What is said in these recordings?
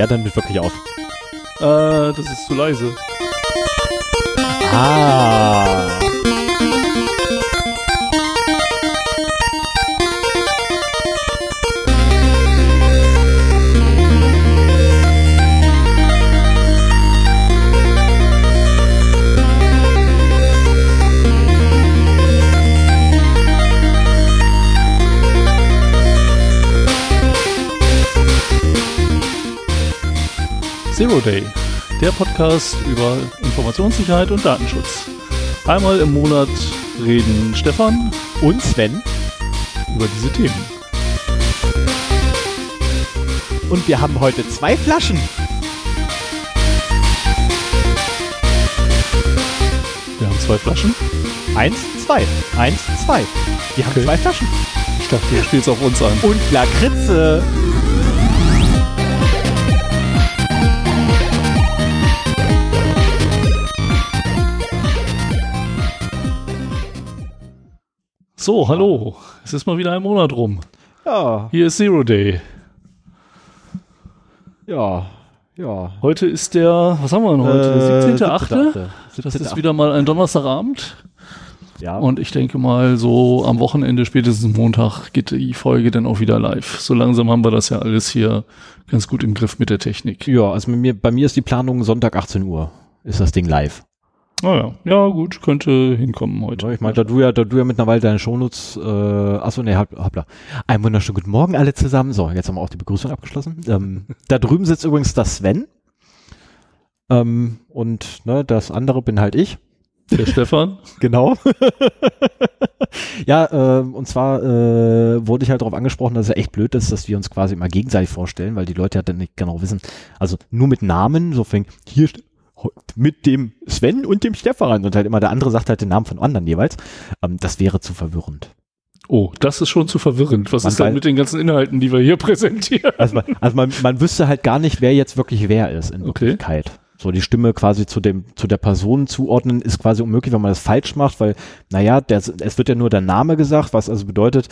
Ja, dann wird wirklich auf. Das ist zu leise. Ah. Zero Day, der Podcast über Informationssicherheit und Datenschutz. Einmal im Monat reden Stefan Und Sven über diese Themen. und wir haben heute 2 Flaschen. Wir haben 2 Flaschen. 1, 2. 1, 2. Wir haben Okay. 2 Flaschen. Ich dachte, du spielst auf uns an. Und Lakritze. So, hallo. Es ist mal wieder ein Monat rum. Ja, Hier ist Zero Day. ja. Heute ist der, was haben wir denn heute? Der 17.8. Das ist 17.8. wieder mal ein Donnerstagabend. Ja. Und ich denke mal, so am Wochenende, spätestens Montag, geht die Folge dann auch wieder live. So langsam haben wir das ja alles hier ganz gut im Griff mit der Technik. Ja, also bei mir ist die Planung Sonntag 18 Uhr. Ist das Ding live. Naja, ja gut, könnte hinkommen heute. Ich meine, da du ja mittlerweile deine Shownotes, hoppla. Einen wunderschönen guten Morgen alle zusammen. So, jetzt haben wir auch die Begrüßung abgeschlossen. Da drüben sitzt übrigens das Sven. Und das andere bin halt ich. Der Stefan. Genau. Ja, und zwar wurde ich halt darauf angesprochen, dass es ja echt blöd ist, dass wir uns quasi immer gegenseitig vorstellen, weil die Leute ja dann nicht genau wissen, also nur mit Namen, so fängt hier mit dem Sven und dem Stefan und halt immer der andere sagt halt den Namen von anderen jeweils. Das wäre zu verwirrend. Oh, das ist schon zu verwirrend. Was ist denn mit den ganzen Inhalten, die wir hier präsentieren? Also man wüsste halt gar nicht, wer jetzt wirklich wer ist in Wirklichkeit. So die Stimme quasi zu der Person zuordnen ist quasi unmöglich, wenn man das falsch macht, weil, naja, es wird ja nur der Name gesagt, was also bedeutet,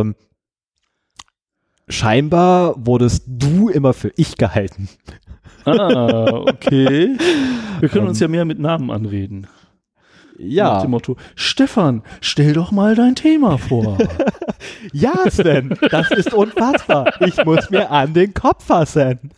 scheinbar wurdest du immer für ich gehalten. Ah, okay. Wir können uns ja mehr mit Namen anreden. Nach Ja. dem Motto, Stefan, stell doch mal dein Thema vor. Ja, Sven, das ist unfassbar. Ich muss mir an den Kopf fassen.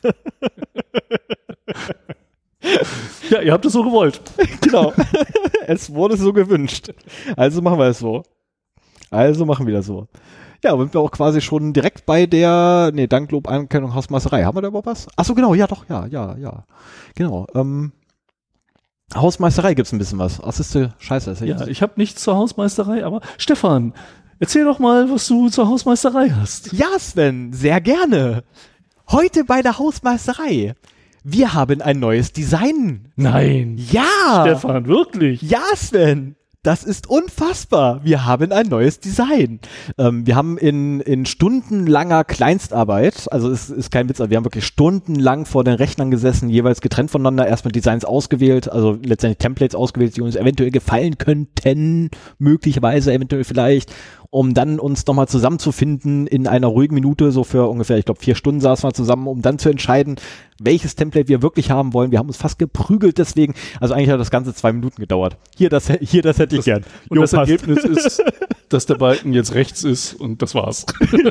Ja, ihr habt es so gewollt. Genau. Es wurde so gewünscht. Also machen wir es so. Also machen wir das so. Ja, sind wir auch quasi schon direkt bei der, Danklob, Anerkennung, Hausmeisterei. Haben wir da überhaupt was? Achso, genau, ja doch, ja. Genau. Hausmeisterei gibt's ein bisschen was. Ach, ist scheiße. Ist Ja, ich habe nichts zur Hausmeisterei, aber Stefan, erzähl doch mal, was du zur Hausmeisterei hast. Ja, Sven, sehr gerne. Heute bei der Hausmeisterei. Wir haben ein neues Design. Nein. Ja. Stefan, wirklich? Ja, Sven. Das ist unfassbar. Wir haben ein neues Design. Wir haben in stundenlanger Kleinstarbeit, also es ist kein Witz, aber wir haben wirklich stundenlang vor den Rechnern gesessen, jeweils getrennt voneinander, erstmal Designs ausgewählt, also letztendlich Templates ausgewählt, die uns eventuell gefallen könnten, möglicherweise, eventuell vielleicht, um dann uns nochmal zusammenzufinden in einer ruhigen Minute, so für ungefähr, ich glaube 4 Stunden saßen wir zusammen, um dann zu entscheiden, welches Template wir wirklich haben wollen. Wir haben uns fast geprügelt deswegen, also eigentlich hat das Ganze 2 Minuten gedauert. Hier, das hätte ich gern. Und das passt. Ergebnis ist, dass der Balken jetzt rechts ist und das war's.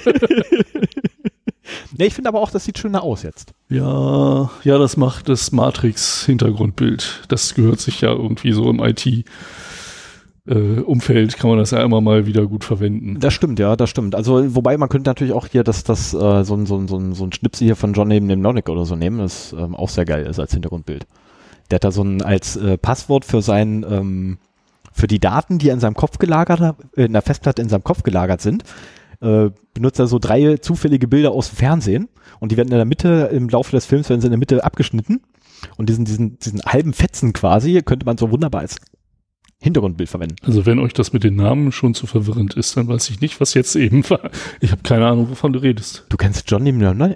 Ne, ich finde aber auch, das sieht schöner aus jetzt. Ja, das macht das Matrix-Hintergrundbild. Das gehört sich ja irgendwie so im IT-Umfeld, kann man das ja immer mal wieder gut verwenden. Das stimmt, ja, das stimmt. Also, wobei man könnte natürlich auch hier so ein Schnipsel hier von John Mnemonic oder so nehmen, das auch sehr geil ist als Hintergrundbild. Der hat da so ein als Passwort für für die Daten, die er in seinem Kopf gelagert hat, in der Festplatte in seinem Kopf gelagert sind, benutzt er so 3 zufällige Bilder aus dem Fernsehen und die werden in der Mitte, im Laufe des Films werden sie in der Mitte abgeschnitten und diesen halben Fetzen quasi könnte man so wunderbar als Hintergrundbild verwenden. Also wenn euch das mit den Namen schon zu verwirrend ist, dann weiß ich nicht, was jetzt eben war. Ich habe keine Ahnung, wovon du redest. Du kennst Johnny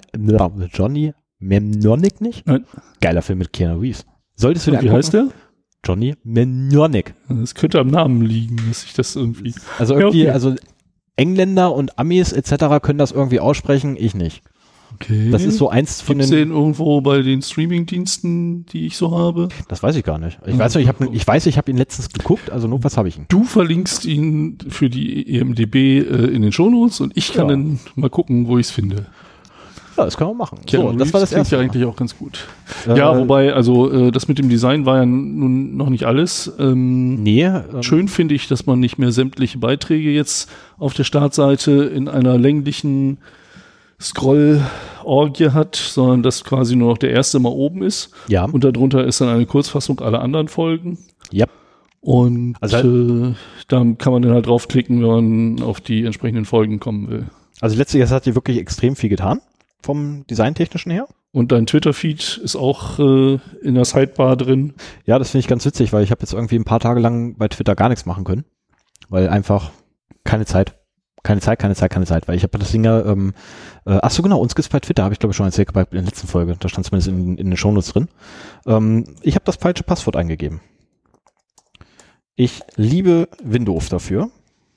Mnemonic nicht? Nein. Geiler Film mit Keanu Reeves. Solltest du dir Und wie angucken? heißt der? Johnny Mnemonic. Es könnte am Namen liegen, dass ich das irgendwie... Also irgendwie, Ja, okay. also Engländer und Amis etc. können das irgendwie aussprechen, ich nicht. Okay. Das ist so eins von Gibt's den... den irgendwo bei den Streaming-Diensten, die ich so habe? Das weiß ich gar nicht. Ich weiß, ich habe ihn letztens geguckt, also nur was habe ich ihn. Du verlinkst ihn für die EMDB in den Shownotes und ich kann dann mal gucken, wo ich es finde. Ja, das kann man machen. So, das war das erste. Klingt ja eigentlich auch ganz gut. Ja, wobei, also das mit dem Design war ja nun noch nicht alles. Schön finde ich, dass man nicht mehr sämtliche Beiträge jetzt auf der Startseite in einer länglichen Scroll-Orgie hat, sondern dass quasi nur noch der erste mal oben ist. Ja. Und darunter ist dann eine Kurzfassung aller anderen Folgen. Ja. Und also da kann man dann halt draufklicken, wenn man auf die entsprechenden Folgen kommen will. Also letztlich, es hat hier wirklich extrem viel getan, vom Designtechnischen her. Und dein Twitter-Feed ist auch in der Sidebar drin. Ja, das finde ich ganz witzig, weil ich habe jetzt irgendwie ein paar Tage lang bei Twitter gar nichts machen können. Weil einfach keine Zeit, weil ich habe das Ding ja, achso genau, uns gibt's bei Twitter, habe ich glaube ich schon erzählt bei der letzten Folge, da stand zumindest in den Shownotes drin. Ich habe das falsche Passwort eingegeben. Ich liebe Windows dafür.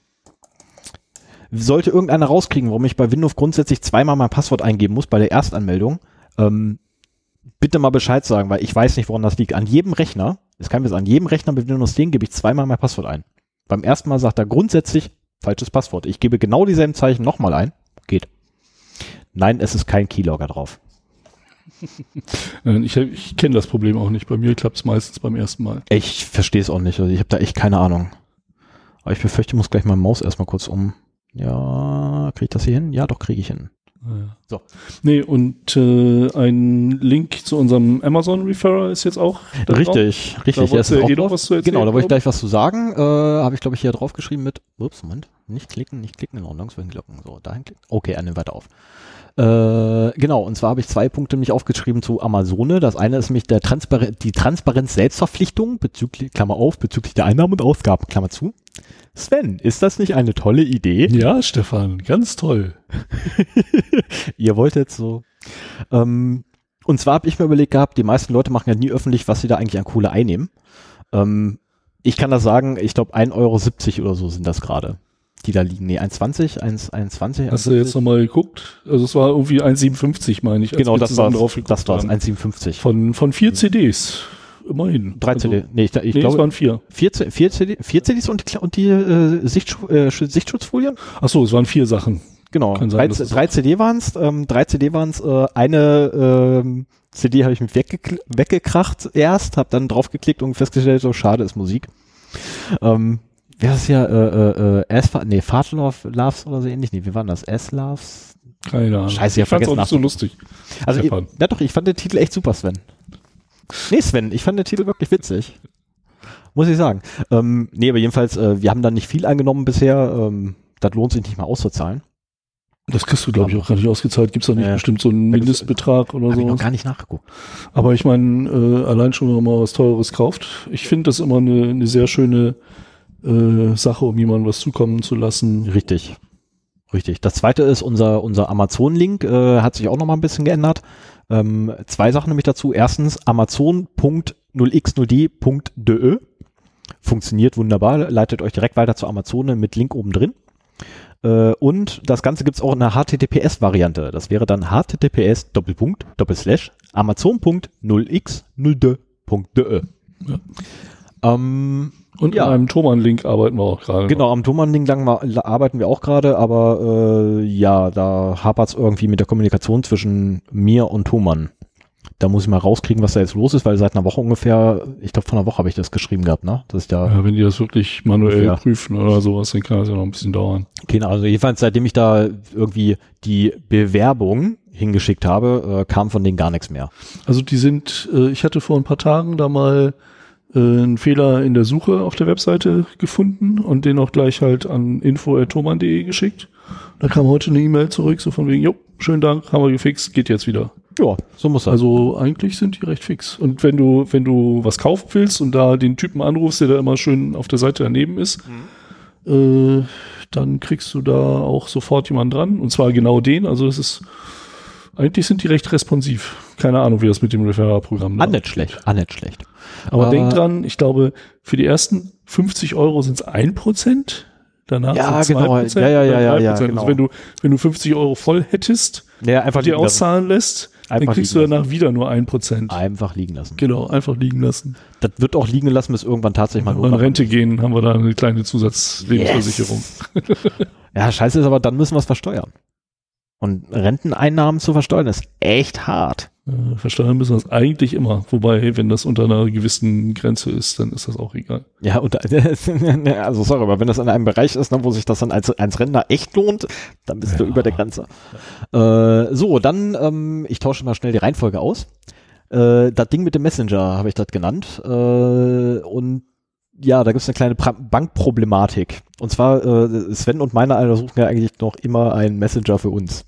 Sollte irgendeiner rauskriegen, warum ich bei Windows grundsätzlich zweimal mein Passwort eingeben muss bei der Erstanmeldung, bitte mal Bescheid sagen, weil ich weiß nicht, woran das liegt. An jedem Rechner, es kann mir sagen, an jedem Rechner mit Windows 10 gebe ich zweimal mein Passwort ein. Beim ersten Mal sagt er grundsätzlich falsches Passwort. Ich gebe genau dieselben Zeichen nochmal ein. Geht. Nein, es ist kein Keylogger drauf. Ich kenne das Problem auch nicht. Bei mir klappt es meistens beim ersten Mal. Ich verstehe es auch nicht. Also ich habe da echt keine Ahnung. Aber ich befürchte, ich muss gleich meine Maus erstmal kurz um. Ja, kriege ich das hier hin? Ja, doch, kriege ich hin. Ja. So. Nee, und ein Link zu unserem Amazon-Referrer ist jetzt auch da Richtig. Da wolltest du noch was zu erzählen, genau, da wollte ich gleich was zu sagen. Habe ich, glaube ich, hier draufgeschrieben mit, Moment, nicht klicken, in Ordnung, so hinklicken. So, dahin klicken. Okay, nimm weiter auf. Genau, und zwar habe ich 2 Punkte mich aufgeschrieben zu Amazone. Das eine ist nämlich die Transparenz-Selbstverpflichtung, Klammer auf, bezüglich der Einnahmen und Ausgaben, Klammer zu. Sven, ist das nicht eine tolle Idee? Ja, Stefan, ganz toll. Ihr wolltet so. Und zwar habe ich mir überlegt gehabt, die meisten Leute machen ja nie öffentlich, was sie da eigentlich an Kohle einnehmen. Ich kann das sagen, ich glaube 1,70 € oder so sind das gerade, die da liegen. Nee, 1,20, 1,20. Hast du jetzt nochmal geguckt? Also es war irgendwie 1,57, meine ich. Genau, das war's, 1,57. Von 4 CDs. Immerhin. 3 CD. Nee, ich glaube, es waren 4. 4 CDs und die Sichtschutzfolien? Achso, es waren 4 Sachen. Genau. Kann sein, 3 CD waren es. 3 CD waren es. Eine CD habe ich mit weggekracht erst, habe dann draufgeklickt und festgestellt, so schade ist Musik. Wer ist hier? Vaterloves oder so ähnlich? Nee, wie war das? S-Loves? Keine Ahnung. Scheiße, ich fand's auch nicht so lustig. Also, ich fand den Titel echt super, Sven. Nee, Sven, ich fand den Titel wirklich witzig. Muss ich sagen. Nee, aber jedenfalls, wir haben da nicht viel eingenommen bisher. Das lohnt sich nicht mal auszuzahlen. Das kriegst du, glaube ich, auch gar nicht ausgezahlt. Gibt es da nicht bestimmt so einen Mindestbetrag oder so? Habe ich noch gar nicht nachgeguckt. Aber ich meine, allein schon, wenn man mal was Teures kauft. Ich finde das immer eine sehr schöne Sache, um jemandem was zukommen zu lassen. Richtig. Das zweite ist, unser Amazon-Link hat sich auch noch mal ein bisschen geändert. 2 Sachen nämlich dazu. Erstens, amazon.0x0d.de funktioniert wunderbar, leitet euch direkt weiter zu Amazon mit Link oben drin. Und das Ganze gibt es auch in einer HTTPS-Variante. Das wäre dann https://amazon.0x0d.de. Ja. Und an einem Thomann-Link arbeiten wir auch gerade. Genau, am Thomann-Link arbeiten wir auch gerade, aber da hapert es irgendwie mit der Kommunikation zwischen mir und Thomann. Da muss ich mal rauskriegen, was da jetzt los ist, weil seit einer Woche ungefähr, ich glaube vor einer Woche habe ich das geschrieben gehabt, ne? Das ist ja, wenn die das wirklich manuell prüfen oder sowas, dann kann das ja noch ein bisschen dauern. Genau, also jedenfalls seitdem ich da irgendwie die Bewerbung hingeschickt habe, kam von denen gar nichts mehr. Also die sind, ich hatte vor ein paar Tagen da mal einen Fehler in der Suche auf der Webseite gefunden und den auch gleich halt an info@thomann.de geschickt. Da kam heute eine E-Mail zurück, so von wegen, schönen Dank, haben wir gefixt, geht jetzt wieder. Ja, so muss das. Also eigentlich sind die recht fix. Und wenn du was kaufen willst und da den Typen anrufst, der da immer schön auf der Seite daneben ist, dann kriegst du da auch sofort jemanden dran. Und zwar genau den. Also das ist, eigentlich sind die recht responsiv. Keine Ahnung, wie das mit dem Referral-Programm ist. Nicht schlecht. Aber denk dran, ich glaube, für die ersten 50 € sind es 1%. Danach sind es 2%. Ja, genau. Also wenn du 50 € voll hättest, Ja, einfach dir auszahlen lässt, dann kriegst du danach wieder nur 1%. Einfach liegen lassen. Genau, einfach liegen lassen. Das wird auch liegen lassen, bis irgendwann tatsächlich mal Wenn wir in Rente gehen, haben wir da eine kleine Zusatzlebensversicherung. Ja, scheiße ist aber, dann müssen wir es versteuern. Und Renteneinnahmen zu versteuern ist echt hart. Versteuern müssen wir es eigentlich immer. Wobei, wenn das unter einer gewissen Grenze ist, dann ist das auch egal. Ja, also sorry, aber wenn das in einem Bereich ist, ne, wo sich das dann als Rentner echt lohnt, dann bist du über der Grenze. So, dann, ich tausche mal schnell die Reihenfolge aus. Das Ding mit dem Messenger habe ich das genannt. Und ja, da gibt es eine kleine Bankproblematik. Und zwar, Sven und meine Alter suchen ja eigentlich noch immer einen Messenger für uns.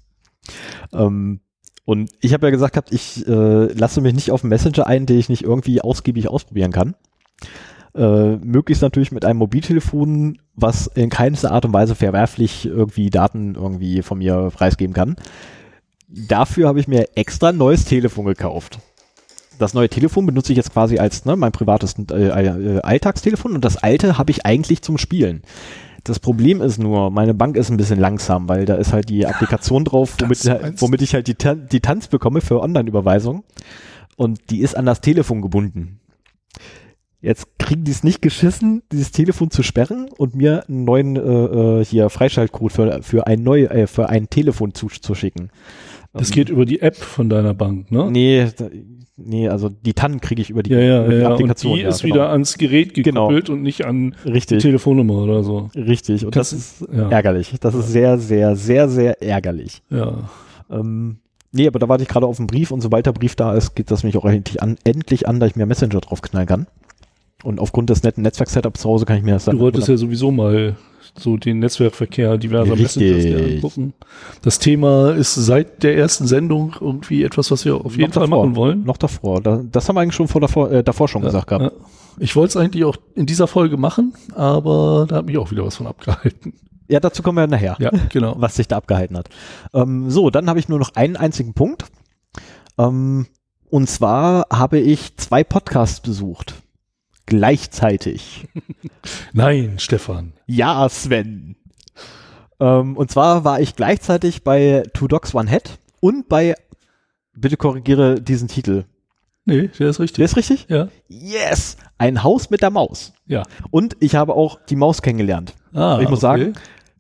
Und ich habe ja gesagt gehabt, ich lasse mich nicht auf einen Messenger ein, den ich nicht irgendwie ausgiebig ausprobieren kann. Möglichst natürlich mit einem Mobiltelefon, was in keinster Art und Weise verwerflich irgendwie Daten irgendwie von mir preisgeben kann. Dafür habe ich mir extra ein neues Telefon gekauft. Das neue Telefon benutze ich jetzt quasi als mein privates Alltagstelefon und das alte habe ich eigentlich zum Spielen. Das Problem ist nur, meine Bank ist ein bisschen langsam, weil da ist halt die Applikation drauf, womit ich halt die Tanz bekomme für Online-Überweisung und die ist an das Telefon gebunden. Jetzt kriegen die es nicht geschissen, dieses Telefon zu sperren und mir einen neuen Freischaltcode für ein Telefon zu schicken. Das geht über die App von deiner Bank, ne? Nee, also die TAN kriege ich über die Applikation. Und die ist wieder ans Gerät gekoppelt und nicht an die Telefonnummer oder so. Richtig, und das ist ärgerlich. Das ist sehr, sehr, sehr, sehr ärgerlich. Ja. Nee, aber da warte ich gerade auf einen Brief und sobald der Brief da ist, geht das mich auch endlich an, dass ich mir Messenger draufknallen kann. Und aufgrund des netten Netzwerk-Setups zu Hause kann ich mir das dann... Du wolltest ja sowieso mal so den Netzwerkverkehr diverser Messengers angucken. Das Thema ist seit der ersten Sendung irgendwie etwas, was wir auf jeden Fall machen wollen. Noch davor. Das haben wir eigentlich schon davor schon gesagt gehabt. Ja. Ich wollte es eigentlich auch in dieser Folge machen, aber da hat mich auch wieder was von abgehalten. Ja, dazu kommen wir nachher. Ja, genau. Was sich da abgehalten hat. So, dann habe ich nur noch einen einzigen Punkt. Und zwar habe ich 2 Podcasts besucht. Gleichzeitig. Nein, Stefan. Ja, Sven. Und zwar war ich gleichzeitig bei Two Dogs One Head und bei, bitte korrigiere diesen Titel. Nee, der ist richtig. Der ist richtig? Ja. Yes! Ein Haus mit der Maus. Ja. Und ich habe auch die Maus kennengelernt. Ich muss sagen,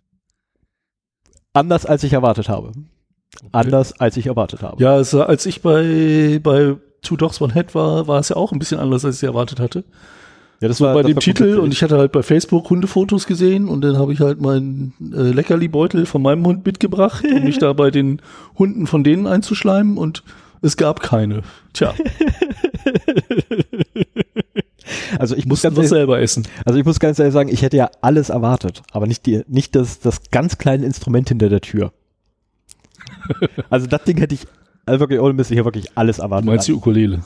anders als ich erwartet habe. Ja, als ich bei Two Dogs One Head war es ja auch ein bisschen anders, als ich erwartet hatte. Ja, das war bei dem Titel und ich hatte halt bei Facebook Hundefotos gesehen und dann habe ich halt meinen Leckerli-Beutel von meinem Hund mitgebracht, um mich da bei den Hunden von denen einzuschleimen und es gab keine. Tja. Also ich muss das selber essen. Also ich muss ganz ehrlich sagen, ich hätte ja alles erwartet, aber nicht das ganz kleine Instrument hinter der Tür. Also das Ding hätte ich, also wirklich ohne Mist, ich habe wirklich alles erwartet. Du meinst die Ukulele?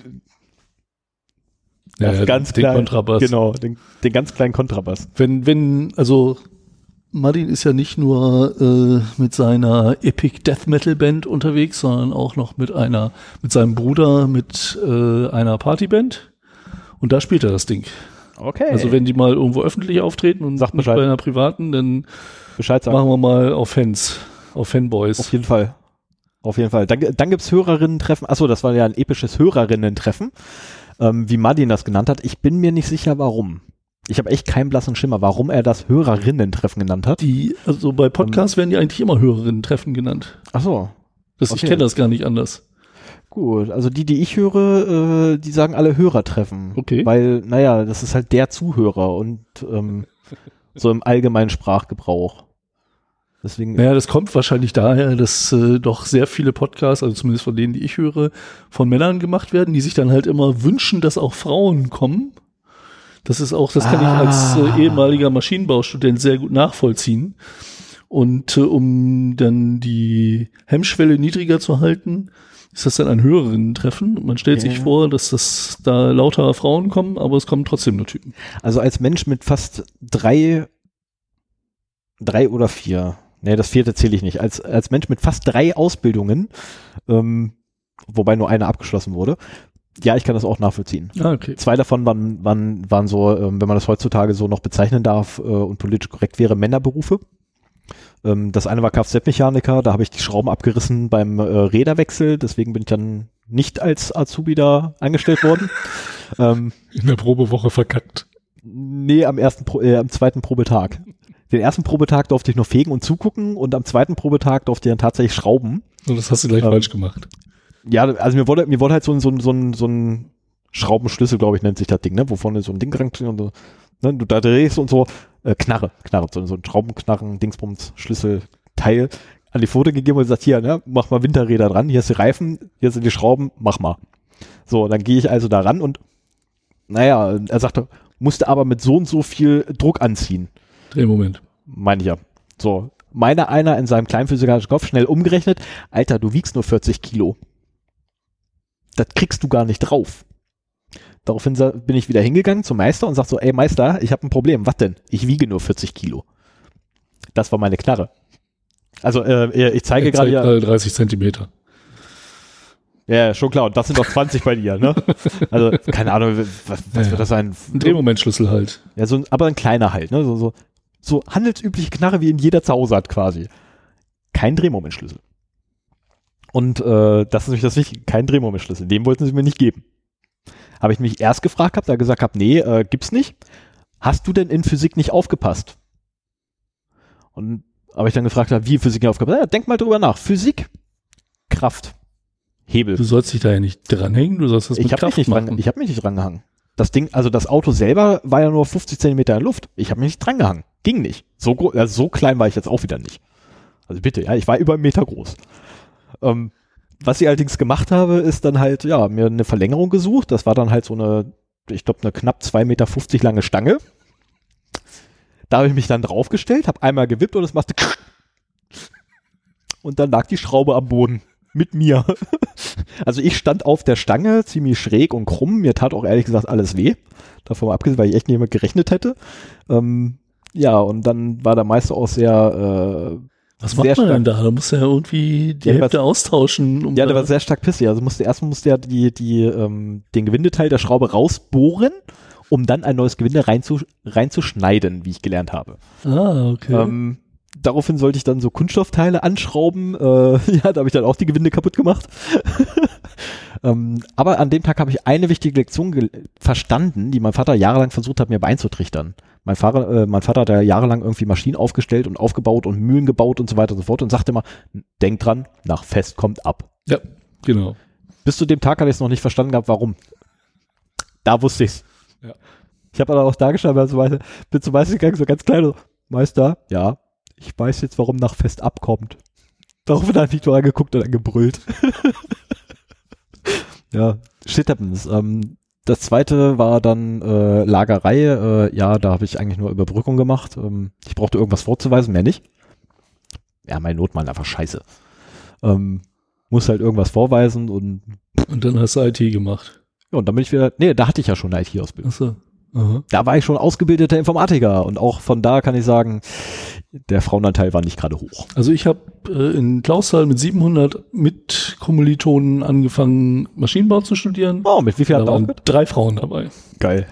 Ganz den klein, Kontrabass. Genau, den ganz kleinen Kontrabass. Also Martin ist ja nicht nur mit seiner Epic Death Metal Band unterwegs, sondern auch noch mit seinem Bruder mit einer Partyband. Und da spielt er das Ding. Okay. Also wenn die mal irgendwo öffentlich auftreten und sagt nicht bei einer privaten, dann Bescheid sagen. Machen wir mal auf Fanboys. Auf jeden Fall. Dann gibt's Hörerinnen-Treffen. Achso, das war ja ein episches Hörerinnen-Treffen. Wie Martin das genannt hat. Ich bin mir nicht sicher, warum. Ich habe echt keinen blassen Schimmer, warum er das Hörerinnen-Treffen genannt hat. Also bei Podcasts werden die eigentlich immer Hörerinnen-Treffen genannt. Ach so. Ich kenne das gar nicht anders. Gut, also die ich höre, die sagen alle Hörertreffen. Okay. Weil, das ist halt der Zuhörer und so im allgemeinen Sprachgebrauch. Deswegen. Naja, das kommt wahrscheinlich daher, dass doch sehr viele Podcasts, also zumindest von denen, die ich höre, von Männern gemacht werden, die sich dann halt immer wünschen, dass auch Frauen kommen. Das kann ich als ehemaliger Maschinenbaustudent sehr gut nachvollziehen. Und um dann die Hemmschwelle niedriger zu halten, ist das dann ein Hörerinnen-Treffen. Man stellt sich vor, dass das da lauter Frauen kommen, aber es kommen trotzdem nur Typen. Also als Mensch mit fast 3 oder 4, das 4. zähle ich nicht, als Mensch mit fast 3 Ausbildungen, wobei nur eine abgeschlossen wurde, ja, ich kann das auch nachvollziehen. Okay. 2 davon waren so, wenn man das heutzutage so noch bezeichnen darf und politisch korrekt wäre, Männerberufe. Das eine war Kfz-Mechaniker, da habe ich die Schrauben abgerissen beim Räderwechsel, deswegen bin ich dann nicht als Azubi da eingestellt worden. In der Probewoche verkackt. Nee, am zweiten Probetag. Den ersten Probetag durfte ich noch fegen und zugucken und am zweiten Probetag durfte ich dann tatsächlich schrauben. Und das hast du gleich falsch gemacht. Ja, also mir wurde halt so ein Schraubenschlüssel, glaube ich, nennt sich das Ding, ne? Wo vorne so ein Ding dran und so, ne? Du da drehst und so, Knarre, so ein Schraubenknarren, Dingsbums, Schlüsselteil an die Pfote gegeben und gesagt, hier, ne, mach mal Winterräder dran, hier ist die Reifen, hier sind die Schrauben, mach mal. So, dann gehe ich also da ran und naja, er sagte, musste aber mit so und so viel Druck anziehen. Drehmoment. Meine ich ja. So, meiner einer in seinem kleinphysikalischen Kopf schnell umgerechnet, Alter, du wiegst nur 40 Kilo. Das kriegst du gar nicht drauf. Daraufhin bin ich wieder hingegangen zum Meister und sag so, ey Meister, ich habe ein Problem. Was denn? Ich wiege nur 40 Kilo. Das war meine Knarre. Also ich zeige gerade ja 30 Zentimeter. Ja, schon klar. Und das sind doch 20 bei dir, ne? Also keine Ahnung, was wird das sein? Ein Drehmomentschlüssel halt. Ja, aber ein kleiner halt, ne? So handelsübliche Knarre, wie ihn jeder zu Hause hat quasi. Kein Drehmomentschlüssel. Und das ist nämlich das Wichtige, kein Drehmomentschlüssel. Den wollten sie mir nicht geben. Habe ich mich erst gefragt, da gesagt habe, nee, gibt's nicht. Hast du denn in Physik nicht aufgepasst? Und habe ich dann gefragt, wie Physik nicht aufgepasst? Ja, denk mal drüber nach. Physik, Kraft, Hebel. Du sollst dich da ja nicht dranhängen, du sollst das mit Kraft machen. Ich habe mich nicht drangehangen. Das Ding, also das Auto selber war ja nur 50 Zentimeter in der Luft. Ich habe mich nicht drangehangen. Ging nicht. So klein war ich jetzt auch wieder nicht. Also bitte, ja, ich war über 1 Meter groß. Was ich allerdings gemacht habe, ist dann halt, ja, mir eine Verlängerung gesucht. Das war dann halt so eine, ich glaube, eine knapp 2,50 Meter lange Stange. Da habe ich mich dann draufgestellt, habe einmal gewippt und es machte und dann lag die Schraube am Boden mit mir. Also ich stand auf der Stange, ziemlich schräg und krumm. Mir tat auch ehrlich gesagt alles weh. Davon mal abgesehen, weil ich echt nicht mehr gerechnet hätte. Ja, und dann war der Meister auch sehr was macht man denn da? Da musst du ja irgendwie die Hälfte austauschen. Der war sehr stark pissig. Also musste er den Gewindeteil der Schraube rausbohren, um dann ein neues Gewinde reinzuschneiden, wie ich gelernt habe. Ah, okay. Daraufhin sollte ich dann so Kunststoffteile anschrauben. Ja, da habe ich dann auch die Gewinde kaputt gemacht. Aber an dem Tag habe ich eine wichtige Lektion verstanden, die mein Vater jahrelang versucht hat, mir beizutrichtern. Mein Vater hat ja jahrelang irgendwie Maschinen aufgestellt und aufgebaut und Mühlen gebaut und so weiter und so fort und sagte immer, denk dran, nach Fest kommt ab. Ja, genau. Bis zu dem Tag hatte ich es noch nicht verstanden gehabt, warum. Da wusste ich's. Ja. Ich habe aber auch da gestanden, bin zum Meister gegangen, so ganz klein, so, Meister, ja, ich weiß jetzt, warum nach Fest abkommt. Daraufhin hat mich nur angeguckt und dann gebrüllt. Ja, shit happens. Das zweite war dann Lagerei. Ja, da habe ich eigentlich nur Überbrückung gemacht. Ich brauchte irgendwas vorzuweisen, mehr nicht. Ja, mein Notmann einfach scheiße. Muss halt irgendwas vorweisen und dann hast du IT gemacht. Ja, und dann bin ich wieder, nee, da hatte ich ja schon eine IT-Ausbildung. Ach so. Aha. Da war ich schon ausgebildeter Informatiker und auch von da kann ich sagen, der Frauenanteil war nicht gerade hoch. Also ich habe in Clausthal mit 700 Mitkommilitonen angefangen, Maschinenbau zu studieren. Oh, mit wie viel da waren 3 Frauen dabei. Geil.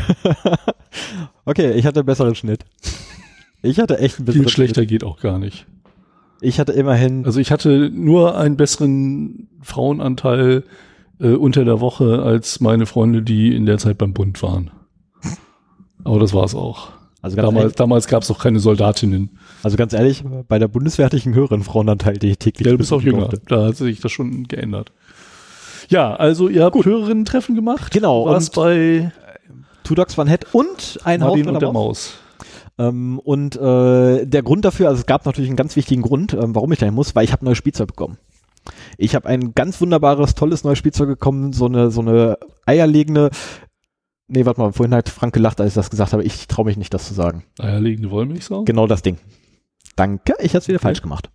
Okay, ich hatte einen besseren Schnitt. Ich hatte echt einen besseren Viel schlechter Schnitt. Geht auch gar nicht. Ich hatte immerhin... Also ich hatte nur einen besseren Frauenanteil unter der Woche als meine Freunde, die in der Zeit beim Bund waren. Aber das war's auch. Also damals gab es noch keine Soldatinnen. Also ganz ehrlich, bei der Bundeswehr hatte ich einen höheren Frauenanteil, den ich täglich... Ja, du bist auch jünger. Da hat sich das schon geändert. Ja, also ihr habt Hörerinnen-Treffen gemacht. Genau. Was bei Two Dogs One Head und ein Haus mit der Maus. Und der Grund dafür, also es gab natürlich einen ganz wichtigen Grund, warum ich dahin muss, weil ich habe neues Spielzeug bekommen. Ich habe ein ganz wunderbares, tolles neues Spielzeug bekommen, so eine eierlegende... Nee, warte mal, vorhin hat Frank gelacht, als ich das gesagt habe. Ich traue mich nicht, das zu sagen. Eierlegende Wollmilchsau? Genau das Ding. Danke, ich habe es wieder falsch gemacht.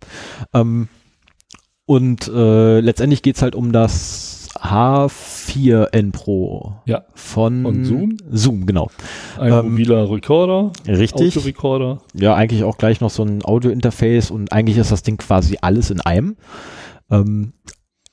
Und letztendlich geht es halt um das H4N Pro. Ja. Von Zoom? Zoom, genau. Ein mobiler Recorder. Richtig. Autorecorder. Ja, eigentlich auch gleich noch so ein Audio-Interface und eigentlich ist das Ding quasi alles in einem.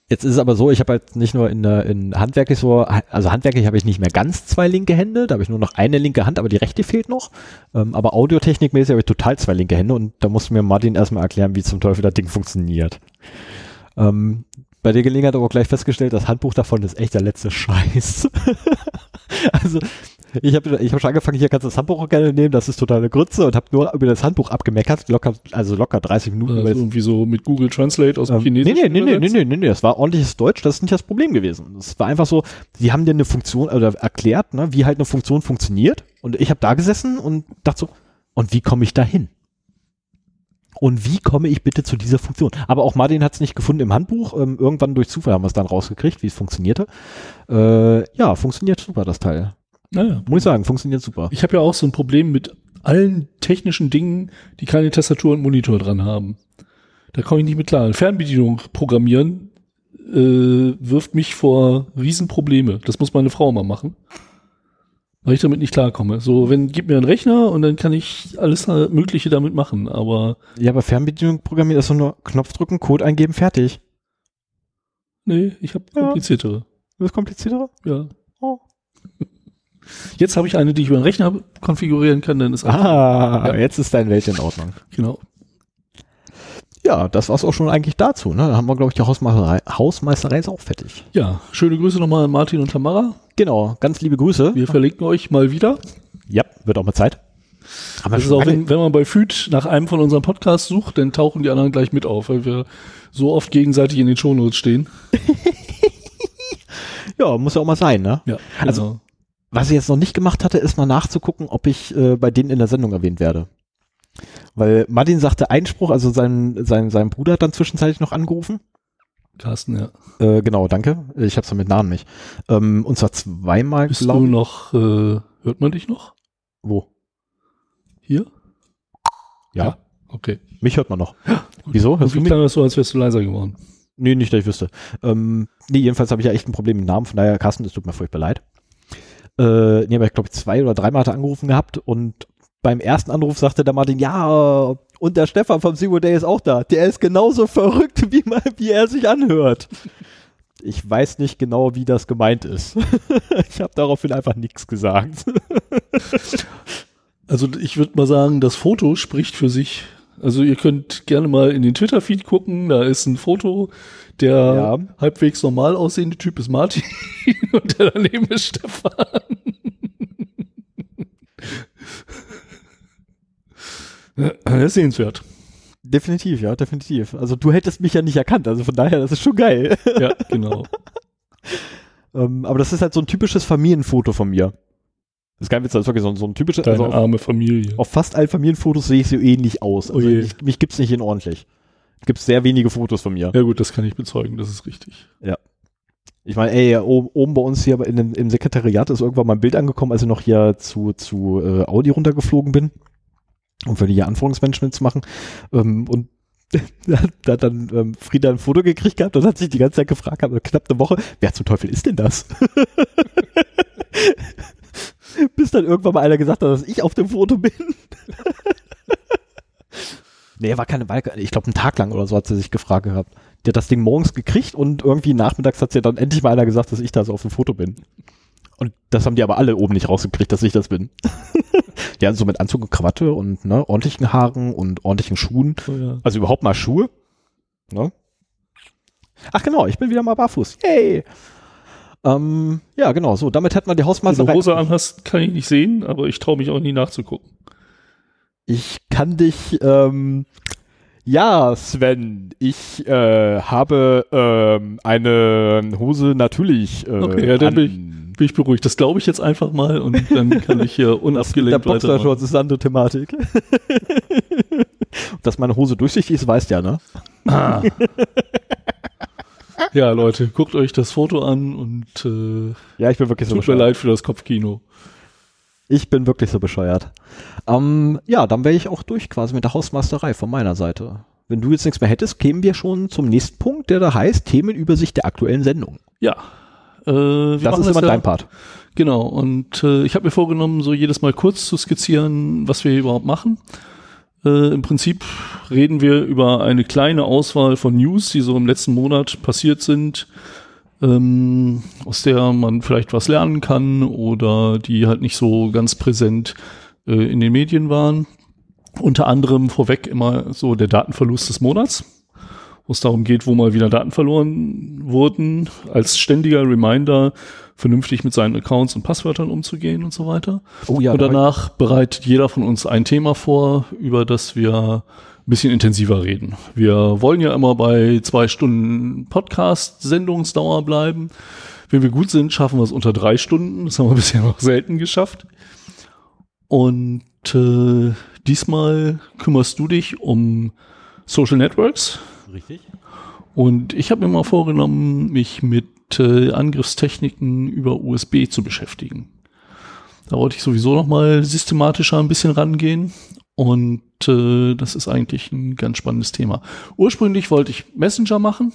Jetzt ist es aber so, ich habe halt nicht nur in handwerklich so, also handwerklich habe ich nicht mehr ganz 2 linke Hände, da habe ich nur noch eine linke Hand, aber die rechte fehlt noch. Aber audiotechnikmäßig habe ich total 2 linke Hände und da musste mir Martin erstmal erklären, wie zum Teufel das Ding funktioniert. Bei der Gelegenheit aber auch gleich festgestellt, das Handbuch davon ist echt der letzte Scheiß. Also ich hab schon angefangen, hier kannst du das Handbuch auch gerne nehmen, das ist totale Grütze und habe nur über das Handbuch abgemeckert, locker 30 Minuten. Also irgendwie so mit Google Translate aus dem Chinesischen. Nee, das war ordentliches Deutsch, das ist nicht das Problem gewesen. Es war einfach so, sie haben dir eine Funktion oder erklärt, ne, wie halt eine Funktion funktioniert und ich habe da gesessen und dachte so, und wie komme ich da hin? Und wie komme ich bitte zu dieser Funktion? Aber auch Martin hat es nicht gefunden im Handbuch. Irgendwann durch Zufall haben wir es dann rausgekriegt, wie es funktionierte. Ja, funktioniert super, das Teil. Naja. Muss ich sagen, funktioniert super. Ich habe ja auch so ein Problem mit allen technischen Dingen, die keine Tastatur und Monitor dran haben. Da komme ich nicht mit klar. Fernbedienung programmieren wirft mich vor Riesenprobleme. Das muss meine Frau mal machen, weil ich damit nicht klarkomme. So, gib mir einen Rechner und dann kann ich alles Mögliche damit machen, aber... Ja, aber Fernbedienung programmieren ist so nur Knopf drücken, Code eingeben, fertig. Nee, ich habe kompliziertere. Du hast kompliziertere? Ja. Oh. Jetzt habe ich eine, die ich über den Rechner konfigurieren kann, dann ist Jetzt ist deine Welt in Ordnung. Genau. Ja, das war's auch schon eigentlich dazu. Ne? Da haben wir, glaube ich, die Hausmeisterei ist auch fertig. Ja, schöne Grüße nochmal an Martin und Tamara. Genau, ganz liebe Grüße. Wir verlinken euch mal wieder. Ja, wird auch mal Zeit. Aber das ist auch, wenn man bei FÜD nach einem von unseren Podcasts sucht, dann tauchen die anderen gleich mit auf, weil wir so oft gegenseitig in den Shownotes stehen. Ja, muss ja auch mal sein, ne? Ja, genau. Also, was ich jetzt noch nicht gemacht hatte, ist mal nachzugucken, ob ich bei denen in der Sendung erwähnt werde. Weil Martin sagte Einspruch, also sein Bruder hat dann zwischenzeitlich noch angerufen. Carsten, ja. Genau, danke. Ich hab's dann mit Namen nicht. Und zwar zweimal, glaube ich. Bist du noch, hört man dich noch? Wo? Hier? Ja. Okay. Mich hört man noch. Ja, wieso? Hörst du mich? Klang das so, als wärst du leiser geworden. Nee, nicht, dass ich wüsste. Jedenfalls habe ich ja echt ein Problem mit Namen, von daher, Carsten, es tut mir furchtbar leid. Aber ich glaube 2 oder 3 Mal hat er angerufen gehabt und beim ersten Anruf sagte der Martin, ja, und der Stefan vom Zero Day ist auch da. Der ist genauso verrückt, wie er sich anhört. Ich weiß nicht genau, wie das gemeint ist. Ich habe daraufhin einfach nichts gesagt. Also ich würde mal sagen, das Foto spricht für sich. Also ihr könnt gerne mal in den Twitter-Feed gucken, da ist ein Foto, der halbwegs normal aussehende Typ ist Martin und der daneben ist Stefan. Das ist sehenswert. Definitiv, ja, definitiv. Also du hättest mich ja nicht erkannt, also von daher, das ist schon geil. Ja, genau. Aber das ist halt so ein typisches Familienfoto von mir. Das ist kein Witz, das ist wirklich so ein typisches... Deine also arme Familie. Auf fast allen Familienfotos sehe ich so ähnlich aus. Also mich gibt's nicht in ordentlich. Es gibt sehr wenige Fotos von mir. Ja gut, das kann ich bezeugen, das ist richtig. Ja. Ich meine, oben bei uns hier im Sekretariat ist irgendwann mal ein Bild angekommen, als ich noch hier zu Audi runtergeflogen bin, um für die hier Anforderungsmanagement zu machen. Und da hat dann Frieda ein Foto gekriegt gehabt und hat sich die ganze Zeit gefragt, also knapp eine Woche, wer zum Teufel ist denn das? Bis dann irgendwann mal einer gesagt hat, dass ich auf dem Foto bin. Nee, war keine Weile, ich glaube einen Tag lang oder so hat sie sich gefragt gehabt. Die hat das Ding morgens gekriegt und irgendwie nachmittags hat sie dann endlich mal einer gesagt, dass ich da so auf dem Foto bin. Und das haben die aber alle oben nicht rausgekriegt, dass ich das bin. Ja, so mit Anzug und Krawatte und ordentlichen Haaren und ordentlichen Schuhen. Oh ja. Also überhaupt mal Schuhe. Ne? Ach genau, ich bin wieder mal barfuß. Yay! Ja, genau, so, damit hätten wir die Hausmeisterei. Wenn du Hose anhast, kann ich nicht sehen, aber ich traue mich auch nie nachzugucken. Ich kann dich, ja, Sven, ich habe eine Hose natürlich okay, ja, dann bin ich beruhigt. Das glaube ich jetzt einfach mal und dann kann ich hier unabgelenkt weitermachen. Der Boxershorts ist eine andere Thematik. Dass meine Hose durchsichtig ist, weißt ja, ne? Ah. Ja, Leute, guckt euch das Foto an und ja, ich bin wirklich so tut mir leid für das Kopfkino. Ich bin wirklich so bescheuert. Ja, dann wäre ich auch durch quasi mit der Hausmeisterei von meiner Seite. Wenn du jetzt nichts mehr hättest, kämen wir schon zum nächsten Punkt, der da heißt Themenübersicht der aktuellen Sendung. Ja. Das ist immer dein Part. Genau, und ich habe mir vorgenommen, so jedes Mal kurz zu skizzieren, was wir überhaupt machen. Im Prinzip reden wir über eine kleine Auswahl von News, die so im letzten Monat passiert sind, aus der man vielleicht was lernen kann oder die halt nicht so ganz präsent in den Medien waren. Unter anderem vorweg immer so der Datenverlust des Monats, wo es darum geht, wo mal wieder Daten verloren wurden, als ständiger Reminder, vernünftig mit seinen Accounts und Passwörtern umzugehen und so weiter. Oh ja, und danach bereitet jeder von uns ein Thema vor, über das wir ein bisschen intensiver reden. Wir wollen ja immer bei 2 Stunden Podcast-Sendungsdauer bleiben. Wenn wir gut sind, schaffen wir es unter 3 Stunden. Das haben wir bisher noch selten geschafft. Und diesmal kümmerst du dich um Social Networks. Richtig. Und ich habe mir mal vorgenommen, mich mit Angriffstechniken über USB zu beschäftigen. Da wollte ich sowieso noch mal systematischer ein bisschen rangehen. Und das ist eigentlich ein ganz spannendes Thema. Ursprünglich wollte ich Messenger machen,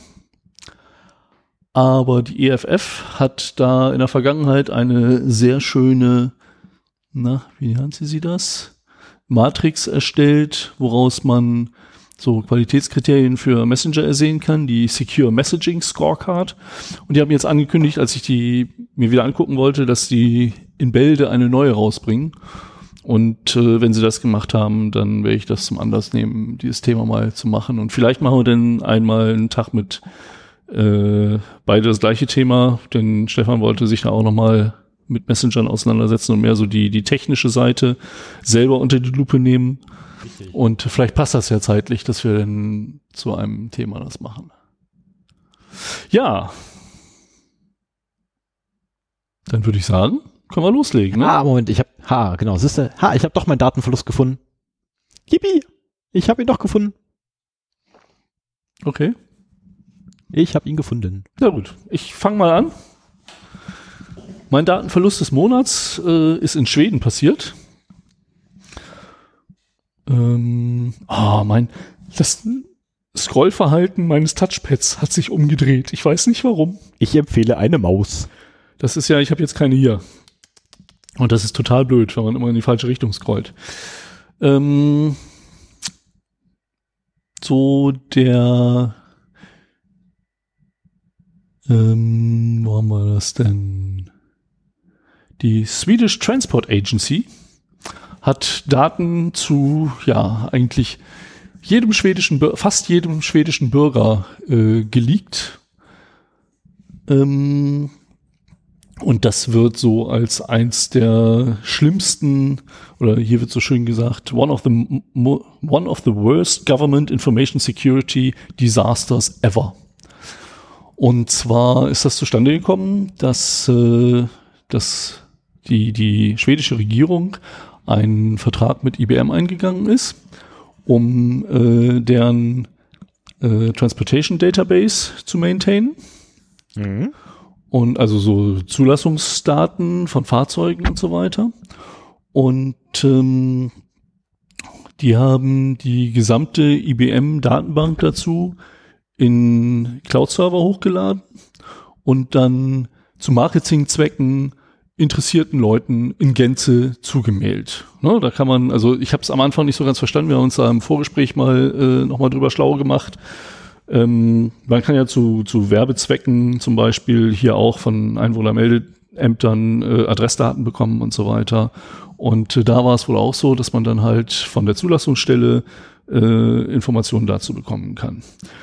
aber die EFF hat da in der Vergangenheit eine sehr schöne, wie nennt sie das? Matrix erstellt, woraus man so Qualitätskriterien für Messenger ersehen kann, die Secure Messaging Scorecard. Und die haben jetzt angekündigt, als ich die mir wieder angucken wollte, dass die in Bälde eine neue rausbringen. Und wenn sie das gemacht haben, dann werde ich das zum Anlass nehmen, dieses Thema mal zu machen. Und vielleicht machen wir dann einmal einen Tag mit beide das gleiche Thema, denn Stefan wollte sich da auch nochmal mit Messengern auseinandersetzen und mehr so die technische Seite selber unter die Lupe nehmen. Richtig. Und vielleicht passt das ja zeitlich, dass wir dann zu einem Thema das machen. Ja. Dann würde ich sagen, können wir loslegen, ne? Moment, ich habe doch meinen Datenverlust gefunden. Yippie! Ich habe ihn doch gefunden. Okay. Ich habe ihn gefunden. Na gut, ich fange mal an. Mein Datenverlust des Monats ist in Schweden passiert. Das Scrollverhalten meines Touchpads hat sich umgedreht. Ich weiß nicht warum. Ich empfehle eine Maus. Das ist ja, ich habe jetzt keine hier. Und das ist total blöd, wenn man immer in die falsche Richtung scrollt. Wo haben wir das denn? Die Swedish Transport Agency hat Daten zu, eigentlich fast jedem schwedischen Bürger geleakt. Und das wird so als eins der schlimmsten, oder hier wird so schön gesagt, one of the worst government information security disasters ever. Und zwar ist das zustande gekommen, dass die schwedische Regierung einen Vertrag mit IBM eingegangen ist, um deren Transportation Database zu maintainen. Mhm. Und also so Zulassungsdaten von Fahrzeugen und so weiter. Und die haben die gesamte IBM-Datenbank dazu in Cloud-Server hochgeladen und dann zu Marketingzwecken interessierten Leuten in Gänze zugemailt. Ne, da kann man, also ich habe es am Anfang nicht so ganz verstanden, wir haben uns da im Vorgespräch mal nochmal drüber schlau gemacht. Man kann ja zu Werbezwecken zum Beispiel hier auch von Einwohnermeldeämtern Adressdaten bekommen und so weiter. Und da war es wohl auch so, dass man dann halt von der Zulassungsstelle Informationen dazu bekommen kann.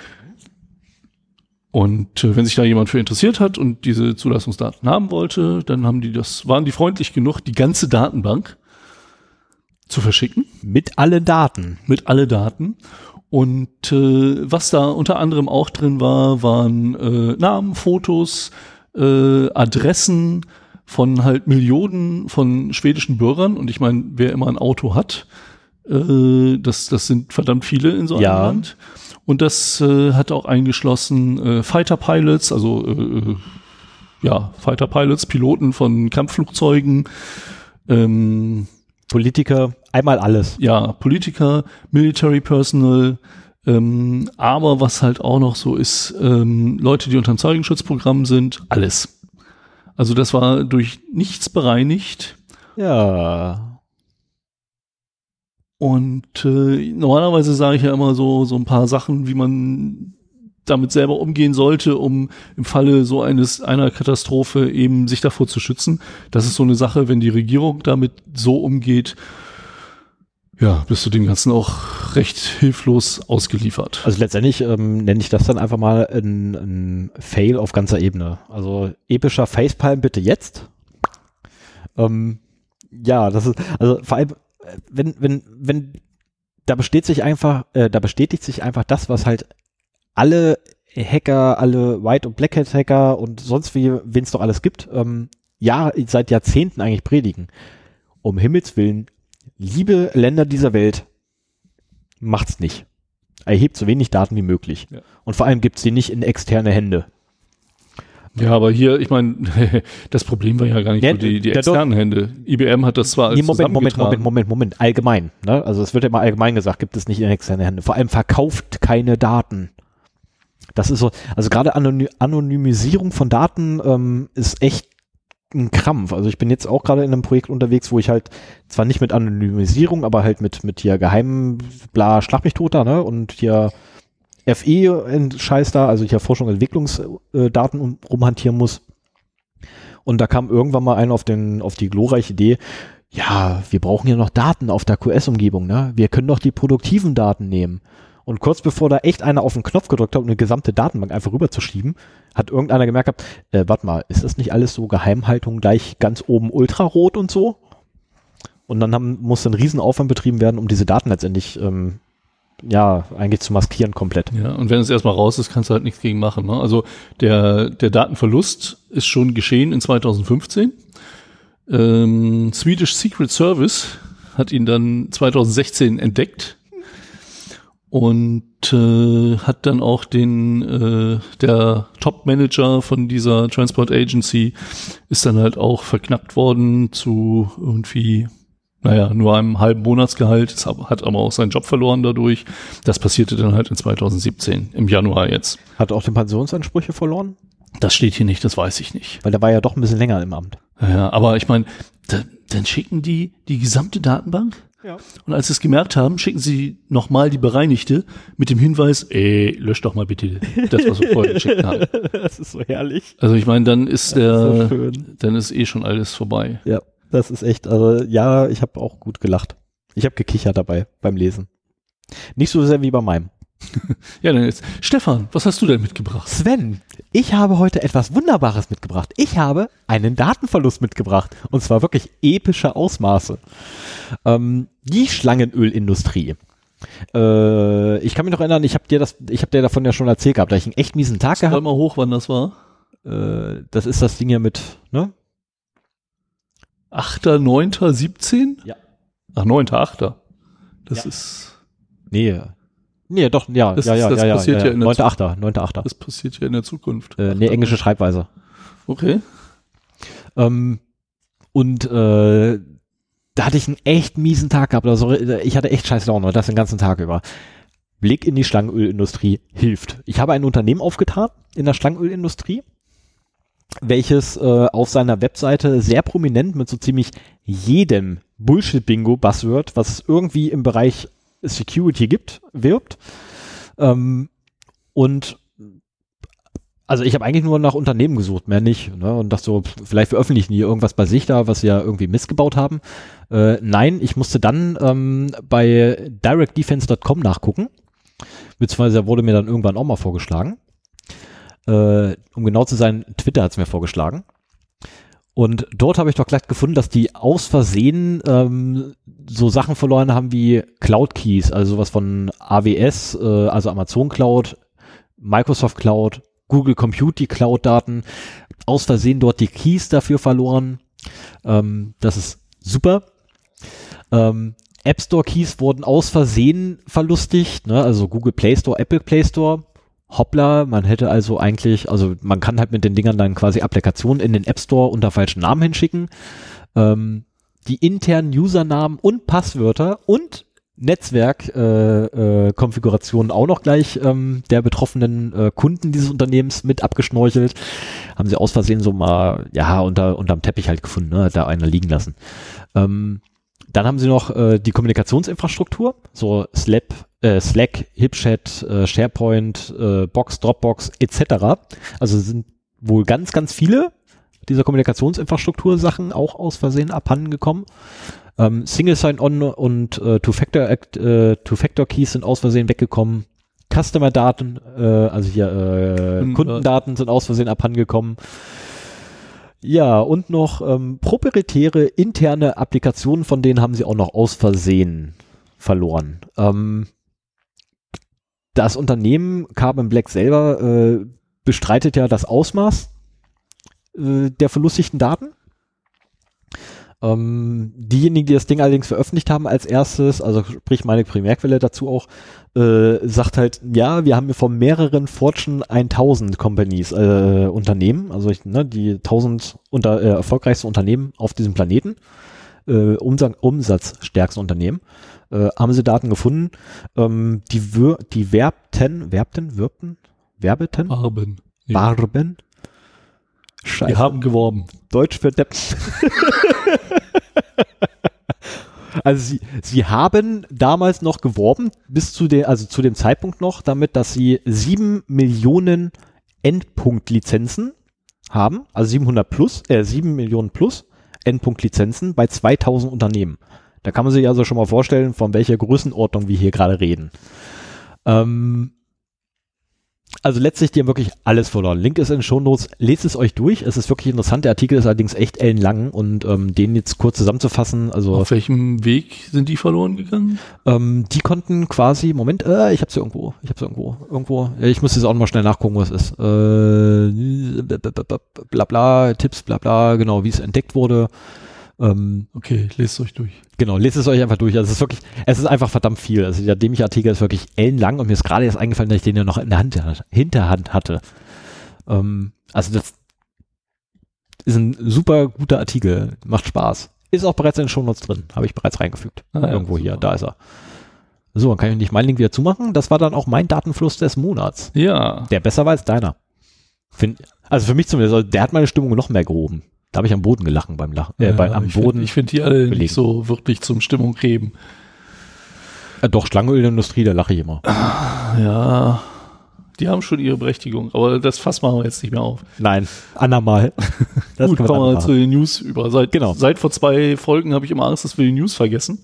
Und wenn sich da jemand für interessiert hat und diese Zulassungsdaten haben wollte, dann waren die freundlich genug, die ganze Datenbank zu verschicken. Mit alle Daten. Und was da unter anderem auch drin waren Namen, Fotos, Adressen von halt Millionen von schwedischen Bürgern. Und ich meine, wer immer ein Auto hat, das sind verdammt viele in so einem Land. Und das hat auch eingeschlossen Fighter Pilots, Fighter Pilots, Piloten von Kampfflugzeugen, Politiker, einmal alles. Ja, Politiker, Military Personnel, aber was halt auch noch so ist, Leute, die unter dem Zeugenschutzprogramm sind, alles. Also das war durch nichts bereinigt. Ja. Und normalerweise sage ich ja immer so ein paar Sachen, wie man damit selber umgehen sollte, um im Falle so einer Katastrophe eben sich davor zu schützen. Das ist so eine Sache, wenn die Regierung damit so umgeht, ja, bist du dem Ganzen auch recht hilflos ausgeliefert. Also letztendlich nenne ich das dann einfach mal ein Fail auf ganzer Ebene. Also epischer Facepalm bitte jetzt. Ja, das ist, also vor allem, wenn da bestätigt sich einfach das, was halt alle Hacker, alle White- und Black-Hat-Hacker und sonst wen es doch alles gibt, seit Jahrzehnten eigentlich predigen. Um Himmels Willen, liebe Länder dieser Welt, macht's nicht. Erhebt so wenig Daten wie möglich. Ja. Und vor allem gibt's sie nicht in externe Hände. Ja, aber hier, ich meine, das Problem war ja gar nicht so die externen Hände. IBM hat das zwar als Moment, allgemein. Ne? Also es wird ja immer allgemein gesagt, gibt es nicht in externe Hände. Vor allem verkauft keine Daten. Das ist so, also gerade Anonymisierung von Daten ist echt ein Krampf. Also ich bin jetzt auch gerade in einem Projekt unterwegs, wo ich halt zwar nicht mit Anonymisierung, aber halt mit hier geheimen Schlag mich tot da, ne? Und hier FE-Scheiß da, also hier Forschung und Entwicklungsdaten rumhantieren muss. Und da kam irgendwann mal einer auf die glorreiche Idee, ja, wir brauchen ja noch Daten auf der QS-Umgebung, ne? Wir können doch die produktiven Daten nehmen. Und kurz bevor da echt einer auf den Knopf gedrückt hat, um eine gesamte Datenbank einfach rüberzuschieben, hat irgendeiner gemerkt gehabt, warte mal, ist das nicht alles so Geheimhaltung gleich ganz oben ultrarot und so? Und dann muss ein Riesenaufwand betrieben werden, um diese Daten letztendlich eigentlich zu maskieren komplett. Ja, und wenn es erstmal raus ist, kannst du halt nichts gegen machen. Ne? Also der Datenverlust ist schon geschehen in 2015. Swedish Secret Service hat ihn dann 2016 entdeckt. Und hat dann auch der Top-Manager von dieser Transport Agency ist dann halt auch verknackt worden zu irgendwie, nur einem halben Monatsgehalt, hat aber auch seinen Job verloren dadurch. Das passierte dann halt in 2017, im Januar jetzt. Hat auch die Pensionsansprüche verloren? Das steht hier nicht, das weiß ich nicht. Weil der war ja doch ein bisschen länger im Amt. Ja, aber ich meine, dann schicken die gesamte Datenbank. Ja. Und als sie es gemerkt haben, schicken sie nochmal die bereinigte mit dem Hinweis, lösch doch mal bitte das, was wir vorher geschickt haben. Das ist so herrlich. Also ich meine, dann ist dann ist schon alles vorbei. Ja, das ist echt, also ja, ich habe auch gut gelacht. Ich habe gekichert dabei beim Lesen. Nicht so sehr wie bei meinem. Ja, dann jetzt. Stefan, was hast du denn mitgebracht? Sven, ich habe heute etwas Wunderbares mitgebracht. Ich habe einen Datenverlust mitgebracht. Und zwar wirklich epische Ausmaße. Die Schlangenölindustrie. Ich kann mich noch erinnern, ich hab dir davon ja schon erzählt gehabt, da ich einen echt miesen Tag gehabt. Scroll mal hoch, wann das war. Das ist das Ding ja mit, ne? 8.9.17? Ja. Ach, 9.8. Das ist... Nee, doch, ja. Das passiert ja in der 9.8. Das passiert ja in der Zukunft. Englische Schreibweise. Okay. Da hatte ich einen echt miesen Tag gehabt. Also ich hatte echt scheiß Laune, das den ganzen Tag über. Blick in die Schlangenölindustrie hilft. Ich habe ein Unternehmen aufgetan in der Schlangenölindustrie, welches auf seiner Webseite sehr prominent mit so ziemlich jedem Bullshit-Bingo-Buzzword, was es irgendwie im Bereich Security wirbt. Und also ich habe eigentlich nur nach Unternehmen gesucht, mehr nicht. Ne? Und dachte so, vielleicht veröffentlichen die irgendwas bei sich da, was sie ja irgendwie missgebaut haben. Nein, ich musste dann bei directdefense.com nachgucken. Beziehungsweise wurde mir dann irgendwann auch mal vorgeschlagen. Um genau zu sein, Twitter hat es mir vorgeschlagen. Und dort habe ich doch gleich gefunden, dass die aus Versehen so Sachen verloren haben wie Cloud Keys, also sowas von AWS, also Amazon Cloud, Microsoft Cloud, Google Compute, die Cloud-Daten, aus Versehen dort die Keys dafür verloren. Das ist super. App Store Keys wurden aus Versehen verlustigt, ne? Also Google Play Store, Apple Play Store. Hoppla, man hätte also eigentlich, also man kann halt mit den Dingern dann quasi Applikationen in den App Store unter falschen Namen hinschicken. Die internen Usernamen und Passwörter und Netzwerkkonfigurationen auch noch gleich der betroffenen Kunden dieses Unternehmens mit abgeschnorchelt. Haben sie aus Versehen so mal, ja, unterm Teppich halt gefunden, ne? Hat da einer liegen lassen. Dann haben sie noch die Kommunikationsinfrastruktur, so Slack, HipChat, SharePoint, Box, Dropbox etc. Also sind wohl ganz, ganz viele dieser Kommunikationsinfrastruktur-Sachen auch aus Versehen abhanden gekommen. Single Sign-On und Two-Factor-Keys sind aus Versehen weggekommen. Customer-Daten, also hier Kundendaten sind aus Versehen abhandengekommen. Ja, und noch proprietäre interne Applikationen, von denen haben sie auch noch aus Versehen verloren. Das Unternehmen Carbon Black selber bestreitet ja das Ausmaß der verlustigten Daten. Diejenigen, die das Ding allerdings veröffentlicht haben als erstes, also sprich meine Primärquelle dazu auch, sagt halt, ja, wir haben von mehreren Fortune 1000 Companies, Unternehmen, also die 1000 erfolgreichsten Unternehmen auf diesem Planeten, umsatzstärksten Unternehmen, haben sie Daten gefunden, die Warben? Scheiße. Wir haben geworben. Deutsch für Deppen. Also sie haben damals noch geworben, zu dem Zeitpunkt noch, damit, dass sie 7 Millionen Endpunktlizenzen haben, also 7 Millionen plus Endpunktlizenzen bei 2000 Unternehmen. Da kann man sich also schon mal vorstellen, von welcher Größenordnung wir hier gerade reden. Also letztlich, die haben wirklich alles verloren. Link ist in den Shownotes. Lest es euch durch. Es ist wirklich interessant. Der Artikel ist allerdings echt ellenlang und den jetzt kurz zusammenzufassen. Also auf welchem Weg sind die verloren gegangen? Die konnten quasi, Moment, ich hab's hier irgendwo. Ich muss jetzt auch noch mal schnell nachgucken, was es ist. Blabla, Tipps, blabla, genau, wie es entdeckt wurde. Okay, lest es euch durch. Genau, lest es euch einfach durch. Also es ist einfach verdammt viel. Also der dämliche Artikel ist wirklich ellenlang und mir ist gerade jetzt eingefallen, dass ich den ja noch in der Hinterhand hatte. Also das ist ein super guter Artikel. Macht Spaß. Ist auch bereits in den Shownotes drin. Habe ich bereits reingefügt. Irgendwo hier, da ist er. So, dann kann ich nicht meinen Link wieder zumachen. Das war dann auch mein Datenfluss des Monats. Ja. Der besser war als deiner. Also für mich zumindest, also der hat meine Stimmung noch mehr gehoben. Da habe ich am Boden gelachen beim Lachen. Ich finde die alle nicht so wirklich zum Stimmung heben. Ja, doch, Schlangenölindustrie, da lache ich immer. Ja, die haben schon ihre Berechtigung, aber das Fass machen wir jetzt nicht mehr auf. Nein, andermal. Gut, kommen wir zu den News über. Seit vor 2 Folgen habe ich immer Angst, dass wir die News vergessen.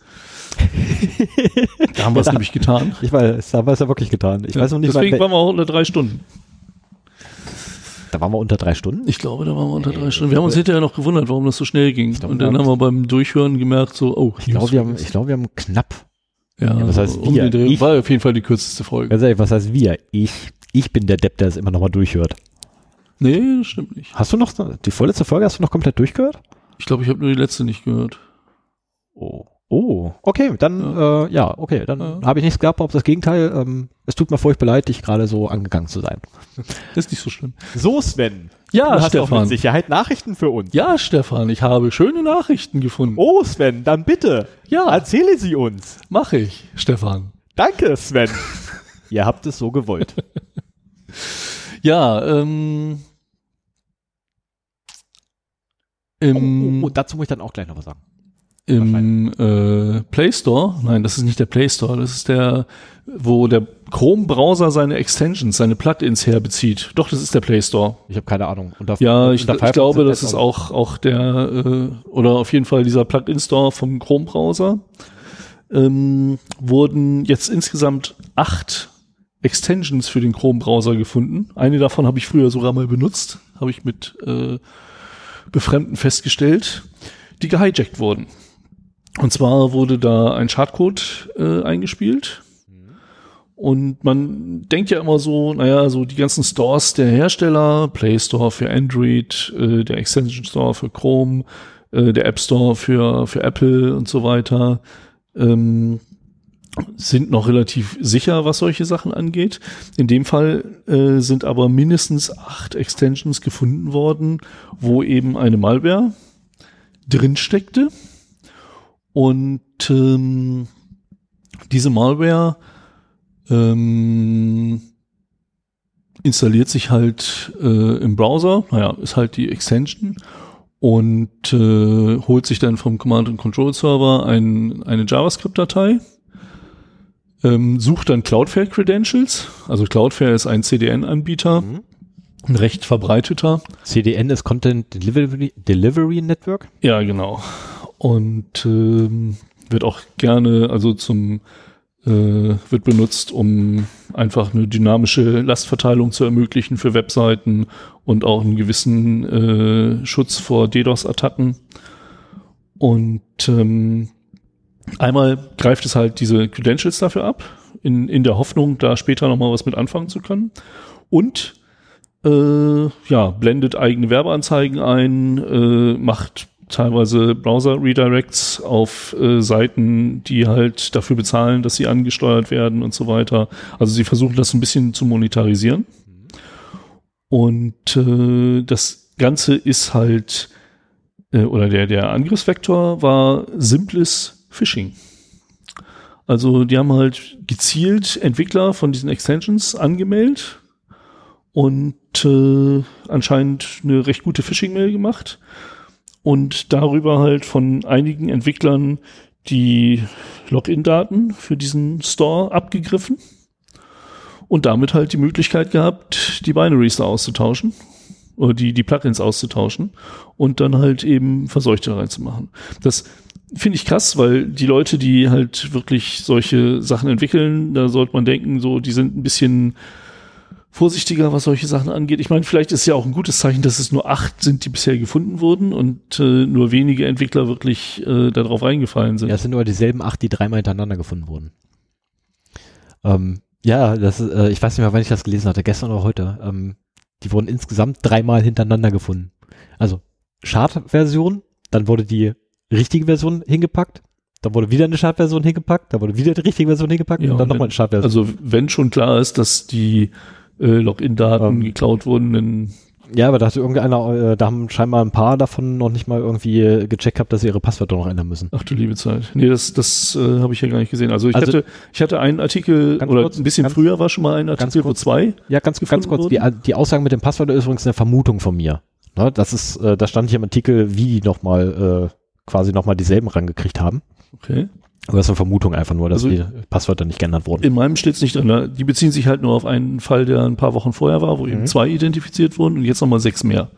Da haben wir es nämlich getan. Ich weiß, da haben wir es ja wirklich getan. Ich weiß noch nicht, deswegen waren wir auch unter 3 Stunden. Da waren wir unter 3 Stunden? Ich glaube, da waren wir unter 3 Stunden. Wir haben uns hinterher noch gewundert, warum das so schnell ging. Und dann haben wir beim Durchhören gemerkt, ich glaube, wir haben knapp. Ja, was heißt wir? War auf jeden Fall die kürzeste Folge. Ganz ehrlich, was heißt wir? Ich bin der Depp, der es immer noch mal durchhört. Nee, das stimmt nicht. Hast du noch, die vorletzte Folge hast du noch komplett durchgehört? Ich glaube, ich habe nur die letzte nicht gehört. Oh, okay, dann habe ich nichts gehabt, ob das Gegenteil. Es tut mir furchtbar leid, dich gerade so angegangen zu sein. Ist nicht so schlimm. So, Sven. Ja, du hast Stefan. auch mit Sicherheit Nachrichten für uns. Ja, Stefan, ich habe schöne Nachrichten gefunden. Oh, Sven, dann bitte. Ja. Erzähle sie uns. Mach ich, Stefan. Danke, Sven. Ihr habt es so gewollt. Ja, dazu muss ich dann auch gleich noch was sagen. Im Play Store, nein, das ist nicht der Play Store, das ist wo der Chrome-Browser seine Extensions, seine Plugins herbezieht. Doch, das ist der Play Store. Ich habe keine Ahnung. Ich glaube, das ist auch der, oder auf jeden Fall dieser Plugin-Store vom Chrome-Browser. Wurden jetzt insgesamt 8 Extensions für den Chrome-Browser gefunden. Eine davon habe ich früher sogar mal benutzt, habe ich mit Befremden festgestellt, die gehijackt wurden. Und zwar wurde da ein Schadcode eingespielt. Und man denkt ja immer so, so die ganzen Stores der Hersteller, Play Store für Android, der Extension Store für Chrome, der App Store für Apple und so weiter, sind noch relativ sicher, was solche Sachen angeht. In dem Fall sind aber mindestens 8 Extensions gefunden worden, wo eben eine Malware drin steckte. Und diese Malware installiert sich halt im Browser, ist halt die Extension und holt sich dann vom Command-and-Control-Server eine JavaScript-Datei, sucht dann Cloudflare-Credentials. Also Cloudflare ist ein CDN-Anbieter, ein recht verbreiteter. CDN ist Content Delivery Network? Ja, genau. Und wird auch gerne, also wird benutzt, um einfach eine dynamische Lastverteilung zu ermöglichen für Webseiten und auch einen gewissen Schutz vor DDoS-Attacken. Und einmal greift es halt diese Credentials dafür ab, in der Hoffnung, da später nochmal was mit anfangen zu können. Und blendet eigene Werbeanzeigen ein, macht teilweise Browser-Redirects auf Seiten, die halt dafür bezahlen, dass sie angesteuert werden und so weiter. Also sie versuchen das ein bisschen zu monetarisieren. Und das Ganze ist halt, oder der Angriffsvektor war simples Phishing. Also die haben halt gezielt Entwickler von diesen Extensions angemeldet und anscheinend eine recht gute Phishing-Mail gemacht. Und darüber halt von einigen Entwicklern die Login-Daten für diesen Store abgegriffen und damit halt die Möglichkeit gehabt, die Binaries da auszutauschen oder die Plugins auszutauschen und dann halt eben Verseuchte reinzumachen. Das finde ich krass, weil die Leute, die halt wirklich solche Sachen entwickeln, da sollte man denken, so, die sind ein bisschen vorsichtiger, was solche Sachen angeht. Ich meine, vielleicht ist ja auch ein gutes Zeichen, dass es nur 8 sind, die bisher gefunden wurden und nur wenige Entwickler wirklich darauf reingefallen sind. Ja, es sind nur dieselben 8, die 3-mal hintereinander gefunden wurden. Das ist, ich weiß nicht mehr, wann ich das gelesen hatte, gestern oder heute. Die wurden insgesamt 3-mal hintereinander gefunden. Also Schadversion, dann wurde die richtige Version hingepackt, dann wurde wieder eine Schadversion hingepackt, dann wurde wieder die richtige Version hingepackt und dann nochmal eine Schadversion. Also wenn schon klar ist, dass die Login-Daten geklaut wurden, dann... Ja, aber da hatte irgendeiner, da haben scheinbar ein paar davon noch nicht mal irgendwie gecheckt gehabt, dass sie ihre Passwörter noch ändern müssen. Ach du liebe Zeit. Nee, das habe ich ja gar nicht gesehen. Also ich hatte einen Artikel, oder kurz, ein bisschen früher war schon mal ein Artikel, wo 2. Ja, ganz kurz. Die Aussage mit dem Passwort ist übrigens eine Vermutung von mir. Ne, das ist, da stand hier im Artikel, wie die nochmal quasi nochmal dieselben rangekriegt haben. Okay. Aber das ist eine Vermutung einfach nur, dass die Passwörter nicht geändert wurden. In meinem steht es nicht drin. Ne? Die beziehen sich halt nur auf einen Fall, der ein paar Wochen vorher war, wo eben 2 identifiziert wurden und jetzt nochmal 6 mehr.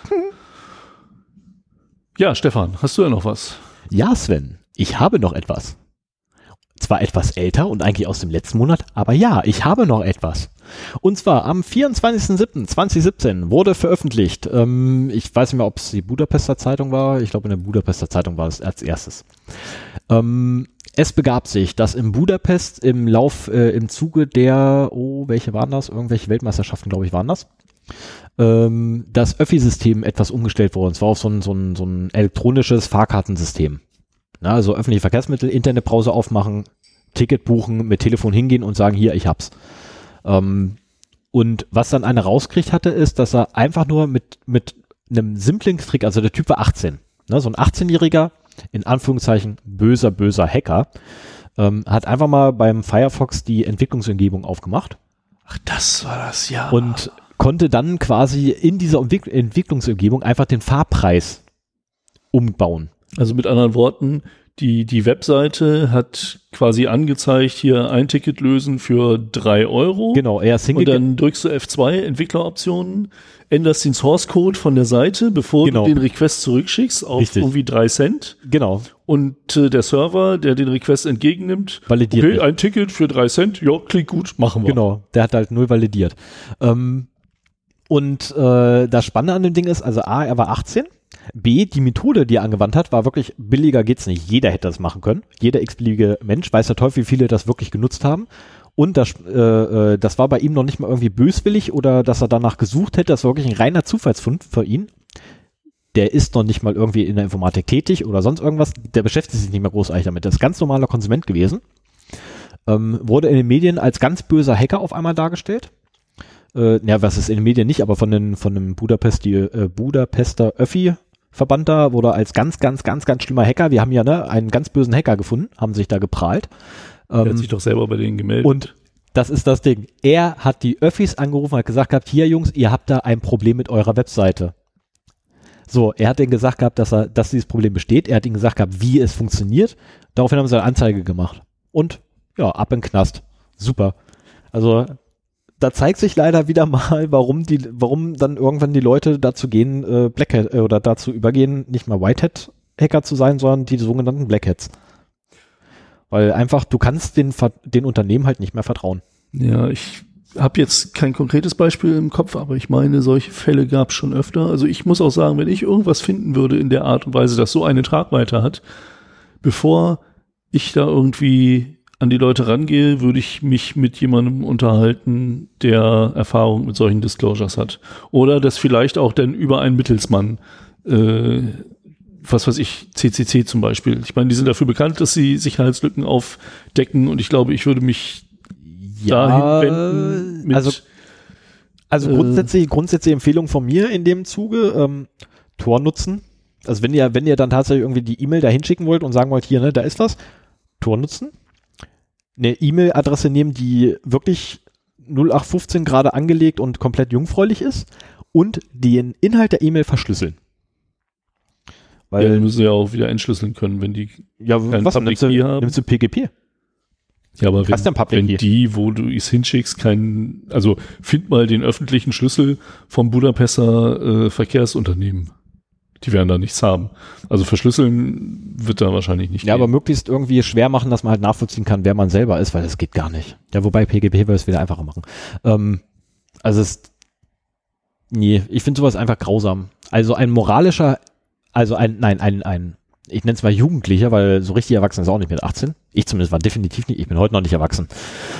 Ja, Stefan, hast du ja noch was? Ja, Sven, ich habe noch etwas. Zwar etwas älter und eigentlich aus dem letzten Monat, aber ja, ich habe noch etwas. Und zwar am 24.07.2017 wurde veröffentlicht, ich weiß nicht mehr, ob es die Budapester Zeitung war, ich glaube in der Budapester Zeitung war es als erstes. Es begab sich, dass in Budapest im Zuge der, welche waren das? Irgendwelche Weltmeisterschaften, glaube ich, waren das. Das Öffi-System etwas umgestellt wurde. Und zwar auf so ein elektronisches Fahrkartensystem. Na, also öffentliche Verkehrsmittel, Internetbrowser aufmachen, Ticket buchen, mit Telefon hingehen und sagen, hier, ich hab's. Und was dann einer rauskriegt hatte, ist, dass er einfach nur mit einem simplen Trick, also der Typ war 18, ne, so ein 18-jähriger, in Anführungszeichen böser Hacker, hat einfach mal beim Firefox die Entwicklungsumgebung aufgemacht. Ach, das war das, ja. Und konnte dann quasi in dieser Entwicklungsumgebung einfach den Fahrpreis umbauen. Also mit anderen Worten, die Webseite hat quasi angezeigt, hier ein Ticket lösen für 3 €. Genau, er ist hingegangen. Und dann drückst du F2, Entwickleroptionen, änderst den Source-Code von der Seite, bevor du den Request zurückschickst, auf irgendwie 3 Cent. Genau. Und der Server, der den Request entgegennimmt, validiert okay, nicht. Ein Ticket für 3 Cent, ja, klingt gut, machen wir. Genau, der hat halt 0 validiert. Und das Spannende an dem Ding ist, also A, er war 18, B, die Methode, die er angewandt hat, war wirklich, billiger geht's nicht. Jeder hätte das machen können. Jeder x-beliebige Mensch, weiß der Teufel, wie viele das wirklich genutzt haben. Und das war bei ihm noch nicht mal irgendwie böswillig oder dass er danach gesucht hätte. Das war wirklich ein reiner Zufallsfund für ihn. Der ist noch nicht mal irgendwie in der Informatik tätig oder sonst irgendwas. Der beschäftigt sich nicht mehr großartig damit. Der ist ganz normaler Konsument gewesen. Wurde in den Medien als ganz böser Hacker auf einmal dargestellt. Was ist in den Medien nicht, aber von dem Budapester Öffi-Verband da wurde als ganz schlimmer Hacker. Wir haben ja einen ganz bösen Hacker gefunden, haben sich da geprahlt. Der hat sich doch selber bei denen gemeldet. Und das ist das Ding. Er hat die Öffis angerufen und hat gesagt gehabt, hier Jungs, ihr habt da ein Problem mit eurer Webseite. So, er hat denen gesagt gehabt, dass dieses Problem besteht. Er hat ihnen gesagt gehabt, wie es funktioniert. Daraufhin haben sie eine Anzeige gemacht. Und ja, ab in den Knast. Super. Also da zeigt sich leider wieder mal, warum dann irgendwann die Leute dazu gehen, Blackhat oder dazu übergehen, nicht mal Whitehat-Hacker zu sein, sondern die sogenannten Blackhats. Weil einfach, du kannst den Unternehmen halt nicht mehr vertrauen. Ja, ich habe jetzt kein konkretes Beispiel im Kopf, aber ich meine, solche Fälle gab es schon öfter. Also ich muss auch sagen, wenn ich irgendwas finden würde in der Art und Weise, das so eine Tragweite hat, bevor ich da irgendwie an die Leute rangehe, würde ich mich mit jemandem unterhalten, der Erfahrung mit solchen Disclosures hat. Oder das vielleicht auch dann über einen Mittelsmann, was weiß ich, CCC zum Beispiel. Ich meine, die sind dafür bekannt, dass sie Sicherheitslücken aufdecken und ich glaube, ich würde mich dahin wenden. Also grundsätzliche Empfehlung von mir in dem Zuge, Tor nutzen. Also wenn ihr dann tatsächlich irgendwie die E-Mail da hinschicken wollt und sagen wollt, hier, ne, da ist was, Tor nutzen. Eine E-Mail-Adresse nehmen, die wirklich 0815 gerade angelegt und komplett jungfräulich ist und den Inhalt der E-Mail verschlüsseln. Weil die müssen ja auch wieder entschlüsseln können, wenn die keinen Public Key haben. Nimmst du PGP? Ja, aber wenn die, wo du es hinschickst, also find mal den öffentlichen Schlüssel vom Budapester Verkehrsunternehmen. Die werden da nichts haben. Also verschlüsseln wird da wahrscheinlich nicht. Ja, gehen. Aber möglichst irgendwie schwer machen, dass man halt nachvollziehen kann, wer man selber ist, weil das geht gar nicht. Ja, wobei PGP würde es wieder einfacher machen. Ich finde sowas einfach grausam. Also ein moralischer, ich nenne es mal Jugendlicher, weil so richtig erwachsen ist auch nicht mit 18. Ich zumindest war definitiv nicht, ich bin heute noch nicht erwachsen.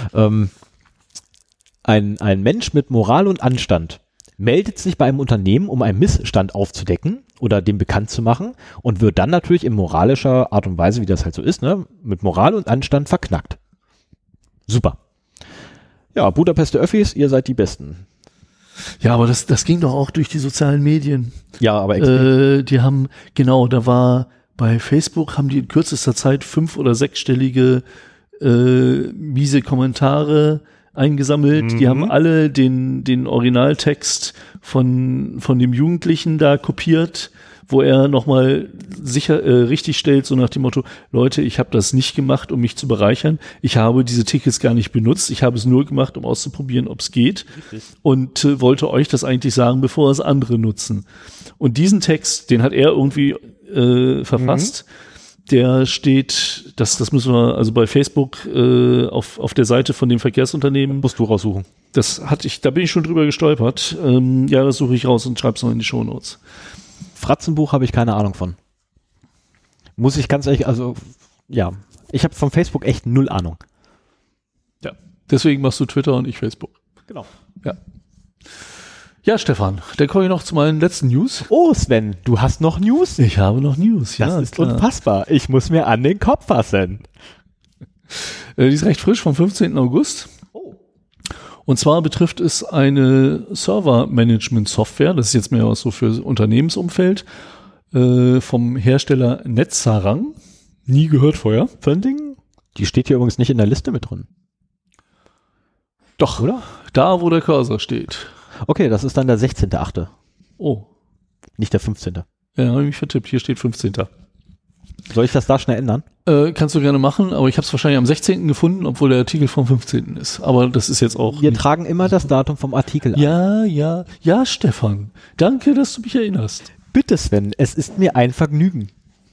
Ein Mensch mit Moral und Anstand meldet sich bei einem Unternehmen, um einen Missstand aufzudecken oder dem bekannt zu machen und wird dann natürlich in moralischer Art und Weise, wie das halt so ist, ne, mit Moral und Anstand verknackt. Super. Ja, Budapester Öffis, ihr seid die Besten. Ja, aber das ging doch auch durch die sozialen Medien. Ja, aber die haben, genau, da war bei Facebook, haben die in kürzester Zeit 5- oder 6-stellige miese Kommentare eingesammelt. Die haben alle den Originaltext von dem Jugendlichen da kopiert, wo er nochmal richtig stellt, so nach dem Motto, Leute, ich habe das nicht gemacht, um mich zu bereichern. Ich habe diese Tickets gar nicht benutzt. Ich habe es nur gemacht, um auszuprobieren, ob es geht. Richtig. Und wollte euch das eigentlich sagen, bevor es andere nutzen. Und diesen Text, den hat er irgendwie verfasst. Der steht, das müssen wir also bei Facebook auf der Seite von dem Verkehrsunternehmen. Musst du raussuchen. Da bin ich schon drüber gestolpert. Ja, das suche ich raus und schreib's noch in die Shownotes. Fratzenbuch habe ich keine Ahnung von. Muss ich ganz ehrlich, also ja, ich habe von Facebook echt null Ahnung. Ja, deswegen machst du Twitter und ich Facebook. Genau. Ja. Ja, Stefan, dann komme ich noch zu meinen letzten News. Oh, Sven, du hast noch News? Ich habe noch News, ja. Das ist klar. Unfassbar. Ich muss mir an den Kopf fassen. Die ist recht frisch, vom 15. August. Oh. Und zwar betrifft es eine Server-Management-Software, das ist jetzt mehr was so für Unternehmensumfeld, vom Hersteller Netzarang. Nie gehört vorher. Funding? Die steht hier übrigens nicht in der Liste mit drin. Doch, oder? Da, wo der Cursor steht. Okay, das ist dann der 16.8. Oh. Nicht der 15. Ja, habe ich mich vertippt. Hier steht 15. Soll ich das da schnell ändern? Kannst du gerne machen, aber ich habe es wahrscheinlich am 16. gefunden, obwohl der Artikel vom 15. ist. Aber das ist jetzt auch... Wir tragen immer das Datum vom Artikel an. Ja, Stefan. Danke, dass du mich erinnerst. Bitte, Sven, es ist mir ein Vergnügen.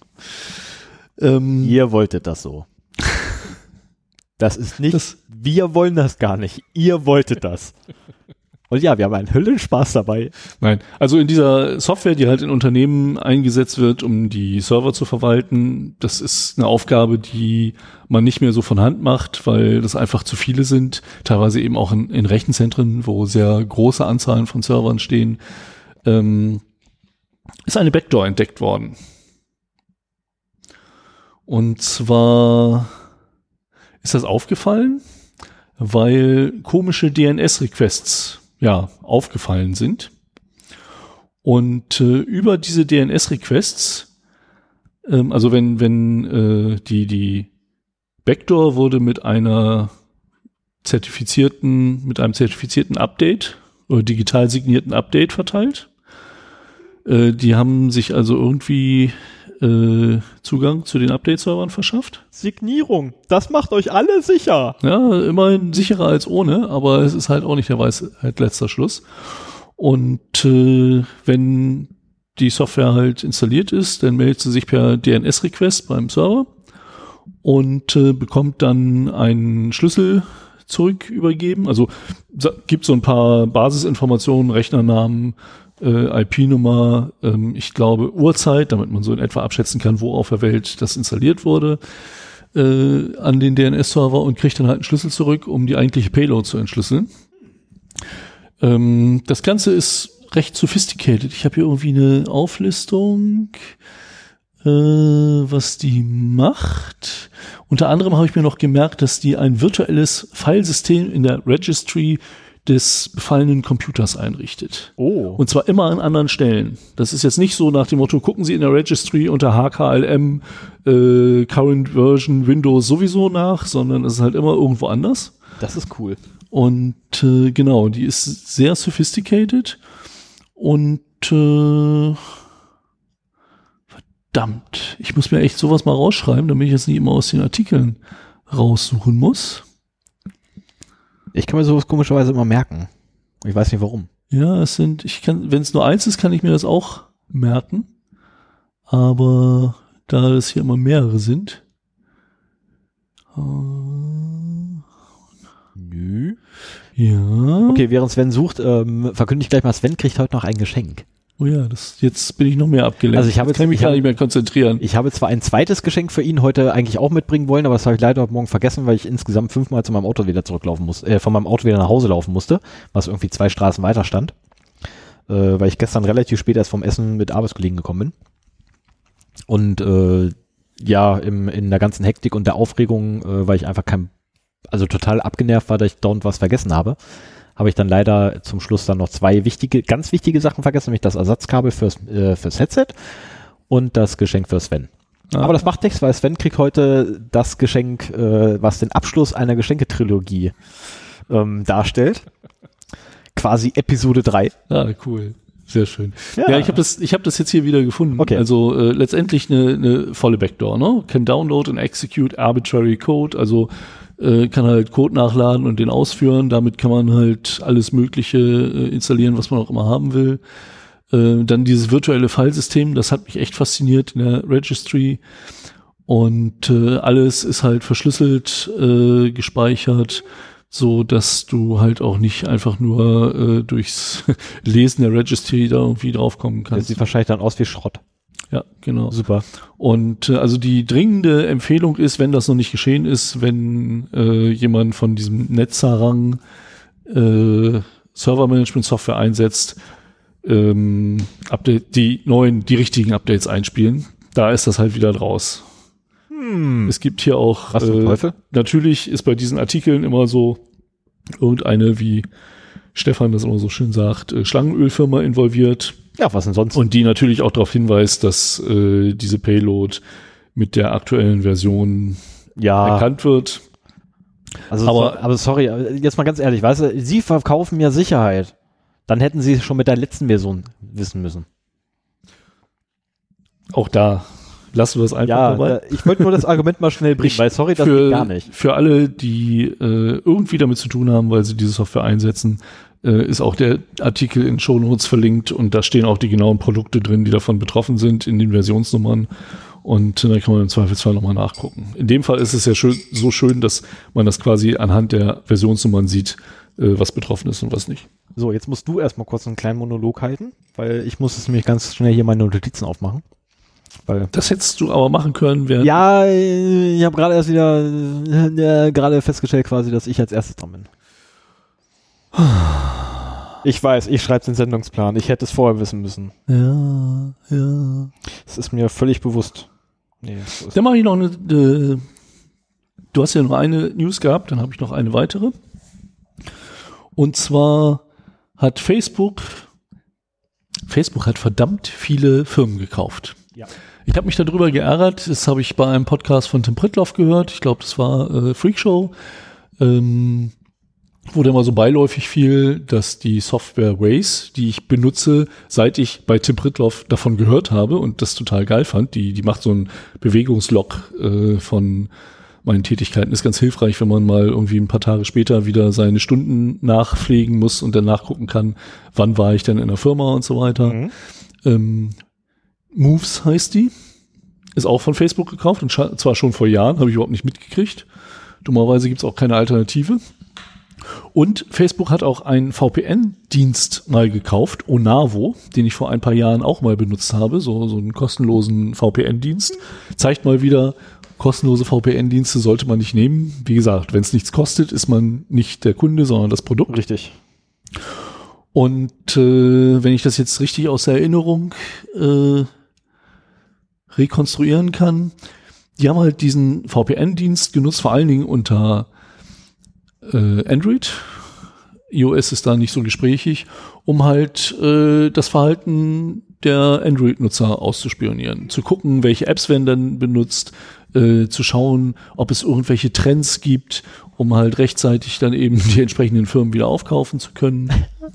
Ihr wolltet das so. Das ist nicht... wir wollen das gar nicht. Ihr wolltet das. Und ja, wir haben einen Höllenspaß dabei. Nein, also in dieser Software, die halt in Unternehmen eingesetzt wird, um die Server zu verwalten, das ist eine Aufgabe, die man nicht mehr so von Hand macht, weil das einfach zu viele sind. Teilweise eben auch in Rechenzentren, wo sehr große Anzahlen von Servern stehen. Ist eine Backdoor entdeckt worden. Und zwar ist das aufgefallen, weil komische DNS-Requests aufgefallen sind. Und über diese DNS-Requests, also wenn die Backdoor wurde mit einem zertifizierten Update oder digital signierten Update verteilt. Die haben sich also irgendwie Zugang zu den Update-Servern verschafft. Signierung, das macht euch alle sicher. Ja, immerhin sicherer als ohne, aber es ist halt auch nicht der Weisheit letzter Schluss. Und wenn die Software halt installiert ist, dann meldet sie sich per DNS-Request beim Server und bekommt dann einen Schlüssel zurück übergeben. Also gibt so ein paar Basisinformationen, Rechnernamen, IP-Nummer, ich glaube Uhrzeit, damit man so in etwa abschätzen kann, wo auf der Welt das installiert wurde, an den DNS-Server und kriegt dann halt einen Schlüssel zurück, um die eigentliche Payload zu entschlüsseln. Das Ganze ist recht sophisticated. Ich habe hier irgendwie eine Auflistung, was die macht. Unter anderem habe ich mir noch gemerkt, dass die ein virtuelles Filesystem in der Registry des befallenen Computers einrichtet. Oh. Und zwar immer an anderen Stellen. Das ist jetzt nicht so nach dem Motto, gucken Sie in der Registry unter HKLM Current Version Windows sowieso nach, sondern es ist halt immer irgendwo anders. Das ist cool. Und genau, die ist sehr sophisticated und verdammt, ich muss mir echt sowas mal rausschreiben, damit ich jetzt nicht immer aus den Artikeln raussuchen muss. Ich kann mir sowas komischerweise immer merken. Ich weiß nicht warum. Ja, wenn es nur eins ist, kann ich mir das auch merken. Aber da es hier immer mehrere sind. Nö. Ja. Okay, während Sven sucht, verkünde ich gleich mal, Sven kriegt heute noch ein Geschenk. Oh ja, jetzt bin ich noch mehr abgelenkt. Also ich kann mich gar nicht mehr konzentrieren. Ich habe zwar ein zweites Geschenk für ihn heute eigentlich auch mitbringen wollen, aber das habe ich leider heute Morgen vergessen, weil ich insgesamt 5-mal zu meinem Auto wieder zurücklaufen musste, von meinem Auto wieder nach Hause laufen musste, was irgendwie 2 Straßen weiter stand, weil ich gestern relativ spät erst vom Essen mit Arbeitskollegen gekommen bin. Und ja, in der ganzen Hektik und der Aufregung, weil ich einfach total abgenervt war, dass ich dauernd was vergessen habe ich dann leider zum Schluss dann noch 2 ganz wichtige Sachen vergessen, nämlich das Ersatzkabel fürs Headset und das Geschenk für Sven. Ah. Aber das macht nichts, weil Sven kriegt heute das Geschenk, was den Abschluss einer Geschenketrilogie darstellt. Quasi Episode 3. Ah, cool. Sehr schön. Ja, ich hab das jetzt hier wieder gefunden. Okay. Also letztendlich eine volle Backdoor, ne? Can download and execute arbitrary code, also kann halt Code nachladen und den ausführen. Damit kann man halt alles Mögliche installieren, was man auch immer haben will. Dann dieses virtuelle Filesystem, das hat mich echt fasziniert in der Registry. Und alles ist halt verschlüsselt gespeichert, so dass du halt auch nicht einfach nur durchs Lesen der Registry da irgendwie draufkommen kannst. Das sieht wahrscheinlich dann aus wie Schrott. Ja, genau. Super. Und also die dringende Empfehlung ist, wenn das noch nicht geschehen ist, wenn jemand von diesem Netzarang Server-Management-Software einsetzt, die richtigen Updates einspielen. Da ist das halt wieder draus. Es gibt hier auch, was zum Teufel? Natürlich ist bei diesen Artikeln immer so irgendeine, wie Stefan das immer so schön sagt, Schlangenölfirma involviert. Ja, was denn sonst? Und die natürlich auch darauf hinweist, dass diese Payload mit der aktuellen Version erkannt wird. Also, aber sorry, jetzt mal ganz ehrlich, weißt du, Sie verkaufen ja Sicherheit. Dann hätten Sie schon mit der letzten Version wissen müssen. Auch da lassen wir es einfach dabei. Ich wollte nur das Argument mal schnell bringen, weil sorry, das geht gar nicht. Für alle, die irgendwie damit zu tun haben, weil sie diese Software einsetzen, ist auch der Artikel in Shownotes verlinkt und da stehen auch die genauen Produkte drin, die davon betroffen sind in den Versionsnummern und da kann man im Zweifelsfall nochmal nachgucken. In dem Fall ist es ja so schön, dass man das quasi anhand der Versionsnummern sieht, was betroffen ist und was nicht. So, jetzt musst du erstmal kurz einen kleinen Monolog halten, weil ich muss nämlich ganz schnell hier meine Notizen aufmachen. Das hättest du aber machen können, während... Ja, ich habe gerade erst wieder gerade festgestellt quasi, dass ich als erstes dran bin. Ich weiß, ich schreibe den Sendungsplan. Ich hätte es vorher wissen müssen. Ja. Das ist mir völlig bewusst. Nee, so ist dann mache ich noch eine... du hast ja nur eine News gehabt, dann habe ich noch eine weitere. Und zwar hat Facebook hat verdammt viele Firmen gekauft. Ja. Ich habe mich darüber geärgert, das habe ich bei einem Podcast von Tim Prittloff gehört, ich glaube, das war Freakshow. wurde immer so beiläufig fiel, dass die Software Waze, die ich benutze, seit ich bei Tim Pritlove davon gehört habe und das total geil fand, die macht so einen Bewegungslog von meinen Tätigkeiten. Ist ganz hilfreich, wenn man mal irgendwie ein paar Tage später wieder seine Stunden nachpflegen muss und dann nachgucken kann, wann war ich denn in der Firma und so weiter. Moves heißt die. Ist auch von Facebook gekauft und zwar schon vor Jahren, habe ich überhaupt nicht mitgekriegt. Dummerweise gibt es auch keine Alternative. Und Facebook hat auch einen VPN-Dienst mal gekauft, Onavo, den ich vor ein paar Jahren auch mal benutzt habe, so einen kostenlosen VPN-Dienst. Zeigt mal wieder, kostenlose VPN-Dienste sollte man nicht nehmen. Wie gesagt, wenn es nichts kostet, ist man nicht der Kunde, sondern das Produkt. Richtig. Und wenn ich das jetzt richtig aus der Erinnerung rekonstruieren kann, die haben halt diesen VPN-Dienst genutzt, vor allen Dingen unter Android. iOS ist da nicht so gesprächig, um halt das Verhalten der Android-Nutzer auszuspionieren, zu gucken, welche Apps werden dann benutzt, zu schauen, ob es irgendwelche Trends gibt, um halt rechtzeitig dann eben die entsprechenden Firmen wieder aufkaufen zu können.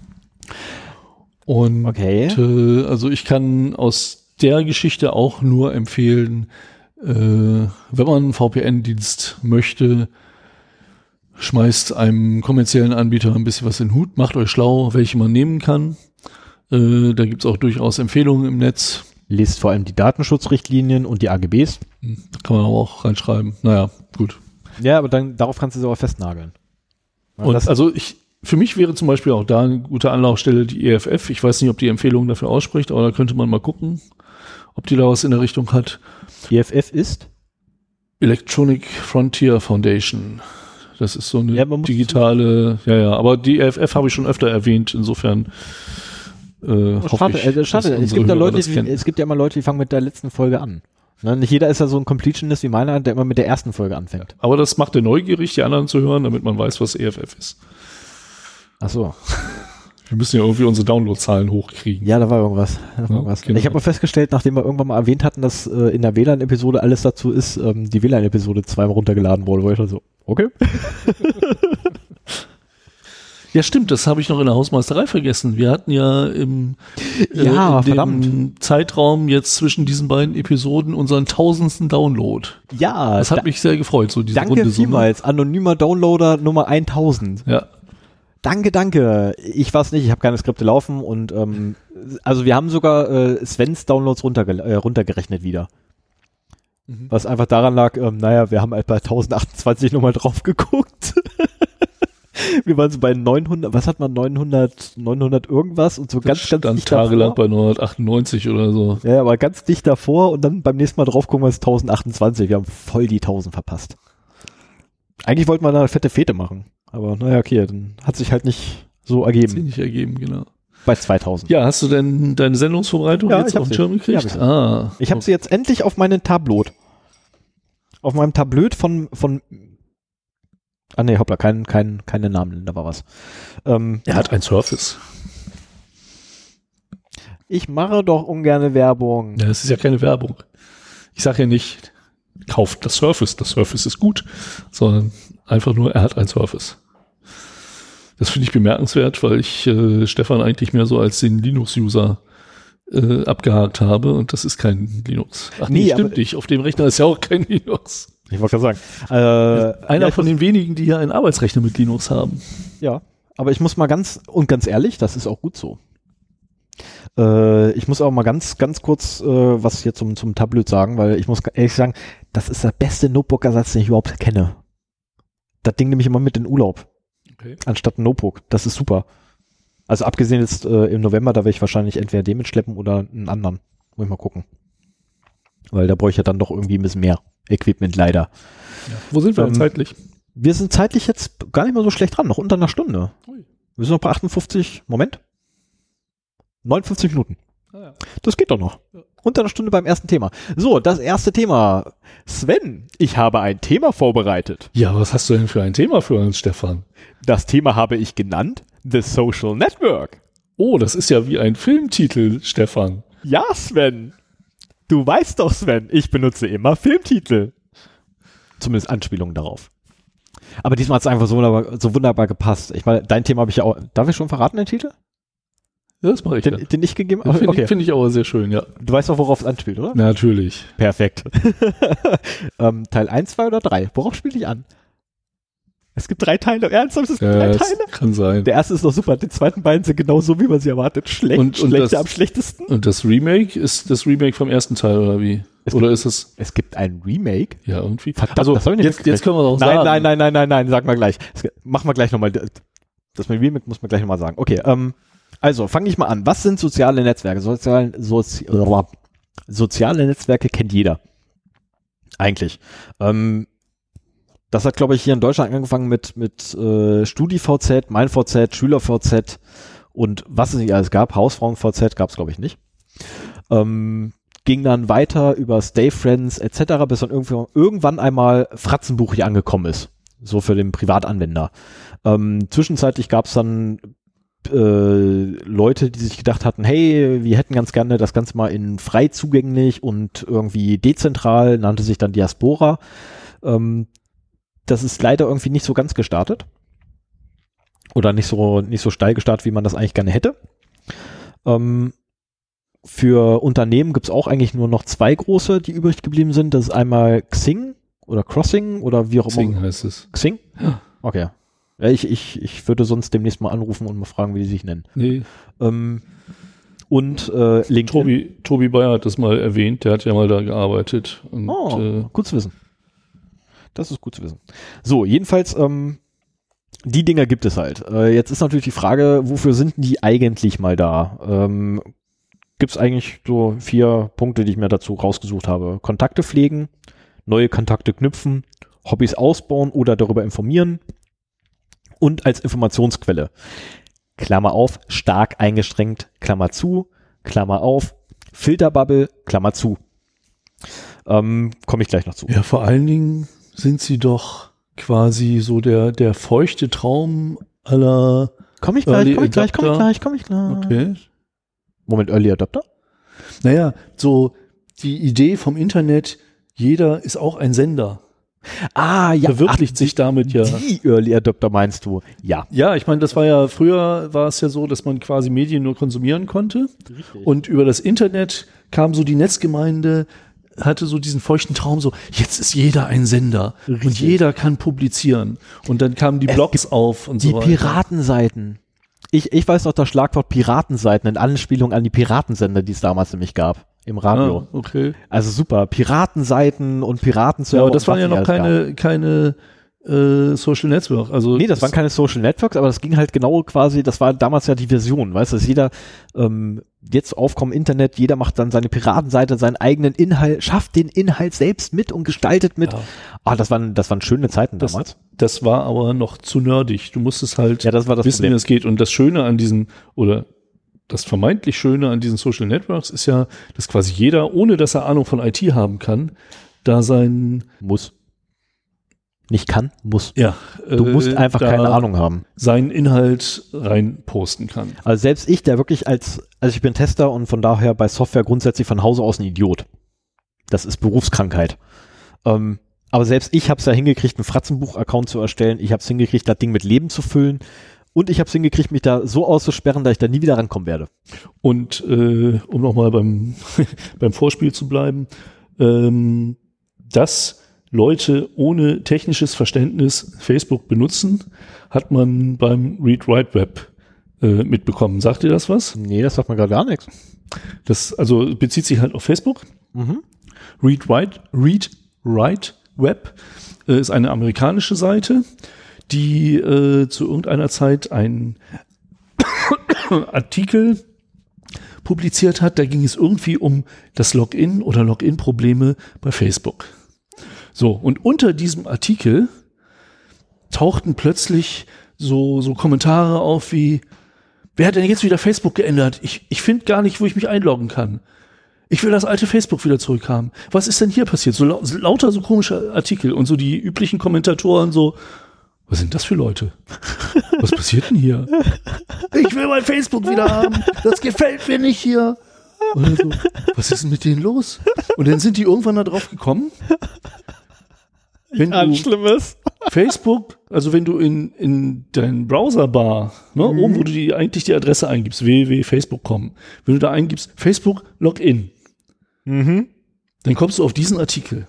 Und also ich kann aus der Geschichte auch nur empfehlen, wenn man einen VPN-Dienst möchte, schmeißt einem kommerziellen Anbieter ein bisschen was in den Hut, macht euch schlau, welche man nehmen kann. Da gibt's auch durchaus Empfehlungen im Netz. Lest vor allem die Datenschutzrichtlinien und die AGBs. Kann man aber auch reinschreiben. Naja, gut. Ja, aber dann darauf kannst du es aber festnageln. Ja, und also für mich wäre zum Beispiel auch da eine gute Anlaufstelle die EFF. Ich weiß nicht, ob die Empfehlung dafür ausspricht, aber da könnte man mal gucken, ob die da was in der Richtung hat. EFF ist? Electronic Frontier Foundation. Das ist so eine digitale, aber die EFF habe ich schon öfter erwähnt, insofern hoffe ich. Schade. Es gibt ja immer Leute, die fangen mit der letzten Folge an. Ne? Nicht jeder ist ja so ein Completionist wie meiner, der immer mit der ersten Folge anfängt. Aber das macht der neugierig, die anderen zu hören, damit man weiß, was EFF ist. Ach so. Wir müssen ja irgendwie unsere Downloadzahlen hochkriegen. Ja, da war irgendwas. Genau. Ich habe mal festgestellt, nachdem wir irgendwann mal erwähnt hatten, dass in der WLAN-Episode alles dazu ist, die WLAN-Episode zweimal runtergeladen wurde, wo ich dann so, okay. Ja, stimmt, das habe ich noch in der Hausmeisterei vergessen. Wir hatten ja im Zeitraum jetzt zwischen diesen beiden Episoden unseren 1000. Download. Ja. Das hat mich sehr gefreut, so diese Danke runde Summe. vielmals, anonymer Downloader Nummer 1000. Ja. Danke. Ich weiß nicht, ich habe keine Skripte laufen und also wir haben sogar Svens Downloads runtergerechnet wieder. Was einfach daran lag, wir haben halt bei 1028 nochmal drauf geguckt. Wir waren so bei 900, was hat man, 900 irgendwas und so ganz dicht davor. Tagelang bei 998 oder so. Ja, aber ganz dicht davor und dann beim nächsten Mal drauf gucken wir es 1028. Wir haben voll die 1000 verpasst. Eigentlich wollten wir da eine fette Fete machen. Aber naja, okay, dann hat sich halt nicht so ergeben. Hat sich nicht ergeben, genau. Bei 2000. Ja, hast du denn deine Sendungsvorbereitung jetzt auf den Schirm gekriegt? Ja, ich habe sie jetzt endlich auf meinem Tablet. Auf meinem Tablet von hoppla, keine Namen, da war was. Er hat ein Surface. Ich mache doch ungerne Werbung. Ja, das ist ja keine Werbung. Ich sage ja nicht, kauft das Surface ist gut, sondern einfach nur, er hat ein Surface. Das finde ich bemerkenswert, weil ich Stefan eigentlich mehr so als den Linux-User abgehakt habe und das ist kein Linux. Ach nee, stimmt nicht. Auf dem Rechner ist ja auch kein Linux. Ich wollte gerade sagen. Einer von den wenigen, die hier einen Arbeitsrechner mit Linux haben. Ja, aber ich muss mal ganz ehrlich, das ist auch gut so. Ich muss auch mal ganz kurz was hier zum Tablet sagen, weil ich muss ehrlich sagen, das ist der beste Notebook-Ersatz, den ich überhaupt kenne. Das Ding nehme ich immer mit in Urlaub. Okay. Anstatt ein Notebook. Das ist super. Also abgesehen jetzt im November, da werde ich wahrscheinlich entweder den mitschleppen oder einen anderen. Muss ich mal gucken. Weil da brauche ich ja dann doch irgendwie ein bisschen mehr Equipment leider. Ja. Wo sind wir denn zeitlich? Wir sind zeitlich jetzt gar nicht mal so schlecht dran, noch unter einer Stunde. Ui. Wir sind noch bei 59 Minuten. Ah, ja. Das geht doch noch. Ja. Unter einer Stunde beim ersten Thema. So, das erste Thema. Sven, ich habe ein Thema vorbereitet. Ja, was hast du denn für ein Thema für uns, Stefan? Das Thema habe ich genannt The Social Network. Oh, das ist ja wie ein Filmtitel, Stefan. Ja, Sven. Du weißt doch, Sven, ich benutze immer Filmtitel. Zumindest Anspielungen darauf. Aber diesmal hat es einfach so wunderbar gepasst. Ich meine, dein Thema habe ich ja auch. Darf ich schon verraten, den Titel? Ja, das mache ich. Den ich gegeben habe? Okay. Finde ich aber sehr schön, ja. Du weißt auch, worauf es anspielt, oder? Natürlich. Perfekt. Teil 1, 2 oder 3? Worauf spiele ich an? Es gibt 3 Teile. Ernsthaft, es gibt 3 Teile? Kann sein. Der erste ist doch super. Die zweiten beiden sind genau so, wie man sie erwartet. Schlechter am schlechtesten. Und das Remake ist das Remake vom ersten Teil, oder wie? Oder ist es? Es gibt ein Remake? Ja, irgendwie. Verdammt, also, das hab ich nicht jetzt können wir doch sagen. Nein, sagen wir gleich. Machen wir gleich nochmal. Das mit Remake muss man gleich nochmal sagen. Okay, also fange ich mal an. Was sind soziale Netzwerke? Soziale Netzwerke kennt jeder. Eigentlich. Das hat, glaube ich, hier in Deutschland angefangen mit StudiVZ, MeinVZ, SchülerVZ und was es nicht alles gab. HausfrauenVZ gab es, glaube ich, nicht. Ging dann weiter über Stay Friends etc., bis dann irgendwann einmal Fratzenbuch hier angekommen ist. So für den Privatanwender. Zwischenzeitlich gab es dann Leute, die sich gedacht hatten, hey, wir hätten ganz gerne das Ganze mal in frei zugänglich und irgendwie dezentral, nannte sich dann Diaspora. Das ist leider irgendwie nicht so ganz gestartet. Oder nicht so steil gestartet, wie man das eigentlich gerne hätte. Für Unternehmen gibt es auch eigentlich nur noch 2 große, die übrig geblieben sind. Das ist einmal Xing oder Crossing oder wie auch immer. Xing heißt es. Xing? Ja. Okay. Ja, ich würde sonst demnächst mal anrufen und mal fragen, wie die sich nennen. Nee. Und LinkedIn. Tobi Bayer hat das mal erwähnt, der hat ja mal da gearbeitet. Und, gut zu wissen. Das ist gut zu wissen. So, jedenfalls, die Dinger gibt es halt. Jetzt ist natürlich die Frage, wofür sind die eigentlich mal da? Gibt es eigentlich so 4 Punkte, die ich mir dazu rausgesucht habe. Kontakte pflegen, neue Kontakte knüpfen, Hobbys ausbauen oder darüber informieren und als Informationsquelle. Klammer auf, stark eingeschränkt, Klammer zu, Klammer auf, Filterbubble, Klammer zu. Komme ich gleich noch zu. Ja, vor allen Dingen sind sie doch quasi so der feuchte Traum aller Komme ich gleich. Okay. Moment, Early Adopter? Naja, so die Idee vom Internet, jeder ist auch ein Sender. Ah, ja. Verwirklicht sich damit ja. Die Early Adopter meinst du? Ja. Ja, ich meine, das war ja, früher war es ja so, dass man quasi Medien nur konsumieren konnte. Richtig. Und über das Internet kam so die Netzgemeinde, hatte so diesen feuchten Traum, so, jetzt ist jeder ein Sender. Richtig. Und jeder kann publizieren. Und dann kamen die Blogs auf und so weiter. Die Piratenseiten. Ich weiß noch das Schlagwort Piratenseiten in Anspielung an die Piratensender, die es damals nämlich gab. Im Radio. Ah, okay. Also super. Piratenseiten und Piratenserver. Ja, aber das waren ja noch keine Social Network. Also nee, das waren keine Social Networks, aber das ging halt genau quasi, das war damals ja die Version, weißt du, dass jeder jetzt aufkommen Internet, jeder macht dann seine Piratenseite, seinen eigenen Inhalt, schafft den Inhalt selbst mit und gestaltet mit. Ja. Das waren schöne Zeiten damals. Das war aber noch zu nerdig. Du musstest halt das war das wissen, Problem. wie es geht. Und das Schöne an diesen, oder das vermeintlich Schöne an diesen Social Networks ist ja, dass quasi jeder, ohne dass er Ahnung von IT haben kann, da sein muss. Nicht kann, muss. Ja. Du musst einfach keine Ahnung haben. Seinen Inhalt reinposten kann. Also selbst ich, der wirklich also ich bin Tester und von daher bei Software grundsätzlich von Hause aus ein Idiot. Das ist Berufskrankheit. Aber selbst ich habe es ja hingekriegt, einen Fratzenbuch-Account zu erstellen. Ich habe es hingekriegt, das Ding mit Leben zu füllen. Und ich habe es hingekriegt, mich da so auszusperren, dass ich da nie wieder rankommen werde. Und um nochmal beim Vorspiel zu bleiben, dass Leute ohne technisches Verständnis Facebook benutzen, hat man beim Read-Write-Web mitbekommen. Sagt ihr das was? Nee, das sagt mir gerade gar nichts. Das also bezieht sich halt auf Facebook. Mhm. Read-Write-Web ist eine amerikanische Seite, die zu irgendeiner Zeit einen Artikel publiziert hat. Da ging es irgendwie um das Login oder Login-Probleme bei Facebook. So, und unter diesem Artikel tauchten plötzlich so Kommentare auf wie, wer hat denn jetzt wieder Facebook geändert? Ich finde gar nicht, wo ich mich einloggen kann. Ich will das alte Facebook wieder zurückhaben. Was ist denn hier passiert? So lauter so komische Artikel und so die üblichen Kommentatoren so, was sind das für Leute? Was passiert denn hier? Ich will mein Facebook wieder haben. Das gefällt mir nicht hier. Und so, was ist denn mit denen los? Und dann sind die irgendwann da drauf gekommen, wenn du Schlimmes. Facebook, also wenn du in deinen Browserbar, ne, oben, wo du eigentlich die Adresse eingibst, www.facebook.com, wenn du da eingibst, Facebook Login, dann kommst du auf diesen Artikel.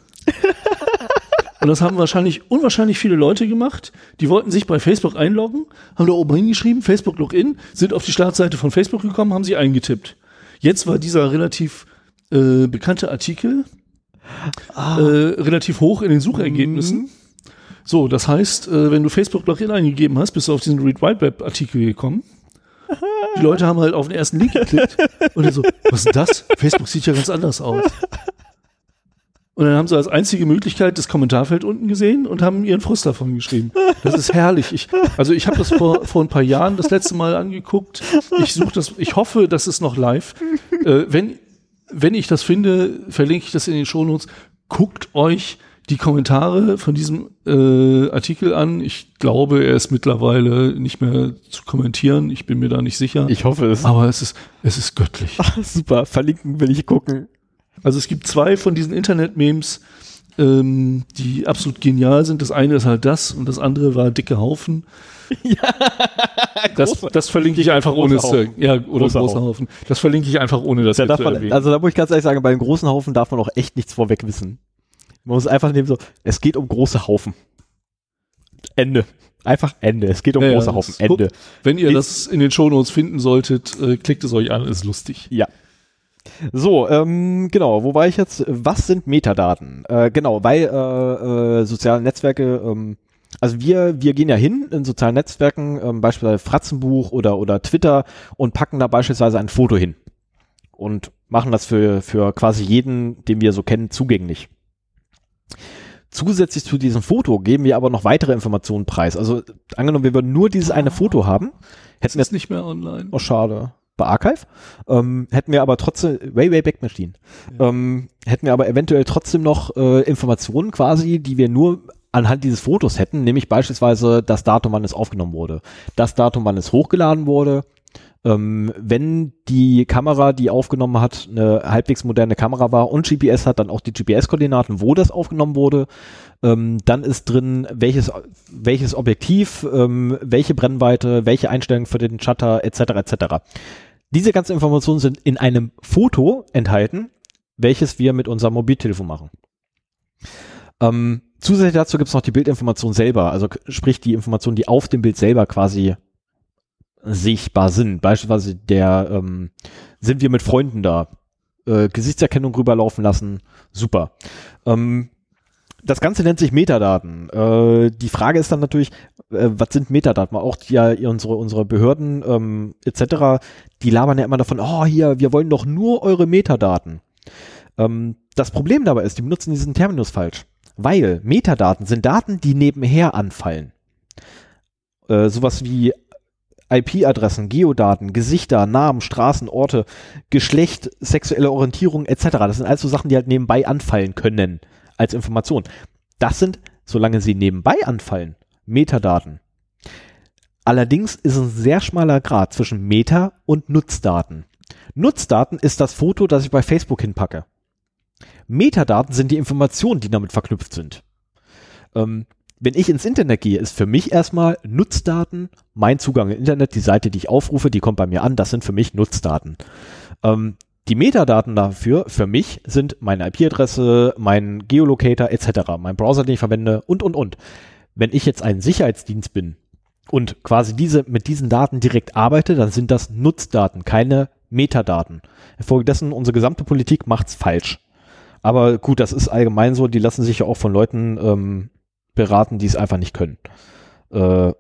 Und das haben unwahrscheinlich viele Leute gemacht, die wollten sich bei Facebook einloggen, haben da oben hingeschrieben, Facebook Login, sind auf die Startseite von Facebook gekommen, haben sie eingetippt. Jetzt war dieser relativ bekannte Artikel relativ hoch in den Suchergebnissen. So, das heißt, wenn du Facebook Login eingegeben hast, bist du auf diesen Read Wide Web Artikel gekommen. Die Leute haben halt auf den ersten Link geklickt und dann so, was ist das? Facebook sieht ja ganz anders aus. Und dann haben sie als einzige Möglichkeit das Kommentarfeld unten gesehen und haben ihren Frust davon geschrieben. Das ist herrlich. Ich habe das vor ein paar Jahren das letzte Mal angeguckt. Ich hoffe, das ist noch live. Wenn ich das finde, verlinke ich das in den Shownotes. Guckt euch die Kommentare von diesem Artikel an. Ich glaube, er ist mittlerweile nicht mehr zu kommentieren. Ich bin mir da nicht sicher. Ich hoffe es. Aber es ist göttlich. Ach, super, verlinken will ich gucken. Also es gibt 2 von diesen Internet-Memes, die absolut genial sind. Das eine ist halt das und das andere war dicke Haufen. Ja, das verlinke ich einfach ohne es großer Haufen. Das verlinke ich einfach ohne das zu erwähnen. Also da muss ich ganz ehrlich sagen, bei einem großen Haufen darf man auch echt nichts vorweg wissen. Man muss einfach nehmen so, es geht um große Haufen. Ende. Einfach Ende. Es geht um große Haufen. Ende. Wenn ihr das in den Shownotes finden solltet, klickt es euch an, ist lustig. Ja. So, genau, wo war ich jetzt? Was sind Metadaten? Genau, weil soziale Netzwerke, also wir gehen ja hin in sozialen Netzwerken, beispielsweise Fratzenbuch oder Twitter und packen da beispielsweise ein Foto hin und machen das für quasi jeden, den wir so kennen, zugänglich. Zusätzlich zu diesem Foto geben wir aber noch weitere Informationen preis. Also angenommen, wir würden nur dieses eine Foto haben, hätten wir es nicht mehr online. Oh, schade. Bei Archive, hätten wir aber trotzdem, Wayback Machine, hätten wir aber eventuell trotzdem noch Informationen quasi, die wir nur anhand dieses Fotos hätten, nämlich beispielsweise das Datum, wann es aufgenommen wurde, das Datum, wann es hochgeladen wurde, wenn die Kamera, die aufgenommen hat, eine halbwegs moderne Kamera war und GPS hat, dann auch die GPS-Koordinaten, wo das aufgenommen wurde, dann ist drin, welches Objektiv, welche Brennweite, welche Einstellungen für den Shutter, etc., etc. Diese ganzen Informationen sind in einem Foto enthalten, welches wir mit unserem Mobiltelefon machen. Zusätzlich dazu gibt es noch die Bildinformation selber, also sprich die Informationen, die auf dem Bild selber quasi sichtbar sind. Beispielsweise sind wir mit Freunden da, Gesichtserkennung rüberlaufen lassen, super. Das Ganze nennt sich Metadaten. Die Frage ist dann natürlich, was sind Metadaten? Auch unsere Behörden etc., die labern ja immer davon, oh hier, wir wollen doch nur eure Metadaten. Das Problem dabei ist, die benutzen diesen Terminus falsch, weil Metadaten sind Daten, die nebenher anfallen. Sowas wie IP-Adressen, Geodaten, Gesichter, Namen, Straßen, Orte, Geschlecht, sexuelle Orientierung etc. Das sind alles so Sachen, die halt nebenbei anfallen können als Information. Das sind, solange sie nebenbei anfallen, Metadaten. Allerdings ist ein sehr schmaler Grad zwischen Meta- und Nutzdaten. Nutzdaten ist das Foto, das ich bei Facebook hinpacke. Metadaten sind die Informationen, die damit verknüpft sind. Wenn ich ins Internet gehe, ist für mich erstmal Nutzdaten mein Zugang im Internet, die Seite, die ich aufrufe, die kommt bei mir an, das sind für mich Nutzdaten. Die Metadaten dafür, für mich, sind meine IP-Adresse, mein Geolocator etc., mein Browser, den ich verwende und. Wenn ich jetzt ein Sicherheitsdienst bin und quasi mit diesen Daten direkt arbeite, dann sind das Nutzdaten, keine Metadaten. Infolgedessen, unsere gesamte Politik macht's falsch. Aber gut, das ist allgemein so, die lassen sich ja auch von Leuten beraten, die es einfach nicht können. Da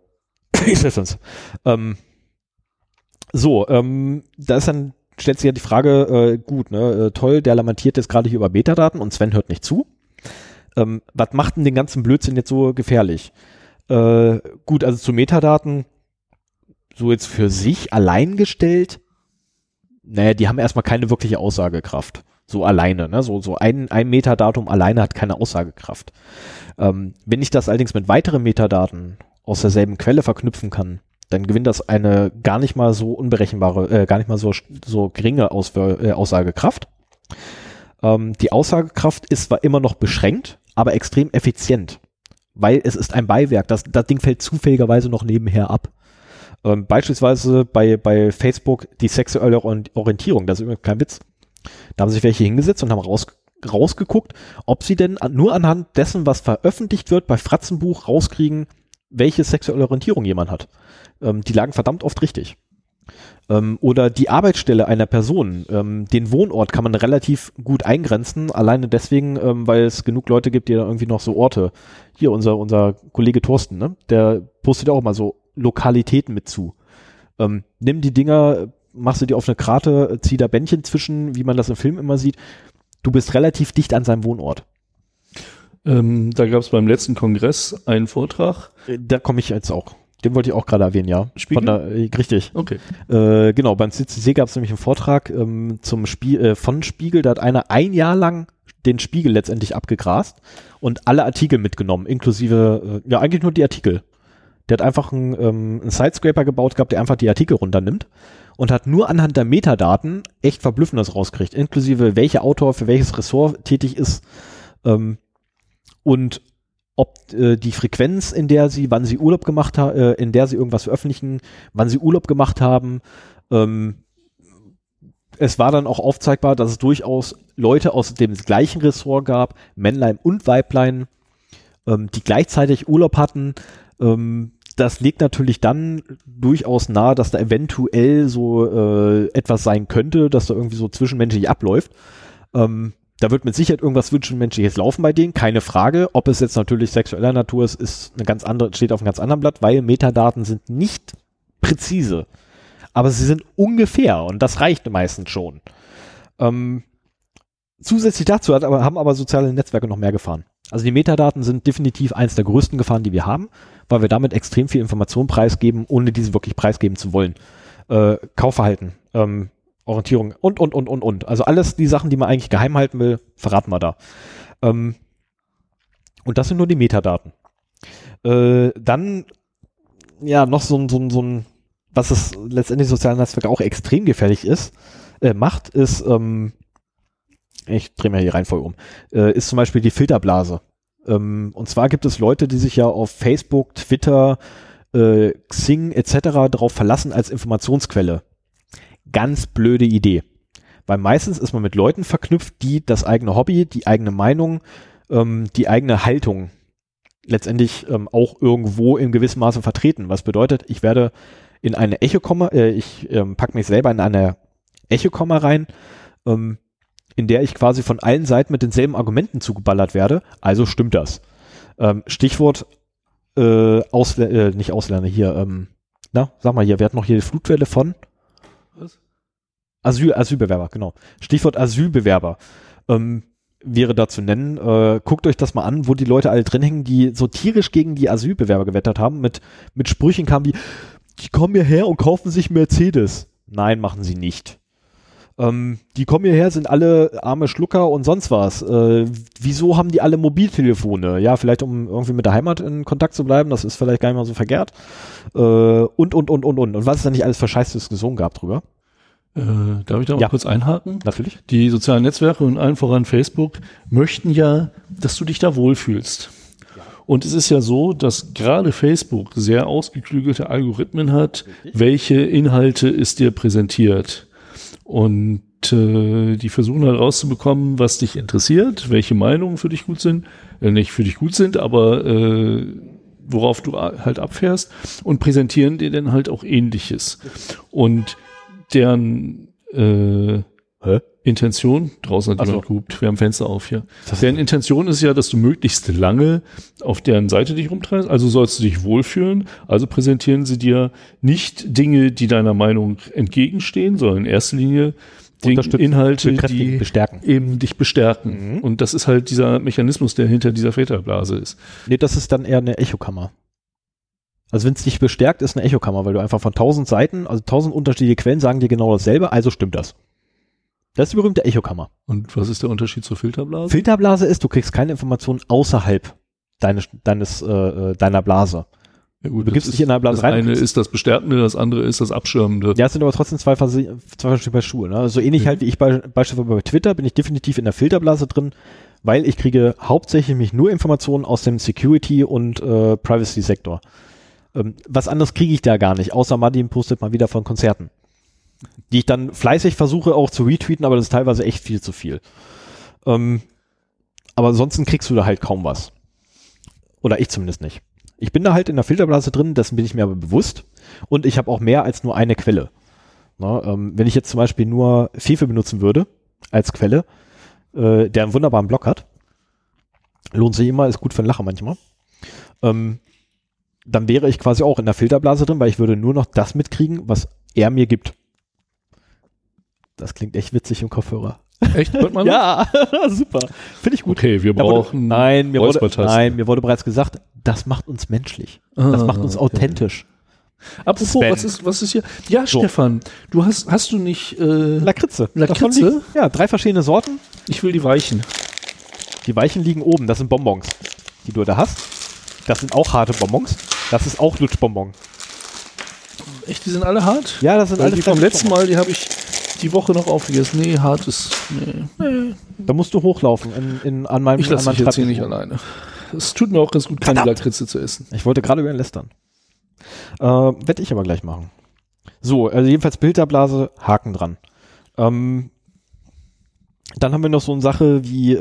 ist dann, stellt sich ja die Frage, gut, ne, toll, der lamentiert jetzt gerade hier über Metadaten und Sven hört nicht zu. Was macht denn den ganzen Blödsinn jetzt so gefährlich? Gut, also zu Metadaten, so jetzt für sich allein gestellt, naja, die haben erstmal keine wirkliche Aussagekraft. So alleine, ne? So ein Metadatum alleine hat keine Aussagekraft. Wenn ich das allerdings mit weiteren Metadaten aus derselben Quelle verknüpfen kann, dann gewinnt das eine gar nicht mal so unberechenbare, gar nicht mal so geringe Aussagekraft. Die Aussagekraft ist zwar immer noch beschränkt, aber extrem effizient. weil es ist ein Beiwerk. Das Ding fällt zufälligerweise noch nebenher ab. Beispielsweise bei Facebook die sexuelle Orientierung, das ist übrigens kein Witz. Da haben sich welche hingesetzt und haben rausgeguckt, ob sie denn nur anhand dessen, was veröffentlicht wird, bei Fratzenbuch rauskriegen, welche sexuelle Orientierung jemand hat. Die lagen verdammt oft richtig. Oder die Arbeitsstelle einer Person, den Wohnort kann man relativ gut eingrenzen, alleine deswegen, weil es genug Leute gibt, die da irgendwie noch so Orte, hier unser Kollege Thorsten, ne? Der postet auch mal so Lokalitäten mit zu. Nimm die Dinger, machst du die auf eine Karte, zieh da Bändchen zwischen, wie man das im Film immer sieht. Du bist relativ dicht an seinem Wohnort. Da gab es beim letzten Kongress einen Vortrag. Da komme ich jetzt auch. Den wollte ich auch gerade erwähnen, ja. Spiegel? Richtig. Okay. Genau, beim CCC gab es nämlich einen Vortrag von Spiegel, da hat einer ein Jahr lang den Spiegel letztendlich abgegrast und alle Artikel mitgenommen, inklusive, eigentlich nur die Artikel. Der hat einfach einen Sidescraper gebaut gehabt, der einfach die Artikel runternimmt und hat nur anhand der Metadaten echt Verblüffendes rausgekriegt, inklusive welcher Autor für welches Ressort tätig ist und ob die Frequenz, wann sie Urlaub gemacht haben, in der sie irgendwas veröffentlichen, wann sie Urlaub gemacht haben. Es war dann auch aufzeigbar, dass es durchaus Leute aus dem gleichen Ressort gab, Männlein und Weiblein, die gleichzeitig Urlaub hatten. Das legt natürlich dann durchaus nahe, dass da eventuell so etwas sein könnte, dass da irgendwie so zwischenmenschlich abläuft. Da wird mit Sicherheit irgendwas Zwischenmenschliches laufen bei denen, keine Frage. Ob es jetzt natürlich sexueller Natur ist eine ganz andere, steht auf einem ganz anderen Blatt, weil Metadaten sind nicht präzise. Aber sie sind ungefähr und das reicht meistens schon. Zusätzlich dazu haben aber soziale Netzwerke noch mehr Gefahren. Also die Metadaten sind definitiv eins der größten Gefahren, die wir haben, weil wir damit extrem viel Information preisgeben, ohne diese wirklich preisgeben zu wollen. Kaufverhalten, Orientierung und. Also alles die Sachen, die man eigentlich geheim halten will, verraten wir da. Und das sind nur die Metadaten. Dann, ja, noch so ein, was es letztendlich soziale Netzwerke auch extrem gefährlich macht, ist, ich drehe mir hier Reihenfolge um, ist zum Beispiel die Filterblase. Und zwar gibt es Leute, die sich ja auf Facebook, Twitter, Xing etc. darauf verlassen als Informationsquelle. Ganz blöde Idee. Weil meistens ist man mit Leuten verknüpft, die das eigene Hobby, die eigene Meinung, die eigene Haltung letztendlich auch irgendwo in gewissem Maße vertreten. Was bedeutet, ich werde in eine Echokammer, ich packe mich selber in eine Echokammer rein, in der ich quasi von allen Seiten mit denselben Argumenten zugeballert werde. Also stimmt das. Stichwort nicht Ausländer hier. Sag mal hier, wer hat noch hier die Flutwelle von? Was? Asylbewerber, genau. Stichwort Asylbewerber wäre da zu nennen. Guckt euch das mal an, wo die Leute alle drin hängen, die so tierisch gegen die Asylbewerber gewettert haben, mit Sprüchen kamen wie, die kommen hierher und kaufen sich Mercedes. Nein, machen sie nicht. Die kommen hierher, sind alle arme Schlucker und sonst was. Wieso haben die alle Mobiltelefone? Ja, vielleicht um irgendwie mit der Heimat in Kontakt zu bleiben, das ist vielleicht gar nicht mal so verkehrt. Und. Und was es da nicht alles für scheiß Diskussionen gab drüber? Darf ich da mal kurz einhaken? Natürlich. Die sozialen Netzwerke und allen voran Facebook möchten ja, dass du dich da wohlfühlst. Ja. Und es ist ja so, dass gerade Facebook sehr ausgeklügelte Algorithmen hat, welche Inhalte es dir präsentiert. Und die versuchen halt rauszubekommen, was dich interessiert, welche Meinungen für dich gut sind, nicht für dich gut sind, aber worauf du halt abfährst und präsentieren dir dann halt auch Ähnliches. Und deren Intention, draußen hat jemand gehupt, wir haben Fenster auf hier. Deren Intention ist ja, dass du möglichst lange auf deren Seite dich rumtreibst, also sollst du dich wohlfühlen, also präsentieren sie dir nicht Dinge, die deiner Meinung entgegenstehen, sondern in erster Linie Inhalte, die eben dich bestärken. Mhm. Und das ist halt dieser Mechanismus, der hinter dieser Filterblase ist. Nee, das ist dann eher eine Echokammer. Also wenn es dich bestärkt, ist eine Echokammer, weil du einfach von 1000 Seiten, also 1000 unterschiedliche Quellen sagen dir genau dasselbe, also stimmt das. Das ist die berühmte Echokammer. Und was ist der Unterschied zur Filterblase? Filterblase ist, du kriegst keine Informationen außerhalb deiner Blase. Ja gut, du gibst dich in einer Blase rein. Das eine ist das Bestärkende, das andere ist das Abschirmende. Ja, es sind aber trotzdem zwei verschiedene Paar Schuhe. Ne? Also so ähnlich halt wie ich beispielsweise bei Twitter bin ich definitiv in der Filterblase drin, weil ich kriege hauptsächlich mich nur Informationen aus dem Security- und Privacy-Sektor. Was anderes kriege ich da gar nicht, außer Martin postet mal wieder von Konzerten. Die ich dann fleißig versuche auch zu retweeten, aber das ist teilweise echt viel zu viel. Aber ansonsten kriegst du da halt kaum was. Oder ich zumindest nicht. Ich bin da halt in der Filterblase drin, dessen bin ich mir aber bewusst. Und ich habe auch mehr als nur eine Quelle. Na, wenn ich jetzt zum Beispiel nur Fefe benutzen würde als Quelle, der einen wunderbaren Blog hat, lohnt sich immer, ist gut für einen Lacher manchmal, dann wäre ich quasi auch in der Filterblase drin, weil ich würde nur noch das mitkriegen, was er mir gibt. Das klingt echt witzig im Kopfhörer. Echt? Hört man ja, super. Finde ich gut. Okay, wir brauchen mir wurde bereits gesagt, das macht uns menschlich. Das macht uns authentisch. Apropos, was ist hier? Ja, so. Stefan, hast du nicht Lakritze. Lakritze? Ja, 3 verschiedene Sorten. Ich will die weichen. Die weichen liegen oben. Das sind Bonbons, die du da hast. Das sind auch harte Bonbons. Das ist auch Lutschbonbon. Echt, die sind alle hart? Ja, das sind alle die vom letzten Mal, die habe ich die Woche noch aufgegessen. Nee, hart ist. Nee. Da musst du hochlaufen an meinem Ich lasse dich jetzt hier nicht alleine. Es tut mir auch ganz gut, keine Lakritze zu essen. Ich wollte gerade über ihn lästern. Werde ich aber gleich machen. So, also jedenfalls Filterblase, Haken dran. Dann haben wir noch so eine Sache wie,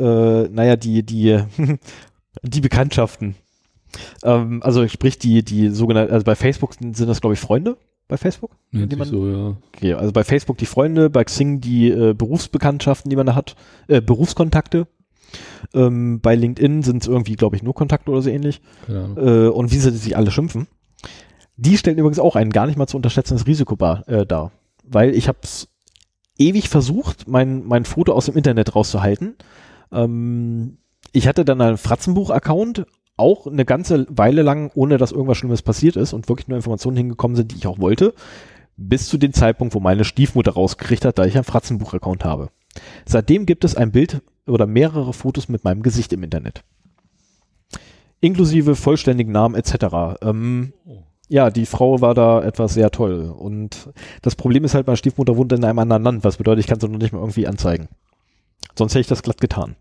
die Bekanntschaften. Also sprich die sogenannten, also bei Facebook sind das, glaube ich, Freunde bei Facebook? So, ja. Okay, also bei Facebook die Freunde, bei Xing die Berufsbekanntschaften, die man da hat, Berufskontakte. Bei LinkedIn sind es irgendwie, glaube ich, nur Kontakte oder so ähnlich. Und wie sie sich alle schimpfen. Die stellen übrigens auch ein gar nicht mal zu unterschätzendes Risiko dar. Weil ich habe es ewig versucht, mein Foto aus dem Internet rauszuhalten. Ich hatte dann einen Fratzenbuch-Account, auch eine ganze Weile lang, ohne dass irgendwas Schlimmes passiert ist und wirklich nur Informationen hingekommen sind, die ich auch wollte, bis zu dem Zeitpunkt, wo meine Stiefmutter rausgekriegt hat, da ich einen Fratzenbuch-Account habe. Seitdem gibt es ein Bild oder mehrere Fotos mit meinem Gesicht im Internet. Inklusive vollständigen Namen etc. Ja, die Frau war da etwas sehr toll. Und das Problem ist halt, meine Stiefmutter wohnt in einem anderen Land, was bedeutet, ich kann sie noch nicht mal irgendwie anzeigen. Sonst hätte ich das glatt getan.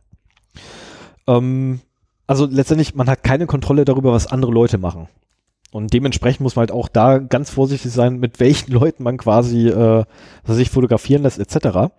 Also letztendlich, man hat keine Kontrolle darüber, was andere Leute machen. Und dementsprechend muss man halt auch da ganz vorsichtig sein, mit welchen Leuten man quasi sich fotografieren lässt, etc.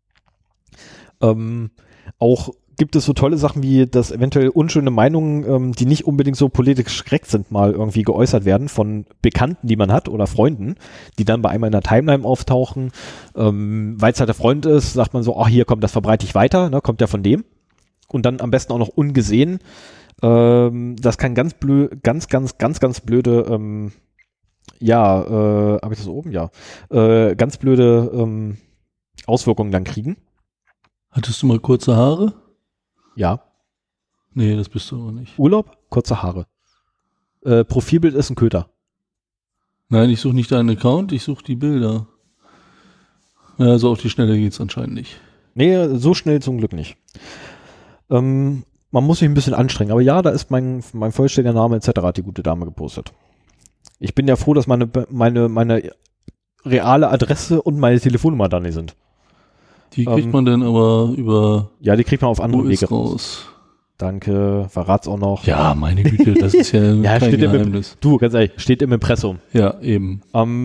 Auch gibt es so tolle Sachen wie, dass eventuell unschöne Meinungen, die nicht unbedingt so politisch korrekt sind, mal irgendwie geäußert werden von Bekannten, die man hat oder Freunden, die dann bei einem in der Timeline auftauchen. Weil es halt der Freund ist, sagt man so, ach hier, komm, das verbreite ich weiter, ne, kommt ja von dem. Und dann am besten auch noch ungesehen. Das kann ganz blöde, ganz blöde, habe ich das oben? Ja. Ganz blöde Auswirkungen dann kriegen. Hattest du mal kurze Haare? Ja. Nee, das bist du aber nicht. Urlaub, kurze Haare. Profilbild ist ein Köter. Nein, ich suche nicht deinen Account, ich suche die Bilder. Ja, so auf die Schnelle geht's anscheinend nicht. Nee, so schnell zum Glück nicht. Man muss sich ein bisschen anstrengen. Aber ja, da ist mein vollständiger Name etc. hat die gute Dame gepostet. Ich bin ja froh, dass meine reale Adresse und meine Telefonnummer da nicht sind. Die kriegt man dann aber über... Ja, die kriegt man auf andere Wege raus. Danke, verrat's auch noch. Ja, meine Güte, das ist ja ja, kein Geheimnis. Du, ganz ehrlich, steht im Impressum. Ja, eben.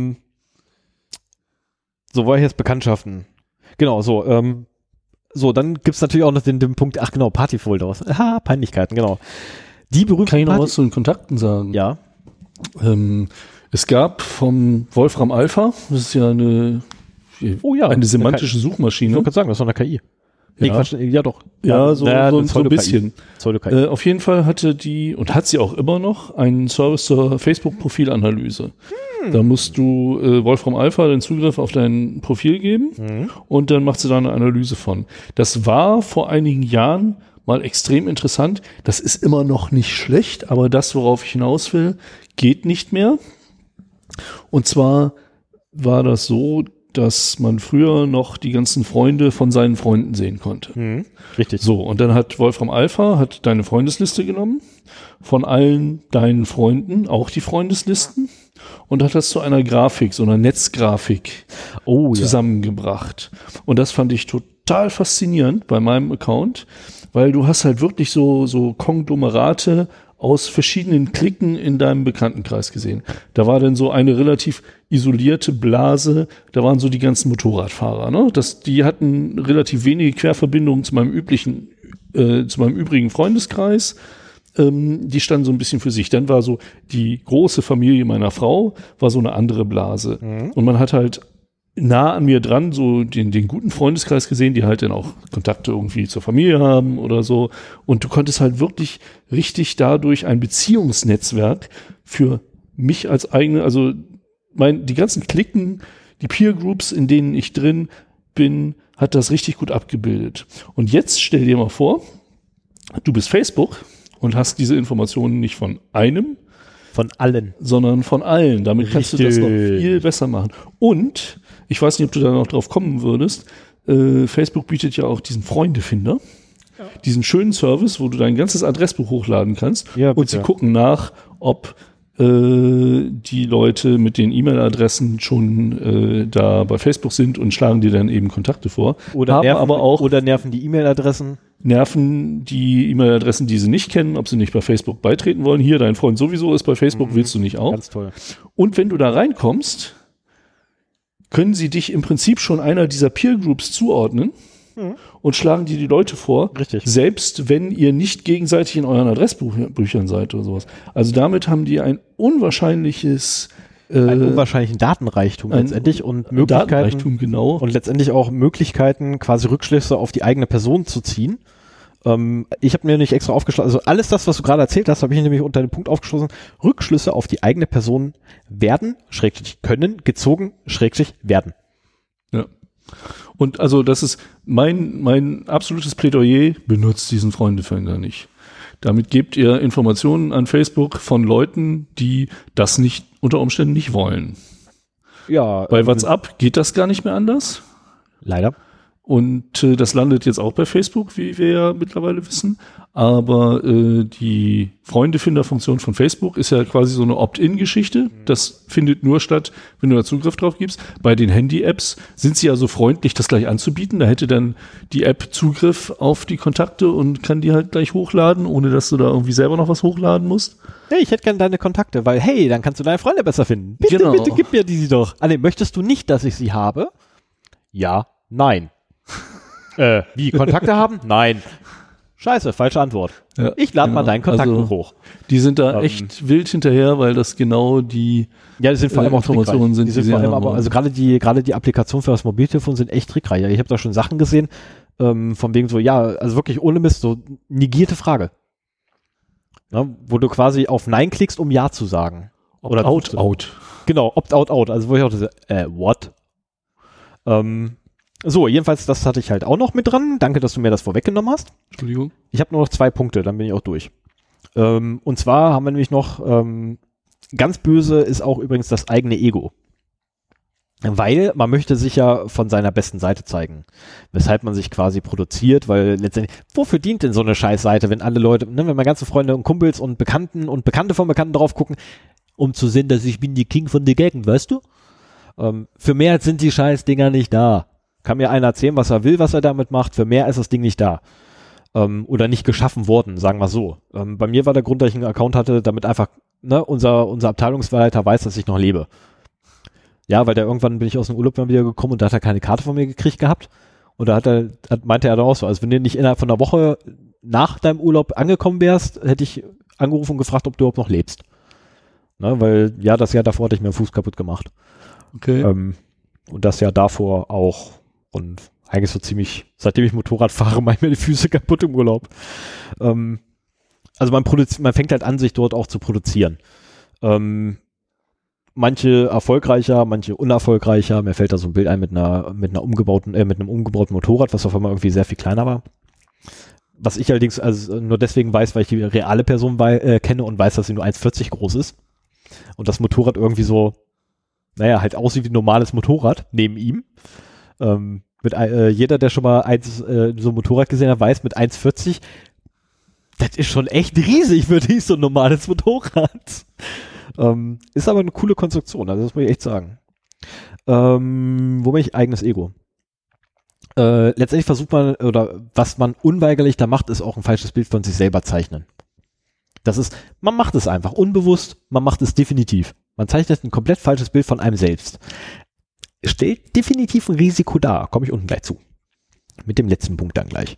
So war ich jetzt Bekanntschaften. Genau, so. So, dann gibt's natürlich auch noch den Punkt, ach genau, Partyfolders. Aha, Peinlichkeiten, genau. Die berühmten Kann ich noch was zu den Kontakten sagen? Ja. Es gab vom Wolfram Alpha, das ist ja eine semantische Suchmaschine. Ich wollte gerade sagen, das ist doch eine KI. Nee, Ja. Quatsch, ja doch. Ja, so ein bisschen. Pseudo-KI. Auf jeden Fall hatte die, und hat sie auch immer noch, einen Service zur Facebook-Profilanalyse. Da musst du Wolfram Alpha den Zugriff auf dein Profil geben und dann macht sie da eine Analyse von. Das war vor einigen Jahren mal extrem interessant. Das ist immer noch nicht schlecht, aber das, worauf ich hinaus will, geht nicht mehr. Und zwar war das so, dass man früher noch die ganzen Freunde von seinen Freunden sehen konnte. Richtig. So, und dann hat Wolfram Alpha deine Freundesliste genommen von allen deinen Freunden, auch die Freundeslisten, und hat das zu einer Grafik, so einer Netzgrafik zusammengebracht. Und das fand ich total faszinierend bei meinem Account, weil du hast halt wirklich so Konglomerate aus verschiedenen Klicken in deinem Bekanntenkreis gesehen. Da war dann so eine relativ isolierte Blase, da waren so die ganzen Motorradfahrer, ne? Die hatten relativ wenige Querverbindungen zu meinem übrigen Freundeskreis. Die standen so ein bisschen für sich. Dann war so die große Familie meiner Frau, war so eine andere Blase. Mhm. Und man hat halt nah an mir dran so den guten Freundeskreis gesehen, die halt dann auch Kontakte irgendwie zur Familie haben oder so. Und du konntest halt wirklich richtig dadurch ein Beziehungsnetzwerk für mich als eigene, also die ganzen Klicken, die Peer Groups, in denen ich drin bin, hat das richtig gut abgebildet. Und jetzt stell dir mal vor, du bist Facebook und hast diese Informationen nicht von einem, von allen, sondern von allen. Damit kannst du das noch viel besser machen. Und ich weiß nicht, ob du da noch drauf kommen würdest. Facebook bietet ja auch diesen Freundefinder. Ja. Diesen schönen Service, wo du dein ganzes Adressbuch hochladen kannst. Ja, und sie gucken nach, ob die Leute mit den E-Mail-Adressen schon da bei Facebook sind und schlagen dir dann eben Kontakte vor. Oder nerven die E-Mail-Adressen. Nerven die E-Mail-Adressen, die sie nicht kennen, ob sie nicht bei Facebook beitreten wollen. Hier, dein Freund sowieso ist bei Facebook, willst du nicht auch. Ganz toll. Und wenn du da reinkommst, können sie dich im Prinzip schon einer dieser Peer-Groups zuordnen und schlagen dir die Leute vor. Richtig. Selbst wenn ihr nicht gegenseitig in euren Adressbüchern seid oder sowas. Also damit haben die ein unwahrscheinlichen Datenreichtum letztendlich und Möglichkeiten. Datenreichtum, genau. Und letztendlich auch Möglichkeiten, quasi Rückschlüsse auf die eigene Person zu ziehen. Ich habe mir nicht extra aufgeschlossen, also alles das, was du gerade erzählt hast, habe ich nämlich unter dem Punkt aufgeschlossen. Rückschlüsse auf die eigene Person werden, können, gezogen, werden. Ja. Und also das ist mein absolutes Plädoyer, benutzt diesen Freundefinder nicht. Damit gebt ihr Informationen an Facebook von Leuten, die das nicht unter Umständen nicht wollen. Ja. Bei WhatsApp geht das gar nicht mehr anders. Leider. Und das landet jetzt auch bei Facebook, wie wir ja mittlerweile wissen. Aber die Freundefinder-Funktion von Facebook ist ja quasi so eine Opt-in-Geschichte. Das findet nur statt, wenn du da Zugriff drauf gibst. Bei den Handy-Apps sind sie ja so freundlich, das gleich anzubieten. Da hätte dann die App Zugriff auf die Kontakte und kann die halt gleich hochladen, ohne dass du da irgendwie selber noch was hochladen musst. Hey, ich hätte gerne deine Kontakte, weil hey, dann kannst du deine Freunde besser finden. Bitte, bitte gib mir die doch. Ah, nee, möchtest du nicht, dass ich sie habe? Ja, nein. Wie, Kontakte haben? Nein. Scheiße, falsche Antwort. Ja, ich lade mal deinen Kontaktbuch hoch. Die sind da echt wild hinterher, weil das genau die sind vor allem auch Informationen sind. Die sind vor allem aber, also gerade die Applikation für das Mobiltelefon sind echt trickreich. Ich habe da schon Sachen gesehen, von wegen so, ja, also wirklich ohne Mist, so negierte Frage. Ja, wo du quasi auf Nein klickst, um Ja zu sagen. Oder Opt-out. Genau, Opt-out. Also wo ich auch so, what? So, jedenfalls, das hatte ich halt auch noch mit dran. Danke, dass du mir das vorweggenommen hast. Entschuldigung. Ich habe nur noch 2 Punkte, dann bin ich auch durch. Und zwar haben wir nämlich noch, ganz böse ist auch übrigens das eigene Ego. Weil man möchte sich ja von seiner besten Seite zeigen. Weshalb man sich quasi produziert, weil letztendlich, wofür dient denn so eine Scheißseite, wenn alle Leute, ne, wenn meine ganzen Freunde und Kumpels und Bekannten und Bekannte von Bekannten drauf gucken, um zu sehen, dass ich bin die King von der Gegend, weißt du? Für mehr sind die Scheißdinger nicht da. Kann mir einer erzählen, was er will, was er damit macht. Für mehr ist das Ding nicht da. Oder nicht geschaffen worden, sagen wir so. Bei mir war der Grund, dass ich einen Account hatte, damit einfach unser Abteilungsleiter weiß, dass ich noch lebe. Ja, weil irgendwann bin ich aus dem Urlaub wieder gekommen und da hat er keine Karte von mir gekriegt gehabt. Und da meinte er dann auch so, also wenn du nicht innerhalb von einer Woche nach deinem Urlaub angekommen wärst, hätte ich angerufen und gefragt, ob du überhaupt noch lebst. Ne, weil das Jahr davor hatte ich mir den Fuß kaputt gemacht. Okay. Und das Jahr davor auch. Und eigentlich so ziemlich, seitdem ich Motorrad fahre, mache ich mir die Füße kaputt im Urlaub. Also man fängt halt an, sich dort auch zu produzieren. Manche erfolgreicher, manche unerfolgreicher. Mir fällt da so ein Bild ein mit einem umgebauten Motorrad, was auf einmal irgendwie sehr viel kleiner war. Was ich allerdings also nur deswegen weiß, weil ich die reale Person kenne und weiß, dass sie nur 1,40 groß ist. Und das Motorrad irgendwie so, halt aussieht wie ein normales Motorrad neben ihm. Jeder, der schon mal so ein Motorrad gesehen hat, weiß, mit 1,40 Das ist schon echt riesig für dich, so ein normales Motorrad. Ist aber eine coole Konstruktion, also das muss ich echt sagen. Wo bin ich? Eigenes Ego. Letztendlich versucht man, oder was man unweigerlich da macht, ist auch ein falsches Bild von sich selber zeichnen. Das ist, man macht es einfach unbewusst, man macht es definitiv. Man zeichnet ein komplett falsches Bild von einem selbst. Stellt definitiv ein Risiko dar, komme ich unten gleich zu. Mit dem letzten Punkt dann gleich.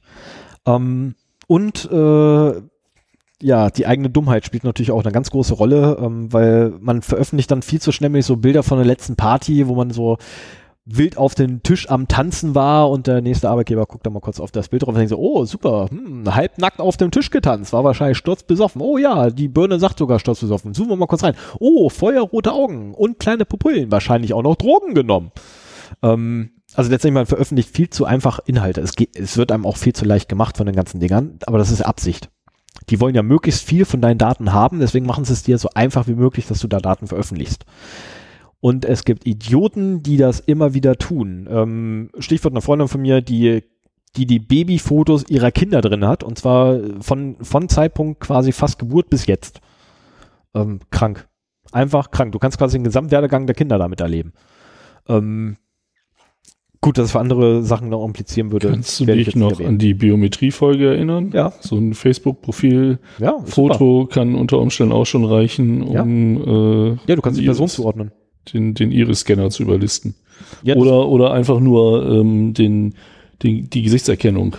Ja, die eigene Dummheit spielt natürlich auch eine ganz große Rolle, weil man veröffentlicht dann viel zu schnell so Bilder von der letzten Party, wo man so wild auf den Tisch am Tanzen war und der nächste Arbeitgeber guckt dann mal kurz auf das Bild drauf und denkt so, oh super, halbnackt auf dem Tisch getanzt, war wahrscheinlich sturzbesoffen. Oh ja, die Birne sagt sogar sturzbesoffen. Zoomen wir mal kurz rein. Oh, feuerrote Augen und kleine Pupillen, wahrscheinlich auch noch Drogen genommen. Also letztendlich, man veröffentlicht viel zu einfach Inhalte. Es wird einem auch viel zu leicht gemacht von den ganzen Dingern, aber das ist Absicht. Die wollen ja möglichst viel von deinen Daten haben, deswegen machen sie es dir so einfach wie möglich, dass du da Daten veröffentlichst. Und es gibt Idioten, die das immer wieder tun. Stichwort eine Freundin von mir, die Babyfotos ihrer Kinder drin hat, und zwar von Zeitpunkt quasi fast Geburt bis jetzt. Krank. Einfach krank. Du kannst quasi den Gesamtwerdegang der Kinder damit erleben. Gut, dass es für andere Sachen noch implizieren würde. Kannst du dich noch an die Biometrie-Folge erinnern? Ja. So ein Facebook-Profil, ja, Foto super. Kann unter Umständen auch schon reichen, um du kannst die Person zuordnen. Den Iris-Scanner zu überlisten. Ja, oder einfach nur die Gesichtserkennung.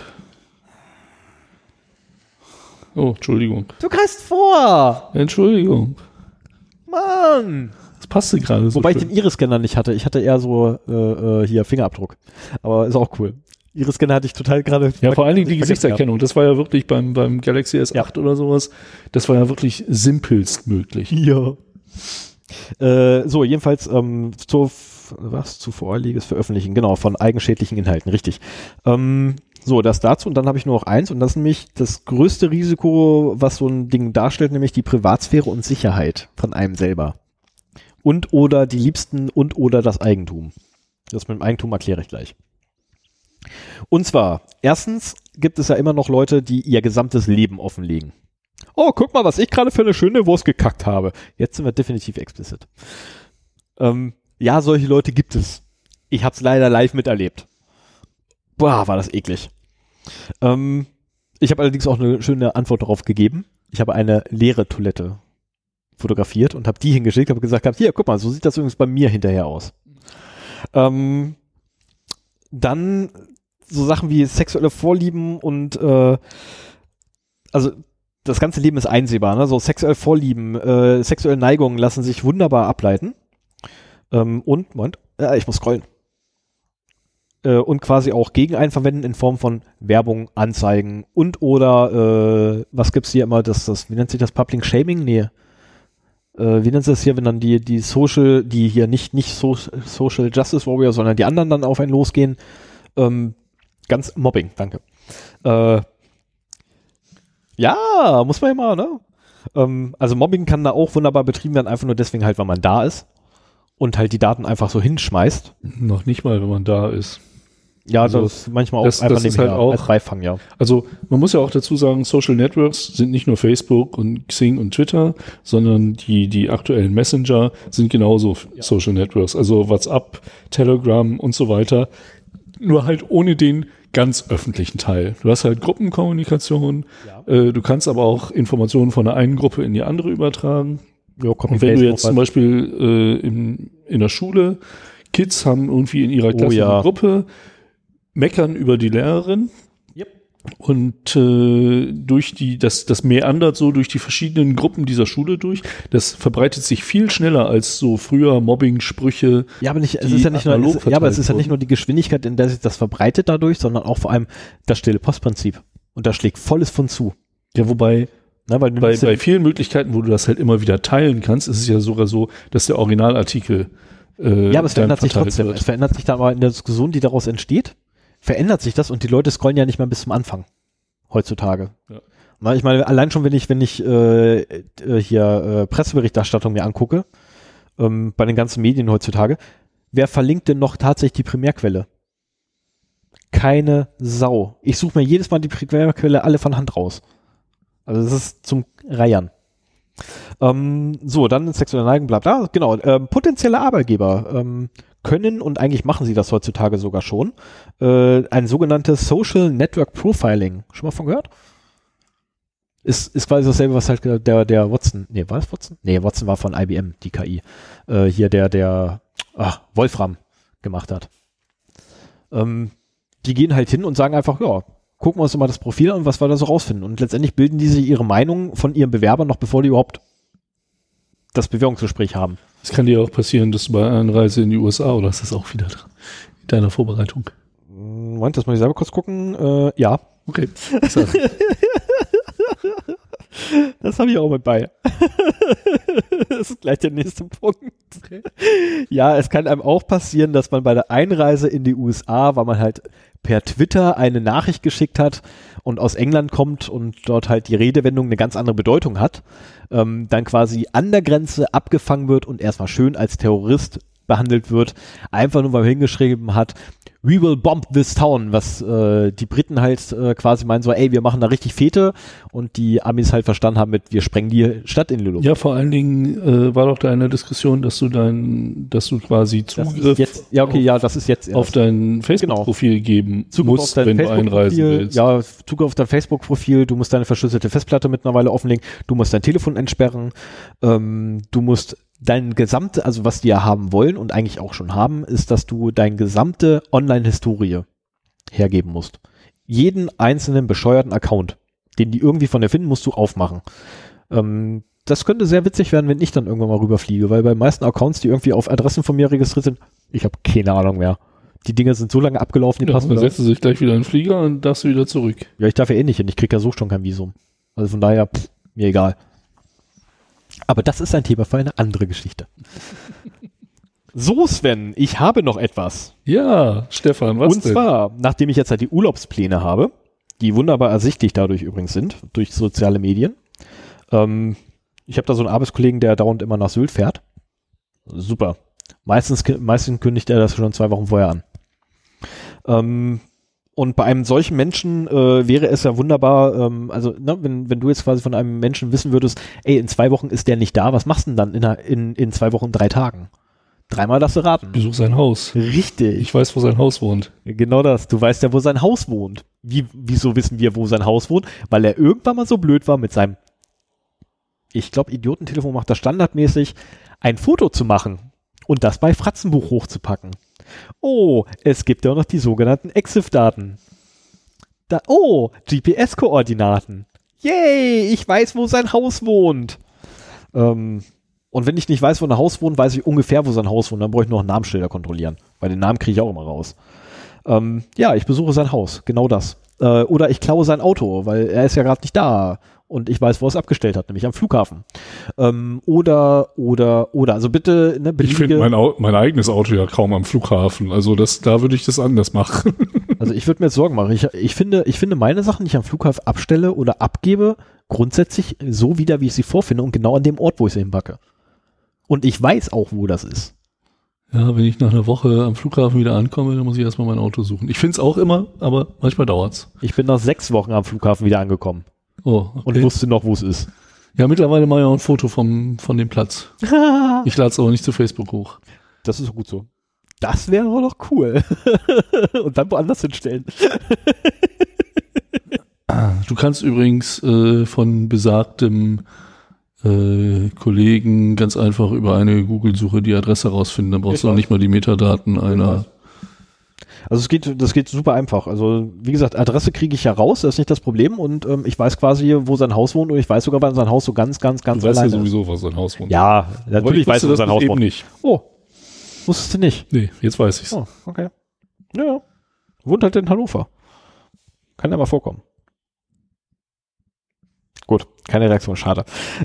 Oh, Entschuldigung. Du greifst vor! Entschuldigung. Mann! Das passte gerade so. Wobei ich den Iris-Scanner nicht hatte. Ich hatte eher so hier Fingerabdruck. Aber ist auch cool. Iris-Scanner hatte ich total gerade. Ja, vor allen Dingen die Gesichtserkennung. Das war ja wirklich beim Galaxy S8 oder sowas. Das war ja wirklich simpelst möglich. Ja. So, jedenfalls zu vorheriges Veröffentlichen, genau, von eigenschädlichen Inhalten, richtig. So, das dazu, und dann habe ich nur noch eins, und das ist nämlich das größte Risiko, was so ein Ding darstellt, nämlich die Privatsphäre und Sicherheit von einem selber. Und oder die Liebsten und oder das Eigentum. Das mit dem Eigentum erkläre ich gleich. Und zwar, erstens gibt es ja immer noch Leute, die ihr gesamtes Leben offenlegen. Oh, guck mal, was ich gerade für eine schöne Wurst gekackt habe. Jetzt sind wir definitiv explicit. Ja, solche Leute gibt es. Ich habe es leider live miterlebt. Boah, war das eklig. Ich habe allerdings auch eine schöne Antwort darauf gegeben. Ich habe eine leere Toilette fotografiert und habe die hingeschickt, habe gesagt, hier, guck mal, so sieht das übrigens bei mir hinterher aus. Dann so Sachen wie sexuelle Vorlieben und also das ganze Leben ist einsehbar, ne? So sexuelle Vorlieben, sexuelle Neigungen lassen sich wunderbar ableiten. Und, Moment, ich muss scrollen. Und quasi auch gegen einen verwenden in Form von Werbung, Anzeigen und oder, was gibt's hier immer, wie nennt sich das, Public Shaming? Nee. Wie nennt sich das hier, wenn dann die hier nicht Social Justice Warrior, sondern die anderen dann auf einen losgehen? Ganz Mobbing, danke. Ja, muss man ja mal, ne? Also Mobbing kann da auch wunderbar betrieben werden, einfach nur deswegen halt, weil man da ist und halt die Daten einfach so hinschmeißt. Noch nicht mal, wenn man da ist. Ja, also das ist manchmal auch einfach nebenher, halt auch, als Beifang, ja. Also man muss ja auch dazu sagen, Social Networks sind nicht nur Facebook und Xing und Twitter, sondern die aktuellen Messenger sind genauso Social Networks, also WhatsApp, Telegram und so weiter, nur halt ohne den ganz öffentlichen Teil. Du hast halt Gruppenkommunikation, du kannst aber auch Informationen von der einen Gruppe in die andere übertragen. Ja, und wenn du jetzt zum Beispiel in der Schule, Kids haben irgendwie in ihrer Klasse eine Gruppe, meckern über die Lehrerin und das meandert so durch die verschiedenen Gruppen dieser Schule durch. Das verbreitet sich viel schneller als so früher Mobbing-Sprüche. Ja, aber es ist ja nicht nur die Geschwindigkeit, in der sich das verbreitet dadurch, sondern auch vor allem das stille Postprinzip. Und da schlägt volles von zu. Ja, wobei bei vielen Möglichkeiten, wo du das halt immer wieder teilen kannst, ist es ja sogar so, dass der Originalartikel aber es verändert sich trotzdem. Es verändert sich dann aber in der Diskussion, die daraus entsteht, verändert sich das und die Leute scrollen ja nicht mehr bis zum Anfang heutzutage. Ja. Ich meine, allein schon, wenn ich Presseberichterstattung mir angucke, bei den ganzen Medien heutzutage, wer verlinkt denn noch tatsächlich die Primärquelle? Keine Sau. Ich suche mir jedes Mal die Primärquelle alle von Hand raus. Also das ist zum Reiern. So, dann sexuelle Neigung, bla bla. Genau, potenzielle Arbeitgeber können, und eigentlich machen sie das heutzutage sogar schon, ein sogenanntes Social Network Profiling. Schon mal von gehört? Ist quasi dasselbe, was halt der Watson, war das Watson? Watson war von IBM, die KI. Hier der Wolfram gemacht hat. Die gehen halt hin und sagen einfach, ja, gucken wir uns doch mal das Profil an, was wir da so rausfinden. Und letztendlich bilden die sich ihre Meinung von ihren Bewerbern noch, bevor die überhaupt das Bewerbungsgespräch haben. Es kann dir auch passieren, dass du bei einer Reise in die USA, oder ist das auch wieder in deiner Vorbereitung? Moment, das muss ich selber kurz gucken. Ja. Okay. Das habe ich auch mit bei. Das ist gleich der nächste Punkt. Okay. Ja, es kann einem auch passieren, dass man bei der Einreise in die USA, weil man halt per Twitter eine Nachricht geschickt hat und aus England kommt und dort halt die Redewendung eine ganz andere Bedeutung hat, dann quasi an der Grenze abgefangen wird und erstmal schön als Terrorist behandelt wird, einfach nur weil man hingeschrieben hat, we will bomb this town, was die Briten halt quasi meinen so, ey, wir machen da richtig Fete, und die Amis halt verstanden haben mit, wir sprengen die Stadt in die Luft. Ja, vor allen Dingen war doch da eine Diskussion, dass du quasi Zugriff das ist jetzt auf dein Facebook-Profil geben musst, wenn du einreisen willst. Ja, Zugriff auf dein Facebook-Profil, du musst deine verschlüsselte Festplatte mittlerweile offenlegen, du musst dein Telefon entsperren, du musst dein gesamte, also was die ja haben wollen und eigentlich auch schon haben, ist, dass du deine gesamte Online-Historie hergeben musst. Jeden einzelnen bescheuerten Account, den die irgendwie von dir finden, musst du aufmachen. Das könnte sehr witzig werden, wenn ich dann irgendwann mal rüberfliege, weil bei den meisten Accounts, die irgendwie auf Adressen von mir registriert sind, ich habe keine Ahnung mehr. Die Dinger sind so lange abgelaufen, die passen. Dann setzt du dich gleich wieder in den Flieger und darfst du wieder zurück. Ja, ich darf ja eh nicht hin, ich krieg ja so schon kein Visum. Also von daher, mir egal. Aber das ist ein Thema für eine andere Geschichte. So, Sven, ich habe noch etwas. Ja, Stefan, was denn? Und zwar, nachdem ich jetzt halt die Urlaubspläne habe, die wunderbar ersichtlich dadurch übrigens sind, durch soziale Medien. Ich habe da so einen Arbeitskollegen, der dauernd immer nach Sylt fährt. Super. Meistens kündigt er das schon 2 Wochen vorher an. Und bei einem solchen Menschen wäre es ja wunderbar, wenn du jetzt quasi von einem Menschen wissen würdest, ey, in 2 Wochen ist der nicht da, was machst du denn dann in 2 Wochen, 3 Tagen? 3-mal darfst du raten. Besuch sein Haus. Richtig. Ich weiß, wo sein Haus wohnt. Genau das. Du weißt ja, wo sein Haus wohnt. Wieso wissen wir, wo sein Haus wohnt? Weil er irgendwann mal so blöd war, mit seinem, ich glaube, Idiotentelefon macht das standardmäßig, ein Foto zu machen und das bei Fratzenbuch hochzupacken. Oh, es gibt ja auch noch die sogenannten EXIF-Daten. GPS-Koordinaten. Yay, ich weiß, wo sein Haus wohnt. Und wenn ich nicht weiß, wo ein Haus wohnt, weiß ich ungefähr, wo sein Haus wohnt. Dann brauche ich nur noch Namensschilder kontrollieren. Weil den Namen kriege ich auch immer raus. Ja, ich besuche sein Haus. Genau das. Oder ich klaue sein Auto, weil er ist ja gerade nicht da. Und ich weiß, wo er es abgestellt hat, nämlich am Flughafen. Oder. Also bitte, ne, ich finde mein eigenes Auto ja kaum am Flughafen. Also da würde ich das anders machen. Also ich würde mir jetzt Sorgen machen. Ich finde meine Sachen, die ich am Flughafen abstelle oder abgebe, grundsätzlich so wieder, wie ich sie vorfinde und genau an dem Ort, wo ich sie hinpacke. Und ich weiß auch, wo das ist. Ja, wenn ich nach einer Woche am Flughafen wieder ankomme, dann muss ich erstmal mein Auto suchen. Ich finde es auch immer, aber manchmal dauert's. Ich bin nach 6 Wochen am Flughafen wieder angekommen. Oh, okay. Und wusste noch, wo es ist. Ja, mittlerweile mache ich auch ein Foto von dem Platz. Ich lade es aber nicht zu Facebook hoch. Das ist gut so. Das wäre doch cool. Und dann woanders hinstellen. Du kannst übrigens von besagtem Kollegen ganz einfach über eine Google-Suche die Adresse rausfinden. Dann brauchst du auch nicht mal die Metadaten einer. Also das geht super einfach. Also wie gesagt, Adresse kriege ich ja raus, das ist nicht das Problem. Und ich weiß quasi, wo sein Haus wohnt. Und ich weiß sogar, wann sein Haus so ganz alleine ist. Du weißt ja sowieso, wo sein Haus wohnt. Ja, natürlich weiß ich, wo sein Haus wohnt. Nicht. Oh, wusstest du nicht? Nee, jetzt weiß ich's. Oh, okay. Ja, wohnt halt in Hannover. Kann ja mal vorkommen. Gut, keine Reaktion, schade.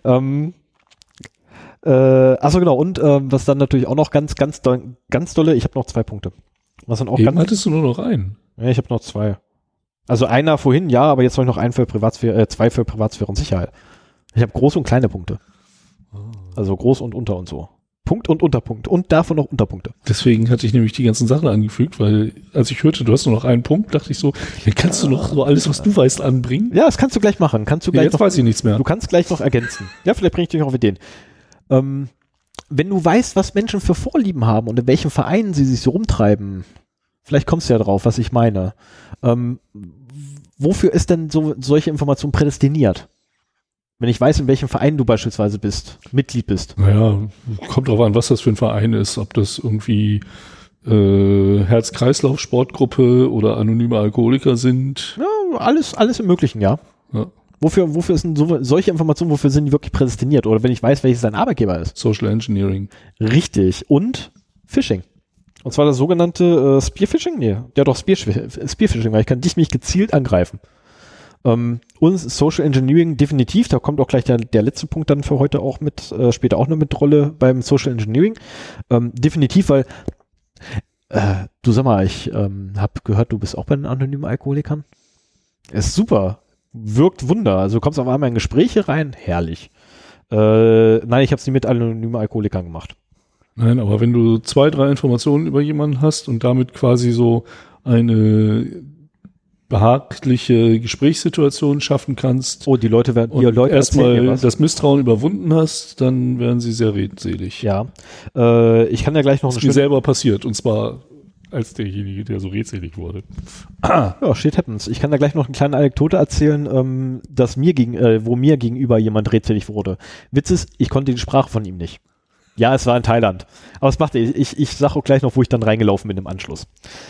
Achso, genau. Und was dann natürlich auch noch ganz dolle, ich habe noch 2 Punkte. Was dann auch Eben hattest du nur noch einen. Ja, ich habe noch 2. Also einer vorhin, ja, aber jetzt habe ich noch einen für Privatsphäre, 2 für Privatsphäre und Sicherheit. Ich habe große und kleine Punkte. Also groß und unter und so. Punkt und Unterpunkt. Und davon noch Unterpunkte. Deswegen hatte ich nämlich die ganzen Sachen angefügt, weil als ich hörte, du hast nur noch einen Punkt, dachte ich so, ja, kannst du noch so alles, was du weißt, anbringen? Ja, das kannst du gleich machen. Jetzt weiß ich nichts mehr. Du kannst gleich noch ergänzen. Ja, vielleicht bringe ich dich noch auf Ideen. Wenn du weißt, was Menschen für Vorlieben haben und in welchen Vereinen sie sich so rumtreiben, vielleicht kommst du ja drauf, was ich meine. Wofür ist denn solche Information prädestiniert? Wenn ich weiß, in welchem Verein du beispielsweise Mitglied bist. Naja, kommt drauf an, was das für ein Verein ist. Ob das irgendwie Herz-Kreislauf-Sportgruppe oder anonyme Alkoholiker sind. Ja, alles im Möglichen, ja. Wofür ist denn solche Informationen, wofür sind die wirklich prädestiniert? Oder wenn ich weiß, welches dein Arbeitgeber ist? Social Engineering. Richtig. Und Phishing. Und zwar das sogenannte Spearphishing? Nee, ja doch, Spearphishing, weil ich kann dich mich gezielt angreifen. Und Social Engineering definitiv, da kommt auch gleich der letzte Punkt dann für heute auch später auch noch mit Rolle beim Social Engineering. Definitiv, weil du sag mal, ich habe gehört, du bist auch bei den anonymen Alkoholikern. Ist super. Wirkt Wunder. Also du kommst auf einmal in Gespräche rein, herrlich. Nein, ich habe es nie mit anonymen Alkoholikern gemacht. Nein, aber wenn du 2, 3 Informationen über jemanden hast und damit quasi so eine behagliche Gesprächssituation schaffen kannst. Oh, die Leute erstmal das Misstrauen überwunden hast, dann werden sie sehr redselig. Ja, ich kann ja gleich noch das ist mir selber passiert, und zwar als derjenige, der so redselig wurde. Ja, shit happens. Ich kann da gleich noch eine kleine Anekdote erzählen, dass wo mir gegenüber jemand redselig wurde. Witz ist, ich konnte die Sprache von ihm nicht. Ja, es war in Thailand. Aber es machte ich sage auch gleich noch, wo ich dann reingelaufen bin im Anschluss.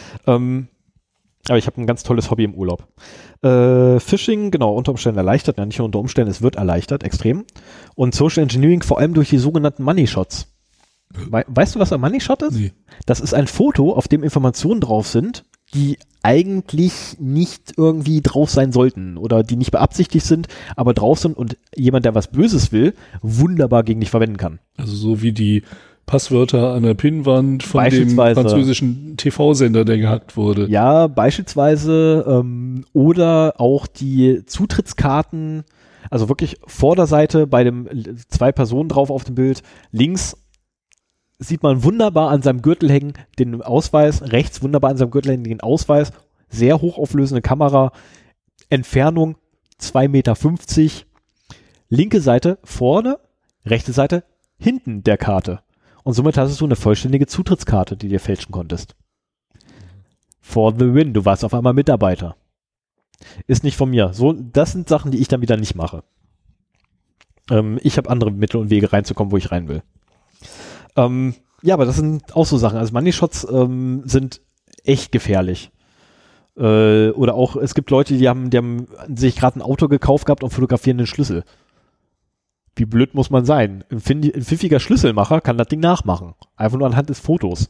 Aber ich habe ein ganz tolles Hobby im Urlaub. Phishing, genau, unter Umständen erleichtert. Ja, nicht nur unter Umständen, es wird erleichtert, extrem. Und Social Engineering vor allem durch die sogenannten Money Shots. Weißt du, was ein Money Shot ist? Nee. Das ist ein Foto, auf dem Informationen drauf sind, die eigentlich nicht irgendwie drauf sein sollten oder die nicht beabsichtigt sind, aber drauf sind und jemand, der was Böses will, wunderbar gegen dich verwenden kann. Also so wie die Passwörter an der Pinnwand von dem französischen TV-Sender, der gehackt wurde. Ja, beispielsweise oder auch die Zutrittskarten, also wirklich Vorderseite bei dem 2 Personen drauf auf dem Bild, links sieht man wunderbar an seinem Gürtel hängen den Ausweis, rechts wunderbar an seinem Gürtel hängen den Ausweis, sehr hochauflösende Kamera, Entfernung 2,50 Meter, linke Seite vorne, rechte Seite hinten der Karte. Und somit hattest du eine vollständige Zutrittskarte, die dir fälschen konntest. For the win, du warst auf einmal Mitarbeiter. Ist nicht von mir. Das sind Sachen, die ich dann wieder nicht mache. Ich habe andere Mittel und Wege reinzukommen, wo ich rein will. Ja, aber das sind auch so Sachen. Also Money Shots sind echt gefährlich. Oder auch, es gibt Leute, die haben sich gerade ein Auto gekauft gehabt und fotografieren den Schlüssel. Wie blöd muss man sein? Ein pfiffiger Schlüsselmacher kann das Ding nachmachen. Einfach nur anhand des Fotos.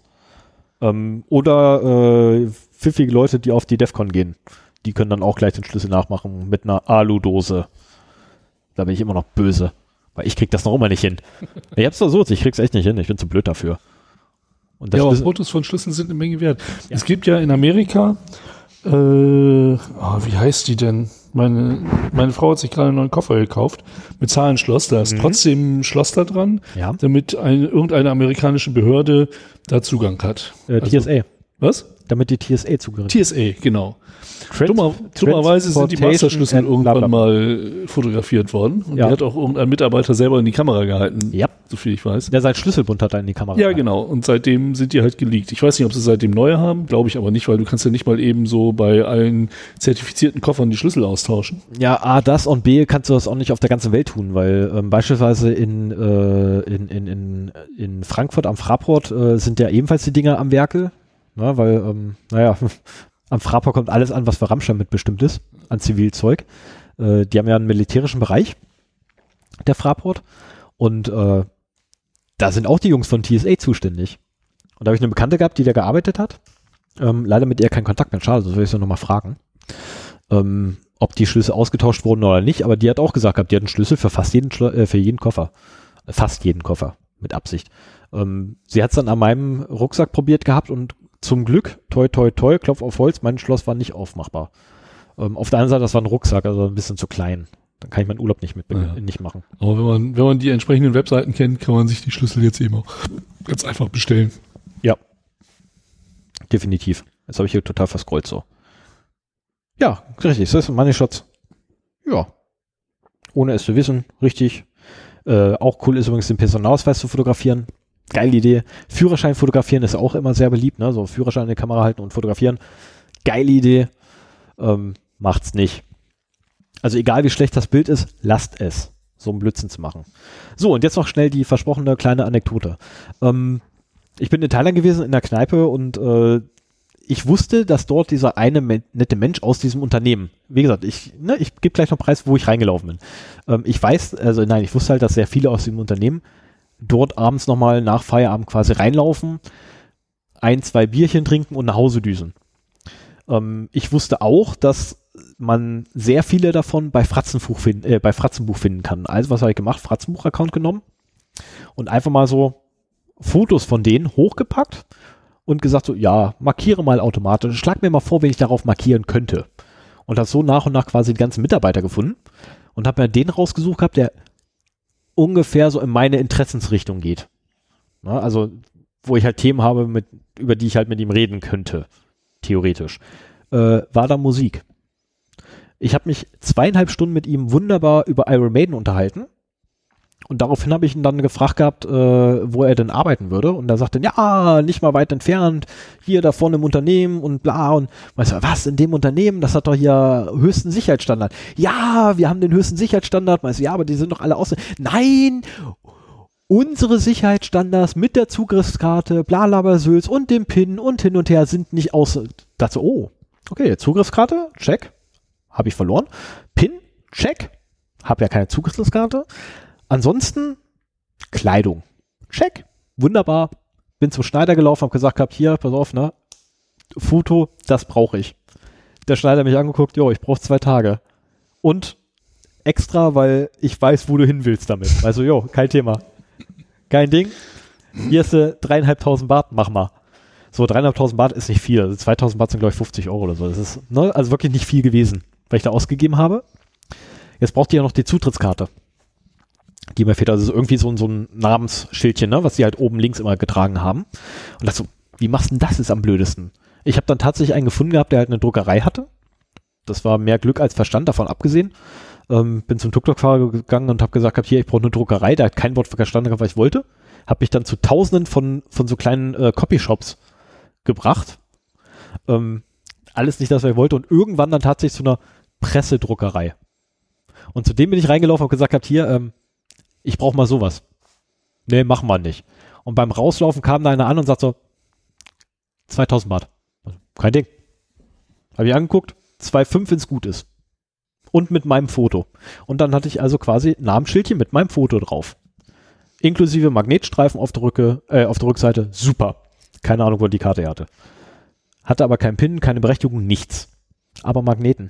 Oder pfiffige Leute, die auf die DEFCON gehen. Die können dann auch gleich den Schlüssel nachmachen mit einer Aludose. Da bin ich immer noch böse. Weil ich krieg das noch immer nicht hin. Ich hab's versucht, ich krieg's echt nicht hin. Ich bin zu blöd dafür. Und aber Fotos von Schlüsseln sind eine Menge wert. Ja. Es gibt ja in Amerika, wie heißt die denn? Meine Frau hat sich gerade einen neuen Koffer gekauft mit Zahlenschloss. Da ist trotzdem ein Schloss da dran, damit irgendeine amerikanische Behörde da Zugang hat. TSA. Was? Damit die TSA Zugang hat. TSA, genau. Dummerweise sind die Masterschlüssel irgendwann mal fotografiert worden. Und die hat auch irgendein Mitarbeiter selber in die Kamera gehalten, so viel ich weiß. Ja, sein Schlüsselbund hat er in die Kamera gehalten. Ja, genau. Und seitdem sind die halt geleakt. Ich weiß nicht, ob sie seitdem neue haben, glaube ich aber nicht, weil du kannst ja nicht mal eben so bei allen zertifizierten Koffern die Schlüssel austauschen. Ja, A, das und B, kannst du das auch nicht auf der ganzen Welt tun, weil beispielsweise in Frankfurt am Fraport sind ja ebenfalls die Dinger am Werkel. Na, weil, am Fraport kommt alles an, was für Rammstein mitbestimmt ist, an Zivilzeug. Die haben ja einen militärischen Bereich, der Fraport. Und da sind auch die Jungs von TSA zuständig. Und da habe ich eine Bekannte gehabt, die da gearbeitet hat. Leider mit ihr kein Kontakt mehr, schade, das will ich so nochmal fragen. Ob die Schlüssel ausgetauscht wurden oder nicht, aber die hat auch gesagt gehabt, die hat einen Schlüssel für für jeden Koffer. Fast jeden Koffer, mit Absicht. Sie hat es dann an meinem Rucksack probiert gehabt und zum Glück, toi, toi, toi, Klopf auf Holz, mein Schloss war nicht aufmachbar. Auf der anderen Seite, das war ein Rucksack, also ein bisschen zu klein. Dann kann ich meinen Urlaub nicht nicht machen. Aber wenn man die entsprechenden Webseiten kennt, kann man sich die Schlüssel jetzt eben auch ganz einfach bestellen. Ja. Definitiv. Jetzt habe ich hier total verscrollt so. Ja, richtig. So ist Money Shots. Ja. Ohne es zu wissen. Richtig. Auch cool ist übrigens, den Personalausweis zu fotografieren. Geile Idee. Führerschein fotografieren ist auch immer sehr beliebt, ne? So Führerschein in die Kamera halten und fotografieren. Geile Idee. Macht's nicht. Also egal wie schlecht das Bild ist, lasst es, so einen Blödsinn zu machen. So, und jetzt noch schnell die versprochene kleine Anekdote. Ich bin in Thailand gewesen, in der Kneipe, und ich wusste, dass dort dieser eine nette Mensch aus diesem Unternehmen, wie gesagt, ich gebe gleich noch Preis, wo ich reingelaufen bin. Ich wusste halt, dass sehr viele aus diesem Unternehmen dort abends nochmal nach Feierabend quasi reinlaufen, 1, 2 Bierchen trinken und nach Hause düsen. Ich wusste auch, dass man sehr viele davon bei Fratzenbuch finden kann. Also was habe ich gemacht? Fratzenbuch-Account genommen und einfach mal so Fotos von denen hochgepackt und gesagt so, ja, markiere mal automatisch. Schlag mir mal vor, wenn ich darauf markieren könnte. Und habe so nach und nach quasi die ganzen Mitarbeiter gefunden und habe mir den rausgesucht gehabt, der ungefähr so in meine Interessensrichtung geht. Na, also wo ich halt Themen habe, über die ich halt mit ihm reden könnte, theoretisch. War da Musik. Ich habe mich 2,5 Stunden mit ihm wunderbar über Iron Maiden unterhalten und daraufhin habe ich ihn dann gefragt gehabt, wo er denn arbeiten würde, und er sagte, ja, nicht mal weit entfernt, hier da vorne im Unternehmen und bla, und weißt du, was, in dem Unternehmen, das hat doch hier höchsten Sicherheitsstandard. Ja, wir haben den höchsten Sicherheitsstandard. Weißt du, ja, aber die sind doch alle aus. Nein, unsere Sicherheitsstandards mit der Zugriffskarte, bla bla bla Sülz und dem PIN und hin und her sind nicht aus. Dachte, oh, okay, Zugriffskarte, check. Habe ich verloren. PIN, check. Habe ja keine Zugriffskarte. Ansonsten Kleidung. Check. Wunderbar. Bin zum Schneider gelaufen, habe gesagt gehabt, hier, pass auf, ne? Foto, das brauche ich. Der Schneider hat mich angeguckt, jo, ich brauche 2 Tage. Und extra, weil ich weiß, wo du hin willst damit. Also, jo, kein Thema. Kein Ding. Hier ist 3.500 Baht, mach mal. So, 3.500 Baht ist nicht viel. Also 2.000 Baht sind, glaube ich, 50 Euro oder so. Das ist, ne, also wirklich nicht viel gewesen, weil ich da ausgegeben habe. Jetzt braucht ihr ja noch die Zutrittskarte. Die mir fehlt, also irgendwie so ein Namensschildchen, ne, was die halt oben links immer getragen haben. Und das so, wie machst du denn das jetzt am blödesten? Ich habe dann tatsächlich einen gefunden gehabt, der halt eine Druckerei hatte. Das war mehr Glück als Verstand, davon abgesehen. Bin zum Tuk-Tuk-Fahrer gegangen und habe gesagt, hier, ich brauche eine Druckerei. Der hat kein Wort verstanden, was ich wollte. Habe mich dann zu Tausenden von so kleinen Copyshops gebracht. Alles nicht das, was ich wollte. Und irgendwann dann tatsächlich zu einer Pressedruckerei. Und zu dem bin ich reingelaufen und gesagt, hier, ich brauche mal sowas. Nee, machen wir nicht. Und beim Rauslaufen kam da einer an und sagt so, 2.000 Baht. Also, kein Ding. Habe ich angeguckt, 2,5, wenn es gut ist. Und mit meinem Foto. Und dann hatte ich also quasi Namensschildchen mit meinem Foto drauf. Inklusive Magnetstreifen auf der Rückseite. Super. Keine Ahnung, wo die Karte hatte. Hatte aber keinen PIN, keine Berechtigung, nichts. Aber Magneten.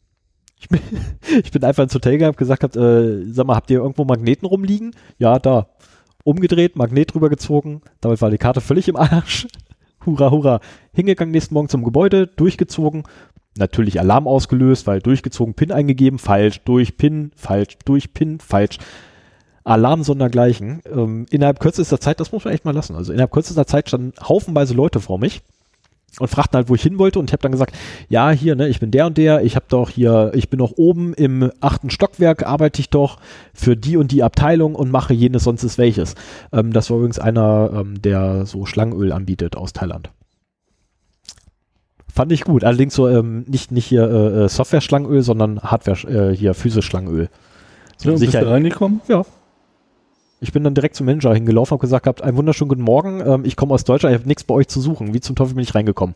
Ich bin einfach ins Hotel gegangen, gesagt, sag mal, habt ihr irgendwo Magneten rumliegen? Ja, da. Umgedreht, Magnet drüber gezogen. Damit war die Karte völlig im Arsch. Hurra, hurra. Hingegangen nächsten Morgen zum Gebäude, durchgezogen. Natürlich Alarm ausgelöst, weil durchgezogen, PIN eingegeben, falsch, durch PIN, falsch. Alarm sondergleichen. Innerhalb kürzester Zeit, das muss man echt mal lassen, also innerhalb kürzester Zeit standen haufenweise Leute vor mich und fragten halt, wo ich hin wollte, und ich habe dann gesagt, ja, hier, ne, ich bin der und der, ich bin noch oben im 8. Stockwerk, arbeite ich doch für die und die Abteilung und mache jenes, sonst ist welches. Das war übrigens einer, der so Schlangenöl anbietet aus Thailand. Fand ich gut, allerdings so nicht hier Software-Schlangenöl, sondern Hardware, hier Physisch-Schlangenöl. So, bist du reingekommen? Ja. Ich bin dann direkt zum Manager hingelaufen, habe gesagt gehabt, einen wunderschönen guten Morgen, ich komme aus Deutschland, ich habe nichts bei euch zu suchen. Wie zum Teufel bin ich reingekommen?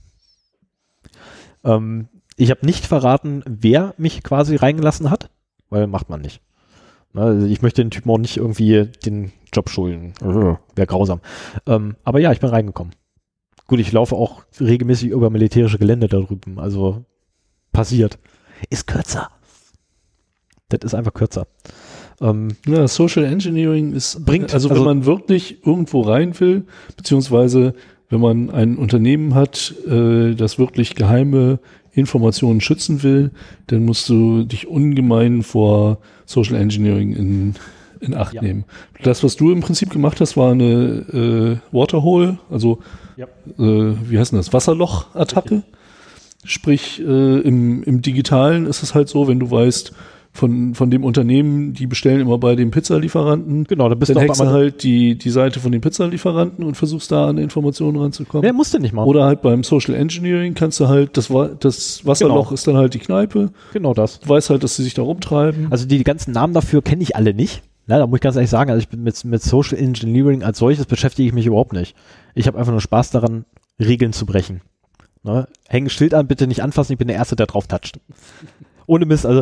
Ich habe nicht verraten, wer mich quasi reingelassen hat, weil macht man nicht. Also ich möchte den Typen auch nicht irgendwie den Job schulden. Wäre grausam. Aber ja, ich bin reingekommen. Gut, ich laufe auch regelmäßig über militärische Gelände da drüben, also passiert. Ist kürzer. Das ist einfach kürzer. Ja, Social Engineering bringt, also wenn man wirklich irgendwo rein will, beziehungsweise wenn man ein Unternehmen hat, das wirklich geheime Informationen schützen will, dann musst du dich ungemein vor Social Engineering in Acht nehmen. Das, was du im Prinzip gemacht hast, war eine Waterhole, also wie heißt denn das, Wasserloch-Attacke. Sprich, im Digitalen ist es halt so, wenn du weißt, von dem Unternehmen, die bestellen immer bei dem Pizzalieferanten. Genau, dann hackst du halt die Seite von dem Pizzalieferanten und versuchst da an Informationen ranzukommen. Nee, musst du nicht machen. Oder halt beim Social Engineering kannst du halt, das Wasserloch ist dann halt die Kneipe. Genau das. Du weißt halt, dass sie sich da rumtreiben. Also die ganzen Namen dafür kenne ich alle nicht. Na, da muss ich ganz ehrlich sagen, also ich bin mit Social Engineering als solches beschäftige ich mich überhaupt nicht. Ich habe einfach nur Spaß daran, Regeln zu brechen. Ne? Häng ein Schild an, bitte nicht anfassen, ich bin der Erste, der drauf toucht. Ohne Mist, also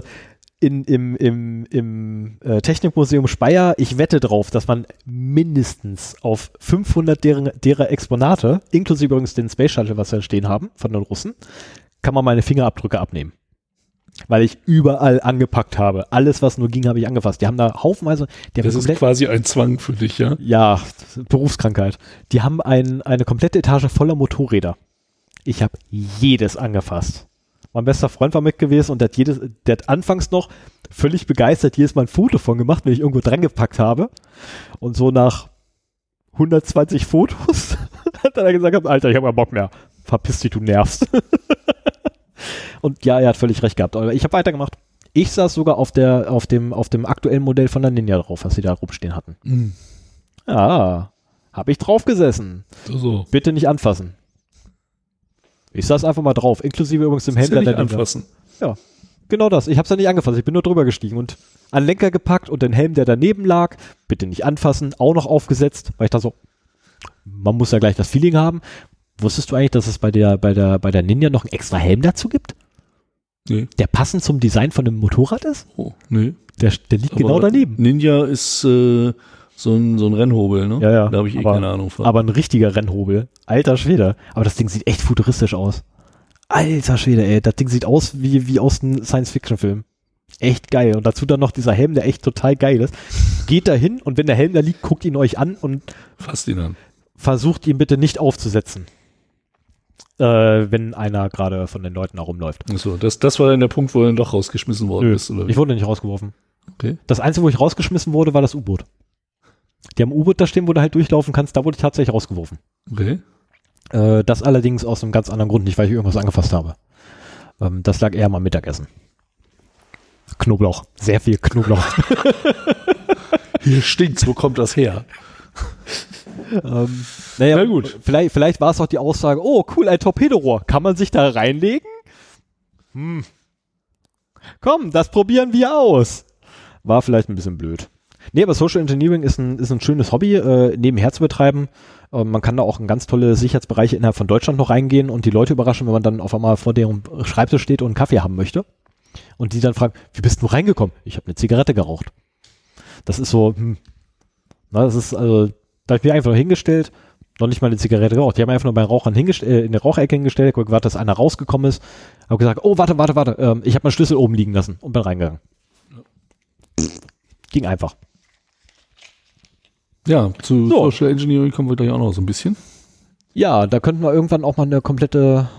im Technikmuseum Speyer, ich wette drauf, dass man mindestens auf 500 derer Exponate, inklusive übrigens den Space Shuttle, was wir stehen haben, von den Russen, kann man meine Fingerabdrücke abnehmen. Weil ich überall angepackt habe. Alles, was nur ging, habe ich angefasst. Die haben da haufenweise... Das ist quasi ein Zwang für dich, ja? Ja, Berufskrankheit. Die haben eine komplette Etage voller Motorräder. Ich habe jedes angefasst. Mein bester Freund war mit gewesen und der hat anfangs noch völlig begeistert jedes Mal ein Foto von gemacht, wenn ich irgendwo dran gepackt habe. Und so nach 120 Fotos hat er dann gesagt, Alter, ich habe keinen Bock mehr. Verpiss dich, du nervst. Und ja, er hat völlig recht gehabt. Aber ich habe weitergemacht. Ich saß sogar auf dem aktuellen Modell von der Ninja drauf, was sie da rumstehen hatten. Mhm. Ja, habe ich drauf gesessen. So. Bitte nicht anfassen. Ich saß einfach mal drauf, inklusive übrigens dem Helm. Ja, nicht anfassen. Ja, genau das. Ich habe es ja nicht angefasst. Ich bin nur drüber gestiegen und an den Lenker gepackt und den Helm, der daneben lag, bitte nicht anfassen, auch noch aufgesetzt, weil ich da so, man muss ja gleich das Feeling haben. Wusstest du eigentlich, dass es bei der Ninja noch einen extra Helm dazu gibt? Nee. Der passend zum Design von einem Motorrad ist? Oh, nee. Der liegt aber genau daneben. Ninja ist so ein Rennhobel, ne? Ja. Da habe ich keine Ahnung von. Aber ein richtiger Rennhobel. Alter Schwede. Aber das Ding sieht echt futuristisch aus. Alter Schwede, ey. Das Ding sieht aus wie aus einem Science-Fiction-Film. Echt geil. Und dazu dann noch dieser Helm, der echt total geil ist. Geht da hin und wenn der Helm da liegt, guckt ihn euch an und fasst ihn an. Versucht ihn bitte nicht aufzusetzen. Wenn einer gerade von den Leuten herumläuft. Achso, das war dann der Punkt, wo du dann doch rausgeschmissen worden bist, oder? Ich wurde nicht rausgeworfen. Okay. Das Einzige, wo ich rausgeschmissen wurde, war das U-Boot. Die haben ein U-Boot da stehen, wo du halt durchlaufen kannst, da wurde ich tatsächlich rausgeworfen. Okay. Das allerdings aus einem ganz anderen Grund, nicht weil ich irgendwas angefasst habe. Das lag eher am Mittagessen. Knoblauch. Sehr viel Knoblauch. Hier stinkt's, wo kommt das her? Naja, gut. Vielleicht war es auch die Aussage, oh cool, ein Torpedorohr. Kann man sich da reinlegen? Komm, das probieren wir aus. War vielleicht ein bisschen blöd. Nee, aber Social Engineering ist ein schönes Hobby, nebenher zu betreiben. Man kann da auch in ganz tolle Sicherheitsbereiche innerhalb von Deutschland noch reingehen und die Leute überraschen, wenn man dann auf einmal vor deren Schreibtisch steht und einen Kaffee haben möchte. Und die dann fragen, wie bist du reingekommen? Ich habe eine Zigarette geraucht. Das ist so, das ist also, da habe ich mich einfach nur hingestellt, noch nicht mal eine Zigarette geraucht. Die haben einfach nur bei Rauchern in der Raucherecke hingestellt, habe gewartet, dass einer rausgekommen ist, habe gesagt, oh, warte, ich habe meinen Schlüssel oben liegen lassen und bin reingegangen. Ging einfach. Ja, zu Social Engineering kommen wir gleich auch noch so ein bisschen. Ja, da könnten wir irgendwann auch mal eine komplettes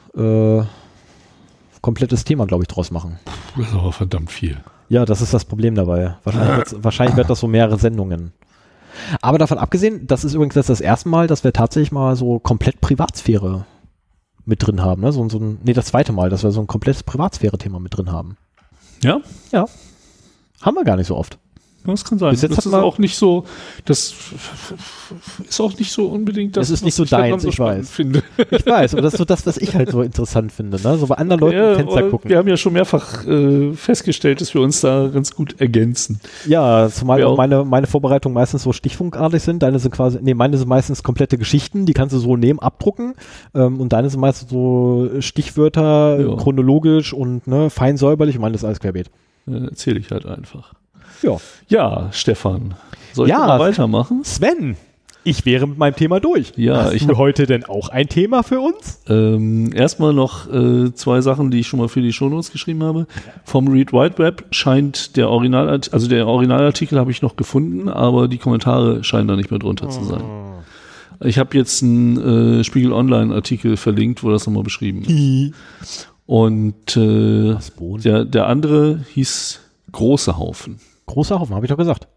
Thema, glaube ich, draus machen. Das ist aber verdammt viel. Ja, das ist das Problem dabei. Wahrscheinlich wird das so mehrere Sendungen. Aber davon abgesehen, das ist übrigens das erste Mal, dass wir tatsächlich mal so komplett Privatsphäre mit drin haben. Ne? Das zweite Mal, dass wir so ein komplettes Privatsphäre-Thema mit drin haben. Ja? Ja. Haben wir gar nicht so oft. Das kann sein. Bis jetzt das ist auch nicht so, das ist auch nicht so unbedingt das, was nicht so deins, ich weiß. Finde. Ich weiß, aber das ist so das, was ich halt so interessant finde, ne? So bei anderen Leuten im Fenster gucken. Wir haben ja schon mehrfach festgestellt, dass wir uns da ganz gut ergänzen. Ja, zumal auch meine Vorbereitungen meistens so stichpunktartig sind. Meine sind meistens komplette Geschichten, die kannst du so nehmen, abdrucken. Und deine sind meistens so Stichwörter, chronologisch und fein säuberlich. Und meine ist alles querbeet. Erzähle ich halt einfach. Ja, Stefan. Soll ich mal weitermachen? Sven, ich wäre mit meinem Thema durch. Ja, hast du heute denn auch ein Thema für uns? Erstmal noch 2 Sachen, die ich schon mal für die Shownotes geschrieben habe. Vom Read Wide Web scheint der Originalartikel habe ich noch gefunden, aber die Kommentare scheinen da nicht mehr drunter zu sein. Ich habe jetzt einen Spiegel Online Artikel verlinkt, wo das nochmal beschrieben ist. Und der andere hieß Große Haufen. Großer Haufen, habe ich doch gesagt.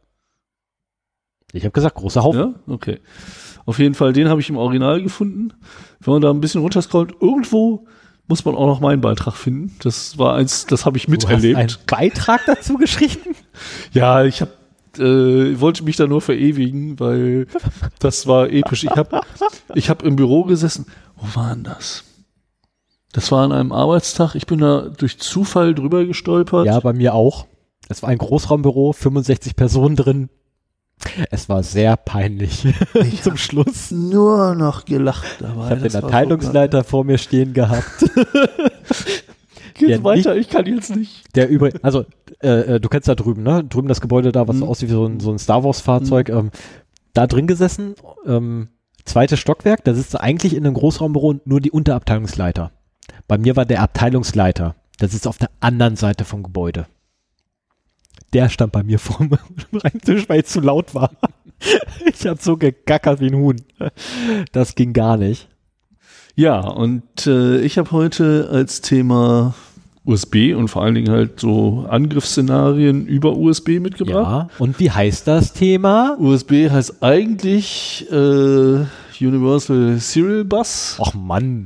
Ich habe gesagt, großer Haufen. Ja, okay. Auf jeden Fall, den habe ich im Original gefunden. Wenn man da ein bisschen runterscrollt, irgendwo muss man auch noch meinen Beitrag finden. Das war eins, das habe ich miterlebt. Du hast einen Beitrag dazu geschrieben? Ja, ich wollte mich da nur verewigen, weil das war episch. Ich hab im Büro gesessen. Wo war denn das? Das war an einem Arbeitstag. Ich bin da durch Zufall drüber gestolpert. Ja, bei mir auch. Es war ein Großraumbüro, 65 Personen drin. Es war sehr peinlich zum Schluss. Nur noch gelacht dabei. Ich habe den Abteilungsleiter vor mir stehen gehabt. Geht weiter, ich kann jetzt nicht. Also du kennst da drüben, ne? Drüben das Gebäude da, was so aussieht wie so ein Star Wars Fahrzeug. Da drin gesessen, zweites Stockwerk, da sitzt eigentlich in einem Großraumbüro nur die Unterabteilungsleiter. Bei mir war der Abteilungsleiter, der sitzt auf der anderen Seite vom Gebäude. Der stand bei mir vor dem Tisch, weil es zu laut war. Ich habe so gegackert wie ein Huhn. Das ging gar nicht. Ja, und ich habe heute als Thema USB und vor allen Dingen halt so Angriffsszenarien über USB mitgebracht. Ja, und wie heißt das Thema? USB heißt eigentlich Universal Serial Bus. Ach Mann.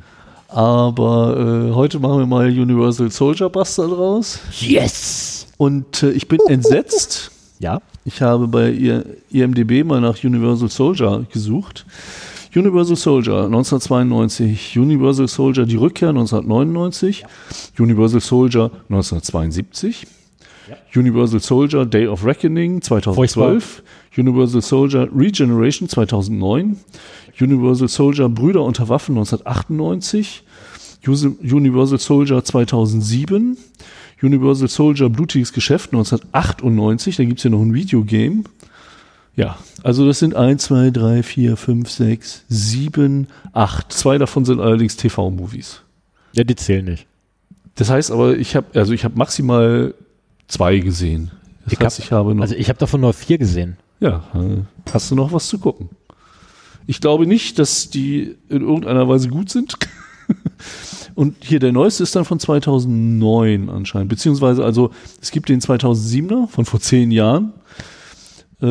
Aber heute machen wir mal Universal Soldier Bus da draus. Yes! Und ich bin entsetzt. Ja. Ich habe bei IMDb mal nach Universal Soldier gesucht. Universal Soldier 1992, Universal Soldier Die Rückkehr 1999, ja. Universal Soldier 1972, ja. Universal Soldier Day of Reckoning 2012, Furchtbar. Universal Soldier Regeneration 2009, Universal Soldier Brüder unter Waffen 1998, Universal Soldier 2007, Universal Soldier Blutiges Geschäft 1998, da gibt es ja noch ein Videogame. Ja, also das sind 1, 2, 3, 4, 5, 6, 7, 8. 2 davon sind allerdings TV-Movies. Ja, die zählen nicht. Das heißt aber, ich habe maximal 2 gesehen. Ich habe davon nur 4 gesehen. Ja, hast du noch was zu gucken. Ich glaube nicht, dass die in irgendeiner Weise gut sind. Und hier der neueste ist dann von 2009 anscheinend. Beziehungsweise, also es gibt den 2007er von vor 10 Jahren. Der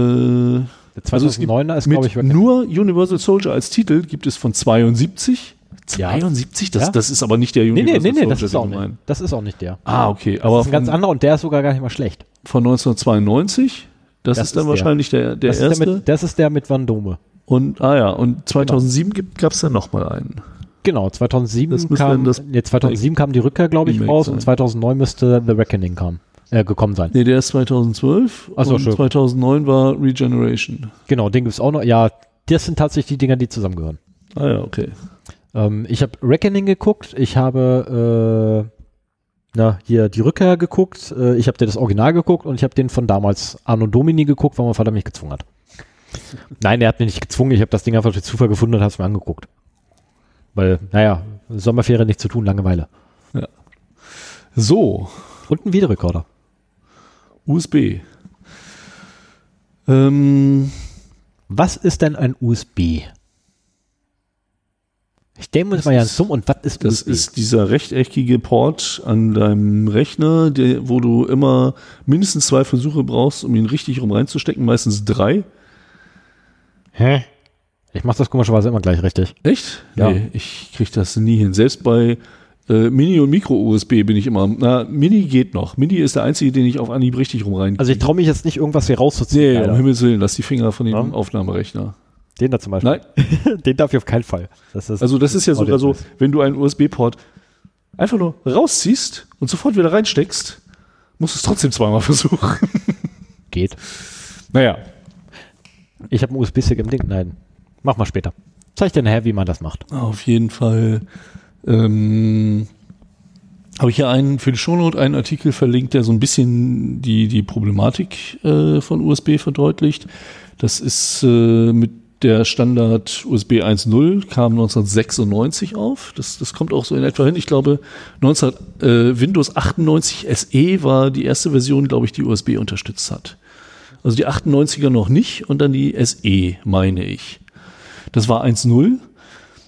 2009er ist, glaube ich, wirklich. Nur Universal Soldier als Titel gibt es von 72. 72? Ja. Das ist aber nicht der Universal Soldier. Nee, das ist auch nicht. Das ist auch nicht der. Ah, okay. Das ist ein ganz anderer und der ist sogar gar nicht mal schlecht. Von 1992? Das ist dann wahrscheinlich der erste. Das ist der mit Van Dome. Und 2007 gab es dann nochmal einen. Genau, 2007 kam die Rückkehr, glaube ich, raus und 2009 müsste The Reckoning gekommen sein. Nee, der ist 2012 und schön. 2009 war Regeneration. Genau, den gibt es auch noch. Ja, das sind tatsächlich die Dinger, die zusammengehören. Ah ja, okay. Ich habe Reckoning geguckt, ich habe hier die Rückkehr geguckt, ich habe dir das Original geguckt und ich habe den von damals Anno Domini geguckt, weil mein Vater mich gezwungen hat. Nein, er hat mich nicht gezwungen, ich habe das Ding einfach durch Zufall gefunden und habe es mir angeguckt. Weil, Sommerferien nichts zu tun, Langeweile. Ja. So. Und ein Videorekorder. USB. Was ist denn ein USB? Ich denke mir das mal ganz dumm. Und was ist USB? Das ist dieser rechteckige Port an deinem Rechner, wo du immer mindestens 2 Versuche brauchst, um ihn richtig rum reinzustecken, meistens 3. Hä? Ich mache das komischerweise immer gleich richtig. Echt? Ja. Nee, ich kriege das nie hin. Selbst bei Mini- und Micro-USB bin ich immer, Mini geht noch. Mini ist der einzige, den ich auf Anhieb richtig rum rein. Also ich traue mich jetzt nicht, irgendwas hier rauszuziehen. Nee, um Himmels Willen, lass die Finger von dem Aufnahmerechner. Den da zum Beispiel? Nein. Den darf ich auf keinen Fall. Das ist ja sogar so, wenn du einen USB-Port einfach nur rausziehst und sofort wieder reinsteckst, musst du es trotzdem zweimal versuchen. Geht. Naja. Ich habe einen USB-Stick im Ding. Nein. Mach mal später. Zeig dir nachher, wie man das macht. Auf jeden Fall habe ich hier für die Shownote einen Artikel verlinkt, der so ein bisschen die Problematik von USB verdeutlicht. Das ist mit der Standard USB 1.0 kam 1996 auf. Das kommt auch so in etwa hin. Ich glaube, Windows 98 SE war die erste Version, glaube ich, die USB unterstützt hat. Also die 98er noch nicht und dann die SE, meine ich. Das war 1.0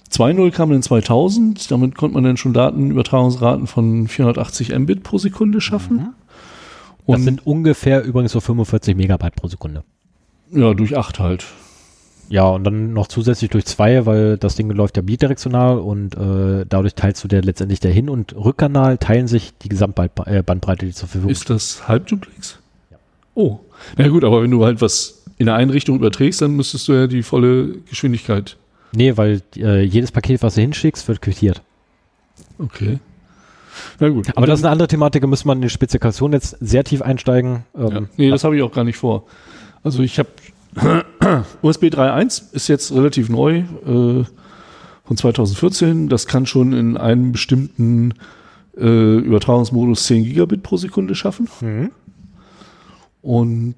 2.0 kam in 2000, damit konnte man dann schon Datenübertragungsraten von 480 Mbit pro Sekunde schaffen. Das sind ungefähr übrigens so 45 Megabyte pro Sekunde. Ja, durch 8 halt. Ja, und dann noch zusätzlich durch 2, weil das Ding läuft ja bidirektional und dadurch teilst du letztendlich der Hin- und Rückkanal, teilen sich die Gesamtbandbreite, die zur Verfügung steht. Ist das Halbduplex? Ja. Oh, na gut, aber wenn du halt was in der einen Richtung überträgst, dann müsstest du ja die volle Geschwindigkeit. Nee, weil jedes Paket, was du hinschickst, wird quittiert. Okay. Na gut. Aber das ist eine andere Thematik, da muss man in die Spezifikation jetzt sehr tief einsteigen. Ja. Nee, das habe ich auch gar nicht vor. Also ich habe USB 3.1 ist jetzt relativ neu, von 2014. Das kann schon in einem bestimmten Übertragungsmodus 10 Gigabit pro Sekunde schaffen. Mhm. Und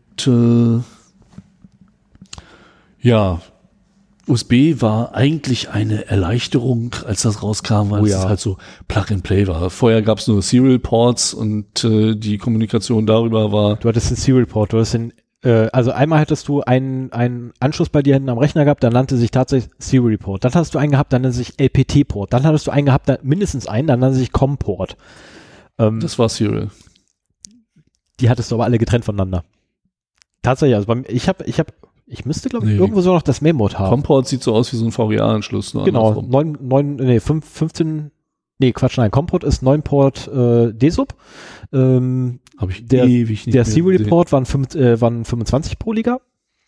ja, USB war eigentlich eine Erleichterung, als das rauskam, weil es halt so Plug-and-Play war. Vorher gab es nur Serial-Ports und die Kommunikation darüber war... Du hattest den Serial-Port, du hast den, also einmal hattest du einen Anschluss bei dir hinten am Rechner gehabt, dann nannte sich tatsächlich Serial-Port. Dann hast du einen gehabt, dann nannte sich LPT-Port. Dann hattest du einen gehabt, mindestens einen, dann nannte sich COM-Port. Das war Serial. Die hattest du aber alle getrennt voneinander. Tatsächlich, also ich müsste, glaube ich, irgendwo so noch das Mainboard haben. COM-Port sieht so aus wie so ein VGA-Anschluss. Genau, 15, COM-Port ist 9-Port D-Sub. Habe ich ewig nicht der Serial-Port waren 25 pro Liga.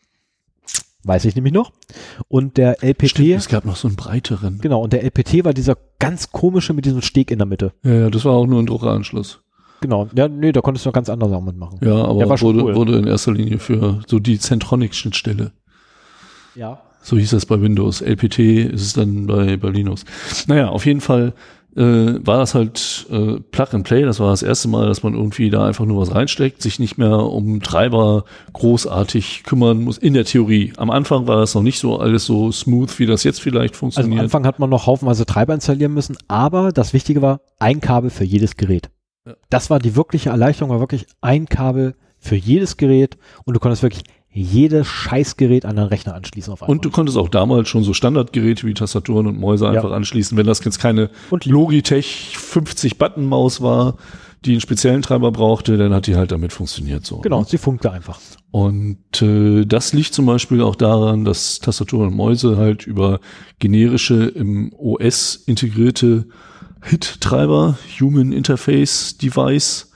Weiß ich nämlich noch. Und der LPT... Stimmt, es gab noch so einen breiteren. Genau, und der LPT war dieser ganz komische mit diesem Steg in der Mitte. Ja, das war auch nur ein Druckeranschluss. Genau, ja, nee, da konntest du noch ganz andere Sachen mitmachen. Ja, aber cool. wurde in erster Linie für so die Centronics-Schnittstelle. Ja. So hieß das bei Windows. LPT ist es dann bei Linux. Naja, auf jeden Fall war das halt Plug and Play. Das war das erste Mal, dass man irgendwie da einfach nur was reinsteckt, sich nicht mehr um Treiber großartig kümmern muss. In der Theorie. Am Anfang war das noch nicht so alles so smooth, wie das jetzt vielleicht funktioniert. Also am Anfang hat man noch haufenweise Treiber installieren müssen, aber das Wichtige war, ein Kabel für jedes Gerät. Ja. Das war die wirkliche Erleichterung, war wirklich ein Kabel für jedes Gerät und du konntest wirklich jedes Scheißgerät an den Rechner anschließen auf einmal. Und du konntest auch damals schon so Standardgeräte wie Tastaturen und Mäuse einfach anschließen, wenn das jetzt keine Logitech 50-Button-Maus war, die einen speziellen Treiber brauchte, dann hat die halt damit funktioniert so. Genau, sie funkte einfach. Und das liegt zum Beispiel auch daran, dass Tastaturen und Mäuse halt über generische im OS integrierte HIT-Treiber, Human Interface Device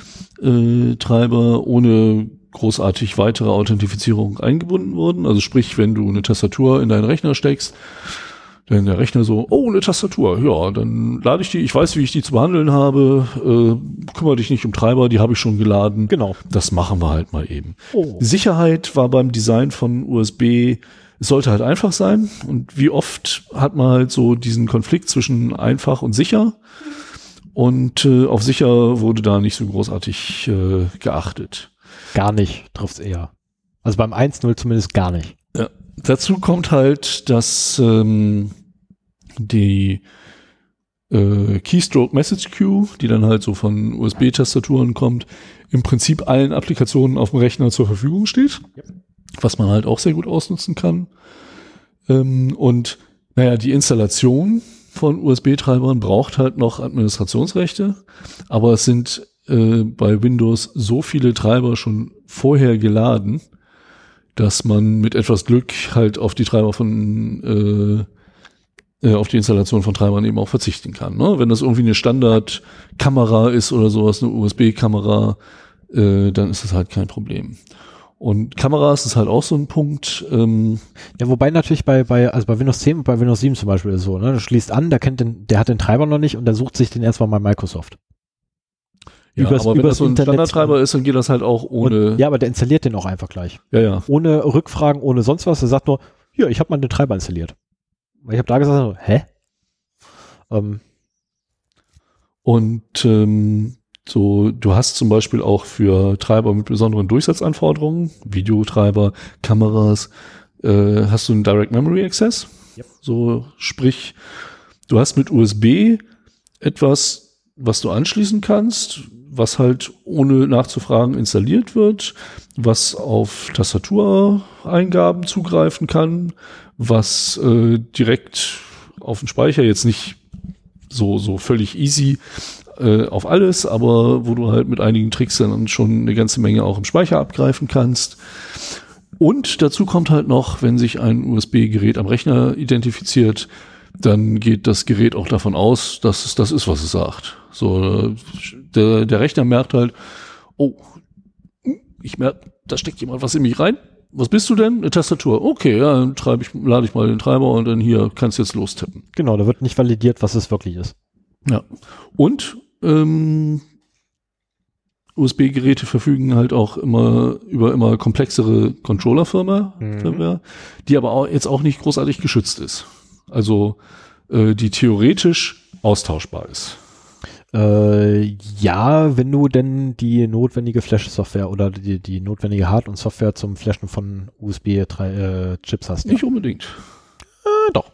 Treiber ohne großartig weitere Authentifizierung eingebunden wurden. Also sprich, wenn du eine Tastatur in deinen Rechner steckst, dann der Rechner so, oh, eine Tastatur, ja, dann lade ich die, ich weiß, wie ich die zu behandeln habe, kümmere dich nicht um Treiber, die habe ich schon geladen. Genau. Das machen wir halt mal eben. Sicherheit war beim Design von USB, es sollte halt einfach sein. Und wie oft hat man halt so diesen Konflikt zwischen einfach und sicher. Und auf sicher wurde da nicht so großartig geachtet. Gar nicht, trifft's eher. Also beim 1.0 zumindest gar nicht. Ja. Dazu kommt halt, dass die Keystroke Message Queue, die dann halt so von USB-Tastaturen kommt, im Prinzip allen Applikationen auf dem Rechner zur Verfügung steht. Ja. Was man halt auch sehr gut ausnutzen kann. Und naja, die Installation von USB-Treibern braucht halt noch Administrationsrechte, aber es sind bei Windows so viele Treiber schon vorher geladen, dass man mit etwas Glück halt auf die Treiber von auf die Installation von Treibern eben auch verzichten kann. Ne? Wenn das irgendwie eine Standardkamera ist oder sowas, eine USB-Kamera, dann ist das halt kein Problem. Und Kameras ist halt auch so ein Punkt. Ja, wobei natürlich bei Windows 10 und bei Windows 7 zum Beispiel ist so, ne? Du schließt an, der hat den Treiber noch nicht und der sucht sich den erstmal bei Microsoft. Ja, aber wenn das so ein Standardtreiber ist, dann geht das halt auch ohne... Und, ja, aber der installiert den auch einfach gleich. Ja, ja. Ohne Rückfragen, ohne sonst was. Der sagt nur, hier, ich habe mal den Treiber installiert. Ich habe da gesagt, hä? So, du hast zum Beispiel auch für Treiber mit besonderen Durchsatzanforderungen, Videotreiber, Kameras, hast du einen Direct Memory Access. Yep. So, sprich, du hast mit USB etwas, was du anschließen kannst, was halt ohne nachzufragen installiert wird, was auf Tastatureingaben zugreifen kann, was direkt auf den Speicher, jetzt nicht so völlig easy auf alles, aber wo du halt mit einigen Tricks dann schon eine ganze Menge auch im Speicher abgreifen kannst. Und dazu kommt halt noch, wenn sich ein USB-Gerät am Rechner identifiziert, dann geht das Gerät auch davon aus, dass es das ist, was es sagt. So, der Rechner merkt halt, oh, ich merke, da steckt jemand was in mich rein. Was bist du denn? Eine Tastatur. Okay, ja, dann lade ich mal den Treiber und dann hier kannst du jetzt lostippen. Genau, da wird nicht validiert, was es wirklich ist. Ja. Und USB-Geräte verfügen halt auch über immer komplexere Controller-Firmware, die aber auch jetzt auch nicht großartig geschützt ist. Also die theoretisch austauschbar ist. Ja, wenn du denn die notwendige Flash-Software oder die notwendige Hard- und Software zum Flashen von USB-Chips hast. Nicht unbedingt. Doch.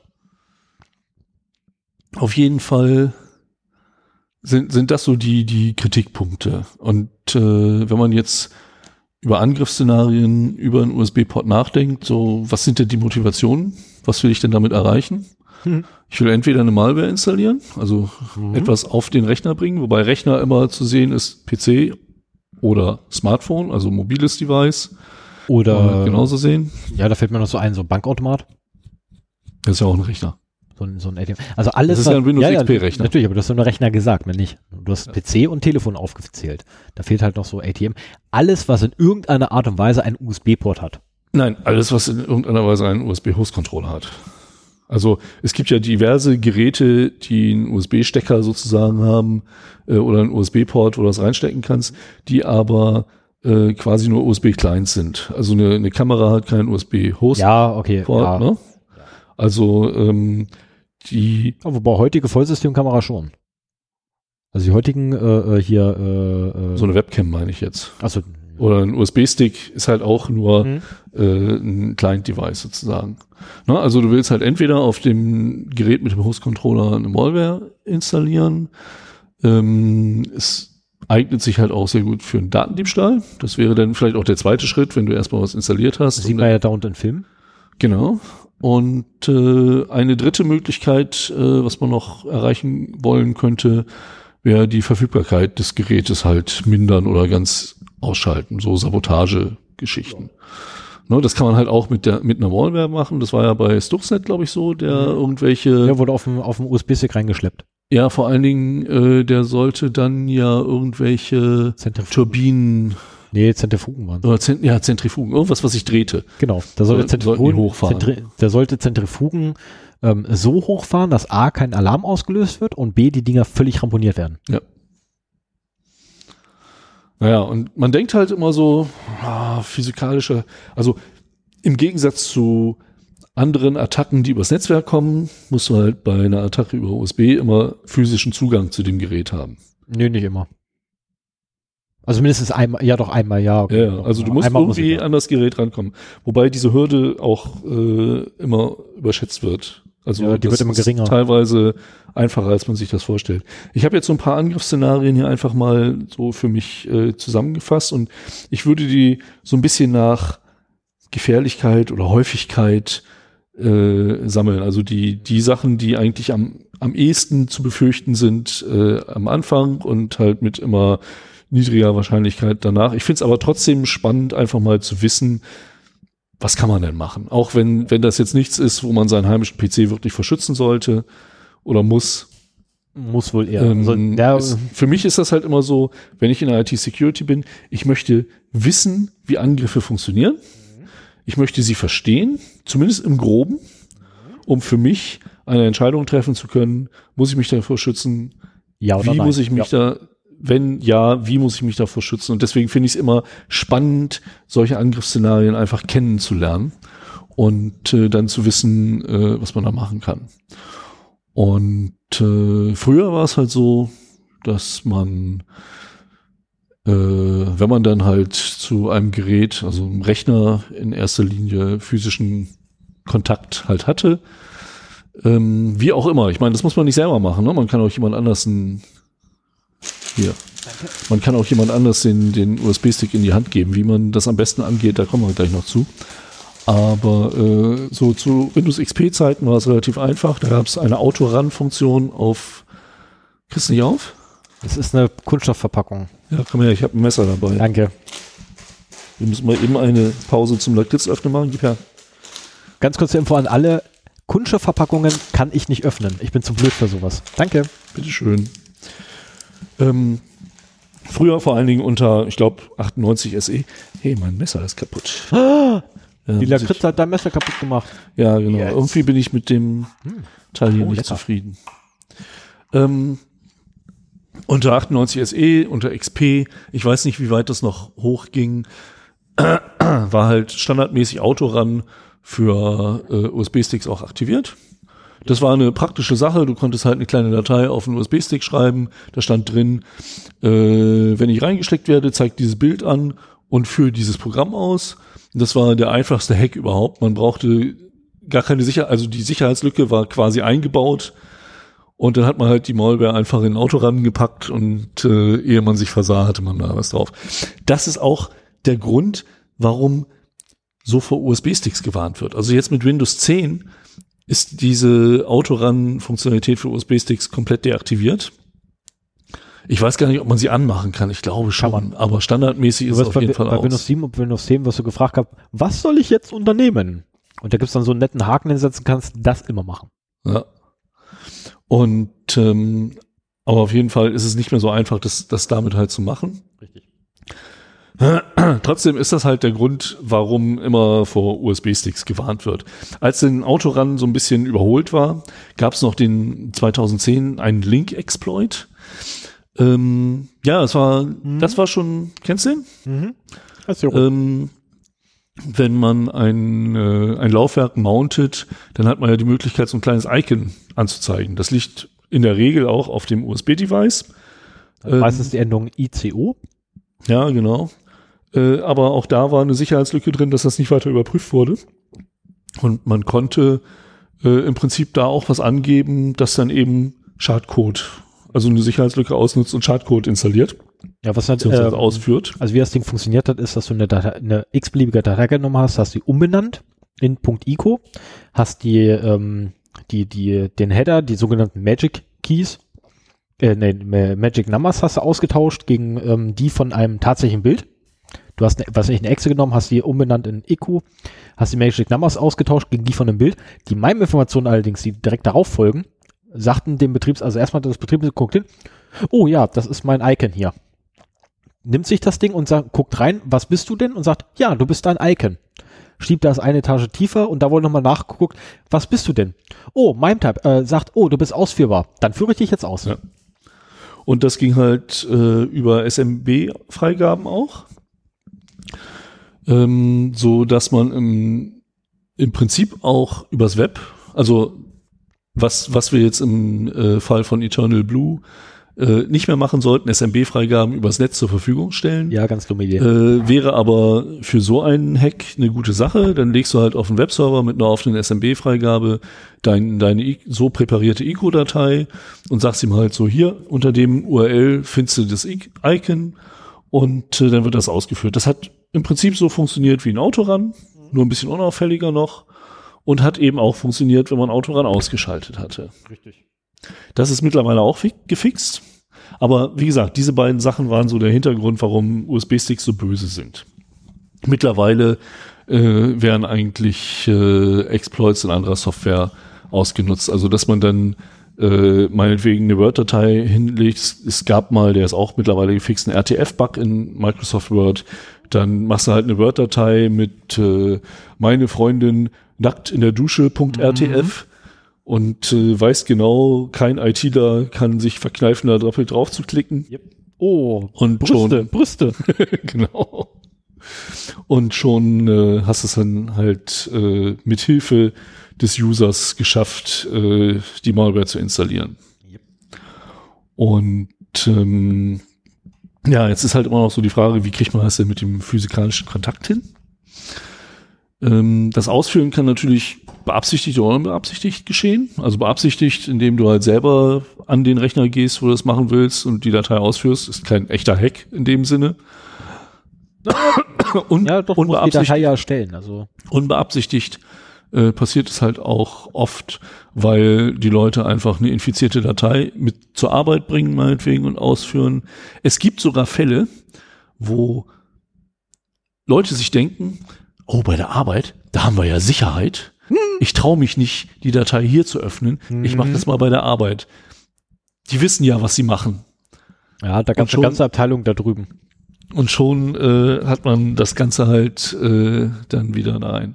Auf jeden Fall sind das so die Kritikpunkte. Und wenn man jetzt über Angriffsszenarien über einen USB-Port nachdenkt, so was sind denn die Motivationen? Was will ich denn damit erreichen? Ich will entweder eine Malware installieren, also etwas auf den Rechner bringen, wobei Rechner immer zu sehen ist PC oder Smartphone, also mobiles Device. Oder genauso sehen. Ja, da fällt mir noch so ein, so ein Bankautomat. Das ist ja auch ein Rechner. So ein ATM. Also alles. Das ist ja ein Windows XP-Rechner. Natürlich, aber du hast so einen Rechner gesagt, wenn nicht. Du hast PC und Telefon aufgezählt. Da fehlt halt noch so ATM. Alles, was in irgendeiner Art und Weise einen USB-Port hat. Nein, alles, was in irgendeiner Weise einen USB-Host-Controller hat. Also es gibt ja diverse Geräte, die einen USB-Stecker sozusagen haben oder einen USB-Port, wo du das reinstecken kannst, die aber quasi nur USB-Clients sind. Also eine Kamera hat keinen USB-Host-Port. Ja, okay. Ja. Ne? Also wobei heutige Vollsystemkamera schon. Also die heutigen so eine Webcam meine ich jetzt. Achso. Oder ein USB-Stick ist halt auch nur ein Client-Device sozusagen. Na, also du willst halt entweder auf dem Gerät mit dem Host-Controller eine Malware installieren. Es eignet sich halt auch sehr gut für einen Datendiebstahl. Das wäre dann vielleicht auch der zweite Schritt, wenn du erstmal was installiert hast. Das sieht man ja dauernd in Filmen. Genau. Und eine dritte Möglichkeit, was man noch erreichen wollen könnte, wäre die Verfügbarkeit des Gerätes halt mindern oder ganz ausschalten, so Sabotagegeschichten. Ja. Ne, das kann man halt auch mit einer Malware machen. Das war ja bei Stuxnet, glaube ich, so, der irgendwelche... Der wurde auf dem USB-Stick reingeschleppt. Ja, vor allen Dingen, der sollte dann ja irgendwelche Turbinen... Nee, Zentrifugen waren es. Zentrifugen. Irgendwas, was sich drehte. Genau. Da sollte Zentrifugen hochfahren. Der sollte Zentrifugen so hochfahren, dass A, kein Alarm ausgelöst wird und B, die Dinger völlig ramponiert werden. Ja. Naja, und man denkt halt immer so, physikalische, also im Gegensatz zu anderen Attacken, die übers Netzwerk kommen, musst du halt bei einer Attacke über USB immer physischen Zugang zu dem Gerät haben. Nee, nicht immer. Also mindestens einmal, ja. Okay. Ja, also du musst irgendwie an das Gerät rankommen. Wobei diese Hürde auch immer überschätzt wird. Also ja, die wird immer geringer. Teilweise einfacher, als man sich das vorstellt. Ich habe jetzt so ein paar Angriffsszenarien hier einfach mal so für mich zusammengefasst und ich würde die so ein bisschen nach Gefährlichkeit oder Häufigkeit sammeln. Also die Sachen, die eigentlich am ehesten zu befürchten sind am Anfang und halt mit immer niedriger Wahrscheinlichkeit danach. Ich finde es aber trotzdem spannend, einfach mal zu wissen, was kann man denn machen? Auch wenn das jetzt nichts ist, wo man seinen heimischen PC wirklich verschützen sollte oder muss. Muss wohl eher. Für mich ist das halt immer so, wenn ich in der IT-Security bin, ich möchte wissen, wie Angriffe funktionieren. Ich möchte sie verstehen, zumindest im Groben, um für mich eine Entscheidung treffen zu können, muss ich mich davor schützen? Ja oder wie nein? Muss ich mich wenn ja, wie muss ich mich davor schützen? Und deswegen finde ich es immer spannend, solche Angriffsszenarien einfach kennenzulernen und dann zu wissen, was man da machen kann. Und früher war es halt so, dass man, wenn man dann halt zu einem Gerät, also einem Rechner in erster Linie physischen Kontakt halt hatte, wie auch immer. Ich meine, das muss man nicht selber machen. Ne? Man kann auch jemand anders Man kann auch jemand anders den USB-Stick in die Hand geben. Wie man das am besten angeht, da kommen wir gleich noch zu. Aber so zu Windows XP-Zeiten war es relativ einfach. Da gab es eine Autorun-Funktion auf. Kriegst du nicht auf? Das ist eine Kunststoffverpackung. Ja, komm her, ich habe ein Messer dabei. Danke. Wir müssen mal eben eine Pause zum Lakritzöffnen machen. Gib her. Ganz kurze Info an alle. Kunststoffverpackungen kann ich nicht öffnen. Ich bin zu blöd für sowas. Danke. Bitteschön. Früher vor allen Dingen unter, ich glaube, 98 SE. Hey, mein Messer ist kaputt. Die Lakritz hat dein Messer kaputt gemacht. Ja, genau. Yes. Irgendwie bin ich mit dem Teil hier nicht lecker. zufrieden. Unter 98 SE, unter XP, ich weiß nicht, wie weit das noch hochging, war halt standardmäßig Autorun für USB-Sticks auch aktiviert. Das war eine praktische Sache. Du konntest halt eine kleine Datei auf einen USB-Stick schreiben. Da stand drin, wenn ich reingesteckt werde, zeigt dieses Bild an und führe dieses Programm aus. Das war der einfachste Hack überhaupt. Man brauchte gar keine Sicherheit, also die Sicherheitslücke war quasi eingebaut. Und dann hat man halt die Malware einfach in ein Auto rangepackt und ehe man sich versah, hatte man da was drauf. Das ist auch der Grund, warum so vor USB-Sticks gewarnt wird. Also jetzt mit Windows 10 ist diese Autorun-Funktionalität für USB-Sticks komplett deaktiviert. Ich weiß gar nicht, ob man sie anmachen kann. Ich glaube schon, aber standardmäßig ist es auf jeden Fall bei aus. Windows 7 und Windows 10 wirst du gefragt haben, was soll ich jetzt unternehmen? Und da gibt es dann so einen netten Haken, den du setzen kannst, das immer machen. Ja. Und aber auf jeden Fall ist es nicht mehr so einfach, das damit halt zu machen. Richtig. Trotzdem ist das halt der Grund, warum immer vor USB-Sticks gewarnt wird. Als den Autorun so ein bisschen überholt war, gab es noch den 2010 einen Link-Exploit. Das war schon, kennst du den? Wenn man ein Laufwerk mountet, dann hat man ja die Möglichkeit, so ein kleines Icon anzuzeigen. Das liegt in der Regel auch auf dem USB-Device. Meistens die Endung ICO. Ja, genau. Aber auch da war eine Sicherheitslücke drin, dass das nicht weiter überprüft wurde. Und man konnte im Prinzip da auch was angeben, das dann eben Schadcode, also eine Sicherheitslücke ausnutzt und Schadcode installiert. Ja, was halt ausführt. Also wie das Ding funktioniert hat, ist, dass du eine x-beliebige Datei genommen hast die umbenannt in .ico, hast den Header, die sogenannten Magic Keys, Magic Numbers hast du ausgetauscht gegen die von einem tatsächlichen Bild. Du hast eine Exe genommen, hast die umbenannt in ICO, hast die Magic Numbers ausgetauscht gegen die von dem Bild. Die MIME-Informationen allerdings, die direkt darauf folgen, sagten dem erstmal das Betriebssystem guckt hin, oh ja, das ist mein Icon hier. Nimmt sich das Ding und guckt rein, was bist du denn? Und sagt, ja, du bist dein Icon. Schiebt das eine Etage tiefer und da wurde nochmal nachgeguckt, was bist du denn? Oh, MIME-Type, sagt, oh, du bist ausführbar. Dann führe ich dich jetzt aus. Ja. Und das ging halt über SMB-Freigaben auch. So dass man im Prinzip auch übers Web, also was wir jetzt im Fall von Eternal Blue nicht mehr machen sollten, SMB-Freigaben übers Netz zur Verfügung stellen. Ja, ganz dumme Idee. Wäre aber für so einen Hack eine gute Sache. Dann legst du halt auf einen Webserver mit einer offenen SMB-Freigabe deine so präparierte ICO-Datei und sagst ihm halt so, hier unter dem URL findest du das Icon und dann wird das ausgeführt. Das hat im Prinzip so funktioniert wie ein Autorun, nur ein bisschen unauffälliger noch und hat eben auch funktioniert, wenn man Autorun ausgeschaltet hatte. Richtig. Das ist mittlerweile auch gefixt. Aber wie gesagt, diese beiden Sachen waren so der Hintergrund, warum USB-Sticks so böse sind. Mittlerweile werden eigentlich Exploits in anderer Software ausgenutzt. Also dass man dann meinetwegen eine Word-Datei hinlegt. Es gab mal, der ist auch mittlerweile gefixt, einen RTF-Bug in Microsoft Word. Dann machst du halt eine Word-Datei mit meine Freundin nackt in der Dusche.rtf und weißt genau, kein ITler kann sich verkneifen, da doppelt drauf zu klicken. Yep. Oh, und Brüste. Genau. Und schon hast du es dann halt mit Hilfe des Users geschafft, die Malware zu installieren. Yep. Und jetzt ist halt immer noch so die Frage, wie kriegt man das denn mit dem physikalischen Kontakt hin? Das Ausführen kann natürlich beabsichtigt oder unbeabsichtigt geschehen. Also beabsichtigt, indem du halt selber an den Rechner gehst, wo du das machen willst und die Datei ausführst. Ist kein echter Hack in dem Sinne. Ja, doch, muss die Datei ja erstellen. Also. Unbeabsichtigt passiert es halt auch oft, weil die Leute einfach eine infizierte Datei mit zur Arbeit bringen, meinetwegen, und ausführen. Es gibt sogar Fälle, wo Leute sich denken, oh, bei der Arbeit, da haben wir ja Sicherheit. Ich traue mich nicht, die Datei hier zu öffnen. Ich mache das mal bei der Arbeit. Die wissen ja, was sie machen. Ja, da gab es eine ganze Abteilung da drüben. Und schon hat man das Ganze halt dann wieder rein.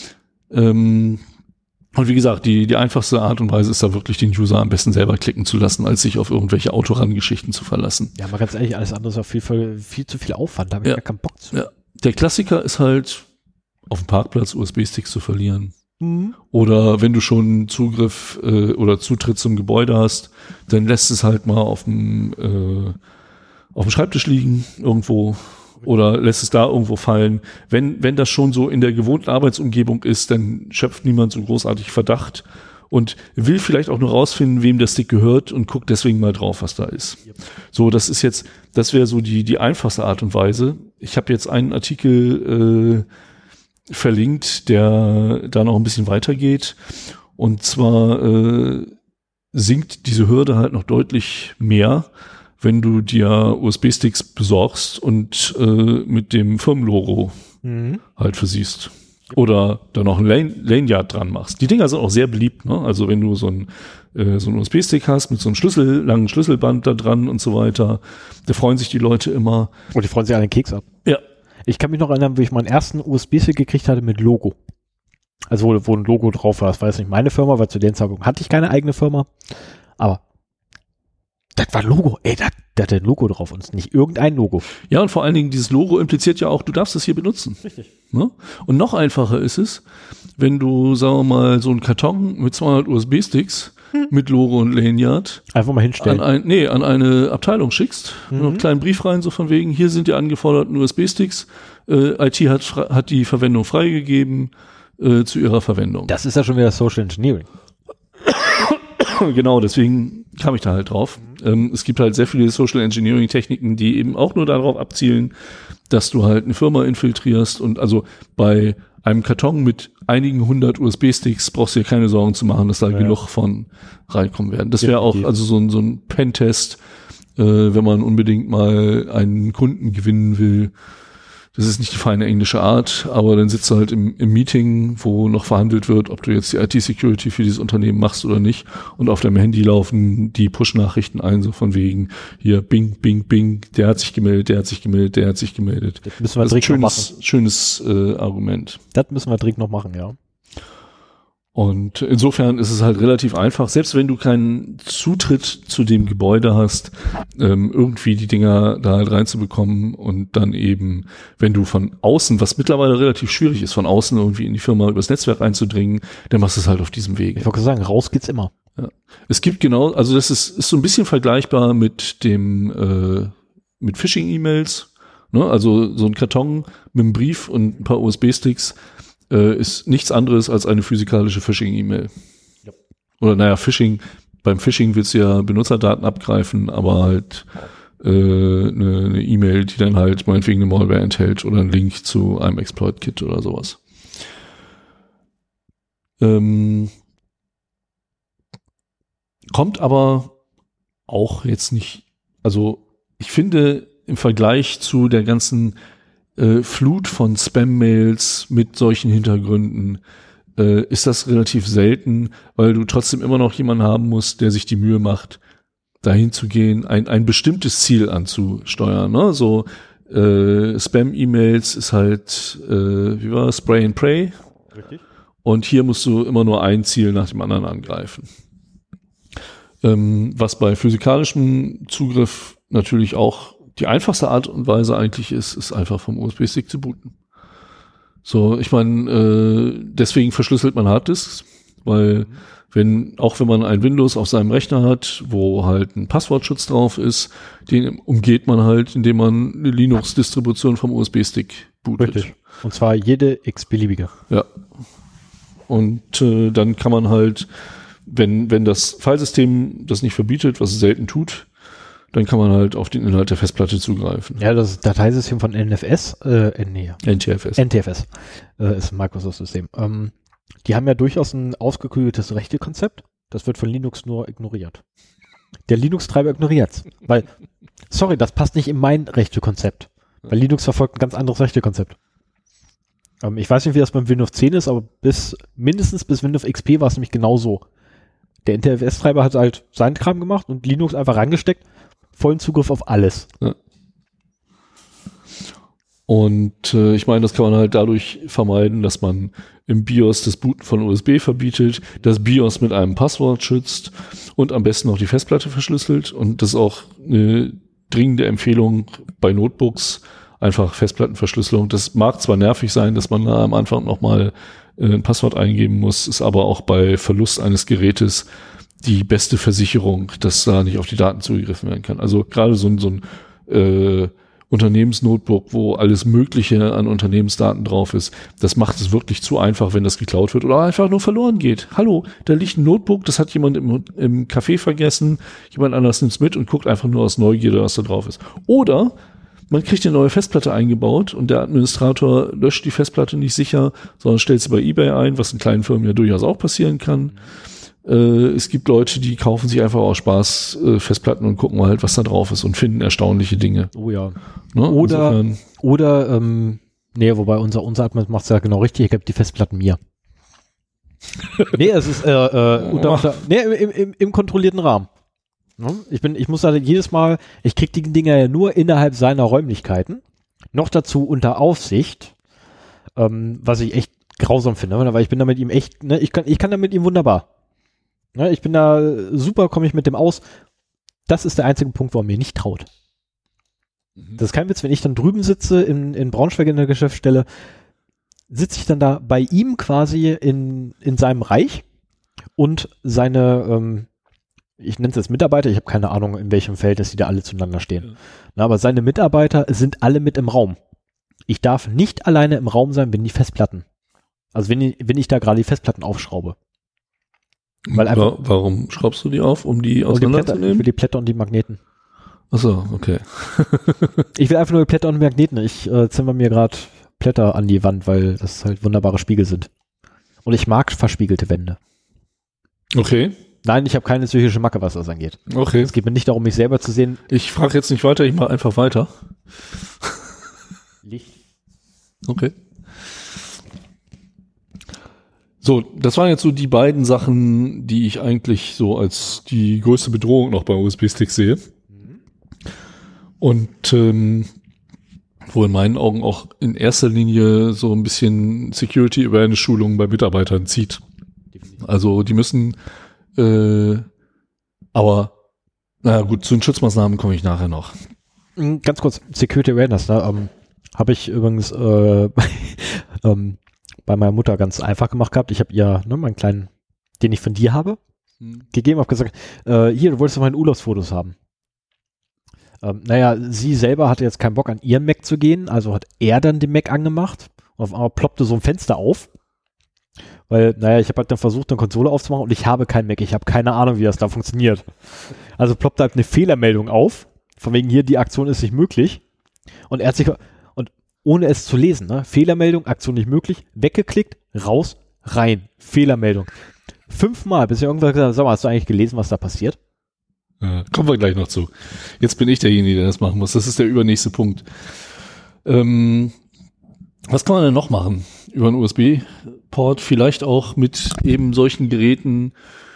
Und wie gesagt, die einfachste Art und Weise ist da wirklich den User am besten selber klicken zu lassen, als sich auf irgendwelche Autoran-Geschichten zu verlassen. Ja, mal ganz ehrlich, alles andere ist auch viel zu viel Aufwand, da habe ich gar keinen Bock zu. Ja. Der Klassiker ist halt, auf dem Parkplatz USB-Sticks zu verlieren. Oder wenn du schon Zugriff oder Zutritt zum Gebäude hast, dann lässt es halt mal auf dem Schreibtisch liegen irgendwo. Oder lässt es da irgendwo fallen. Wenn das schon so in der gewohnten Arbeitsumgebung ist, dann schöpft niemand so großartig Verdacht und will vielleicht auch nur rausfinden, wem der Stick gehört und guckt deswegen mal drauf, was da ist. Yep. So, das wäre so die einfachste Art und Weise. Ich habe jetzt einen Artikel verlinkt, der da noch ein bisschen weitergeht. Und zwar sinkt diese Hürde halt noch deutlich mehr, wenn du dir USB-Sticks besorgst und mit dem Firmenlogo halt versiehst. Oder da noch ein Lanyard dran machst. Die Dinger sind auch sehr beliebt, ne? Also wenn du so einen USB-Stick hast mit so einem langen Schlüsselband da dran und so weiter, da freuen sich die Leute immer. Und die freuen sich an den Keks ab. Ja. Ich kann mich noch erinnern, wie ich meinen ersten USB-Stick gekriegt hatte mit Logo. Also wo ein Logo drauf war. Das war jetzt nicht meine Firma, weil zu dem Zeitpunkt hatte ich keine eigene Firma. Aber das war Logo. Ey, da hat ein Logo drauf und nicht irgendein Logo. Ja, und vor allen Dingen dieses Logo impliziert ja auch, du darfst es hier benutzen. Richtig. Ne? Und noch einfacher ist es, wenn du, sagen wir mal, so einen Karton mit 200 USB-Sticks mit Logo und Lanyard einfach mal hinstellen. An eine Abteilung schickst, noch einen kleinen Brief rein, so von wegen, hier sind die angeforderten USB-Sticks, IT hat die Verwendung freigegeben zu ihrer Verwendung. Das ist ja schon wieder Social Engineering. Genau, deswegen kam ich da halt drauf. Es gibt halt sehr viele Social Engineering Techniken, die eben auch nur darauf abzielen, dass du halt eine Firma infiltrierst, und also bei einem Karton mit einigen 100 USB-Sticks brauchst du dir keine Sorgen zu machen, dass da genug von reinkommen werden. Das wäre auch also so ein Pentest, wenn man unbedingt mal einen Kunden gewinnen will. Das ist nicht die feine englische Art, aber dann sitzt du halt im Meeting, wo noch verhandelt wird, ob du jetzt die IT-Security für dieses Unternehmen machst oder nicht. Und auf deinem Handy laufen die Push-Nachrichten ein, so von wegen, hier, bing, bing, bing, der hat sich gemeldet, der hat sich gemeldet, der hat sich gemeldet. Das müssen wir dringend noch machen. Schönes Argument. Das müssen wir dringend noch machen, ja. Und insofern ist es halt relativ einfach, selbst wenn du keinen Zutritt zu dem Gebäude hast, irgendwie die Dinger da halt reinzubekommen, und dann eben, wenn du von außen, was mittlerweile relativ schwierig ist, von außen irgendwie in die Firma übers Netzwerk einzudringen, dann machst du es halt auf diesem Weg. Ich wollte sagen, raus geht's immer. Ja. Es gibt also das ist so ein bisschen vergleichbar mit mit Phishing-E-Mails, ne? Also so ein Karton mit einem Brief und ein paar USB-Sticks ist nichts anderes als eine physikalische Phishing-E-Mail. Ja. Oder beim Phishing willst du ja Benutzerdaten abgreifen, aber halt eine E-Mail, die dann halt meinetwegen eine Malware enthält oder einen Link zu einem Exploit-Kit oder sowas. Kommt aber auch jetzt nicht, also ich finde im Vergleich zu der ganzen Flut von Spam-Mails mit solchen Hintergründen ist das relativ selten, weil du trotzdem immer noch jemanden haben musst, der sich die Mühe macht, dahin zu gehen, ein bestimmtes Ziel anzusteuern. Ne? So Spam-E-Mails ist halt, wie war Spray and Pray. Richtig. Und hier musst du immer nur ein Ziel nach dem anderen angreifen. Was bei physikalischem Zugriff natürlich auch die einfachste Art und Weise eigentlich ist einfach vom USB-Stick zu booten. So, ich meine, deswegen verschlüsselt man Harddisks, weil wenn man ein Windows auf seinem Rechner hat, wo halt ein Passwortschutz drauf ist, den umgeht man halt, indem man eine Linux-Distribution vom USB-Stick bootet. Richtig. Und zwar jede x-beliebige. Ja. Und dann kann man halt, wenn das Filesystem das nicht verbietet, was es selten tut, dann kann man halt auf den Inhalt der Festplatte zugreifen. Ja, das Dateisystem von NTFS ist ein Microsoft-System. Die haben ja durchaus ein ausgeklügeltes Rechtekonzept. Das wird von Linux nur ignoriert. Der Linux-Treiber ignoriert's. Weil, sorry, das passt nicht in mein Rechtekonzept. Weil Linux verfolgt ein ganz anderes Rechtekonzept. Ich weiß nicht, wie das beim Windows 10 ist, aber mindestens bis Windows XP war es nämlich genauso. Der NTFS-Treiber hat halt seinen Kram gemacht und Linux einfach reingesteckt. Vollen Zugriff auf alles. Ja. Und ich meine, das kann man halt dadurch vermeiden, dass man im BIOS das Booten von USB verbietet, das BIOS mit einem Passwort schützt und am besten auch die Festplatte verschlüsselt. Und das ist auch eine dringende Empfehlung bei Notebooks, einfach Festplattenverschlüsselung. Das mag zwar nervig sein, dass man da am Anfang nochmal ein Passwort eingeben muss, ist aber auch bei Verlust eines Gerätes die beste Versicherung, dass da nicht auf die Daten zugegriffen werden kann. Also gerade so ein Unternehmensnotebook, wo alles Mögliche an Unternehmensdaten drauf ist, das macht es wirklich zu einfach, wenn das geklaut wird oder einfach nur verloren geht. Hallo, da liegt ein Notebook, das hat jemand im Café vergessen, jemand anders nimmt es mit und guckt einfach nur aus Neugierde, was da drauf ist. Oder man kriegt eine neue Festplatte eingebaut und der Administrator löscht die Festplatte nicht sicher, sondern stellt sie bei eBay ein, was in kleinen Firmen ja durchaus auch passieren kann. Es gibt Leute, die kaufen sich einfach aus Spaß Festplatten und gucken mal halt, was da drauf ist und finden erstaunliche Dinge. Oh ja. Ne? Oder wobei unser Admin macht es ja genau richtig, er gibt die Festplatten mir. Nee, es ist im kontrollierten Rahmen. Ich muss halt jedes Mal, ich krieg die Dinger ja nur innerhalb seiner Räumlichkeiten, noch dazu unter Aufsicht, was ich echt grausam finde, weil ich bin da mit ihm echt, ne, ich kann da mit ihm wunderbar. Ne, ich bin da super, komme ich mit dem aus. Das ist der einzige Punkt, wo er mir nicht traut. Das ist kein Witz, wenn ich dann drüben sitze in Braunschweig in der Geschäftsstelle, sitze ich dann da bei ihm quasi in seinem Reich und seine ich nenne es jetzt Mitarbeiter, ich habe keine Ahnung, in welchem Verhältnis die da alle zueinander stehen. Ja. Na, aber seine Mitarbeiter sind alle mit im Raum. Ich darf nicht alleine im Raum sein, wenn wenn ich da gerade die Festplatten aufschraube. Weil einfach, warum schraubst du die auf, um die auseinanderzunehmen? Ich will die Blätter und die Magneten. Achso, okay. Ich will einfach nur die Blätter und die Magneten. Ich zimmer mir gerade Blätter an die Wand, weil das halt wunderbare Spiegel sind. Und ich mag verspiegelte Wände. Okay. Nein, ich habe keine psychische Macke, was das angeht. Okay. Es geht mir nicht darum, mich selber zu sehen. Ich frage jetzt nicht weiter, ich mache einfach weiter. Licht. Okay. So, das waren jetzt so die beiden Sachen, die ich eigentlich so als die größte Bedrohung noch bei USB-Sticks sehe. Und wo in meinen Augen auch in erster Linie so ein bisschen Security-Awareness-Schulungen bei Mitarbeitern zieht. Also die müssen aber naja gut, zu den Schutzmaßnahmen komme ich nachher noch. Ganz kurz, Security Awareness, ne? Habe ich übrigens bei meiner Mutter ganz einfach gemacht gehabt. Ich habe ihr meinen kleinen, den ich von dir habe, gegeben, habe gesagt, hier, du wolltest doch meine Urlaubsfotos haben. Sie selber hatte jetzt keinen Bock, an ihren Mac zu gehen, also hat er dann den Mac angemacht und auf einmal ploppte so ein Fenster auf. Weil, ich habe halt dann versucht, eine Konsole aufzumachen und ich habe keinen Mac. Ich habe keine Ahnung, wie das da funktioniert. Also ploppt halt eine Fehlermeldung auf. Von wegen hier, die Aktion ist nicht möglich. Und er hat sich, und ohne es zu lesen, ne? Fehlermeldung, Aktion nicht möglich, weggeklickt, raus, rein. Fehlermeldung. 5-mal, bis ich irgendwann gesagt habe, sag mal, hast du eigentlich gelesen, was da passiert? Ja, kommen wir gleich noch zu. Jetzt bin ich derjenige, der das machen muss. Das ist der übernächste Punkt. Was kann man denn noch machen über einen USB-Port? Vielleicht auch mit eben solchen Geräten,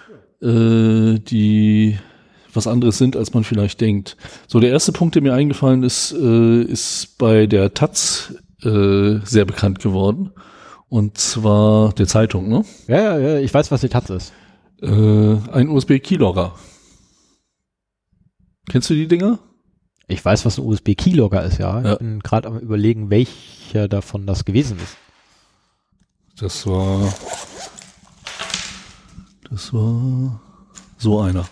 die was anderes sind, als man vielleicht denkt. So, der erste Punkt, der mir eingefallen ist, ist bei der Taz sehr bekannt geworden. Und zwar der Zeitung, ne? Ja, ich weiß, was die Taz ist. Ein USB-Keylogger. Kennst du die Dinger? Ich weiß, was ein USB-Keylogger ist, ja. Ich bin gerade am Überlegen, welcher davon das gewesen ist. Das war so einer.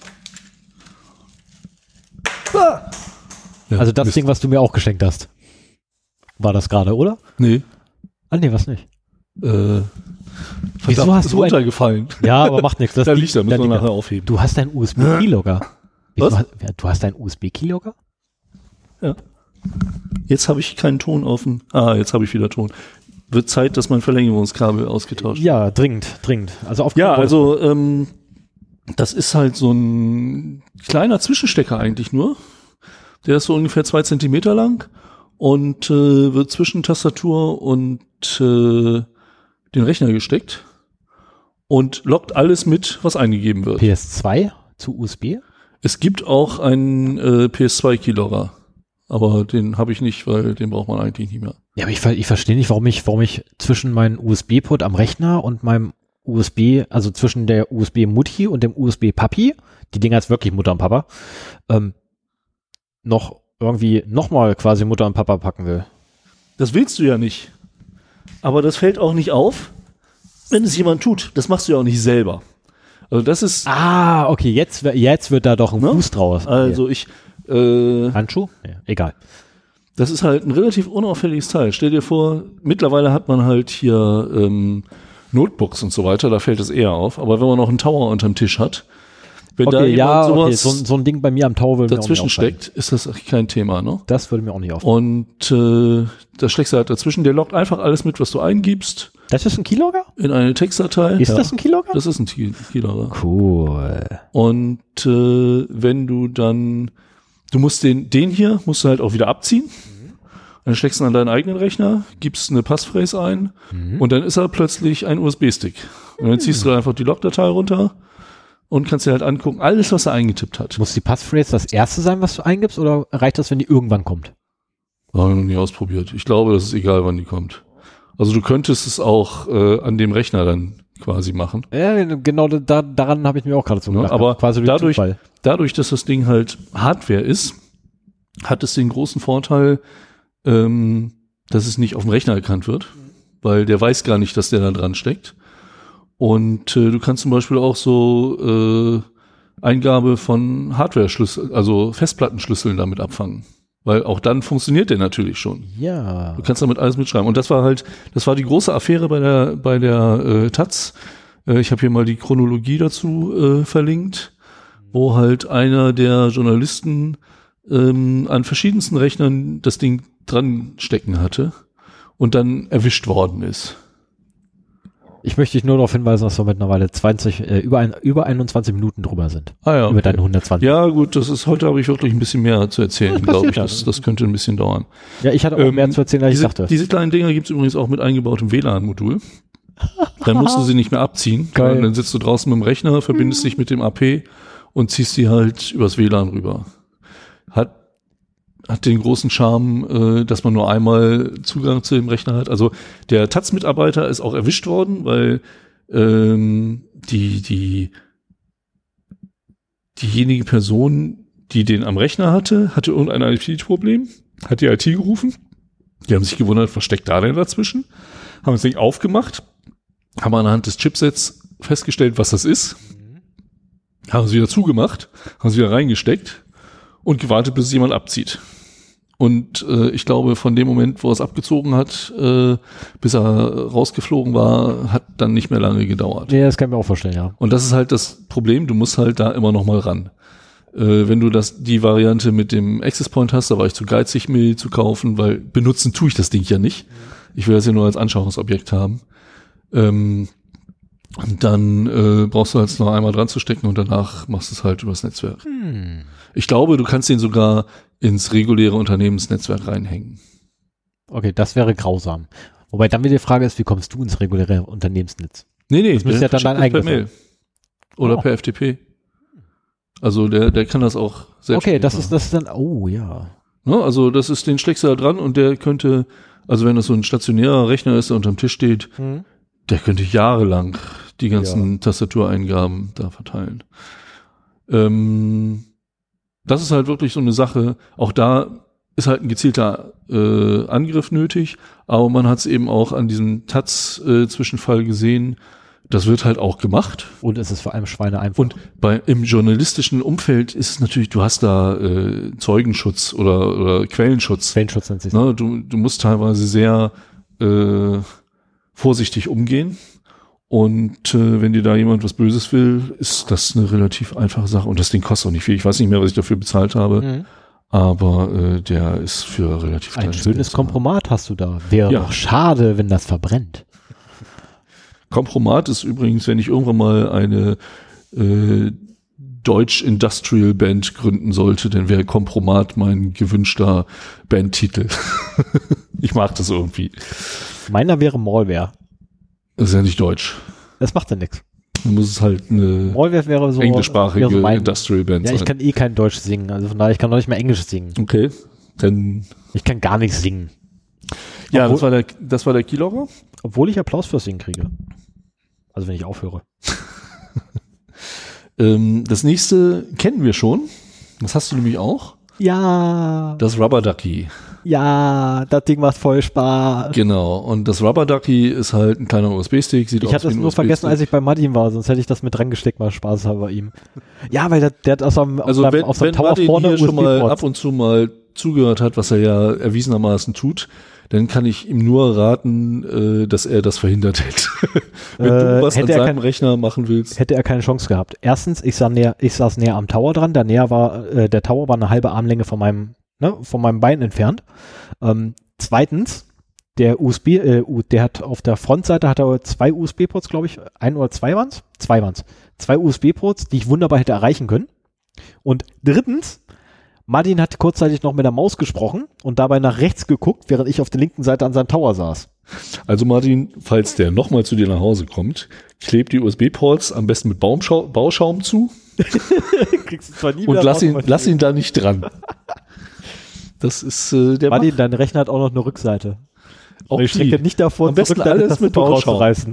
Ah! Ja, also das Ding, was du mir auch geschenkt hast. War das gerade, oder? Nee. Ah, nee, was nicht. Wieso hast du runtergefallen? Ja, aber macht nichts. Da liegt er, müssen wir nachher aufheben. Du hast einen USB-Keylogger. Was? Du hast einen USB-Keylogger? Ja. Jetzt habe ich keinen Ton offen. Jetzt habe ich wieder Ton. Wird Zeit, dass mein Verlängerungskabel ausgetauscht wird. Ja, dringend. Also das ist halt so ein kleiner Zwischenstecker eigentlich nur. Der ist so ungefähr 2 Zentimeter lang und wird zwischen Tastatur und den Rechner gesteckt und lockt alles mit, was eingegeben wird. PS2 zu USB? Es gibt auch einen PS2-Keylogger, aber den habe ich nicht, weil den braucht man eigentlich nicht mehr. Ja, aber ich verstehe nicht, warum ich zwischen meinem USB-Port am Rechner und meinem USB, also zwischen der USB-Mutti und dem USB-Papi, die Dinger ist wirklich Mutter und Papa, nochmal quasi Mutter und Papa packen will. Das willst du ja nicht. Aber das fällt auch nicht auf, wenn es jemand tut. Das machst du ja auch nicht selber. Also das ist... Okay, jetzt wird da doch ein Fuß draus. Also Handschuh? Ja, egal. Das ist halt ein relativ unauffälliges Teil. Stell dir vor, mittlerweile hat man halt hier Notebooks und so weiter, da fällt es eher auf. Aber wenn man noch einen Tower unterm Tisch hat, wenn da jemand sowas so ein Ding bei mir am Tower würde mir auch nicht dazwischen steckt, ist das kein Thema, ne? Das würde mir auch nicht auffallen. Und da steckst du halt dazwischen, der loggt einfach alles mit, was du eingibst. Das ist ein Keylogger? In eine Textdatei. Ist das ein Keylogger? Das ist ein Keylogger. Cool. Und wenn du dann, du musst den hier musst du halt auch wieder abziehen. Dann steckst du an deinen eigenen Rechner, gibst eine Passphrase ein und dann ist er plötzlich ein USB-Stick. Und dann ziehst du einfach die Logdatei runter und kannst dir halt angucken, alles, was er eingetippt hat. Muss die Passphrase das erste sein, was du eingibst, oder reicht das, wenn die irgendwann kommt? Habe ich noch nie ausprobiert. Ich glaube, das ist egal, wann die kommt. Also du könntest es auch an dem Rechner dann quasi machen. Ja, genau, daran habe ich mir auch gerade so gedacht. Aber quasi dadurch, dass das Ding halt Hardware ist, hat es den großen Vorteil, dass es nicht auf dem Rechner erkannt wird, weil der weiß gar nicht, dass der da dran steckt. Und du kannst zum Beispiel auch so Eingabe von Hardware-Schlüssel, also Festplattenschlüsseln damit abfangen. Weil auch dann funktioniert der natürlich schon. Ja. Du kannst damit alles mitschreiben. Und das war die große Affäre bei der Taz. Ich habe hier mal die Chronologie dazu verlinkt, wo halt einer der Journalisten an verschiedensten Rechnern das Ding dran stecken hatte und dann erwischt worden ist. Ich möchte dich nur darauf hinweisen, dass wir mittlerweile über 21 Minuten drüber sind. Ja, über deine 120. Ja, gut, heute habe ich wirklich ein bisschen mehr zu erzählen, glaube ich. Das könnte ein bisschen dauern. Ja, ich hatte auch mehr zu erzählen, als ich dachte. Diese kleinen Dinger gibt es übrigens auch mit eingebautem WLAN-Modul. Dann musst du sie nicht mehr abziehen. Geil. Dann sitzt du draußen mit dem Rechner, verbindest dich mit dem AP und ziehst sie halt übers WLAN rüber. Hat den großen Charme, dass man nur einmal Zugang zu dem Rechner hat. Also der Taz-Mitarbeiter ist auch erwischt worden, weil diejenige Person, die den am Rechner hatte irgendein IT-Problem, hat die IT gerufen. Die haben sich gewundert, was steckt da denn dazwischen? Haben das Ding aufgemacht, haben anhand des Chipsets festgestellt, was das ist, haben es wieder zugemacht, haben es wieder reingesteckt und gewartet, bis es jemand abzieht. Und ich glaube, von dem Moment, wo er es abgezogen hat, bis er rausgeflogen war, hat dann nicht mehr lange gedauert. Ja, das kann ich mir auch vorstellen, ja. Und das ist halt das Problem, du musst halt da immer noch mal ran. Wenn du die Variante mit dem Access Point hast, da war ich zu geizig, mir zu kaufen, weil benutzen tue ich das Ding ja nicht. Ich will das ja nur als Anschauungsobjekt haben. Und dann brauchst du halt noch einmal dran zu stecken und danach machst du es halt übers Netzwerk. Ich glaube, du kannst den sogar ins reguläre Unternehmensnetzwerk reinhängen. Okay, das wäre grausam. Wobei dann wieder die Frage ist, wie kommst du ins reguläre Unternehmensnetz? Nee, das müsste ja dann dein eigenes per Mail. Oder per FTP. Also der kann das auch selbst. Okay, das ist dann, oh ja. Ne, also den steckst du da dran und der könnte, also wenn das so ein stationärer Rechner ist, der unterm Tisch steht, der könnte jahrelang die ganzen Tastatureingaben da verteilen. Das ist halt wirklich so eine Sache, auch da ist halt ein gezielter Angriff nötig, aber man hat es eben auch an diesem Taz-Zwischenfall gesehen, das wird halt auch gemacht. Und es ist vor allem schweineeinfach. Und im journalistischen Umfeld ist es natürlich, du hast da Zeugenschutz oder Quellenschutz. Quellenschutz nennt sich. Ne, du musst teilweise sehr vorsichtig umgehen. Und wenn dir da jemand was Böses will, ist das eine relativ einfache Sache. Und das Ding kostet auch nicht viel. Ich weiß nicht mehr, was ich dafür bezahlt habe. Aber der ist für relativ ein schönes Kompromat hast du da. Wäre doch schade, wenn das verbrennt. Kompromat ist übrigens, wenn ich irgendwann mal eine Deutsch-Industrial Band gründen sollte, dann wäre Kompromat mein gewünschter Bandtitel. Ich mag das irgendwie. Meiner wäre Malware. Das ist ja nicht deutsch. Das macht ja nichts. Dann muss es halt eine Malware wäre so, englischsprachige Industrial Band sein. Ja, ich kann kein Deutsch singen. Also von daher, ich kann noch nicht mehr Englisch singen. Okay, dann... Ich kann gar nichts singen. Ja, das war der Keylogger. Obwohl ich Applaus fürs Singen kriege. Also wenn ich aufhöre. Das nächste kennen wir schon. Das hast du nämlich auch. Ja. Das Rubber Ducky. Ja, das Ding macht voll Spaß. Genau. Und das Rubber Ducky ist halt ein kleiner USB-Stick. Ich hatte es nur vergessen, als ich bei Martin war, sonst hätte ich das mit dran gesteckt, mal Spaß haben bei ihm. Ja, weil der hat auf seinem Tower Martin vorne hier schon mal ab und zu mal zugehört hat, was er ja erwiesenermaßen tut, dann kann ich ihm nur raten, dass er das verhindert hätte. Wenn du was an seinem Rechner machen willst. Hätte er keine Chance gehabt. Erstens, ich saß näher am Tower dran. Der Tower war eine halbe Armlänge von meinem Bein entfernt. Zweitens, der hat auf der Frontseite hat er 2 USB-Ports, glaube ich. 1 oder 2 waren es? 2 waren es. 2 USB-Ports, die ich wunderbar hätte erreichen können. Und drittens, Martin hat kurzzeitig noch mit der Maus gesprochen und dabei nach rechts geguckt, während ich auf der linken Seite an seinem Tower saß. Also Martin, falls der nochmal zu dir nach Hause kommt, klebt die USB-Ports am besten mit Bauschaum zu. Kriegst du zwar nie und lass ihn da nicht dran. Das ist der Martin, dein Rechner hat auch noch eine Rückseite. Auch ich schrecke nicht davor, am besten alles mit Bauschaum rauszureißen.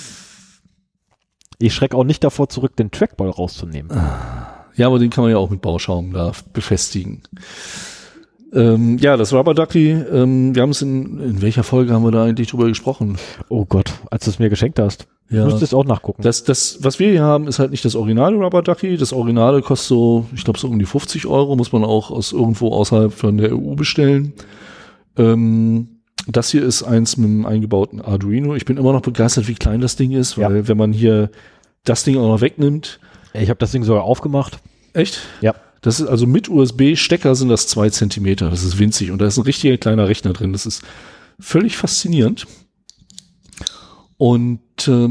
Ich schrecke auch nicht davor zurück, den Trackball rauszunehmen. Ja, aber den kann man ja auch mit Bauschaum da befestigen. Ja, das Rubber Ducky, wir haben es in welcher Folge haben wir da eigentlich drüber gesprochen? Oh Gott, als du es mir geschenkt hast. Ja. Du müsstest auch nachgucken. Das, was wir hier haben, ist halt nicht das originale Rubber Ducky. Das Originale kostet so, ich glaube so um die 50 €, muss man auch aus irgendwo außerhalb von der EU bestellen. Das hier ist eins mit einem eingebauten Arduino. Ich bin immer noch begeistert, wie klein das Ding ist, weil wenn man hier das Ding auch noch wegnimmt. Ich habe das Ding sogar aufgemacht. Echt? Ja. Das ist also mit USB-Stecker sind das 2 Zentimeter. Das ist winzig und da ist ein richtiger kleiner Rechner drin. Das ist völlig faszinierend. Und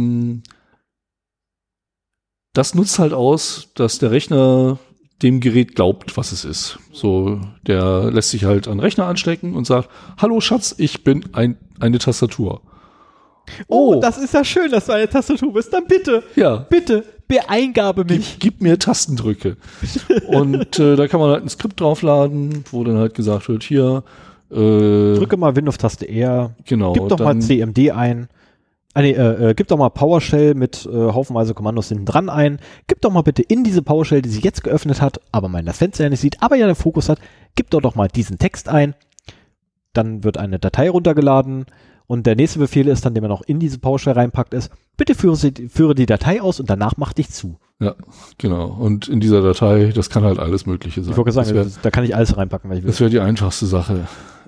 das nutzt halt aus, dass der Rechner dem Gerät glaubt, was es ist. So, der lässt sich halt an den Rechner anstecken und sagt, hallo Schatz, ich bin eine Tastatur. Oh, das ist ja schön, dass du eine Tastatur bist. Dann bitte, bitte, beeingabe mich. Gib mir Tastendrücke. Und da kann man halt ein Skript draufladen, wo dann halt gesagt wird, hier drücke mal Windows-Taste R. Genau. Gib doch mal CMD ein. Gib doch mal PowerShell mit haufenweise Kommandos hinten dran ein. Gib doch mal bitte in diese PowerShell, die sie jetzt geöffnet hat, aber man das Fenster ja nicht sieht, aber ja den Fokus hat, gib doch mal diesen Text ein. Dann wird eine Datei runtergeladen. Und der nächste Befehl ist dann, den man auch in diese PowerShell reinpackt, ist, bitte führe die Datei aus und danach mach dich zu. Ja, genau. Und in dieser Datei, das kann halt alles Mögliche sein. Ich wollte sagen, da kann ich alles reinpacken, was ich will. Das wäre die einfachste Sache.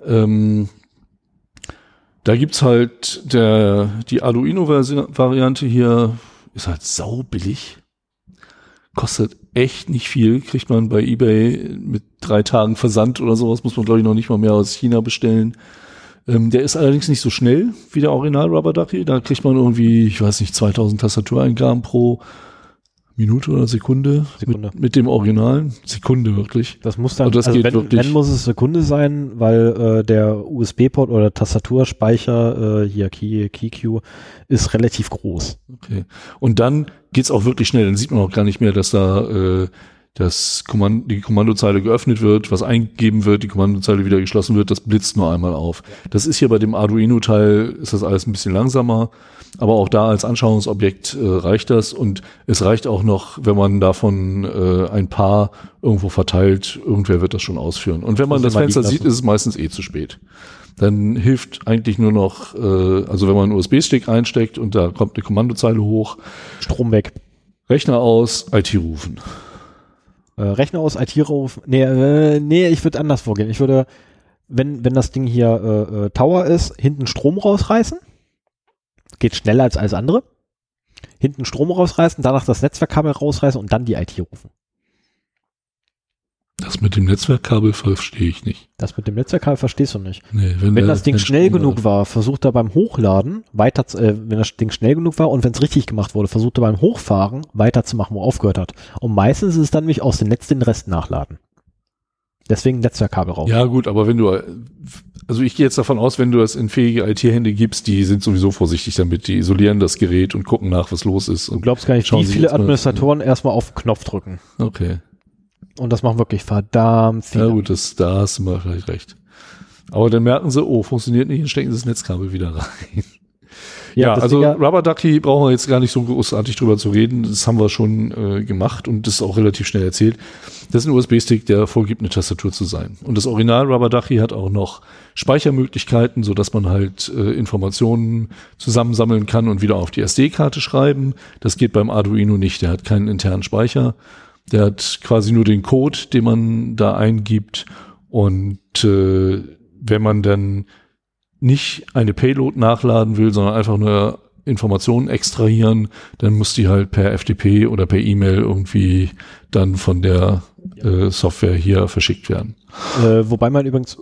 Da gibt's halt die Arduino-Variante hier, ist halt saubillig. Kostet echt nicht viel. Kriegt man bei eBay mit 3 Tagen Versand oder sowas, muss man glaube ich noch nicht mal mehr aus China bestellen. Der ist allerdings nicht so schnell wie der Original Rubber Ducky. Da kriegt man irgendwie, ich weiß nicht, 2000 Tastatureingaben pro Minute oder Sekunde. Mit dem Originalen. Sekunde wirklich. Das muss dann, das geht wirklich. Wenn muss es Sekunde sein, weil der USB-Port oder Tastaturspeicher, hier KeyQ, ist relativ groß. Okay. Und dann geht's auch wirklich schnell. Dann sieht man auch gar nicht mehr, dass da die Kommandozeile geöffnet wird, was eingegeben wird, die Kommandozeile wieder geschlossen wird, das blitzt nur einmal auf. Das ist hier bei dem Arduino-Teil, ist das alles ein bisschen langsamer, aber auch da als Anschauungsobjekt reicht das und es reicht auch noch, wenn man davon ein paar irgendwo verteilt, irgendwer wird das schon ausführen. Und wenn man das Fenster sieht, ist es meistens zu spät. Dann hilft eigentlich nur noch, also wenn man einen USB-Stick einsteckt und da kommt eine Kommandozeile hoch. Strom weg. Rechner aus, IT rufen. Rechner aus, IT rufen. Nee, ich würde anders vorgehen. Ich würde, wenn das Ding hier Tower ist, hinten Strom rausreißen. Geht schneller als alles andere. Hinten Strom rausreißen, danach das Netzwerkkabel rausreißen und dann die IT rufen. Das mit dem Netzwerkkabel verstehe ich nicht. Das mit dem Netzwerkkabel verstehst du nicht. Nee, wenn das Ding schnell genug war, versucht er beim Hochladen wenn das Ding schnell genug war und wenn es richtig gemacht wurde, versucht er beim Hochfahren weiterzumachen, wo er aufgehört hat. Und meistens ist es dann nämlich aus dem Netz den Rest nachladen. Deswegen Netzwerkkabel raus. Ja gut, aber also ich gehe jetzt davon aus, wenn du das in fähige IT-Hände gibst, die sind sowieso vorsichtig damit, die isolieren das Gerät und gucken nach, was los ist. Du glaubst gar nicht, wie viele Administratoren erstmal auf den Knopf drücken. Okay. Und das machen wirklich verdammt viele. Ja gut, da hast du mal vielleicht recht. Aber dann merken sie, funktioniert nicht, dann stecken sie das Netzkabel wieder rein. Ja, also Rubber Ducky brauchen wir jetzt gar nicht so großartig drüber zu reden. Das haben wir schon gemacht und das ist auch relativ schnell erzählt. Das ist ein USB-Stick, der vorgibt, eine Tastatur zu sein. Und das Original Rubber Ducky hat auch noch Speichermöglichkeiten, sodass man halt Informationen zusammensammeln kann und wieder auf die SD-Karte schreiben. Das geht beim Arduino nicht. Der hat keinen internen Speicher. Der hat quasi nur den Code, den man da eingibt. Und wenn man dann nicht eine Payload nachladen will, sondern einfach nur Informationen extrahieren, dann muss die halt per FTP oder per E-Mail irgendwie dann von der Software hier verschickt werden. Wobei man übrigens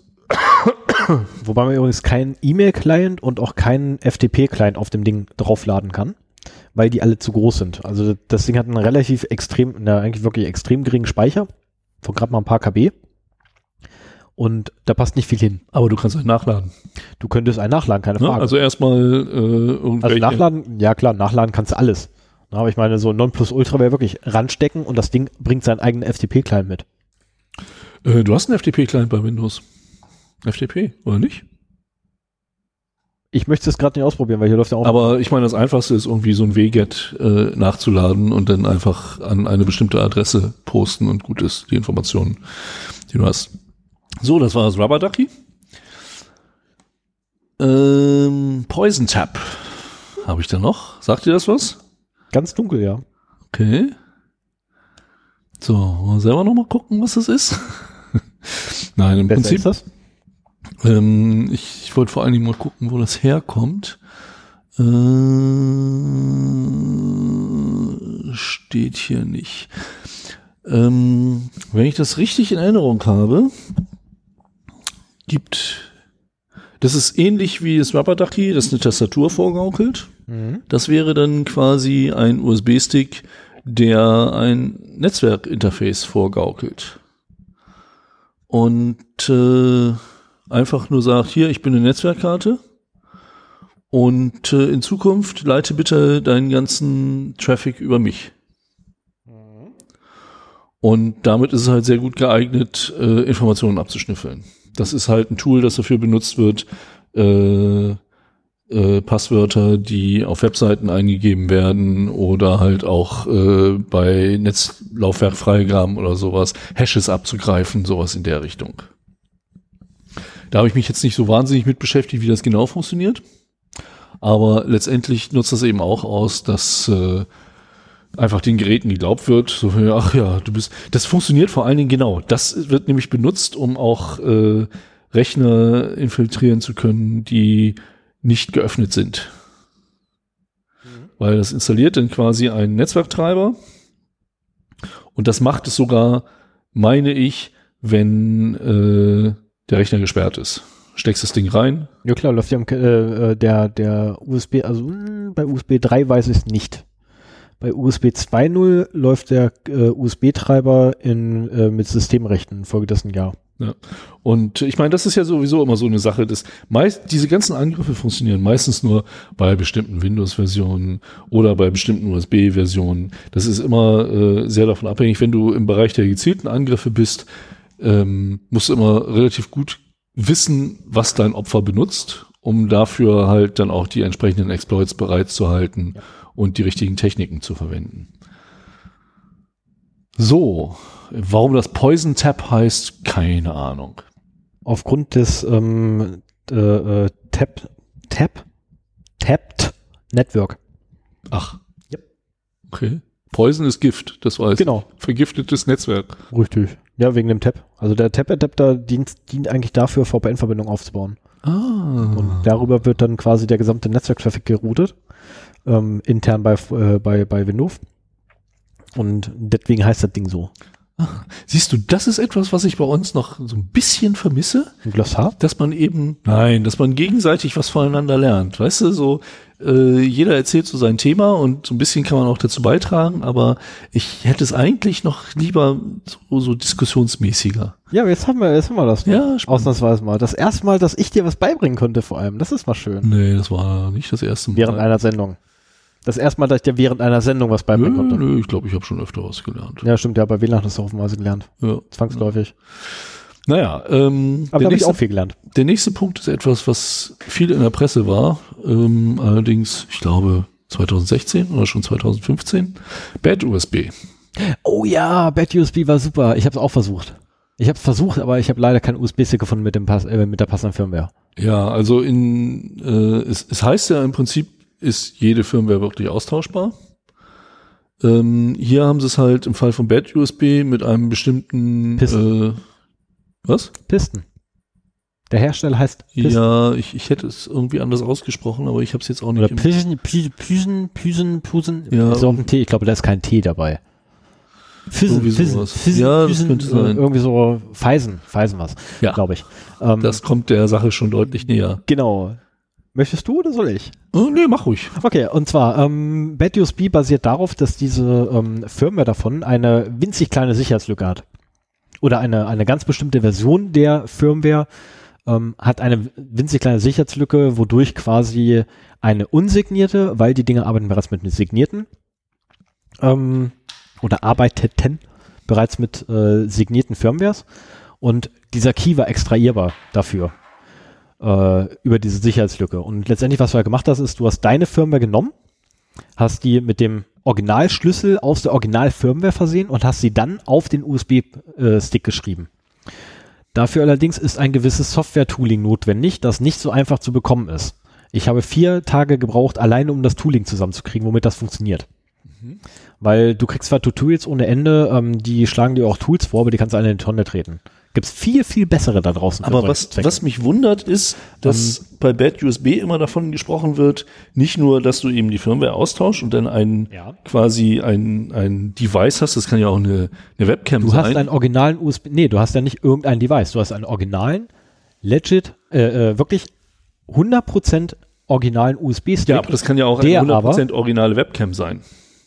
keinen E-Mail-Client und auch keinen FTP-Client auf dem Ding draufladen kann, weil die alle zu groß sind. Also das Ding hat einen relativ eigentlich wirklich extrem geringen Speicher von gerade mal ein paar KB. Und da passt nicht viel hin. Aber du kannst einen nachladen. Du könntest einen nachladen, keine Frage. Also erstmal irgendwelche... Also nachladen, ja klar, nachladen kannst du alles. Aber ich meine, so ein Nonplusultra wäre wirklich ranstecken und das Ding bringt seinen eigenen FTP-Client mit. Du hast einen FTP-Client bei Windows. FTP, oder nicht? Ich möchte es gerade nicht ausprobieren, weil hier läuft ja auch... Aber ich meine, das Einfachste ist irgendwie so ein WGET nachzuladen und dann einfach an eine bestimmte Adresse posten und gut ist, die Informationen, die du hast. So, das war das Rubber Ducky. Poison Tap habe ich da noch. Sagt ihr das was? Ganz dunkel, ja. Okay. So, mal selber noch mal gucken, was das ist. Nein, im Prinzip ist das? Ich wollte vor allen Dingen mal gucken, wo das herkommt. Steht hier nicht. Wenn ich das richtig in Erinnerung habe, das ist ähnlich wie das Rubber Ducky, das eine Tastatur vorgaukelt. Mhm. Das wäre dann quasi ein USB-Stick, der ein Netzwerkinterface vorgaukelt. Und einfach nur sagt, hier, ich bin eine Netzwerkkarte und in Zukunft leite bitte deinen ganzen Traffic über mich. Mhm. Und damit ist es halt sehr gut geeignet, Informationen abzuschnüffeln. Das ist halt ein Tool, das dafür benutzt wird, Passwörter, die auf Webseiten eingegeben werden oder halt auch bei Netzlaufwerkfreigaben oder sowas, Hashes abzugreifen, sowas in der Richtung. Da habe ich mich jetzt nicht so wahnsinnig mit beschäftigt, wie das genau funktioniert. Aber letztendlich nutzt das eben auch aus, dass einfach den Geräten geglaubt wird, so, ach ja, das funktioniert vor allen Dingen genau. Das wird nämlich benutzt, um auch Rechner infiltrieren zu können, die nicht geöffnet sind. Mhm. Weil das installiert dann quasi einen Netzwerktreiber und das macht es sogar, meine ich, wenn der Rechner gesperrt ist. Steckst das Ding rein. Ja klar, läuft ja der USB, also bei USB 3 weiß ich es nicht. Bei USB 2.0 läuft der USB-Treiber mit Systemrechten infolgedessen ja. Ja. Und ich meine, das ist ja sowieso immer so eine Sache, diese ganzen Angriffe funktionieren meistens nur bei bestimmten Windows-Versionen oder bei bestimmten USB-Versionen. Das ist immer sehr davon abhängig. Wenn du im Bereich der gezielten Angriffe bist, musst du immer relativ gut wissen, was dein Opfer benutzt, um dafür halt dann auch die entsprechenden Exploits bereitzuhalten. Ja. Und die richtigen Techniken zu verwenden. So, warum das Poison Tap heißt, keine Ahnung. Aufgrund des Tapped Network. Ach. Yep. Okay. Poison ist Gift, das weiß genau. Ich. Vergiftetes Netzwerk. Richtig. Ja, wegen dem Tap. Also der Tap-Adapter dient eigentlich dafür, VPN-Verbindungen aufzubauen. Ah. Und darüber wird dann quasi der gesamte Netzwerktraffic geroutet. intern bei Windows. Und deswegen heißt das Ding so. Siehst du, das ist etwas, was ich bei uns noch so ein bisschen vermisse. Ein Glossar? Dass man gegenseitig was voneinander lernt. Weißt du, so jeder erzählt so sein Thema und so ein bisschen kann man auch dazu beitragen, aber ich hätte es eigentlich noch lieber so diskussionsmäßiger. Ja, jetzt haben wir das. Ja, ausnahmsweise mal. Das erste Mal, dass ich dir was beibringen konnte vor allem. Das ist mal schön. Nee, das war nicht das erste Mal. Während einer Sendung. Das erste Mal, dass ich dir während einer Sendung was beibringen konnte. Nö, ich glaube, ich habe schon öfter was gelernt. Ja, stimmt, ja, bei WLAN hast du offenweise gelernt. Ja. Zwangsläufig. Naja, aber da habe ich auch viel gelernt. Der nächste Punkt ist etwas, was viel in der Presse war, allerdings, ich glaube, 2016 oder schon 2015, Bad USB. Oh ja, Bad USB war super. Ich habe es auch versucht. Aber ich habe leider keinen USB-Stick gefunden mit der passenden Firmware. Ja, also es heißt ja im Prinzip, ist jede Firmware wirklich austauschbar. Hier haben sie es halt im Fall von Bad USB mit einem bestimmten was? Pisten. Der Hersteller heißt Pisten. Ja, ich hätte es irgendwie anders ausgesprochen, aber ich habe es jetzt auch nicht. Oder Püsen. Ja, so ein T. Ich glaube, da ist kein T dabei. Füsen. Ja, das könnte sein. Irgendwie so Feisen was, ja, glaube ich. Das kommt der Sache schon deutlich näher. Genau. Möchtest du oder soll ich? Oh, nee, mach ruhig. Okay, und zwar, Bad USB basiert darauf, dass diese Firmware davon eine winzig kleine Sicherheitslücke hat. Oder eine ganz bestimmte Version der Firmware hat eine winzig kleine Sicherheitslücke, wodurch quasi eine unsignierte, weil die Dinge arbeiten bereits mit signierten oder arbeiteten bereits mit signierten Firmwares und dieser Key war extrahierbar dafür über diese Sicherheitslücke. Und letztendlich, was du halt gemacht hast, ist, du hast deine Firmware genommen, hast die mit dem Originalschlüssel aus der Original-Firmware versehen und hast sie dann auf den USB-Stick geschrieben. Dafür allerdings ist ein gewisses Software-Tooling notwendig, das nicht so einfach zu bekommen ist. Ich habe 4 Tage gebraucht, alleine um das Tooling zusammenzukriegen, womit das funktioniert. Weil du kriegst zwar Tutorials ohne Ende, die schlagen dir auch Tools vor, aber die kannst du alle in die Tonne treten. Gibt es viel, viel bessere da draußen. Aber was mich wundert ist, dass bei Bad USB immer davon gesprochen wird, nicht nur, dass du eben die Firmware austauschst und dann quasi ein Device hast, das kann ja auch eine Webcam sein. Du hast einen originalen du hast ja nicht irgendein Device, du hast einen originalen, legit, wirklich 100% originalen USB-Stick. Ja, aber das kann ja auch eine 100% originale Webcam sein.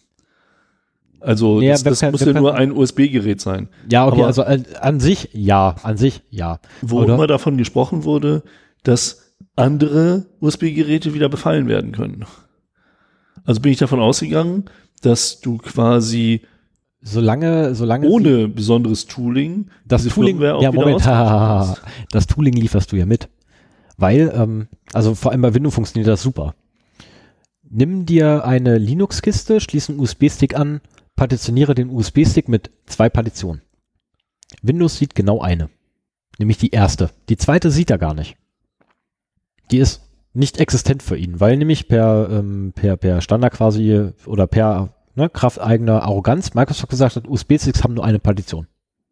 Also das muss ja nur ein USB-Gerät sein. Ja, okay, aber also an sich ja. Wo immer davon gesprochen wurde, dass andere USB-Geräte wieder befallen werden können. Also bin ich davon ausgegangen, dass du quasi solange ohne besonderes Tooling das Tooling, das Tooling lieferst du ja mit. Weil, also vor allem bei Windows funktioniert das super. Nimm dir eine Linux-Kiste, schließ einen USB-Stick an, partitioniere den USB-Stick mit 2 Partitionen. Windows sieht genau eine. Nämlich die erste. Die zweite sieht er gar nicht. Die ist nicht existent für ihn, weil nämlich per Standard quasi oder per Kraft eigener Arroganz Microsoft gesagt hat, USB-Sticks haben nur eine Partition.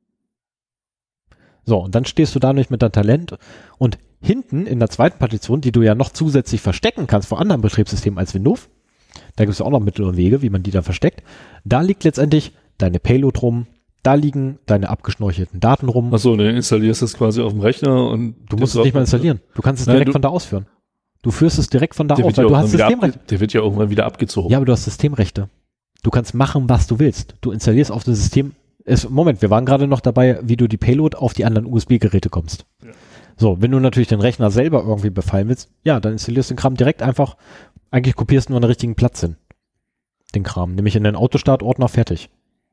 So, und dann stehst du da nicht mit deinem Talent und hinten in der zweiten Partition, die du ja noch zusätzlich verstecken kannst vor anderen Betriebssystemen als Windows, da gibt es ja auch noch Mittel und Wege, wie man die da versteckt. Da liegt letztendlich deine Payload rum, da liegen deine abgeschnorchelten Daten rum. Achso, dann installierst du es quasi auf dem Rechner und du musst es nicht mal installieren. Du kannst es direkt von da ausführen. Du führst es direkt von da aus, weil du hast Systemrechte. Der wird ja irgendwann wieder abgezogen. Ja, aber du hast Systemrechte. Du kannst machen, was du willst. Du installierst auf das System. Moment, wir waren gerade noch dabei, wie du die Payload auf die anderen USB-Geräte kommst. Ja. So, wenn du natürlich den Rechner selber irgendwie befallen willst, ja, dann installierst du den Kram direkt einfach. Eigentlich kopierst du nur an den richtigen Platz hin. Den Kram. Nämlich in den Autostart-Ordner, fertig.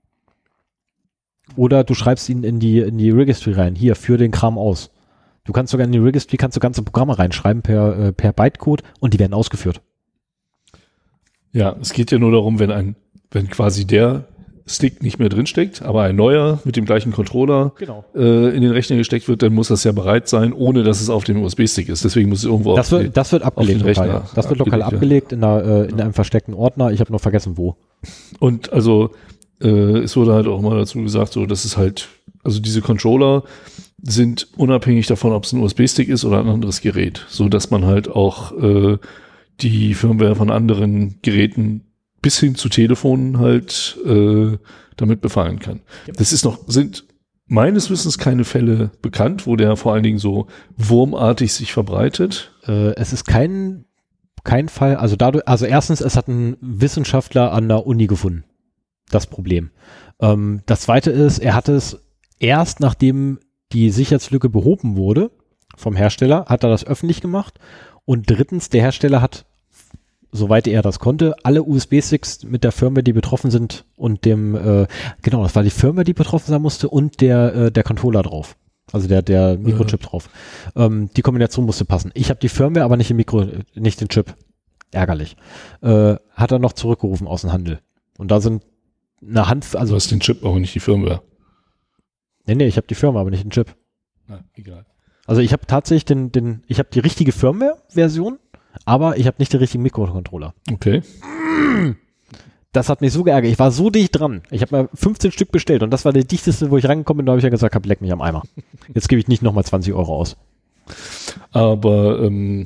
Oder du schreibst ihn in die Registry rein. Hier, führ den Kram aus. Du kannst sogar in die Registry ganze Programme reinschreiben per Bytecode und die werden ausgeführt. Ja, es geht ja nur darum, wenn quasi der Stick nicht mehr drinsteckt, aber ein neuer mit dem gleichen Controller in den Rechner gesteckt wird, dann muss das ja bereit sein, ohne dass es auf dem USB-Stick ist. Deswegen muss es irgendwo das wird abgelegt lokal, ja. Das wird lokal abgelegt in einem versteckten Ordner. Ich habe nur vergessen, wo. Und also es wurde halt auch mal dazu gesagt, so dass es halt, also diese Controller sind unabhängig davon, ob es ein USB-Stick ist oder ein anderes Gerät, so dass man halt auch die Firmware von anderen Geräten bis hin zu Telefonen halt damit befallen kann. Ja. Sind meines Wissens keine Fälle bekannt, wo der vor allen Dingen so wurmartig sich verbreitet. Es ist kein Fall, also erstens, es hat ein Wissenschaftler an der Uni gefunden, das Problem. Das zweite ist, er hat es erst nachdem die Sicherheitslücke behoben wurde vom Hersteller, hat er das öffentlich gemacht. Und drittens, der Hersteller hat, soweit er das konnte, alle USB-Sticks mit der Firmware, die betroffen sind und das war die Firmware, die betroffen sein musste und der Controller drauf. Also der Mikrochip drauf. Die Kombination musste passen. Ich habe die Firmware, aber nicht den Chip. Ärgerlich. Hat er noch zurückgerufen aus dem Handel. Und da sind eine Hand, also. Du hast den Chip, aber nicht die Firmware. Nee, ich habe die Firmware, aber nicht den Chip. Na, egal. Also ich habe tatsächlich ich habe die richtige Firmware-Version, aber ich habe nicht den richtigen Mikrocontroller. Okay. Das hat mich so geärgert. Ich war so dicht dran. Ich habe mir 15 Stück bestellt und das war der dichteste, wo ich rangekommen bin. Da habe ich ja gesagt, leck mich am Eimer. Jetzt gebe ich nicht nochmal 20 € aus. Aber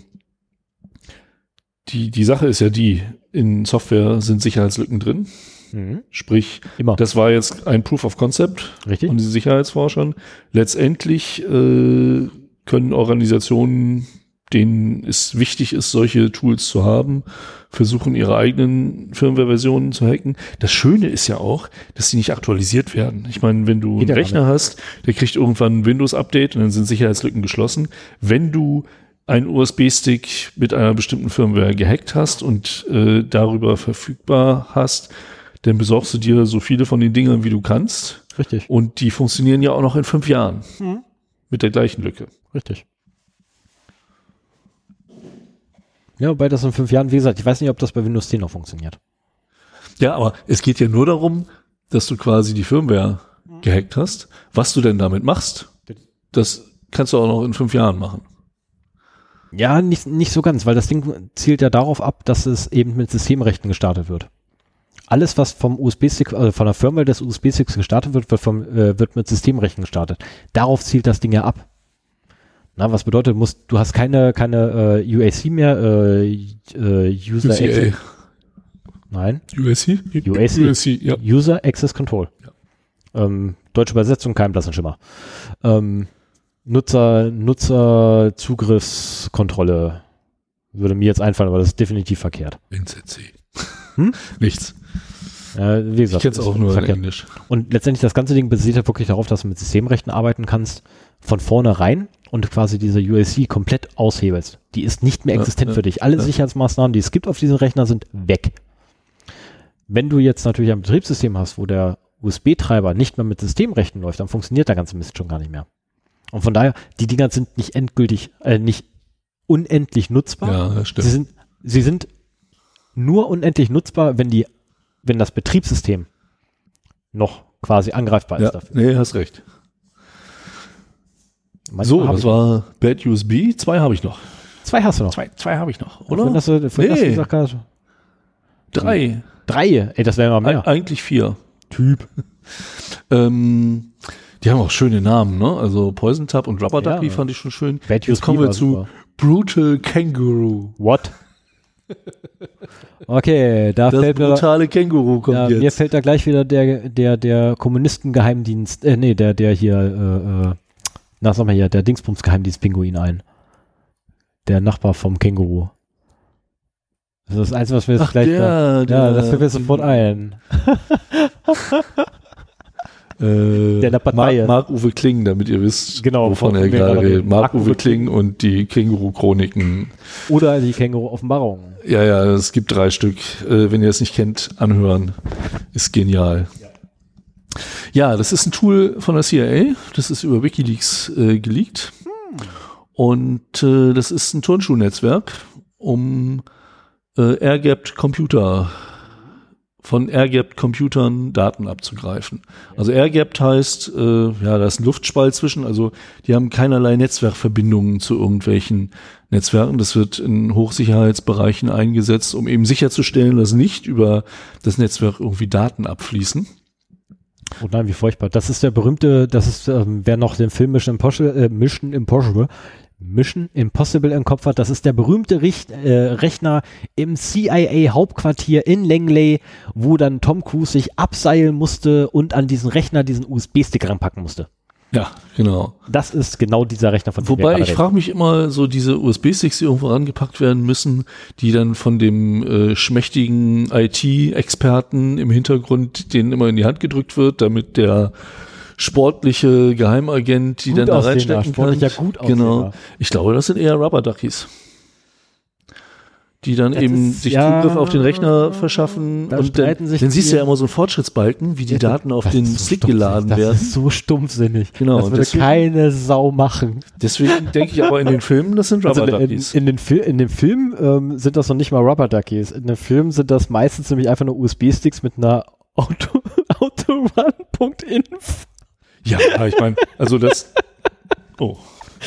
die Sache ist ja in Software sind Sicherheitslücken drin. Mhm. Sprich, das war jetzt ein Proof of Concept Richtig. von den Sicherheitsforschern. Letztendlich können Organisationen, denen es wichtig ist, solche Tools zu haben, versuchen, ihre eigenen Firmware-Versionen zu hacken. Das Schöne ist ja auch, dass die nicht aktualisiert werden. Ich meine, wenn du einen Rechner hast, der kriegt irgendwann ein Windows-Update und dann sind Sicherheitslücken geschlossen. Wenn du einen USB-Stick mit einer bestimmten Firmware gehackt hast und darüber verfügbar hast, dann besorgst du dir so viele von den Dingern, wie du kannst. Richtig. Und die funktionieren ja auch noch in 5 Jahren. Mhm. Mit der gleichen Lücke. Richtig. Ja, wobei das in 5 Jahren, wie gesagt, ich weiß nicht, ob das bei Windows 10 noch funktioniert. Ja, aber es geht ja nur darum, dass du quasi die Firmware gehackt hast. Was du denn damit machst, das kannst du auch noch in 5 Jahren machen. Ja, nicht so ganz, weil das Ding zielt ja darauf ab, dass es eben mit Systemrechten gestartet wird. Alles, was vom USB-Stick, also von der Firmware des USB-Sticks gestartet wird, wird mit Systemrechten gestartet. Darauf zielt das Ding ja ab. Na, was bedeutet, du hast keine UAC mehr, User Access. Nein. UAC? UAC, ja. User Access Control. Ja. Deutsche Übersetzung, kein blassen Schimmer. Nutzerzugriffskontrolle würde mir jetzt einfallen, aber das ist definitiv verkehrt. NZC. Nichts. Wie gesagt, ich kenne es auch nur in Englisch. Und letztendlich das ganze Ding basiert ja wirklich darauf, dass du mit Systemrechten arbeiten kannst, von vornherein und quasi diese UAC komplett aushebelst. Die ist nicht mehr existent für dich. Alle Sicherheitsmaßnahmen, die es gibt auf diesen Rechner, sind weg. Wenn du jetzt natürlich ein Betriebssystem hast, wo der USB-Treiber nicht mehr mit Systemrechten läuft, dann funktioniert der ganze Mist schon gar nicht mehr. Und von daher, die Dinger sind nicht nicht unendlich nutzbar. Ja, das stimmt. Sie sind nur unendlich nutzbar, wenn das Betriebssystem noch quasi angreifbar ist dafür. Nee, hast recht. Manchmal das war Bad USB. 2 habe ich noch. 2 hast du noch? 2 habe ich noch, oder? Hast du gesagt hast. 3. 3? Ey, das wäre mal mehr. Eigentlich 4. Typ. Die haben auch schöne Namen, ne? Also Poison Tap und Rubber Ducky fand ich schon schön. Jetzt kommen wir zu Brutal Kangaroo. What? Okay, da das fällt brutale Känguru kommt jetzt. Mir fällt da gleich wieder der Kommunistengeheimdienst, der hier, sag mal hier, der Dingsbums-Geheimdienst-Pinguin ein. Der Nachbar vom Känguru. Das ist das Einzige, was wir jetzt gleich das fällt mir sofort ein. Der der Partei. Marc-Uwe Kling, damit ihr wisst, genau, wovon er gerade redet. Marc-Uwe Kling und die Känguru-Chroniken. Oder die Känguru-Offenbarung. Ja, es gibt 3 Stück. Wenn ihr es nicht kennt, anhören. Ist genial. Ja, das ist ein Tool von der CIA. Das ist über WikiLeaks geleakt. Und das ist ein Turnschuhnetzwerk, um air-gapped Computer von air-gapped Computern Daten abzugreifen. Also air-gapped heißt, da ist ein Luftspalt zwischen, also die haben keinerlei Netzwerkverbindungen zu irgendwelchen Netzwerken. Das wird in Hochsicherheitsbereichen eingesetzt, um eben sicherzustellen, dass nicht über das Netzwerk irgendwie Daten abfließen. Oh nein, wie furchtbar. Das ist der berühmte, wer noch den Film Mission Impossible Mission Impossible im Kopf hat. Das ist der berühmte Rechner im CIA-Hauptquartier in Langley, wo dann Tom Cruise sich abseilen musste und an diesen Rechner diesen USB-Stick ranpacken musste. Ja, genau. Das ist genau dieser Rechner von Wobei, ich frage mich immer, so diese USB-Sticks, die irgendwo rangepackt werden müssen, die dann von dem schmächtigen IT-Experten im Hintergrund denen immer in die Hand gedrückt wird, damit der sportliche Geheimagent die dann da reinstecken kann. Gut genau. Ich glaube, das sind eher Rubber Duckies, die dann das eben sich Zugriff auf den Rechner verschaffen. Und dann siehst du ja immer so einen Fortschrittsbalken, wie die Daten auf den Stick geladen werden. Das ist so stumpfsinnig. Genau. Das würde keine Sau machen. Deswegen denke ich aber in den Filmen, das sind Rubber Duckies. In den Filmen sind das noch nicht mal Rubber Duckies. In den Filmen sind das meistens nämlich einfach nur USB-Sticks mit einer Autorun.inf. Ja, ich meine, also das... Oh.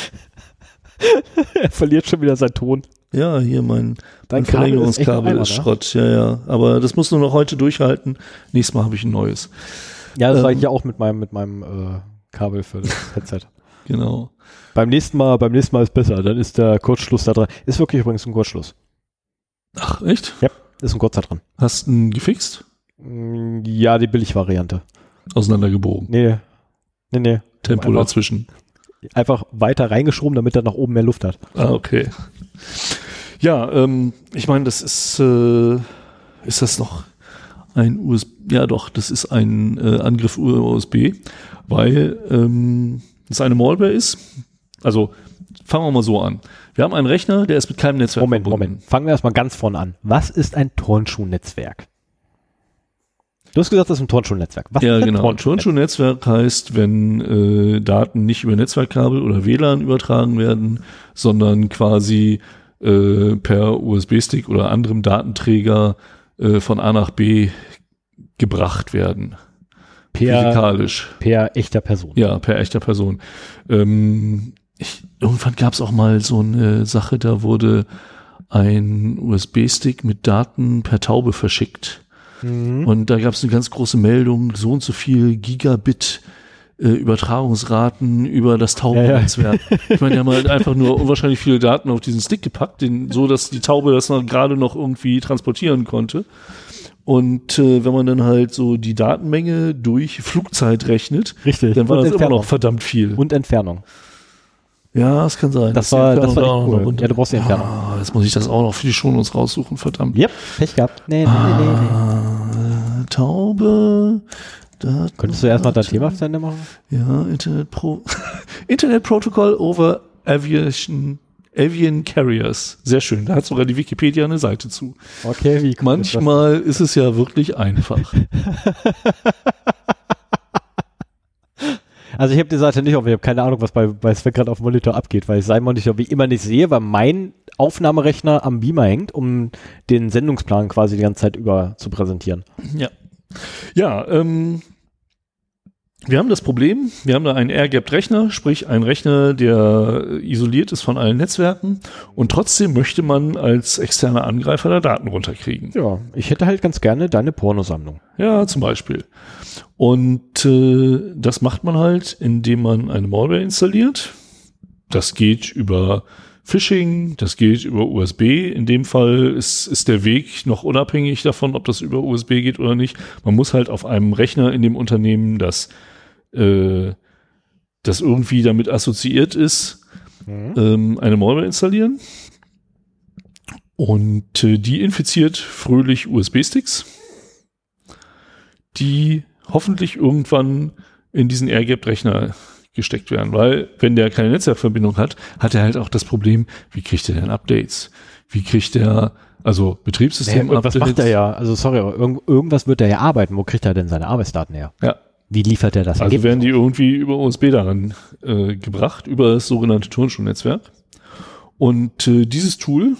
Er verliert schon wieder seinen Ton. Ja, hier mein Verlängerungskabel ist Schrott. Ja. Aber das muss nur noch heute durchhalten. Nächstes Mal habe ich ein neues. Ja, das war ich ja auch mit meinem Kabel für das Headset. Genau. Beim nächsten Mal ist besser. Dann ist der Kurzschluss da dran. Ist wirklich übrigens ein Kurzschluss. Ach, echt? Ja, ist ein kurzer dran. Hast du ihn gefixt? Ja, die Billigvariante. Auseinandergebogen? Nee. Tempo dazwischen. Einfach weiter reingeschoben, damit er nach oben mehr Luft hat. Ah, okay. Ja, ich meine, das ist das noch ein USB? Ja, doch, das ist ein Angriff USB, weil es eine Malware ist. Also, fangen wir mal so an. Wir haben einen Rechner, der ist mit keinem Netzwerk verbunden. Moment. Fangen wir erstmal ganz vorne an. Was ist ein Turnschuhnetzwerk? Du hast gesagt, das ist ein Turnschuhnetzwerk. Was ja, genau. Turnschuhnetzwerk heißt, wenn Daten nicht über Netzwerkkabel oder WLAN übertragen werden, sondern quasi per USB-Stick oder anderem Datenträger von A nach B gebracht werden. Physikalisch. Per echter Person. Ja, per echter Person. Irgendwann gab es auch mal so eine Sache, da wurde ein USB-Stick mit Daten per Taube verschickt. Und da gab es eine ganz große Meldung, so und so viel Gigabit Übertragungsraten über das Taubennetzwerk. Ja. Ich meine, die haben halt einfach nur unwahrscheinlich viele Daten auf diesen Stick gepackt, so dass die Taube das gerade noch irgendwie transportieren konnte. Und wenn man dann halt so die Datenmenge durch Flugzeit rechnet, richtig, dann war das immer noch verdammt viel. Und Entfernung. Ja, das kann sein. Das war echt cool. Ja, du brauchst die Entfernung. Jetzt muss ich das auch noch für die Shownotes raussuchen, verdammt. Yep, Pech gehabt. Nee. Taube. Könntest du erstmal dein Thema zu Ende machen? Ja, Internet Protocol over Avian Carriers. Sehr schön. Da hat sogar die Wikipedia eine Seite zu. Okay, wie cool. Manchmal ist es ja wirklich einfach. Also ich habe die Seite nicht auf, ich habe keine Ahnung, was bei Sven gerade auf dem Monitor abgeht, weil ich seinen Monitor wie immer nicht sehe, weil mein Aufnahmerechner am Beamer hängt, um den Sendungsplan quasi die ganze Zeit über zu präsentieren. Ja, wir haben das Problem, wir haben da einen Air-Gapped-Rechner, sprich einen Rechner, der isoliert ist von allen Netzwerken und trotzdem möchte man als externer Angreifer da Daten runterkriegen. Ja, ich hätte halt ganz gerne deine Pornosammlung. Ja, zum Beispiel. Und das macht man halt, indem man eine Malware installiert. Das geht über Phishing, das geht über USB. In dem Fall ist der Weg noch unabhängig davon, ob das über USB geht oder nicht. Man muss halt auf einem Rechner in dem Unternehmen, das irgendwie damit assoziiert ist, eine Malware installieren. Und die infiziert fröhlich USB-Sticks, die hoffentlich irgendwann in diesen Air-Gapped-Rechner gesteckt werden, weil wenn der keine Netzwerkverbindung hat, hat er halt auch das Problem, wie kriegt er denn Updates? Wie kriegt er, also Betriebssystem-Updates? Was macht er ja? Also sorry, aber irgendwas wird er ja arbeiten. Wo kriegt er denn seine Arbeitsdaten her? Ja. Wie liefert er das? Also werden die irgendwie über USB daran gebracht, über das sogenannte Turnschuhnetzwerk. Und dieses Tool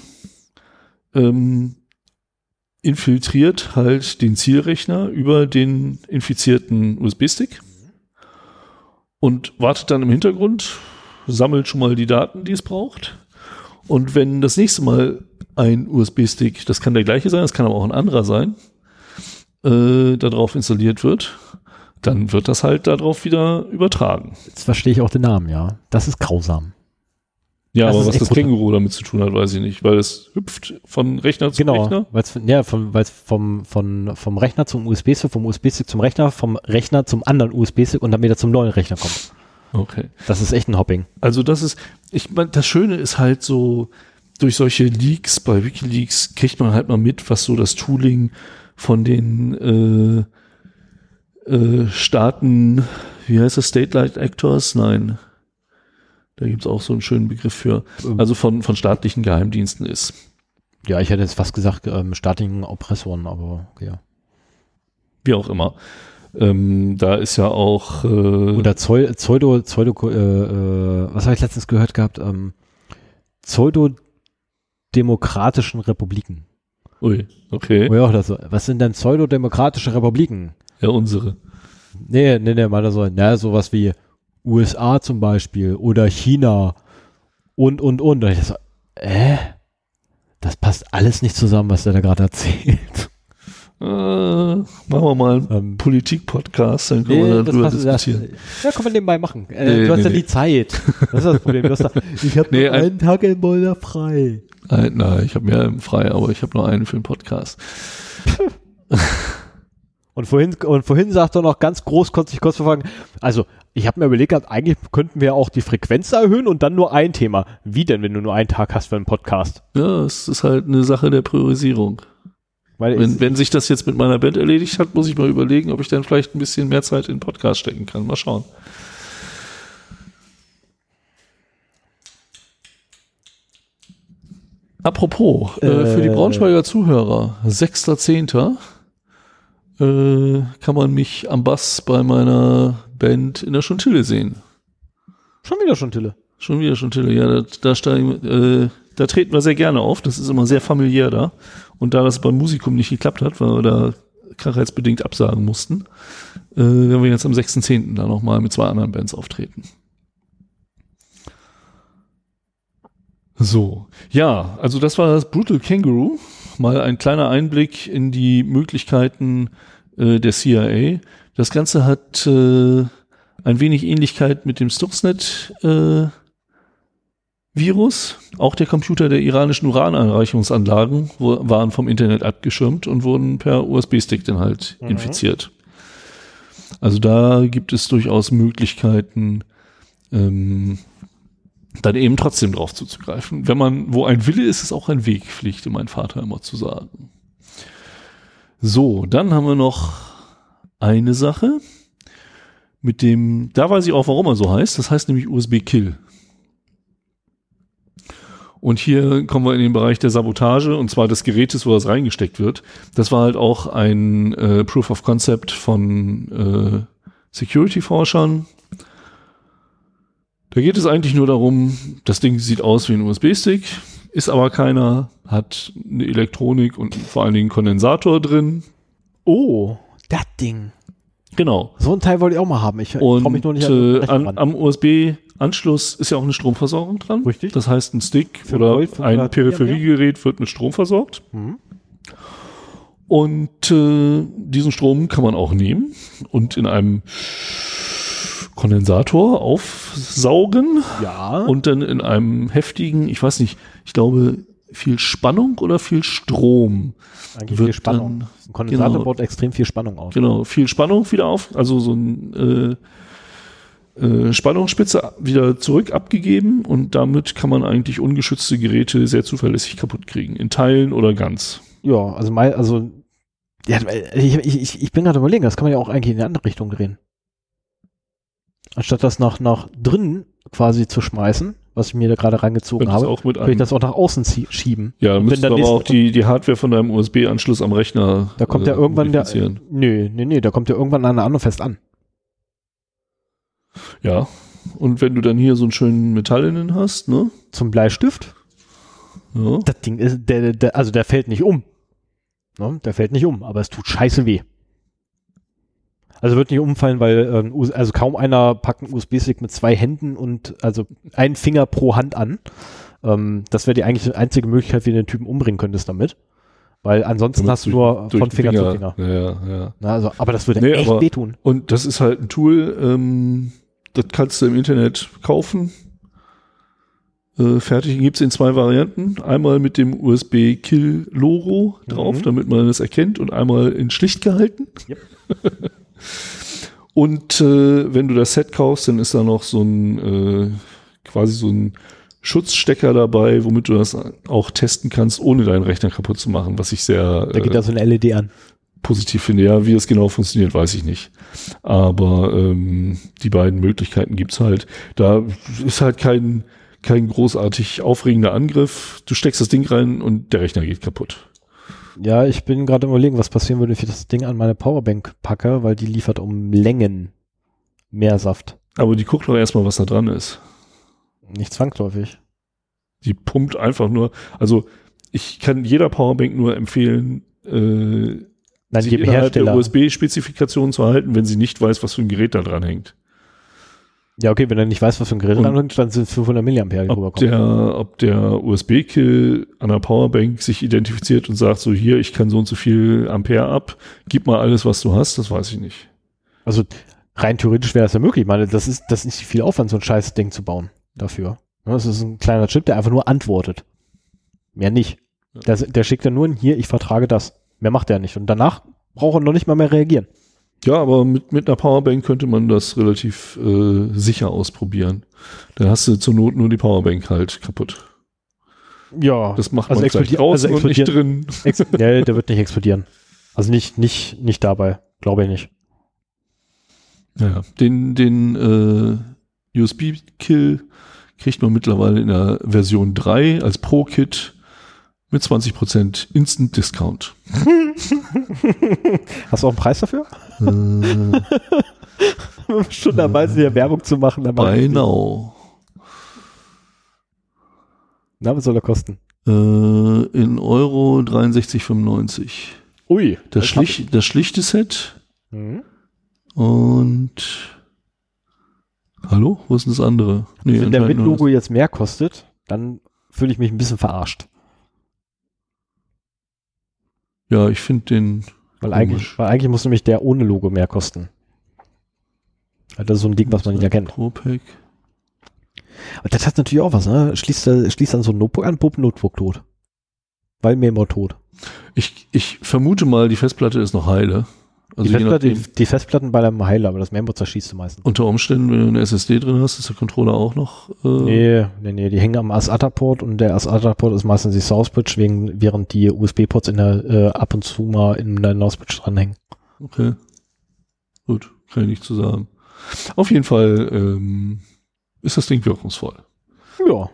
infiltriert halt den Zielrechner über den infizierten USB-Stick und wartet dann im Hintergrund, sammelt schon mal die Daten, die es braucht. Und wenn das nächste Mal ein USB-Stick, das kann der gleiche sein, das kann aber auch ein anderer sein, darauf installiert wird, dann wird das halt darauf wieder übertragen. Jetzt verstehe ich auch den Namen, ja. Das ist grausam. Ja, Das aber ist was echt das brutal. Känguru damit zu tun hat, weiß ich nicht, weil es hüpft von Rechner zu Rechner. Weil es vom Rechner zum USB-Stick, vom USB-Stick zum Rechner, vom Rechner zum anderen USB-Stick und dann wieder zum neuen Rechner kommt. Okay. Das ist echt ein Hopping. Also das ist, ich meine, das Schöne ist halt so, durch solche Leaks bei WikiLeaks kriegt man halt mal mit, was so das Tooling von den Staaten, wie heißt das, State-Light Actors? Nein. Da gibt es auch so einen schönen Begriff für. Also von staatlichen Geheimdiensten ist. Ja, ich hätte jetzt fast gesagt, staatlichen Oppressoren, aber ja. Wie auch immer. Da ist ja auch Oder Pseudo, was habe ich letztens gehört gehabt? Pseudodemokratischen Republiken. ui, okay. Oh ja, oder so. Was sind denn pseudodemokratische Republiken? Ja, unsere. Nee, mal so, sowas wie USA zum Beispiel oder China und. Und ich so, das passt alles nicht zusammen, was der da gerade erzählt. Machen wir mal einen Politik-Podcast, dann können wir darüber diskutieren. Ja, können wir nebenbei machen. Du hast ja die Zeit. Das ist das Problem. Ich habe nur einen Tag im Monat frei. Nein, ich habe mehr frei, aber ich habe nur einen für den Podcast. Und vorhin sagt er noch ganz groß, konnte ich kurz verfolgen, also ich habe mir überlegt, eigentlich könnten wir auch die Frequenz erhöhen und dann nur ein Thema. Wie denn, wenn du nur einen Tag hast für einen Podcast? Ja, es ist halt eine Sache der Priorisierung. Weil wenn sich das jetzt mit meiner Band erledigt hat, muss ich mal überlegen, ob ich dann vielleicht ein bisschen mehr Zeit in den Podcast stecken kann. Mal schauen. Apropos, für die Braunschweiger Zuhörer, 6.10. Kann man mich am Bass bei meiner Band in der Schontille sehen. Schon wieder Schontille. Schon wieder Schontille, ja, da treten wir sehr gerne auf, das ist immer sehr familiär da. Und da das beim Musikum nicht geklappt hat, weil wir da krankheitsbedingt absagen mussten, werden wir jetzt am 6.10. da nochmal mit 2 anderen Bands auftreten. So, ja, also das war das Brutal Kangaroo. Mal ein kleiner Einblick in die Möglichkeiten der CIA. Das Ganze hat ein wenig Ähnlichkeit mit dem Stuxnet Virus. Auch der Computer der iranischen Urananreicherungsanlagen waren vom Internet abgeschirmt und wurden per USB-Stick dann halt infiziert. Also da gibt es durchaus Möglichkeiten, dann eben trotzdem drauf zuzugreifen. Wo ein Wille ist, ist auch ein Weg, pflegte mein Vater immer zu sagen. So, dann haben wir noch eine Sache, da weiß ich auch, warum er so heißt. Das heißt nämlich USB-Kill. Und hier kommen wir in den Bereich der Sabotage, und zwar des Gerätes, wo das reingesteckt wird. Das war halt auch ein Proof of Concept von Security-Forschern. Da geht es eigentlich nur darum, das Ding sieht aus wie ein USB-Stick, ist aber keiner, hat eine Elektronik und vor allen Dingen einen Kondensator drin. Oh, das Ding. Genau. So ein Teil wollte ich auch mal haben. Ich komme mich nur nicht am USB-Anschluss ist ja auch eine Stromversorgung dran. Richtig. Das heißt, ein Stick oder ein Peripheriegerät wird mit Strom versorgt. Mhm. Und diesen Strom kann man auch nehmen und in einem Kondensator aufsaugen. Ja. Und dann in einem heftigen, ich weiß nicht, ich glaube, viel Spannung oder viel Strom. Eigentlich viel Spannung. Ein Kondensator baut extrem viel Spannung auf. Genau, viel Spannung wieder auf, also so ein Spannungsspitze wieder zurück abgegeben, und damit kann man eigentlich ungeschützte Geräte sehr zuverlässig kaputt kriegen, in Teilen oder ganz. Ja, ich bin gerade überlegen, das kann man ja auch eigentlich in die andere Richtung drehen. Anstatt das nach drinnen quasi zu schmeißen, was ich mir da gerade reingezogen habe, kann ich das auch nach außen schieben. Ja, dann müsste aber auch die Hardware von deinem USB-Anschluss am Rechner da kommt ja irgendwann da kommt ja irgendwann an der andere fest an. Ja, und wenn du dann hier so einen schönen Metall innen hast, ne? Zum Bleistift? Ja. Das Ding ist, der fällt nicht um. Ne? Der fällt nicht um, aber es tut scheiße weh. Also wird nicht umfallen, weil kaum einer packt einen USB-Stick mit 2 Händen und also einen Finger pro Hand an. Das wäre die eigentlich einzige Möglichkeit, wie du den Typen umbringen könntest damit. Weil ansonsten hast du nur von Finger zu Finger. Ja. Na, also, aber das würde echt wehtun. Und das ist halt ein Tool, das kannst du im Internet kaufen. fertig. Gibt es in 2 Varianten. Einmal mit dem USB-Kill-Logo drauf, damit man es erkennt, und einmal in schlicht gehalten. Yep. Und wenn du das Set kaufst, dann ist da noch so ein quasi so ein Schutzstecker dabei, womit du das auch testen kannst, ohne deinen Rechner kaputt zu machen, was ich sehr Da geht da so eine LED an. positiv finde. Ja, wie es genau funktioniert, weiß ich nicht. Aber die beiden Möglichkeiten gibt's halt. Da ist halt kein großartig aufregender Angriff. Du steckst das Ding rein und der Rechner geht kaputt. Ja, ich bin gerade überlegen, was passieren würde, wenn ich das Ding an meine Powerbank packe, weil die liefert um Längen mehr Saft. Aber die guckt doch erstmal, was da dran ist. Nicht zwangsläufig. Die pumpt einfach nur. Also ich kann jeder Powerbank nur empfehlen, Nein, sich jedem innerhalb Hersteller. der USB-Spezifikation zu halten, wenn sie nicht weiß, was für ein Gerät da dran hängt. Ja, okay, wenn er nicht weiß, was für ein Gerät Und dran hängt, dann sind 500 Milliampere, die rüberkommen. Ob der USB-Kill an der Powerbank sich identifiziert und sagt so, hier, ich kann so und so viel Ampere ab, gib mal alles, was du hast, das weiß ich nicht. Also rein theoretisch wäre das ja möglich. Ich meine, das ist nicht viel Aufwand, so ein scheiß Ding zu bauen dafür. Ja, das ist ein kleiner Chip, der einfach nur antwortet. Mehr nicht. Ja. Der schickt dann nur ein, hier, ich vertrage das. Mehr macht er nicht. Und danach braucht er noch nicht mal mehr reagieren. Ja, aber mit einer Powerbank könnte man das relativ sicher ausprobieren. Da hast du zur Not nur die Powerbank halt kaputt. Ja. Das macht Also man vielleicht draußen und nicht drin. Nee, der wird nicht explodieren. Also nicht dabei. Glaube ich nicht. Ja, den USB-Kill kriegt man mittlerweile in der Version 3 als Pro-Kit mit 20% Instant Discount. Hast du auch einen Preis dafür? Schon dabei sind, hier Werbung zu machen. Genau. Na, was soll er kosten? In Euro 63,95. Ui. Das schlichte Set. Mhm. Und hallo? Wo ist denn das andere? Nee, Wenn der anscheinend nur Mit-Logo jetzt mehr kostet, dann fühle ich mich ein bisschen verarscht. ja, ich finde den Weil komisch. eigentlich muss nämlich der ohne Logo mehr kosten. Das ist so ein Ding, was man nicht erkennt. Pro-Pack. Und das hat natürlich auch was, ne? Schließt dann so ein Notebook an, pumpt ein Notebook tot. Weil Memo tot. Ich vermute mal, die Festplatte ist noch heile. Also Die Festplatten bei einem Heiler, aber das Memo zerschießt du meistens. unter Umständen, wenn du eine SSD drin hast, ist der Controller auch noch. Nee, die hängen am ASATA-Port und der ASATA-Port ist meistens die Source-Bridge, während die USB-Ports ab und zu mal in der NOS-Bridge dranhängen. Okay. Gut, kann ich nicht zu sagen. Auf jeden Fall ist das Ding wirkungsvoll. Ja.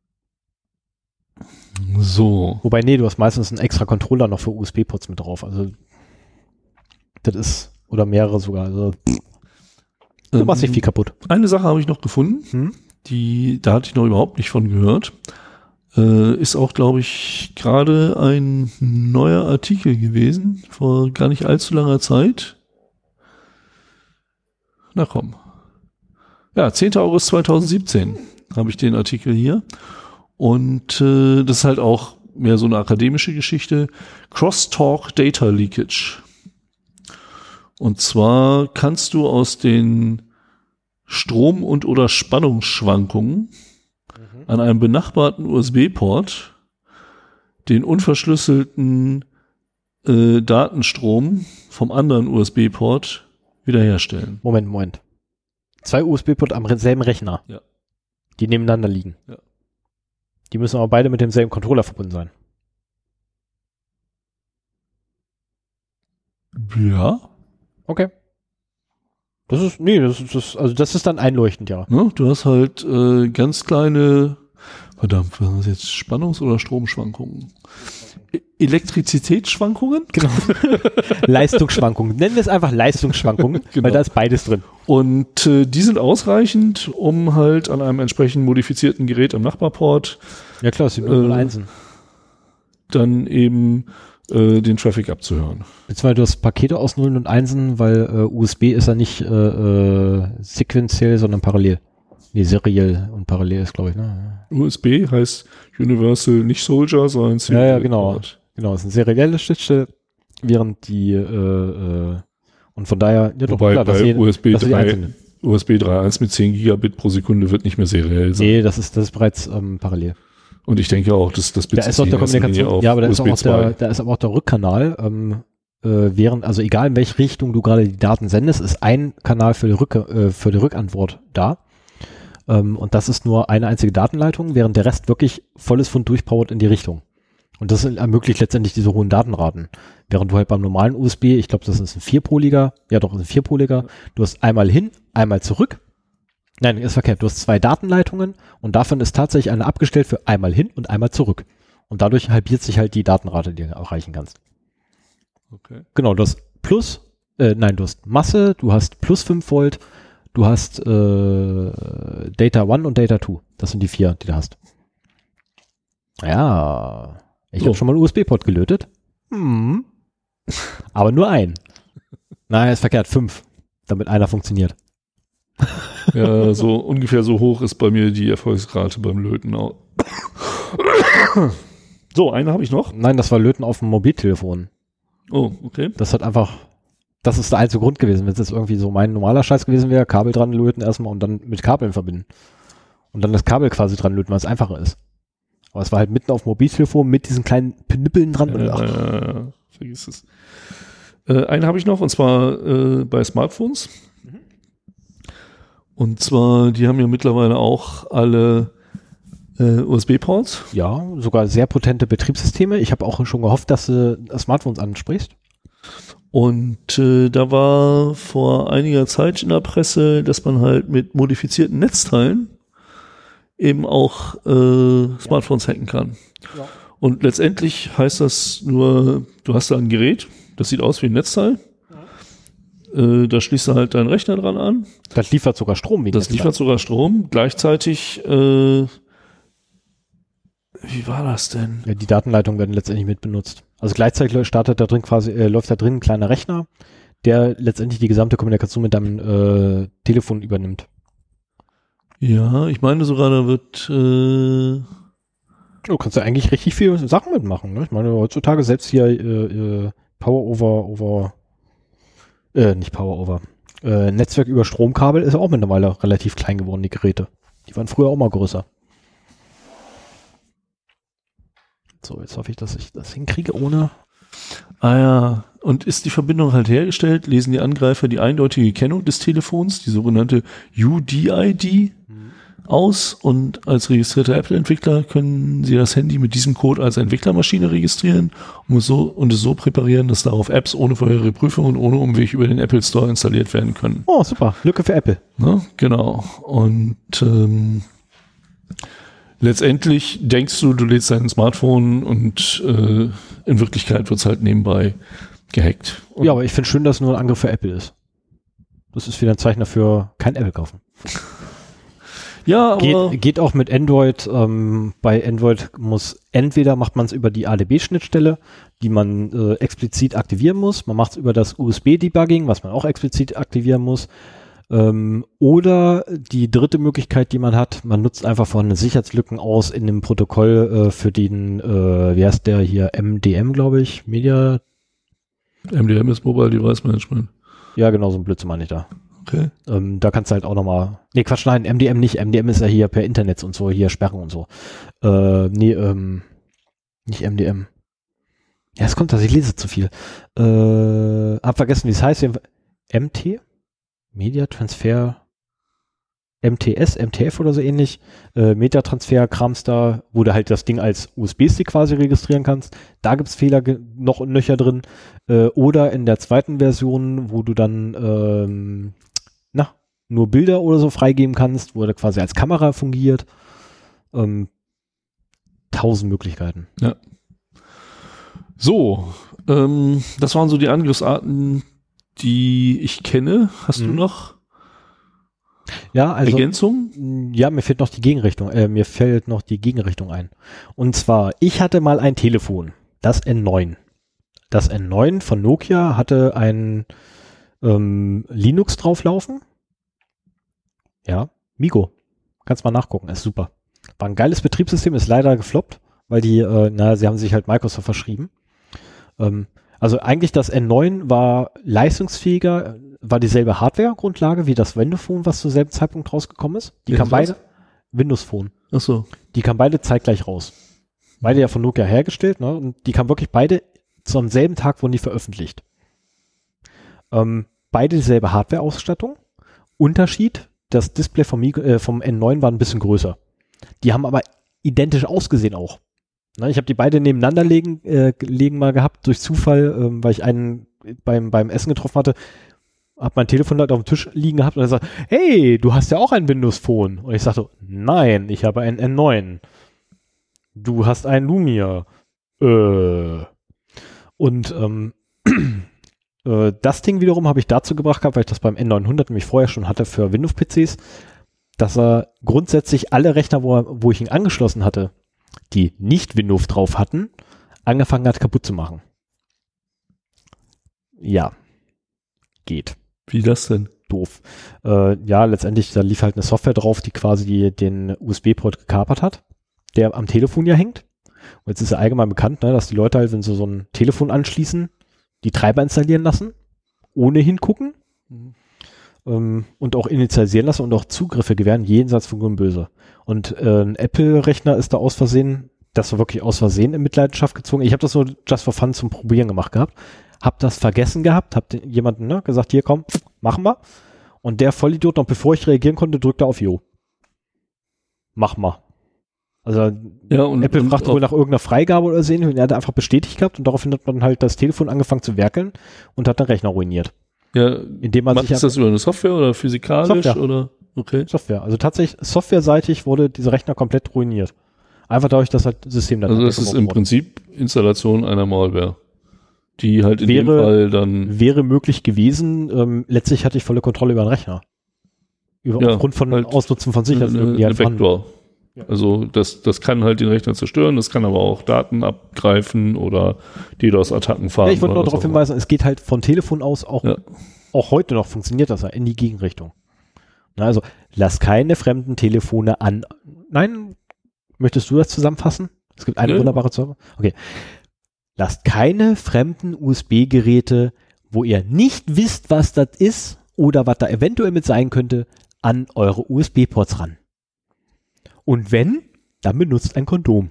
So. Wobei, nee, du hast meistens einen extra Controller noch für USB-Ports mit drauf. Also, das ist, oder mehrere sogar. Also, du machst nicht viel kaputt. Eine Sache habe ich noch gefunden, da hatte ich noch überhaupt nicht von gehört. Ist auch, glaube ich, gerade ein neuer Artikel gewesen, vor gar nicht allzu langer Zeit. Na komm. Ja, 10. August 2017 habe ich den Artikel hier. Und das ist halt auch mehr so eine akademische Geschichte. Crosstalk Data Leakage. Und zwar kannst du aus den Strom- und oder Spannungsschwankungen an einem benachbarten USB-Port den unverschlüsselten Datenstrom vom anderen USB-Port wiederherstellen. Moment. 2 USB-Ports am selben Rechner. Ja. Die nebeneinander liegen. Ja. Die müssen aber beide mit demselben Controller verbunden sein. Ja. Okay. Das ist dann einleuchtend, ja. Ne? Du hast halt ganz kleine, verdammt, was ist das jetzt, Spannungs- oder Stromschwankungen? Elektrizitätsschwankungen? Genau. Leistungsschwankungen. Nennen wir es einfach Leistungsschwankungen, Genau. weil da ist beides drin. Und die sind ausreichend, um halt an einem entsprechend modifizierten Gerät am Nachbarport Ja klar, es sind 0 und 1. dann eben den Traffic abzuhören. Beziehungsweise du hast Pakete aus 0 und 1, weil USB ist ja nicht sequenziell, sondern parallel. Nee, seriell und parallel ist, glaube ich, ne? USB heißt Universal, nicht Soldier, sondern Serial. Ja, genau. Genau, es ist eine serielle Schnittstelle, während die und von daher, ja doch, Wobei klar, bei USB USB 3.1 mit 10 Gigabit pro Sekunde wird nicht mehr seriell sein. Nee, das ist bereits parallel. Und ich denke auch, dass das Da ist auch der Kommunikation, ja, aber da ist aber auch der Rückkanal, also egal in welche Richtung du gerade die Daten sendest, ist ein Kanal für die Rückantwort da. Und das ist nur eine einzige Datenleitung, während der Rest wirklich volles Pfund durchpowert in die Richtung. Und das ermöglicht letztendlich diese hohen Datenraten. Während du halt beim normalen USB, ich glaube, das ist ein vierpoliger, du hast einmal hin, einmal zurück. Nein, ist verkehrt. Du hast 2 Datenleitungen und davon ist tatsächlich eine abgestellt für einmal hin und einmal zurück. Und dadurch halbiert sich halt die Datenrate, die du erreichen kannst. Okay. Genau, du hast du hast Masse, du hast plus 5 Volt, du hast Data 1 und Data 2. Das sind die 4, die du hast. Ja, ich habe schon mal einen USB-Port gelötet. Aber nur einen. Nein, ist verkehrt, 5, damit einer funktioniert. Ja, so ungefähr so hoch ist bei mir die Erfolgsrate beim Löten auch. So, eine habe ich noch. Nein, das war Löten auf dem Mobiltelefon. Oh, okay. Das ist der einzige Grund gewesen. Wenn es jetzt irgendwie so mein normaler Scheiß gewesen wäre, Kabel dran löten erstmal und dann mit Kabeln verbinden. Und dann das Kabel quasi dran löten, weil es einfacher ist. Aber es war halt mitten auf dem Mobiltelefon mit diesen kleinen Pnippeln dran. Vergiss es. Eine habe ich noch, und zwar bei Smartphones. Und zwar, die haben ja mittlerweile auch alle USB-Ports. Ja, sogar sehr potente Betriebssysteme. Ich habe auch schon gehofft, dass du Smartphones ansprichst. Und da war vor einiger Zeit in der Presse, dass man halt mit modifizierten Netzteilen eben auch Smartphones hacken kann. Ja. Und letztendlich heißt das nur, du hast da ein Gerät, das sieht aus wie ein Netzteil. Da schließt du halt deinen Rechner dran an. Das liefert sogar Strom. Gleichzeitig, wie war das denn? Ja, die Datenleitungen werden letztendlich mit benutzt. Also gleichzeitig läuft da drin ein kleiner Rechner, der letztendlich die gesamte Kommunikation mit deinem Telefon übernimmt. Ja, ich meine sogar, da wird du kannst ja eigentlich richtig viele Sachen mitmachen. Ne? Ich meine, heutzutage selbst hier Netzwerk über Stromkabel ist auch mittlerweile relativ klein geworden, die Geräte. Die waren früher auch mal größer. So, jetzt hoffe ich, dass ich das hinkriege ohne... Ah ja, und ist die Verbindung halt hergestellt, lesen die Angreifer die eindeutige Kennung des Telefons, die sogenannte UDID, aus, und als registrierter Apple-Entwickler können sie das Handy mit diesem Code als Entwicklermaschine registrieren und es so präparieren, dass darauf Apps ohne vorherige Prüfung und ohne Umweg über den Apple Store installiert werden können. Oh, super. Lücke für Apple. Na, genau. Und letztendlich denkst du lädst dein Smartphone und in Wirklichkeit wird es halt nebenbei gehackt. Und ja, aber ich finde schön, dass es nur ein Angriff für Apple ist. Das ist wieder ein Zeichen dafür, kein Apple kaufen. Ja, aber geht auch mit Android. Bei Android macht man es über die ADB-Schnittstelle, die man explizit aktivieren muss. Man macht es über das USB-Debugging, was man auch explizit aktivieren muss. Oder die dritte Möglichkeit, die man hat, man nutzt einfach vorhandene Sicherheitslücken aus in dem Protokoll für den, wie heißt der hier, MDM, glaube ich, MDM ist Mobile Device Management. Ja, genau, so ein Blödsinn meine ich da. Okay. Da kannst du halt auch nochmal, MDM nicht, MDM ist ja hier per Internet und so, hier Sperren und so. Nicht MDM. Ja, es kommt, dass ich lese zu viel. Hab vergessen, wie es heißt. MT? Media Transfer, MTS, MTF oder so ähnlich, Metatransfer-Krams da, wo du halt das Ding als USB-Stick quasi registrieren kannst. Da gibt's Fehler noch und nöcher drin. Oder in der zweiten Version, wo du dann nur Bilder oder so freigeben kannst, wo er quasi als Kamera fungiert. 1000 Möglichkeiten. Ja. So, das waren so die Angriffsarten, die ich kenne. Hast du noch Ergänzung? Ja, mir fällt noch die Gegenrichtung. Mir fällt noch die Gegenrichtung ein. Und zwar, ich hatte mal ein Telefon, das N9. Das N9 von Nokia hatte ein Linux drauflaufen. Ja, Migo. Kannst mal nachgucken, ist super. War ein geiles Betriebssystem, ist leider gefloppt, weil sie haben sich halt Microsoft verschrieben. Also eigentlich das N9 war leistungsfähiger, war dieselbe Hardware-Grundlage wie das Windows Phone, was zu selben Zeitpunkt rausgekommen ist. Die kam beide, Windows Phone. Ach so. Die kam beide zeitgleich raus. Beide ja von Nokia hergestellt, ne? Und die kamen wirklich beide zum selben Tag, wurden die veröffentlicht. Beide dieselbe Hardware-Ausstattung. Unterschied, das Display vom N9 war ein bisschen größer. Die haben aber identisch ausgesehen auch. Na, ich habe die beide nebeneinander legen mal gehabt, durch Zufall, weil ich einen beim Essen getroffen hatte, habe mein Telefon halt auf dem Tisch liegen gehabt und er sagt, hey, du hast ja auch ein Windows Phone. Und ich sagte, nein, ich habe ein N9. Du hast ein Lumia. Und das Ding wiederum habe ich dazu gebracht gehabt, weil ich das beim N900 nämlich vorher schon hatte für Windows-PCs, dass er grundsätzlich alle Rechner, wo ich ihn angeschlossen hatte, die nicht Windows drauf hatten, angefangen hat kaputt zu machen. Ja. Geht. Wie das denn? Doof. Ja, letztendlich, da lief halt eine Software drauf, die quasi den USB-Port gekapert hat, der am Telefon ja hängt. Und jetzt ist ja allgemein bekannt, ne, dass die Leute halt, wenn sie so ein Telefon anschließen, die Treiber installieren lassen, ohne hingucken und auch initialisieren lassen und auch Zugriffe gewähren, jenseits von Gut und Böse. Und ein Apple-Rechner ist da aus Versehen, das war wirklich aus Versehen in Mitleidenschaft gezogen. Ich habe das so just for fun zum Probieren gemacht gehabt, habe das vergessen gehabt, habe jemanden gesagt, hier komm, machen wir. Und der Vollidiot, noch bevor ich reagieren konnte, drückte auf Jo. Mach mal. Also ja, und Apple fragt wohl nach irgendeiner Freigabe oder so, und er hat einfach bestätigt gehabt und daraufhin hat man halt das Telefon angefangen zu werkeln und hat den Rechner ruiniert. Ja, indem man macht sich das über eine Software oder physikalisch? Software. Oder? Okay. Software. Also tatsächlich, softwareseitig wurde dieser Rechner komplett ruiniert. Einfach dadurch, dass halt das System dann... Also das ist im Prinzip Installation einer Malware, die halt in dem Fall dann... Wäre möglich gewesen. Letztlich hatte ich volle Kontrolle über den Rechner. Aufgrund von halt Ausnutzen von Sicherheitslücken, die halt Backdoor. Ja. Also das kann halt den Rechner zerstören, das kann aber auch Daten abgreifen oder DDoS-Attacken fahren. Ja, ich wollte nur darauf hinweisen, es geht halt von Telefon aus auch heute noch funktioniert das ja in die Gegenrichtung. Na, also lass keine fremden Telefone an. Nein, möchtest du das zusammenfassen? Es gibt eine wunderbare Server. Okay. Lasst keine fremden USB-Geräte, wo ihr nicht wisst, was das ist oder was da eventuell mit sein könnte, an eure USB-Ports ran. Und wenn, dann benutzt ein Kondom.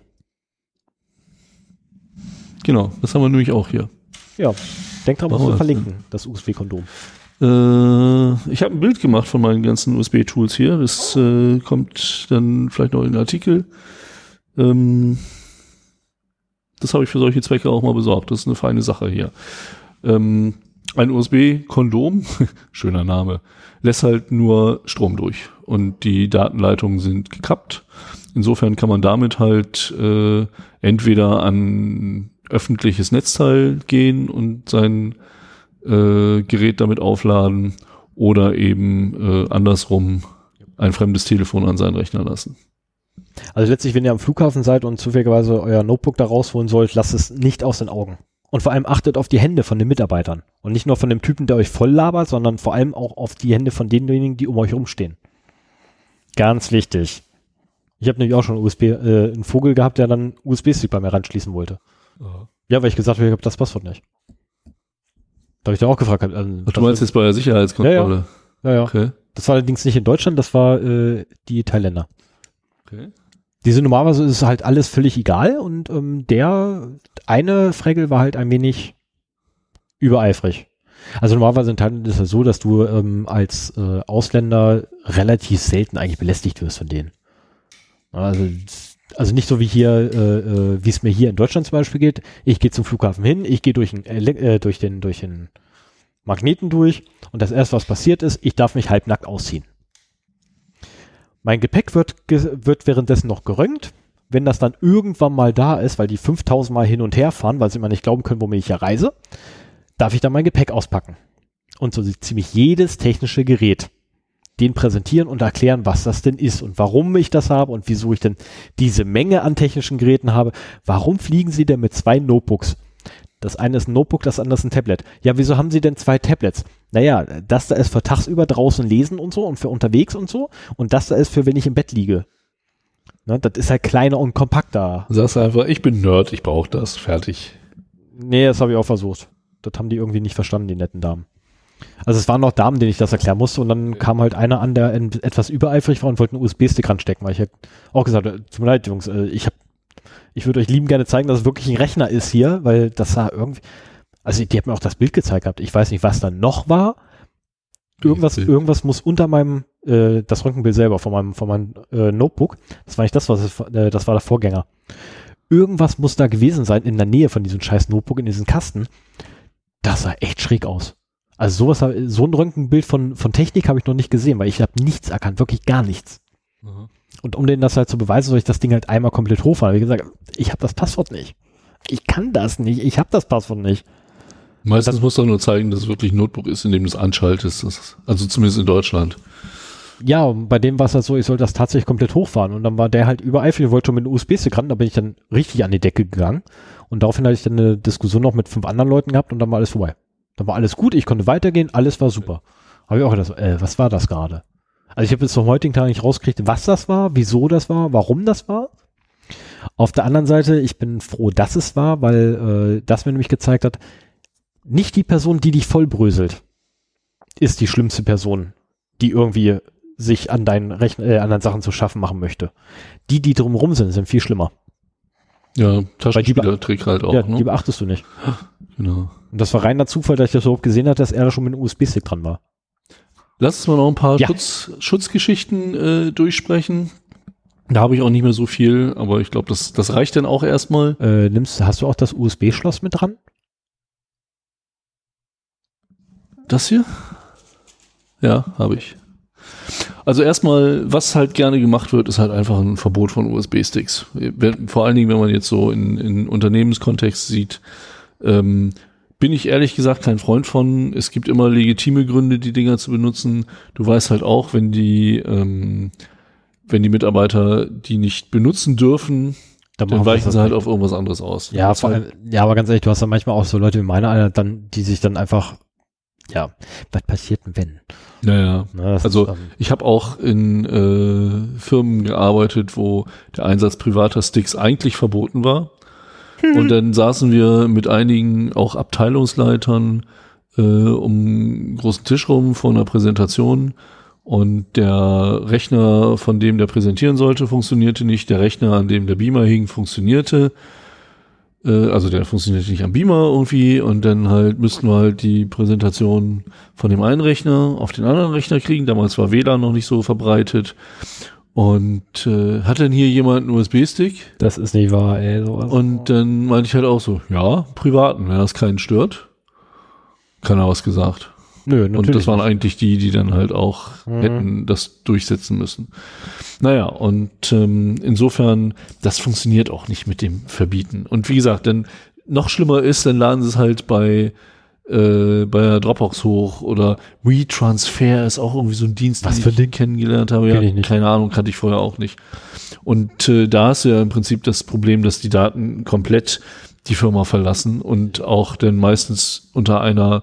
Genau, das haben wir nämlich auch hier. Ja, denk dran, musst du verlinken, das USB-Kondom. Ich habe ein Bild gemacht von meinen ganzen USB-Tools hier. Das kommt dann vielleicht noch in den Artikel. Das habe ich für solche Zwecke auch mal besorgt. Das ist eine feine Sache hier. Ein USB-Kondom, schöner Name, lässt halt nur Strom durch und die Datenleitungen sind gekappt. Insofern kann man damit halt entweder an öffentliches Netzteil gehen und sein Gerät damit aufladen oder eben andersrum ein fremdes Telefon an seinen Rechner lassen. Also letztlich, wenn ihr am Flughafen seid und zufälligerweise euer Notebook da rausholen sollt, lasst es nicht aus den Augen. Und vor allem achtet auf die Hände von den Mitarbeitern. Und nicht nur von dem Typen, der euch voll labert, sondern vor allem auch auf die Hände von denjenigen, die um euch rumstehen. Ganz wichtig. Ich habe nämlich auch schon einen Vogel gehabt, der dann USB-Stick bei mir ranschließen wollte. Aha. Ja, weil ich gesagt habe, ich habe das Passwort nicht. Da habe ich dann auch gefragt. Du meinst jetzt bei der Sicherheitskontrolle? Ja. Okay. Das war allerdings nicht in Deutschland, das war die Thailänder. Okay. Diese normalerweise ist es halt alles völlig egal und der eine Fregel war halt ein wenig übereifrig. Also normalerweise in Thailand ist es so, dass du als Ausländer relativ selten eigentlich belästigt wirst von denen. Also nicht so wie hier, wie es mir hier in Deutschland zum Beispiel geht. Ich gehe zum Flughafen hin, ich gehe durch den Magneten durch und das erste, was passiert ist, ich darf mich halbnackt ausziehen. Mein Gepäck wird währenddessen noch geröntgt. Wenn das dann irgendwann mal da ist, weil die 5000 Mal hin und her fahren, weil sie immer nicht glauben können, womit ich hier reise, darf ich dann mein Gepäck auspacken. Und so ziemlich jedes technische Gerät den präsentieren und erklären, was das denn ist und warum ich das habe und wieso ich denn diese Menge an technischen Geräten habe. Warum fliegen Sie denn mit 2 Notebooks? Das eine ist ein Notebook, das andere ist ein Tablet. Ja, wieso haben Sie denn 2 Tablets? Naja, das da ist für tagsüber draußen lesen und so und für unterwegs und so. Und das da ist für, wenn ich im Bett liege. Ne, das ist halt kleiner und kompakter. Sagst einfach, ich bin Nerd, ich brauche das, fertig. Nee, das habe ich auch versucht. Das haben die irgendwie nicht verstanden, die netten Damen. Also es waren noch Damen, denen ich das erklären musste und dann kam halt einer an, der etwas übereifrig war und wollte einen USB-Stick ranstecken, weil ich halt auch gesagt habe, tut mir leid, Jungs, ich würde euch lieben gerne zeigen, dass es wirklich ein Rechner ist hier, weil das sah irgendwie, also die hat mir auch das Bild gezeigt gehabt, ich weiß nicht, was da noch war, irgendwas muss unter meinem, das Röntgenbild selber von meinem Notebook, das war nicht das, das war der Vorgänger, irgendwas muss da gewesen sein in der Nähe von diesem scheiß Notebook, in diesem Kasten, das sah echt schräg aus. Also so ein Röntgenbild von Technik habe ich noch nicht gesehen, weil ich habe nichts erkannt, wirklich gar nichts. Mhm. Und um denen das halt zu beweisen, soll ich das Ding halt einmal komplett hochfahren. Wie gesagt, ich habe das Passwort nicht. Ich kann das nicht, ich habe das Passwort nicht. Meistens muss doch nur zeigen, dass es wirklich ein Notebook ist, in dem du es anschaltest. Also zumindest in Deutschland. Ja, bei dem war es halt so, ich soll das tatsächlich komplett hochfahren. Und dann war der halt übereifrig, wollte schon mit einem USB-Stick ran, da bin ich dann richtig an die Decke gegangen. Und daraufhin hatte ich dann eine Diskussion noch mit 5 anderen Leuten gehabt und dann war alles vorbei. Dann war alles gut, ich konnte weitergehen, alles war super. Habe ich auch gedacht, was war das gerade? Also ich habe jetzt zum heutigen Tag nicht rausgekriegt, was das war, wieso das war, warum das war. Auf der anderen Seite, ich bin froh, dass es war, weil das mir nämlich gezeigt hat, nicht die Person, die dich vollbröselt, ist die schlimmste Person, die irgendwie sich an deinen anderen Sachen zu schaffen machen möchte. Die drumherum sind viel schlimmer. Ja, Taschenspielertrick halt auch. Ja, ne? Die beachtest du nicht. Genau. Und das war reiner Zufall, dass ich das überhaupt gesehen hatte, dass er da schon mit einem USB-Stick dran war. Lass uns mal noch ein paar Schutzgeschichten durchsprechen. Da habe ich auch nicht mehr so viel, aber ich glaube, das reicht dann auch erstmal. Hast du auch das USB-Schloss mit dran? Das hier? Ja, habe ich. Also erstmal, was halt gerne gemacht wird, ist halt einfach ein Verbot von USB-Sticks. Vor allen Dingen, wenn man jetzt so in Unternehmenskontext sieht, bin ich ehrlich gesagt kein Freund von. Es gibt immer legitime Gründe, die Dinger zu benutzen. Du weißt halt auch, wenn die Mitarbeiter die nicht benutzen dürfen, dann weichen sie halt auf irgendwas anderes aus. Ja, vor allem, ja, aber ganz ehrlich, du hast dann manchmal auch so Leute wie meiner, die sich dann einfach, ja, was passiert denn wenn? Naja, also ich habe auch in Firmen gearbeitet, wo der Einsatz privater Sticks eigentlich verboten war. Und dann saßen wir mit einigen auch Abteilungsleitern um einen großen Tisch rum vor einer Präsentation und der Rechner, von dem der präsentieren sollte, funktionierte nicht. Der Rechner, an dem der Beamer hing, funktionierte. Also der funktionierte nicht am Beamer irgendwie und dann halt müssten wir halt die Präsentation von dem einen Rechner auf den anderen Rechner kriegen. Damals war WLAN noch nicht so verbreitet. Und hat denn hier jemand einen USB-Stick? Das ist nicht wahr, ey. Sowas. Und dann meinte ich halt auch so, ja, privaten, wenn das keinen stört. Keiner was gesagt. Nö, natürlich. Und das waren eigentlich die dann halt auch hätten das durchsetzen müssen. Naja, und insofern, das funktioniert auch nicht mit dem Verbieten. Und wie gesagt, dann noch schlimmer ist, dann laden sie es halt bei der Dropbox hoch oder WeTransfer ist auch irgendwie so ein Dienst, den ich kennengelernt habe. Ja, keine Ahnung, kannte ich vorher auch nicht. Und da ist ja im Prinzip das Problem, dass die Daten komplett die Firma verlassen und auch dann meistens unter einem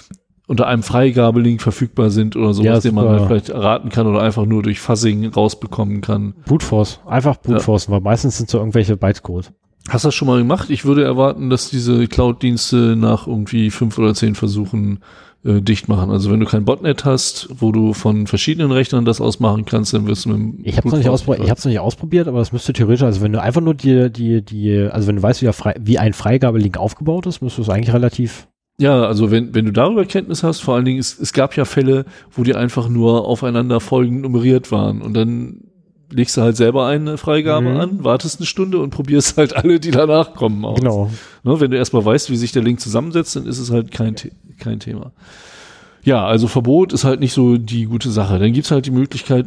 Freigabelink verfügbar sind oder sowas, den man halt vielleicht erraten kann oder einfach nur durch Fuzzing rausbekommen kann. Brute Force, einfach Brute Force, weil meistens sind so irgendwelche Bytecode. Hast du das schon mal gemacht? Ich würde erwarten, dass diese Cloud-Dienste nach irgendwie 5 oder 10 Versuchen dicht machen. Also wenn du kein Botnet hast, wo du von verschiedenen Rechnern das ausmachen kannst, dann wirst du mit dem Ich habe es noch nicht ausprobiert, aber das müsste theoretisch, also wenn du einfach nur also wenn du weißt, wie ein Freigabelink aufgebaut ist, müsste es eigentlich relativ. Ja, also wenn du darüber Kenntnis hast, vor allen Dingen, es gab ja Fälle, wo die einfach nur aufeinander folgend nummeriert waren und dann legst du halt selber eine Freigabe an, wartest eine Stunde und probierst halt alle, die danach kommen, aus. Genau. Ne, wenn du erstmal weißt, wie sich der Link zusammensetzt, dann ist es halt kein Thema. Ja, also Verbot ist halt nicht so die gute Sache. Dann gibt's halt die Möglichkeit,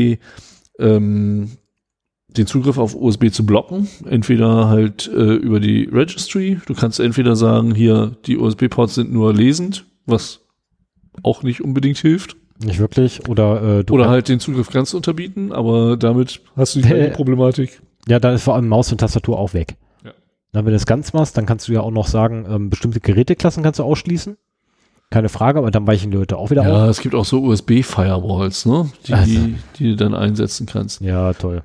den Zugriff auf USB zu blocken. Entweder halt über die Registry. Du kannst entweder sagen, hier, die USB-Ports sind nur lesend, was auch nicht unbedingt hilft. Nicht wirklich. Oder halt den Zugriff ganz unterbieten, aber damit hast du die Problematik. Ja, dann ist vor allem Maus und Tastatur auch weg. Ja. Wenn du das ganz machst, dann kannst du ja auch noch sagen, bestimmte Geräteklassen kannst du ausschließen. Keine Frage, aber dann weichen die Leute auch wieder auf. Ja, es gibt auch so USB-Firewalls, ne? Die du dann einsetzen kannst. Ja, toll.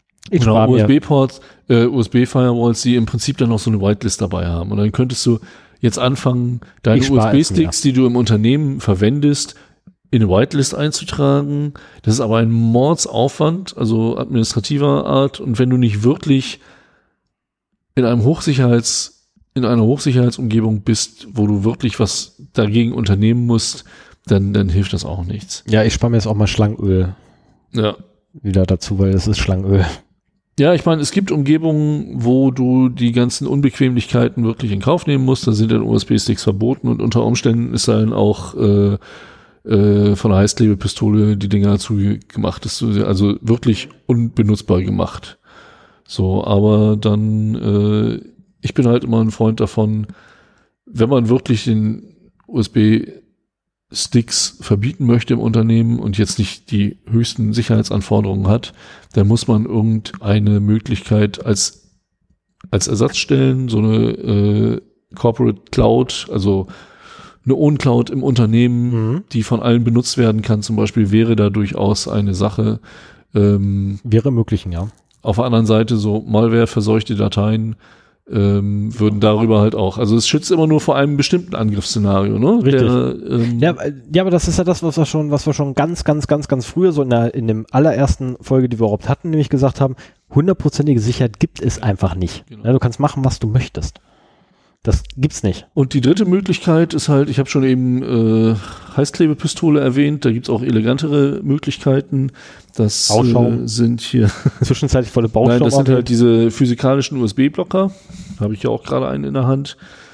USB-Ports, USB-Firewalls, die im Prinzip dann noch so eine Whitelist dabei haben. Und dann könntest du jetzt anfangen, deine USB-Sticks, die du im Unternehmen verwendest, in eine Whitelist einzutragen. Das ist aber ein Mordsaufwand, also administrativer Art. Und wenn du nicht wirklich in einer Hochsicherheitsumgebung bist, wo du wirklich was dagegen unternehmen musst, dann hilft das auch nichts. Ja, ich spare mir jetzt auch mal Schlangenöl wieder dazu, weil es ist Schlangenöl. Ja, ich meine, es gibt Umgebungen, wo du die ganzen Unbequemlichkeiten wirklich in Kauf nehmen musst. Da sind dann USB-Sticks verboten und unter Umständen ist dann auch von der Heißklebepistole die Dinger zugemacht. Das ist also wirklich unbenutzbar gemacht. So, aber dann, ich bin halt immer ein Freund davon, wenn man wirklich den USB-Sticks verbieten möchte im Unternehmen und jetzt nicht die höchsten Sicherheitsanforderungen hat, dann muss man irgendeine Möglichkeit als Ersatz stellen, so eine Corporate Cloud, also eine Own-Cloud im Unternehmen, die von allen benutzt werden kann, zum Beispiel, wäre da durchaus eine Sache. Wäre möglich, ja. Auf der anderen Seite so Malware-verseuchte Dateien würden darüber halt auch. Also es schützt immer nur vor einem bestimmten Angriffsszenario, ne? Richtig. Ja, aber das ist ja das, was wir schon ganz früher so in dem allerersten Folge, die wir überhaupt hatten, nämlich gesagt haben, 100%ige Sicherheit gibt es einfach nicht. Genau. Ja, du kannst machen, was du möchtest. Das gibt's nicht. Und die dritte Möglichkeit ist halt, ich habe schon eben Heißklebepistole erwähnt, da gibt's auch elegantere Möglichkeiten. Das sind hier zwischenzeitlich volle Bauschaum. Nein, das sind halt diese physikalischen USB-Blocker. Habe ich ja auch gerade einen in der Hand.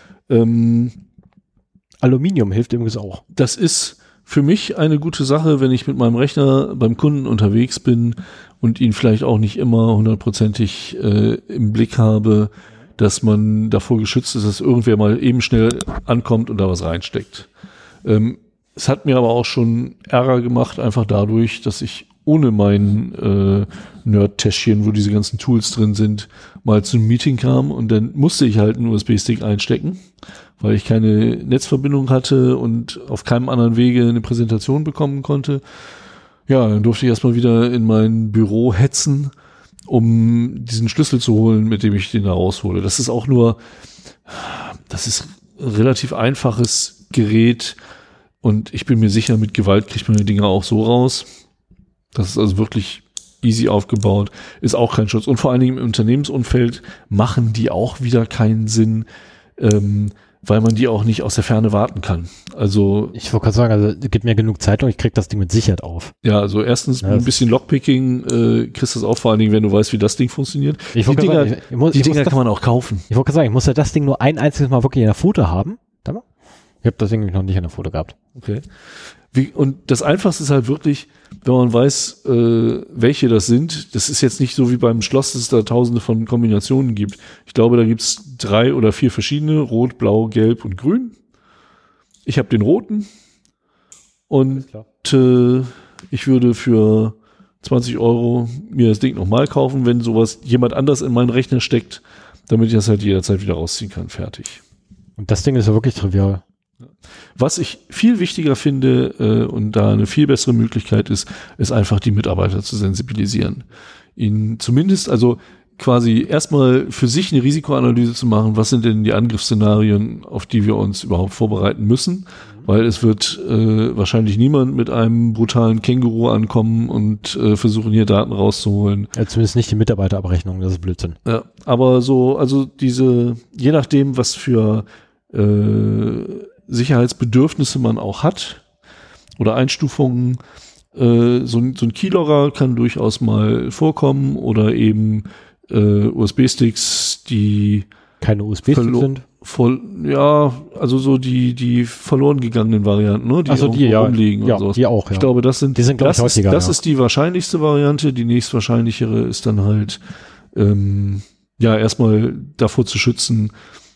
Aluminium hilft übrigens auch. Das ist für mich eine gute Sache, wenn ich mit meinem Rechner beim Kunden unterwegs bin und ihn vielleicht auch nicht immer 100%ig im Blick habe, dass man davor geschützt ist, dass irgendwer mal eben schnell ankommt und da was reinsteckt. Es hat mir aber auch schon Ärger gemacht, einfach dadurch, dass ich ohne mein Nerd-Täschchen, wo diese ganzen Tools drin sind, mal zum Meeting kam und dann musste ich halt einen USB-Stick einstecken, weil ich keine Netzverbindung hatte und auf keinem anderen Wege eine Präsentation bekommen konnte. Ja, dann durfte ich erstmal wieder in mein Büro hetzen, um diesen Schlüssel zu holen, mit dem ich den da raushole. Das ist ein relativ einfaches Gerät und ich bin mir sicher, mit Gewalt kriegt man die Dinger auch so raus. Das ist also wirklich easy aufgebaut, ist auch kein Schutz. Und vor allen Dingen im Unternehmensumfeld machen die auch wieder keinen Sinn, weil man die auch nicht aus der Ferne warten kann. Also ich wollte gerade sagen, also gib mir genug Zeit und ich krieg das Ding mit Sicherheit auf. Ja, also erstens ein bisschen Lockpicking kriegst du das auch, vor allen Dingen, wenn du weißt, wie das Ding funktioniert. Die Dinger kann man auch kaufen. Ich wollte gerade sagen, ich muss ja das Ding nur ein einziges Mal wirklich in der Foto haben. Ich habe das Ding noch nicht in der Foto gehabt. Okay. Und das Einfachste ist halt wirklich, wenn man weiß, welche das sind. Das ist jetzt nicht so wie beim Schloss, dass es da tausende von Kombinationen gibt. Ich glaube, da gibt's 3 oder 4 verschiedene. Rot, Blau, Gelb und Grün. Ich habe den roten. Und ich würde für 20 € mir das Ding nochmal kaufen, wenn sowas jemand anders in meinen Rechner steckt, damit ich das halt jederzeit wieder rausziehen kann. Fertig. Und das Ding ist ja wirklich trivial. Was ich viel wichtiger finde und da eine viel bessere Möglichkeit ist einfach die Mitarbeiter zu sensibilisieren. Ihnen zumindest, also quasi erstmal für sich eine Risikoanalyse zu machen, was sind denn die Angriffsszenarien, auf die wir uns überhaupt vorbereiten müssen, weil es wird wahrscheinlich niemand mit einem brutalen Känguru ankommen und versuchen hier Daten rauszuholen. Ja, zumindest nicht die Mitarbeiterabrechnung, das ist Blödsinn. Ja, aber so, also je nachdem, was für Sicherheitsbedürfnisse man auch hat oder Einstufungen, so ein Keylogger kann durchaus mal vorkommen oder eben USB-Sticks, die keine USB-Sticks sind? Ja, also so die verloren gegangenen Varianten, ne? Die rumliegen ja, und sowas. Die auch, ja. Ich glaube, die sind glaube ich häufiger. Das ist die wahrscheinlichste Variante. Die nächstwahrscheinlichere ist dann halt erstmal davor zu schützen,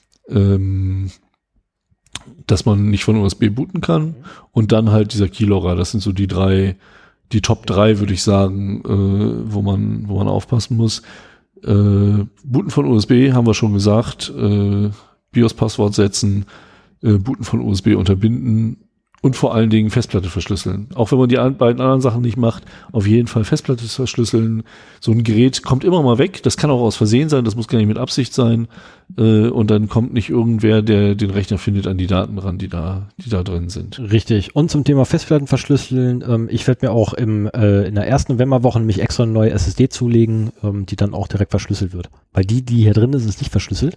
dass man nicht von USB booten kann und dann halt dieser Keylogger, das sind so die Top 3, würde ich sagen, wo man aufpassen muss. Booten von USB haben wir schon gesagt, BIOS-Passwort setzen, Booten von USB unterbinden Und vor allen Dingen Festplatte verschlüsseln. Auch wenn man die beiden anderen Sachen nicht macht, auf jeden Fall Festplatte verschlüsseln. So ein Gerät kommt immer mal weg. Das kann auch aus Versehen sein, das muss gar nicht mit Absicht sein. Und dann kommt nicht irgendwer, der den Rechner findet, an die Daten ran, die da drin sind. Richtig. Und zum Thema Festplatten verschlüsseln, ich werde mir auch in der ersten Novemberwoche nämlich extra eine neue SSD zulegen, die dann auch direkt verschlüsselt wird. Weil die hier drin ist nicht verschlüsselt.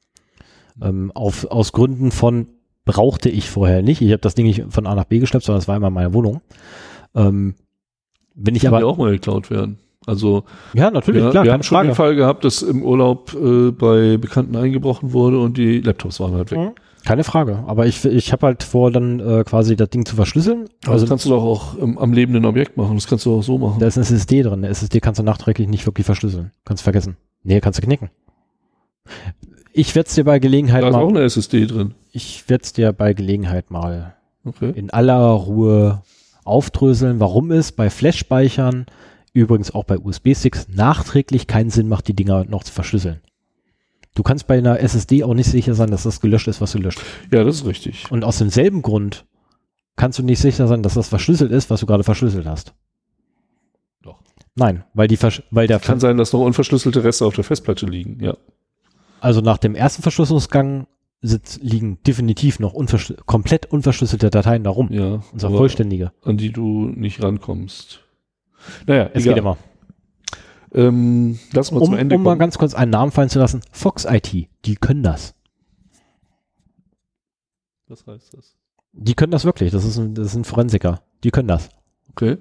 Aus Gründen von brauchte ich vorher nicht. Ich habe das Ding nicht von A nach B geschleppt, sondern das war immer in meiner Wohnung. Wenn ich Kann aber ja auch mal geklaut werden. Also ja, natürlich, klar, wir haben schon den Fall gehabt, dass im Urlaub bei Bekannten eingebrochen wurde und die Laptops waren halt weg. Keine Frage. Aber ich habe halt vor, dann quasi das Ding zu verschlüsseln. Also das kannst du doch auch am lebenden Objekt machen. Das kannst du auch so machen. Da ist eine SSD drin. Eine SSD kannst du nachträglich nicht wirklich verschlüsseln. Kannst vergessen. Nee, kannst du knicken. Ich werde es dir bei Gelegenheit mal... Da ist auch eine SSD drin. Ich werde es dir bei Gelegenheit mal in aller Ruhe aufdröseln, warum es bei Flash-Speichern, übrigens auch bei USB-Sticks, nachträglich keinen Sinn macht, die Dinger noch zu verschlüsseln. Du kannst bei einer SSD auch nicht sicher sein, dass das gelöscht ist, was du löscht. Ja, das ist richtig. Und aus demselben Grund kannst du nicht sicher sein, dass das verschlüsselt ist, was du gerade verschlüsselt hast. Doch. Nein, kann sein, dass noch unverschlüsselte Reste auf der Festplatte liegen, ja. Also nach dem ersten Verschlüsselungsgang liegen definitiv noch komplett unverschlüsselte Dateien da rum. Ja. Und zwar vollständige. An die du nicht rankommst. Naja, es geht immer. Lass mal zum Ende kommen. Mal ganz kurz einen Namen fallen zu lassen. Fox IT, die können das. Was heißt das? Die können das wirklich. Das sind Forensiker. Die können das. Okay.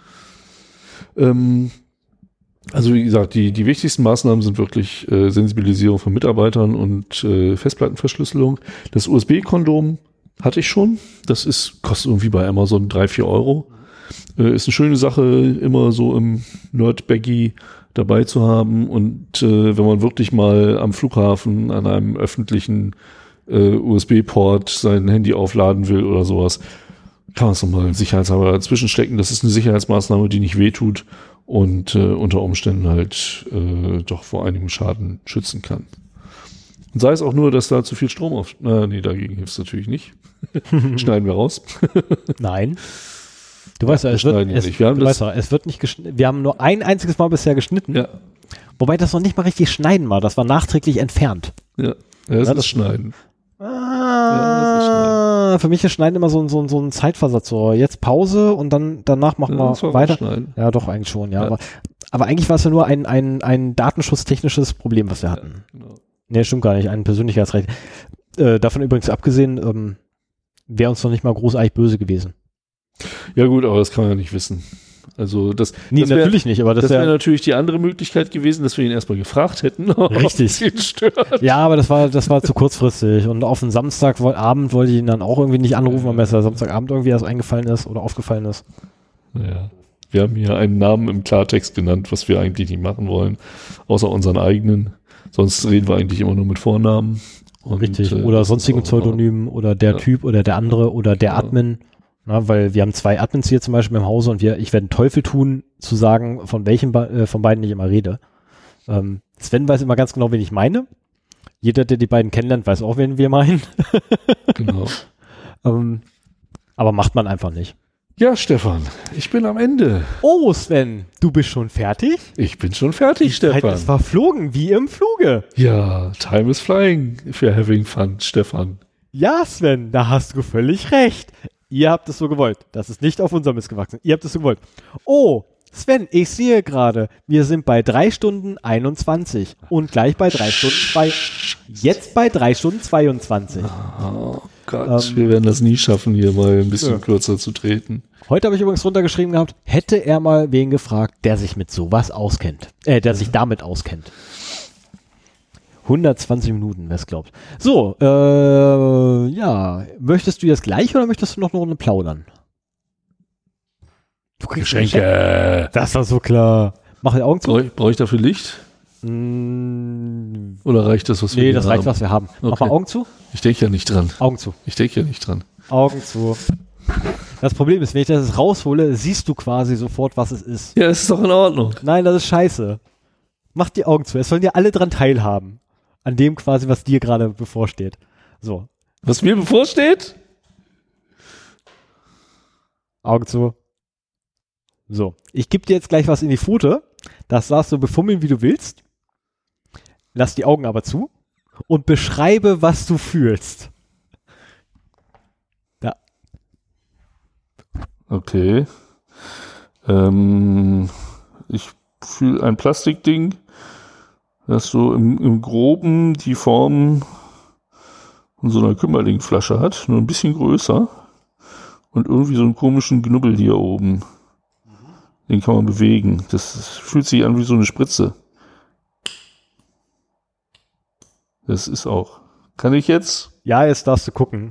Also wie gesagt, die wichtigsten Maßnahmen sind wirklich Sensibilisierung von Mitarbeitern und Festplattenverschlüsselung. Das USB-Kondom hatte ich schon. Das kostet irgendwie bei Amazon 3-4 Euro. Ist eine schöne Sache, immer so im Nerd-Baggy dabei zu haben. Und wenn man wirklich mal am Flughafen an einem öffentlichen USB-Port sein Handy aufladen will oder sowas, kann man es nochmal sicherheitshalber dazwischen stecken. Das ist eine Sicherheitsmaßnahme, die nicht wehtut und unter Umständen halt doch vor einigem Schaden schützen kann. Und sei es auch nur, dass da zu viel Strom nee, dagegen hilft es natürlich nicht. Schneiden wir raus. Nein. Du weißt ja, es wird nicht geschnitten. Wir haben nur ein einziges Mal bisher geschnitten. Ja. Wobei das noch nicht mal richtig schneiden war. Das war nachträglich entfernt. Ja, das ist Schneiden. Für mich ist Schneiden immer so ein Zeitversatz. So, jetzt Pause und dann danach machen wir weiter. Schneiden. Ja, doch, eigentlich schon, ja. Aber eigentlich war es ja nur ein datenschutztechnisches Problem, was wir hatten. Ja, genau. Nee, stimmt gar nicht. Ein Persönlichkeitsrecht. Davon übrigens abgesehen, wäre uns noch nicht mal großartig böse gewesen. Ja gut, aber das kann man ja nicht wissen. Also das natürlich nicht, aber das wäre natürlich die andere Möglichkeit gewesen, dass wir ihn erstmal gefragt hätten. Richtig. Ja, aber das war zu kurzfristig und auf den Samstagabend wollte ich ihn dann auch irgendwie nicht anrufen, weil mir das Samstagabend irgendwie erst eingefallen ist oder aufgefallen ist. Ja. Wir haben hier einen Namen im Klartext genannt, was wir eigentlich nicht machen wollen, außer unseren eigenen. Sonst reden wir eigentlich immer nur mit Vornamen. Richtig. Oder sonstigen Pseudonymen oder der Typ oder der andere oder der Admin. Na, weil wir haben 2 Admins hier zum Beispiel im Hause und ich werde einen Teufel tun, zu sagen, von welchem von beiden ich immer rede. Sven weiß immer ganz genau, wen ich meine. Jeder, der die beiden kennenlernt, weiß auch, wen wir meinen. Genau. Aber macht man einfach nicht. Ja, Stefan, ich bin am Ende. Oh, Sven, du bist schon fertig? Ich bin schon fertig, Stefan. Die Zeit ist verflogen, wie im Fluge. Ja, time is flying if you're having fun, Stefan. Ja, Sven, da hast du völlig recht. Ihr habt es so gewollt. Das ist nicht auf unser Mist gewachsen. Ihr habt es so gewollt. Oh, Sven, ich sehe gerade, wir sind bei 3 Stunden 21 und gleich bei 3 Stunden 2. Jetzt bei 3 Stunden 22. Oh Gott, wir werden das nie schaffen, hier mal ein bisschen kürzer zu treten. Heute habe ich übrigens runtergeschrieben gehabt, hätte er mal wen gefragt, der sich mit sowas auskennt. Der sich damit auskennt. 120 Minuten, wer es glaubt. So, ja, möchtest du jetzt gleich oder möchtest du noch eine Runde plaudern? Du kriegst Geschenke. Das war so klar. Mach die Augen zu. Brauche ich dafür Licht? Oder reicht das, was wir haben? Nee, das reicht, was wir haben. Okay. Mach mal Augen zu. Ich denke ja nicht dran. Augen zu. Ich denke ja nicht dran. Augen zu. Das Problem ist, wenn ich das raushole, siehst du quasi sofort, was es ist. Ja, das ist doch in Ordnung. Nein, das ist scheiße. Mach die Augen zu. Es sollen ja alle dran teilhaben. An dem quasi, was dir gerade bevorsteht. So. Was mir bevorsteht? Augen zu. So, ich gebe dir jetzt gleich was in die Pfote. Das darfst du befummeln, wie du willst. Lass die Augen aber zu und beschreibe, was du fühlst. Da. Okay. Ich fühle ein Plastikding, das so im Groben die Form von so einer Kümmerlingflasche hat, nur ein bisschen größer und irgendwie so einen komischen Knubbel hier oben. Den kann man bewegen. Das fühlt sich an wie so eine Spritze. Das ist auch. Kann ich jetzt? Ja, jetzt darfst du gucken.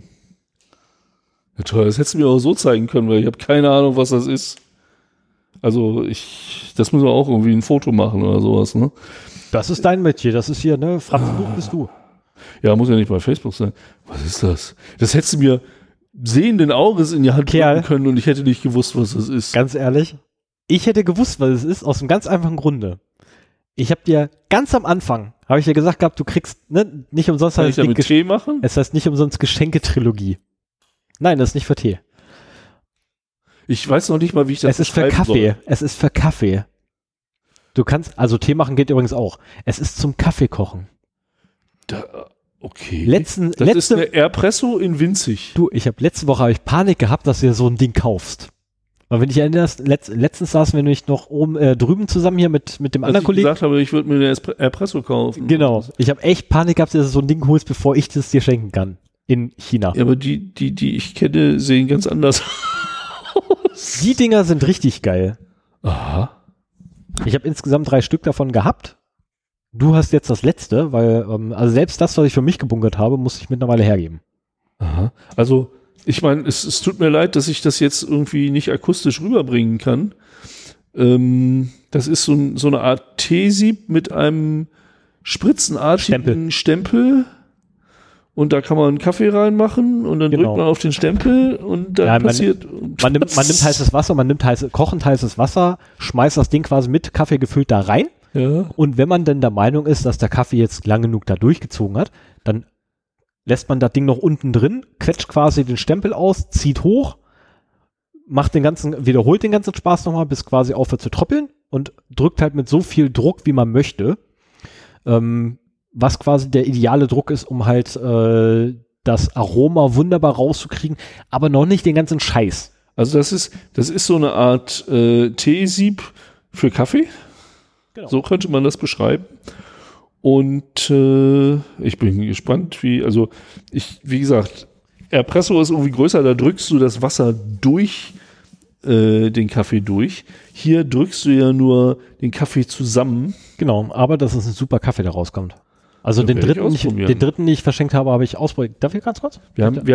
Ja toll, das hättest du mir auch so zeigen können, weil ich habe keine Ahnung, was das ist. Also das müssen wir auch irgendwie ein Foto machen oder sowas, ne? Das ist dein Metier, das ist hier, ne? Fratzenbuch bist du. Ja, muss ja nicht bei Facebook sein. Was ist das? Das hättest du mir sehenden Auges in die Hand Kerl, drücken können und ich hätte nicht gewusst, was das ist. Ganz ehrlich, ich hätte gewusst, was es ist, aus einem ganz einfachen Grunde. Ich habe dir ganz am Anfang, habe ich dir gesagt gehabt, du kriegst, ne, nicht umsonst Kann ich damit Tee machen? Es heißt nicht umsonst Geschenketrilogie. Nein, das ist nicht für Tee. Ich weiß noch nicht mal, wie ich das Es ist für Kaffee. Es ist für Kaffee. Du kannst, also Tee machen geht übrigens auch. Es ist zum Kaffeekochen. Okay. Das ist eine Airpresso in winzig. Du, letzte Woche habe ich Panik gehabt, dass du dir so ein Ding kaufst. Weil wenn dich erinnerst, letztens saßen wir nämlich noch oben drüben zusammen hier mit dem anderen Kollegen. Ich gesagt habe, ich würde mir eine Airpresso kaufen. Genau. Ich habe echt Panik gehabt, dass du so ein Ding holst, bevor ich das dir schenken kann. In China. Ja, aber die ich kenne, sehen ganz anders aus. Die Dinger sind richtig geil. Aha. Ich habe insgesamt 3 Stück davon gehabt. Du hast jetzt das letzte, weil, also selbst das, was ich für mich gebunkert habe, musste ich mittlerweile hergeben. Aha. Also, ich meine, es tut mir leid, dass ich das jetzt irgendwie nicht akustisch rüberbringen kann. Das ist so eine Art Teesieb mit einem spritzenartigen Stempel. Und da kann man einen Kaffee reinmachen und dann drückt man auf den Stempel und dann passiert. Man nimmt heißes Wasser, kochend heißes Wasser, schmeißt das Ding quasi mit Kaffee gefüllt da rein. Ja. Und wenn man denn der Meinung ist, dass der Kaffee jetzt lang genug da durchgezogen hat, dann lässt man das Ding noch unten drin, quetscht quasi den Stempel aus, zieht hoch, wiederholt den ganzen Spaß nochmal, bis quasi aufhört zu tröppeln und drückt halt mit so viel Druck, wie man möchte. Was quasi der ideale Druck ist, um halt das Aroma wunderbar rauszukriegen, aber noch nicht den ganzen Scheiß. Also das ist so eine Art Teesieb für Kaffee. Genau. So könnte man das beschreiben. Und ich bin gespannt, wie gesagt, Airpresso ist irgendwie größer, da drückst du das Wasser durch den Kaffee durch. Hier drückst du ja nur den Kaffee zusammen. Genau, aber das ist ein super Kaffee, der rauskommt. Also den dritten, den ich verschenkt habe, habe ich ausprobiert. Darf ich ganz kurz? Wir haben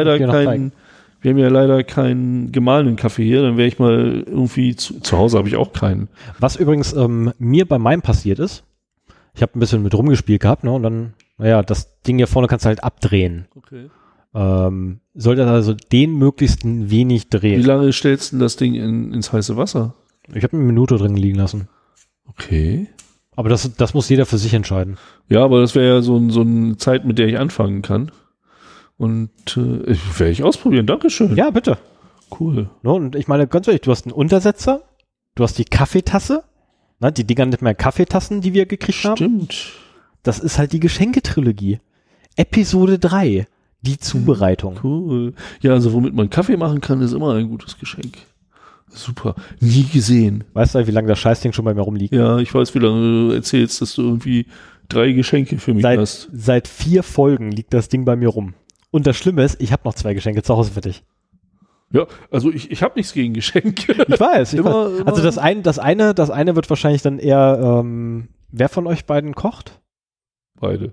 ja leider keinen gemahlenen Kaffee hier. Dann wäre ich mal irgendwie zu Hause habe ich auch keinen. Was übrigens mir bei meinem passiert ist, ich habe ein bisschen mit rumgespielt gehabt, ne? Und dann, das Ding hier vorne kannst du halt abdrehen. Okay. Sollte also den möglichst wenig drehen. Wie lange stellst du das Ding ins heiße Wasser? Ich habe eine Minute drin liegen lassen. Okay. Aber das muss jeder für sich entscheiden. Ja, aber das wäre ja so eine Zeit, mit der ich anfangen kann. Und werde ich ausprobieren. Dankeschön. Ja, bitte. Cool. No, und ich meine, ganz ehrlich, du hast einen Untersetzer, du hast die Kaffeetasse, ne, die Dinger nicht mehr Kaffeetassen, die wir gekriegt haben. Stimmt. Das ist halt die Geschenketrilogie. Episode 3, die Zubereitung. Cool. Ja, also womit man Kaffee machen kann, ist immer ein gutes Geschenk. Super. Nie gesehen. Weißt du, wie lange das Scheißding schon bei mir rumliegt? Ja, ich weiß, wie lange du erzählst, dass du irgendwie 3 Geschenke für mich hast. Seit 4 Folgen liegt das Ding bei mir rum. Und das Schlimme ist, ich habe noch 2 Geschenke zu Hause für dich. Ja, also ich habe nichts gegen Geschenke. Ich weiß. Also das eine wird wahrscheinlich dann eher, wer von euch beiden kocht? Beide.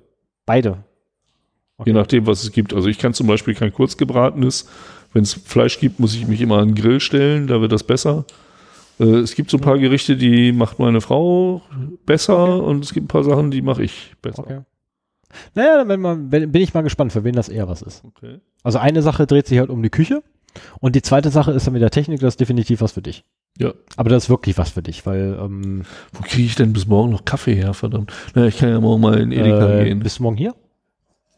Okay. Je nachdem, was es gibt. Also ich kann zum Beispiel kein kurzgebratenes. Wenn es Fleisch gibt, muss ich mich immer an den Grill stellen, da wird das besser. Es gibt so ein paar Gerichte, die macht meine Frau besser und es gibt ein paar Sachen, die mache ich besser. Okay. Naja, bin ich mal gespannt, für wen das eher was ist. Okay. Also eine Sache dreht sich halt um die Küche und die zweite Sache ist dann mit der Technik, das ist definitiv was für dich. Ja. Aber das ist wirklich was für dich, weil wo kriege ich denn bis morgen noch Kaffee her, verdammt? Na, ich kann ja morgen mal in Edeka gehen. Bist du morgen hier?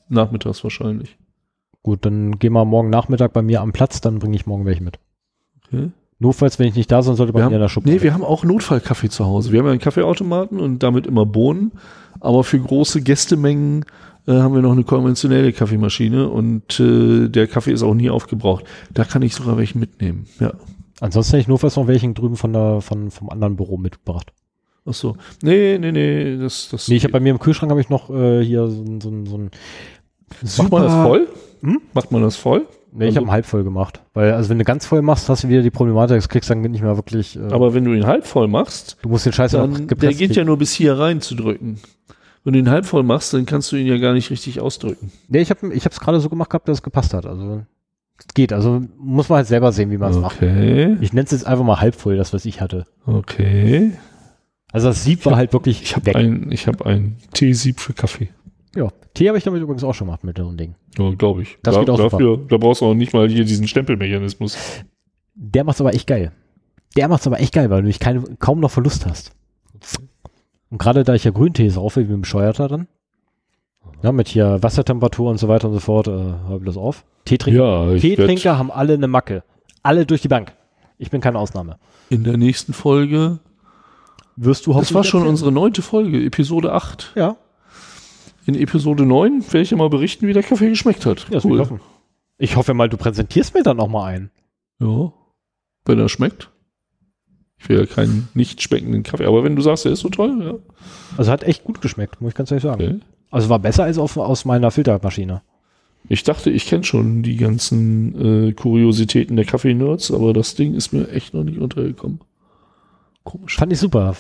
Nachmittags wahrscheinlich. Gut, dann geh mal morgen Nachmittag bei mir am Platz, dann bringe ich morgen welche mit. Okay. Notfalls, wenn ich nicht da sein sollte, bei mir in der Schublade. Nee, wir haben auch Notfallkaffee zu Hause. Wir haben ja einen Kaffeeautomaten und damit immer Bohnen. Aber für große Gästemengen haben wir noch eine konventionelle Kaffeemaschine und der Kaffee ist auch nie aufgebraucht. Da kann ich sogar welchen mitnehmen. Ja. Ansonsten hätte ich notfalls noch welchen drüben vom anderen Büro mitgebracht. Ach so. Nee. Nee, ich habe bei mir im Kühlschrank habe ich noch hier so ein Macht man das voll? Macht man das voll? Nee, ich habe ihn halb voll gemacht. Weil, also wenn du ganz voll machst, hast du wieder die Problematik, das kriegst du dann nicht mehr wirklich. Aber wenn du ihn halb voll machst, du musst den Scheiß dann, der geht ja nur bis hier rein zu drücken. Wenn du ihn halb voll machst, dann kannst du ihn ja gar nicht richtig ausdrücken. Nee, ich habe es gerade so gemacht gehabt, dass es gepasst hat. Also es geht. Also muss man halt selber sehen, wie man es macht. Ich nenne es jetzt einfach mal halb voll, das was ich hatte. Okay. Also das Sieb war halt wirklich Ich habe ein Teesieb für Kaffee. Ja, Tee habe ich damit übrigens auch schon gemacht mit so einem Ding. Ja, glaube ich. Das geht auch dafür, da brauchst du auch nicht mal hier diesen Stempelmechanismus. Der macht's aber echt geil. Weil du nämlich kaum noch Verlust hast. Und gerade da ich ja Grüntee saufe, wie ein Bescheuerter dann, ja, mit hier Wassertemperatur und so weiter und so fort, habe ich das auf. Teetrinker haben alle eine Macke. Alle durch die Bank. Ich bin keine Ausnahme. In der nächsten Folge wirst du hoffentlich. Das war schon unsere 9. Folge, Episode 8. Ja. In Episode 9 werde ich ja mal berichten, wie der Kaffee geschmeckt hat. Ja, cool. Ich hoffe mal, du präsentierst mir dann noch mal einen. Ja, wenn er schmeckt. Ich will ja keinen nicht schmeckenden Kaffee, aber wenn du sagst, er ist so toll, ja. Also hat echt gut geschmeckt, muss ich ganz ehrlich sagen. Okay. Also war besser als aus meiner Filtermaschine. Ich dachte, ich kenne schon die ganzen Kuriositäten der Kaffee-Nerds, aber das Ding ist mir echt noch nicht untergekommen. Komisch. Fand ich super.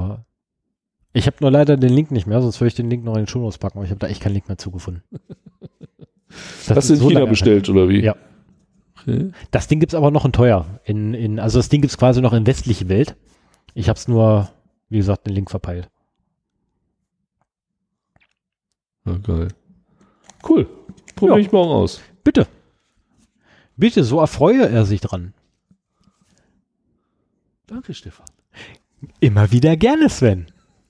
Ich habe nur leider den Link nicht mehr, sonst würde ich den Link noch in den Shownotes packen, aber ich habe da echt keinen Link mehr zugefunden. Hast du in China bestellt, oder wie? Ja. Okay. Das Ding gibt's aber noch in teuer. Also das Ding gibt's quasi noch in westliche Welt. Ich habe es nur, wie gesagt, den Link verpeilt. Ja, geil. Cool. Probiere ich morgen aus. Bitte, so erfreue er sich dran. Danke, Stefan. Immer wieder gerne, Sven.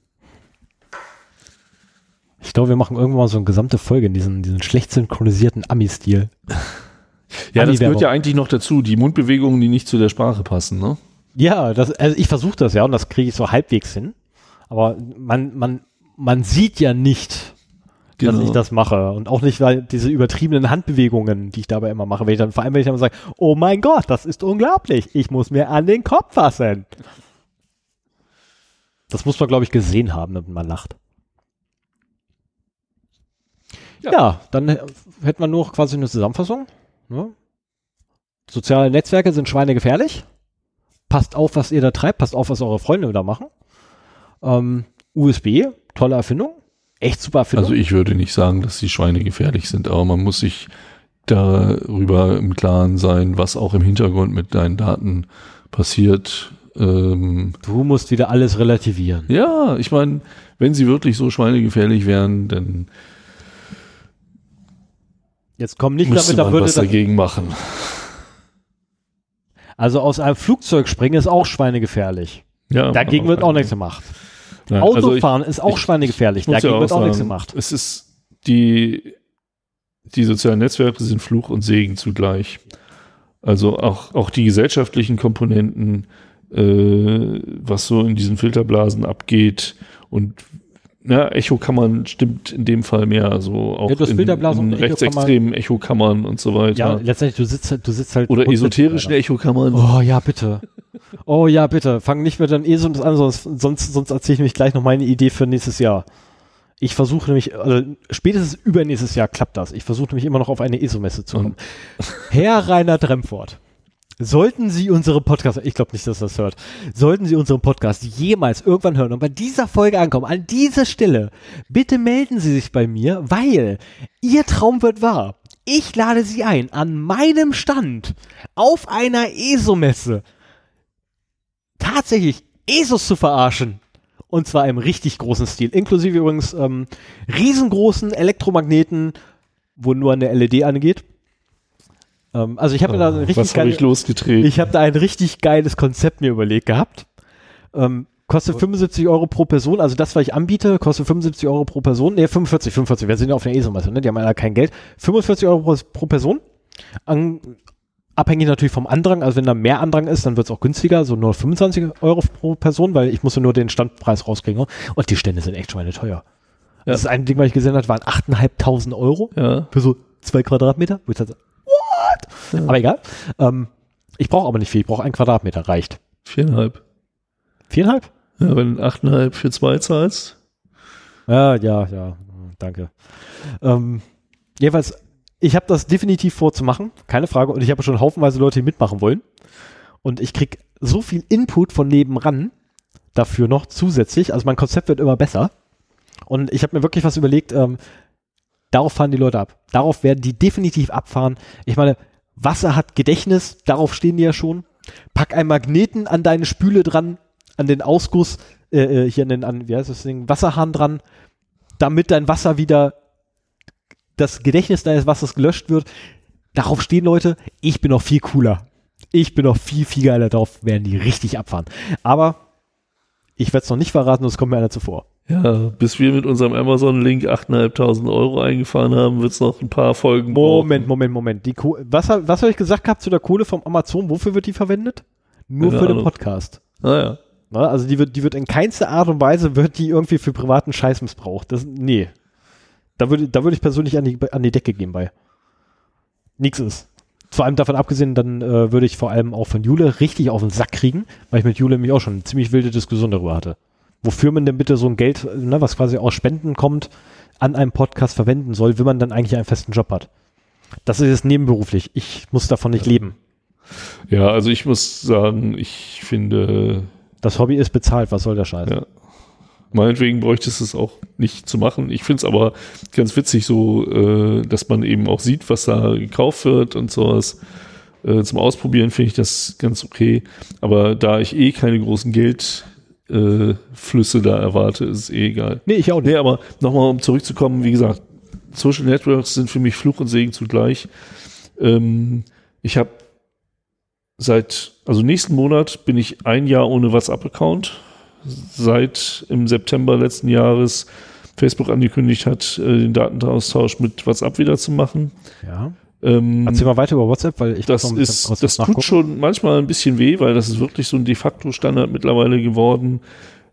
Ich glaube, wir machen irgendwann mal so eine gesamte Folge in diesen schlecht synchronisierten Ami-Stil. Ja, das gehört ja eigentlich noch dazu, die Mundbewegungen, die nicht zu der Sprache passen, ne? Ja, also ich versuche das ja und das kriege ich so halbwegs hin. Aber man sieht ja nicht, dass ich das mache. Und auch nicht, weil diese übertriebenen Handbewegungen, die ich dabei immer mache, vor allem wenn ich dann sage, oh mein Gott, das ist unglaublich, ich muss mir an den Kopf fassen. Das muss man, glaube ich, gesehen haben, wenn man lacht. Ja, dann hätten wir nur quasi eine Zusammenfassung. Ne? Soziale Netzwerke sind schweinegefährlich. Passt auf, was ihr da treibt. Passt auf, was eure Freunde da machen. USB, tolle Erfindung. Echt super Erfindung. Also ich würde nicht sagen, dass die Schweine gefährlich sind, aber man muss sich darüber im Klaren sein, was auch im Hintergrund mit deinen Daten passiert. Du musst wieder alles relativieren. Ja, ich meine, wenn sie wirklich so schweinegefährlich wären, dann jetzt kommen nicht müsste damit, man was dagegen machen. Also aus einem Flugzeug springen ist auch schweinegefährlich. Ja, dagegen wird auch nichts gemacht. Ja, Autofahren ist auch schweinegefährlich. Dagegen wird auch nichts gemacht. Es ist die sozialen Netzwerke sind Fluch und Segen zugleich. Also auch die gesellschaftlichen Komponenten, was so in diesen Filterblasen abgeht und Echokammern stimmt in dem Fall mehr, also auch in rechtsextremen Echokammern und so weiter. Ja, letztendlich, du sitzt halt. Oder esoterischen Echokammern. Oh ja, bitte. Fang nicht mit deinem ESO an, sonst erzähle ich mich gleich noch meine Idee für nächstes Jahr. Ich versuche nämlich, spätestens übernächstes Jahr klappt das. Ich versuche nämlich immer noch auf eine ESO-Messe zu kommen. Herr Reinhard Remford, sollten Sie unsere Podcast, ich glaube nicht, dass das hört, sollten Sie unseren Podcast jemals irgendwann hören und bei dieser Folge ankommen, an dieser Stelle, bitte melden Sie sich bei mir, weil Ihr Traum wird wahr. Ich lade Sie ein, an meinem Stand auf einer ESO-Messe tatsächlich ESOs zu verarschen. Und zwar im richtig großen Stil. Inklusive übrigens riesengroßen Elektromagneten, wo nur eine LED angeht. Also ich habe da ein richtig geiles Konzept mir überlegt gehabt. Kostet 75 € pro Person, also das, was ich anbiete, kostet 75 € pro Person. Ne, 45, wir sind ja auf der ESO-Messe, ne? Die haben leider kein Geld. 45 € pro Person. abhängig natürlich vom Andrang. Also wenn da mehr Andrang ist, dann wird es auch günstiger, so nur 25 € pro Person, weil ich musste nur den Standpreis rauskriegen. Und die Stände sind echt schweineteuer. Ja. Das ein Ding, was ich gesehen habe, waren 8.500 € für so 2 Quadratmeter. Wo ich dachte, what? Ja. Aber egal. Ich brauche aber nicht viel. Ich brauche 1 Quadratmeter, reicht. 4,5. 4,5? Ja, wenn du 8,5 für 2 zahlst. Ja, danke. Jedenfalls, ich habe das definitiv vor zu machen, keine Frage. Und ich habe schon haufenweise Leute, die mitmachen wollen. Und ich kriege so viel Input von nebenan dafür noch zusätzlich. Also mein Konzept wird immer besser. Und ich habe mir wirklich was überlegt, darauf fahren die Leute ab. Darauf werden die definitiv abfahren. Ich meine, Wasser hat Gedächtnis, darauf stehen die ja schon. Pack einen Magneten an deine Spüle dran, an den Ausguss, hier wie heißt das Ding, Wasserhahn dran, damit dein Wasser wieder, das Gedächtnis deines Wassers gelöscht wird. Darauf stehen Leute. Ich bin noch viel cooler. Ich bin noch viel, viel geiler. Darauf werden die richtig abfahren. Aber ich werde es noch nicht verraten, sonst kommt mir einer zuvor. Ja, bis wir mit unserem Amazon-Link 8.500 € eingefahren haben, wird es noch ein paar Folgen brauchen. Moment. Was habe ich gesagt gehabt zu der Kohle vom Amazon? Wofür wird die verwendet? Nur für den Podcast. Ah ja. Na, also die wird in keinster Art und Weise wird die irgendwie für privaten Scheiß missbraucht. Nee. Da würde ich persönlich an die Decke gehen bei. Nix ist. Vor allem davon abgesehen, dann würde ich vor allem auch von Jule richtig auf den Sack kriegen, weil ich mit Jule nämlich auch schon eine ziemlich wilde Diskussion darüber hatte. Wofür man denn bitte so ein Geld, was quasi aus Spenden kommt, an einem Podcast verwenden soll, wenn man dann eigentlich einen festen Job hat. Das ist jetzt nebenberuflich. Ich muss davon nicht leben. Ja, also ich muss sagen, ich finde... Das Hobby ist bezahlt, was soll der Scheiß? Ja. Meinetwegen bräuchtest du es auch nicht zu machen. Ich finde es aber ganz witzig so, dass man eben auch sieht, was da gekauft wird und sowas. Zum Ausprobieren finde ich das ganz okay. Aber da ich keine großen Geldflüsse da erwarte, ist es egal. Nee, ich auch nicht. Nee, aber nochmal, um zurückzukommen, wie gesagt, Social Networks sind für mich Fluch und Segen zugleich. Ich habe nächsten Monat bin ich 1 Jahr ohne WhatsApp-Account. Seit im September letzten Jahres Facebook angekündigt hat, den Datenaustausch mit WhatsApp wieder zu machen. Ja. Erzähl mal weiter über WhatsApp, weil das tut schon manchmal ein bisschen weh, weil das ist wirklich so ein de facto Standard mittlerweile geworden.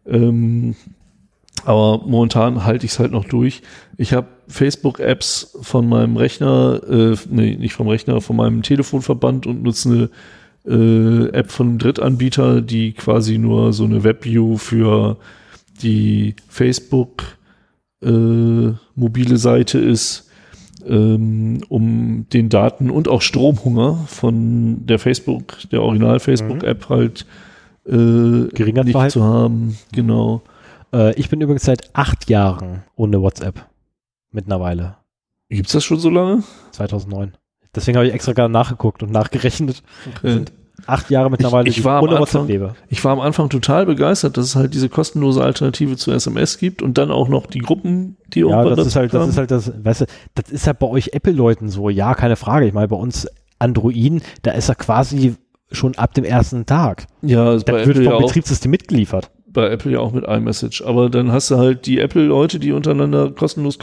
Aber momentan halte ich es halt noch durch. Ich habe Facebook-Apps von meinem Rechner, nicht vom Rechner, von meinem Telefon verbannt und nutze eine App von einem Drittanbieter, die quasi nur so eine Webview für die Facebook mobile Seite ist, um den Daten und auch Stromhunger von der Original-Facebook-App halt geringer nicht zu haben. Genau. Ich bin übrigens seit 8 Jahren ohne WhatsApp mittlerweile. Gibt's das schon so lange? 2009. Deswegen habe ich extra gerade nachgeguckt und nachgerechnet. Okay. Sind 8 Jahre mittlerweile, ich war ohne WhatsApp lebe. Ich war am Anfang total begeistert, dass es halt diese kostenlose Alternative zu SMS gibt und dann auch noch die Gruppen, die das ist halt das, weißt du, das ist halt bei euch Apple-Leuten so, ja, keine Frage. Ich meine, bei uns Androiden, da ist er quasi schon ab dem ersten Tag. Ja, das wird vom Betriebssystem mitgeliefert. Bei Apple ja auch mit iMessage, aber dann hast du halt die Apple-Leute, die untereinander kostenlos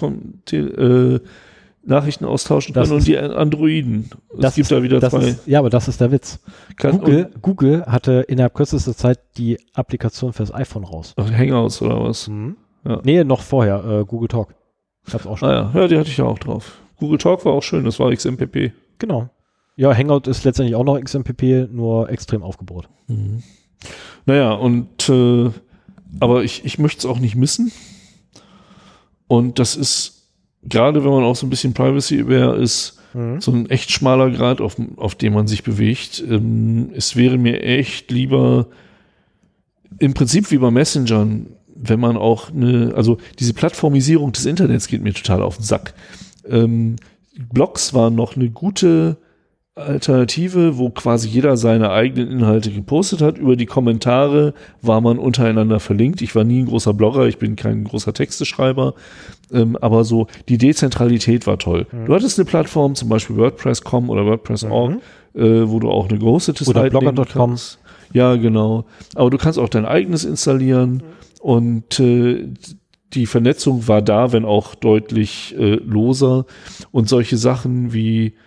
Nachrichten austauschen können und die Androiden. Es gibt da wieder 2. Ja, aber das ist der Witz. Google hatte innerhalb kürzester Zeit die Applikation fürs iPhone raus. Ach, Hangouts oder was? Mhm. Ja. Nee, noch vorher, Google Talk. Ich hab's auch schon. Ja, die hatte ich ja auch drauf. Google Talk war auch schön, das war XMPP. Genau. Ja, Hangout ist letztendlich auch noch XMPP, nur extrem aufgebaut. Mhm. Naja, und aber ich möchte es auch nicht missen. Und das ist gerade wenn man auch so ein bisschen Privacy-aware ist, so ein echt schmaler Grad, auf dem man sich bewegt. Es wäre mir echt lieber, im Prinzip wie bei Messengern, wenn man auch also diese Plattformisierung des Internets geht mir total auf den Sack. Blogs waren noch eine gute Alternative, wo quasi jeder seine eigenen Inhalte gepostet hat. Über die Kommentare war man untereinander verlinkt. Ich war nie ein großer Blogger, ich bin kein großer Texteschreiber, aber so die Dezentralität war toll. Du hattest eine Plattform, zum Beispiel WordPress.com oder WordPress.org, wo du auch eine große oder Blogger.com. Ja, genau. Aber du kannst auch dein eigenes installieren und die Vernetzung war da, wenn auch deutlich loser und solche Sachen wie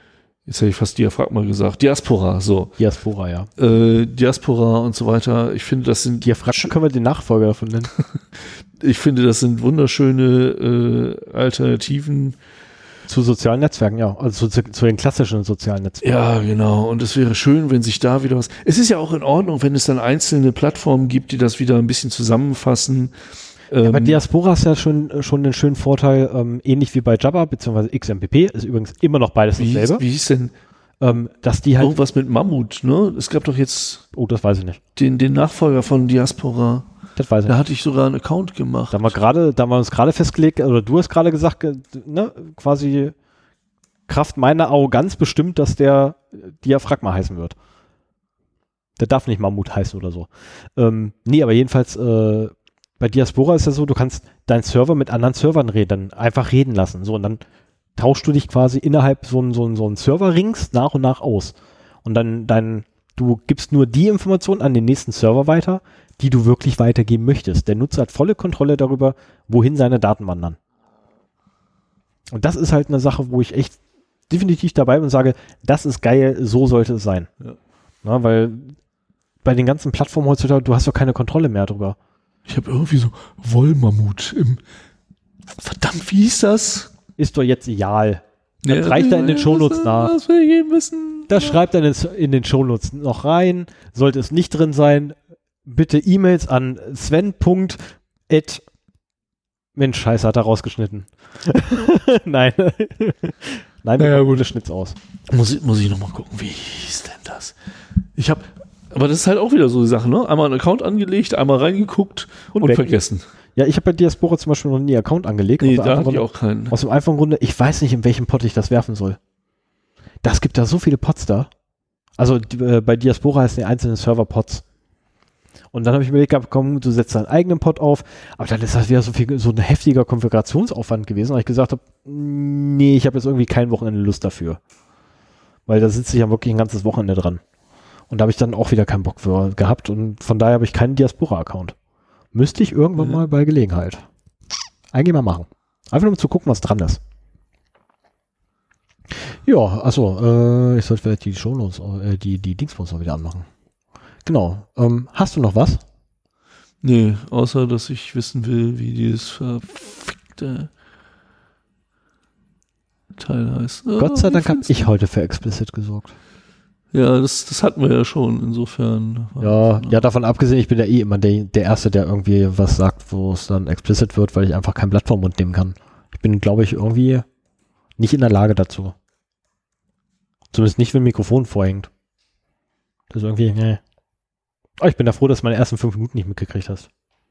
jetzt hätte ich fast Diaphragma gesagt, Diaspora, so. Diaspora, ja. Diaspora und so weiter. Ich finde, das sind... Diaphragma können wir den Nachfolger davon nennen. Ich finde, das sind wunderschöne Alternativen. Zu sozialen Netzwerken, ja. Also zu den klassischen sozialen Netzwerken. Ja, genau. Und es wäre schön, wenn sich da wieder was... Es ist ja auch in Ordnung, wenn es dann einzelne Plattformen gibt, die das wieder ein bisschen zusammenfassen. Ja, bei Diaspora ist ja schon den schönen Vorteil, ähnlich wie bei Jabba bzw. XMPP, ist übrigens immer noch beides dasselbe. Wie hieß denn... dass die halt... Irgendwas mit Mammut, ne? Es gab doch jetzt... Oh, das weiß ich nicht. Den Nachfolger von Diaspora. Das weiß ich. Da hatte ich sogar einen Account gemacht. Da haben wir uns gerade festgelegt, oder du hast gerade gesagt, ne, quasi Kraft meiner Arroganz bestimmt, dass der Diaphragma heißen wird. Der darf nicht Mammut heißen oder so. Nee, aber jedenfalls bei Diaspora ist ja so, du kannst deinen Server mit anderen Servern einfach reden lassen. So, und dann tauschst du dich quasi innerhalb so einen Server-Rings nach und nach aus. Und dann du gibst nur die Informationen an den nächsten Server weiter, die du wirklich weitergeben möchtest. Der Nutzer hat volle Kontrolle darüber, wohin seine Daten wandern. Und das ist halt eine Sache, wo ich echt definitiv dabei bin und sage, das ist geil, so sollte es sein. Ja. Na, weil bei den ganzen Plattformen heutzutage, du hast doch keine Kontrolle mehr drüber. Ich habe irgendwie so Wollmammut im... Verdammt, wie hieß das? Ist doch jetzt egal. Das reicht da in den Shownotes nach. Was wir geben müssen. Das schreibt dann in den Shownotes noch rein. Sollte es nicht drin sein, bitte E-Mails an Sven. Mensch, Scheiße, hat er rausgeschnitten. Nein. Nein, naja, gut, das schnitt's aus. Muss ich nochmal gucken, wie hieß denn das? Aber das ist halt auch wieder so die Sache, ne? Einmal einen Account angelegt, einmal reingeguckt und vergessen. Ja, ich habe bei Diaspora zum Beispiel noch nie einen Account angelegt. Nee, da hatte ich auch keinen. Aus dem einfachen Grunde, ich weiß nicht, in welchem Pot ich das werfen soll. Das gibt da so viele Pots da. Also bei Diaspora heißen die einzelnen Server-Pots. Und dann habe ich mir überlegt, komm, du setzt deinen eigenen Pod auf, aber dann ist das wieder so ein heftiger Konfigurationsaufwand gewesen, weil ich gesagt habe, nee, ich habe jetzt irgendwie kein Wochenende Lust dafür. Weil da sitze ich ja wirklich ein ganzes Wochenende dran. Und da habe ich dann auch wieder keinen Bock für gehabt und von daher habe ich keinen Diaspora-Account. Müsste ich irgendwann mal bei Gelegenheit. Eigentlich mal machen. Einfach nur um zu gucken, was dran ist. Ja, achso, ich sollte vielleicht die Shownotes, die Dingsbums noch wieder anmachen. Genau. Hast du noch was? Nee, außer, dass ich wissen will, wie dieses verfickte Teil heißt. Gott sei Dank habe ich heute für Explicit gesorgt. Ja, das hatten wir ja schon, insofern. Ja, davon abgesehen, ich bin ja eh immer der Erste, der irgendwie was sagt, wo es dann explicit wird, weil ich einfach kein Blatt vom Mund nehmen kann. Ich bin, glaube ich, irgendwie nicht in der Lage dazu. Zumindest nicht, wenn ein Mikrofon vorhängt. Das ist irgendwie, nee. Oh, ich bin da froh, dass du meine ersten 5 Minuten nicht mitgekriegt hast.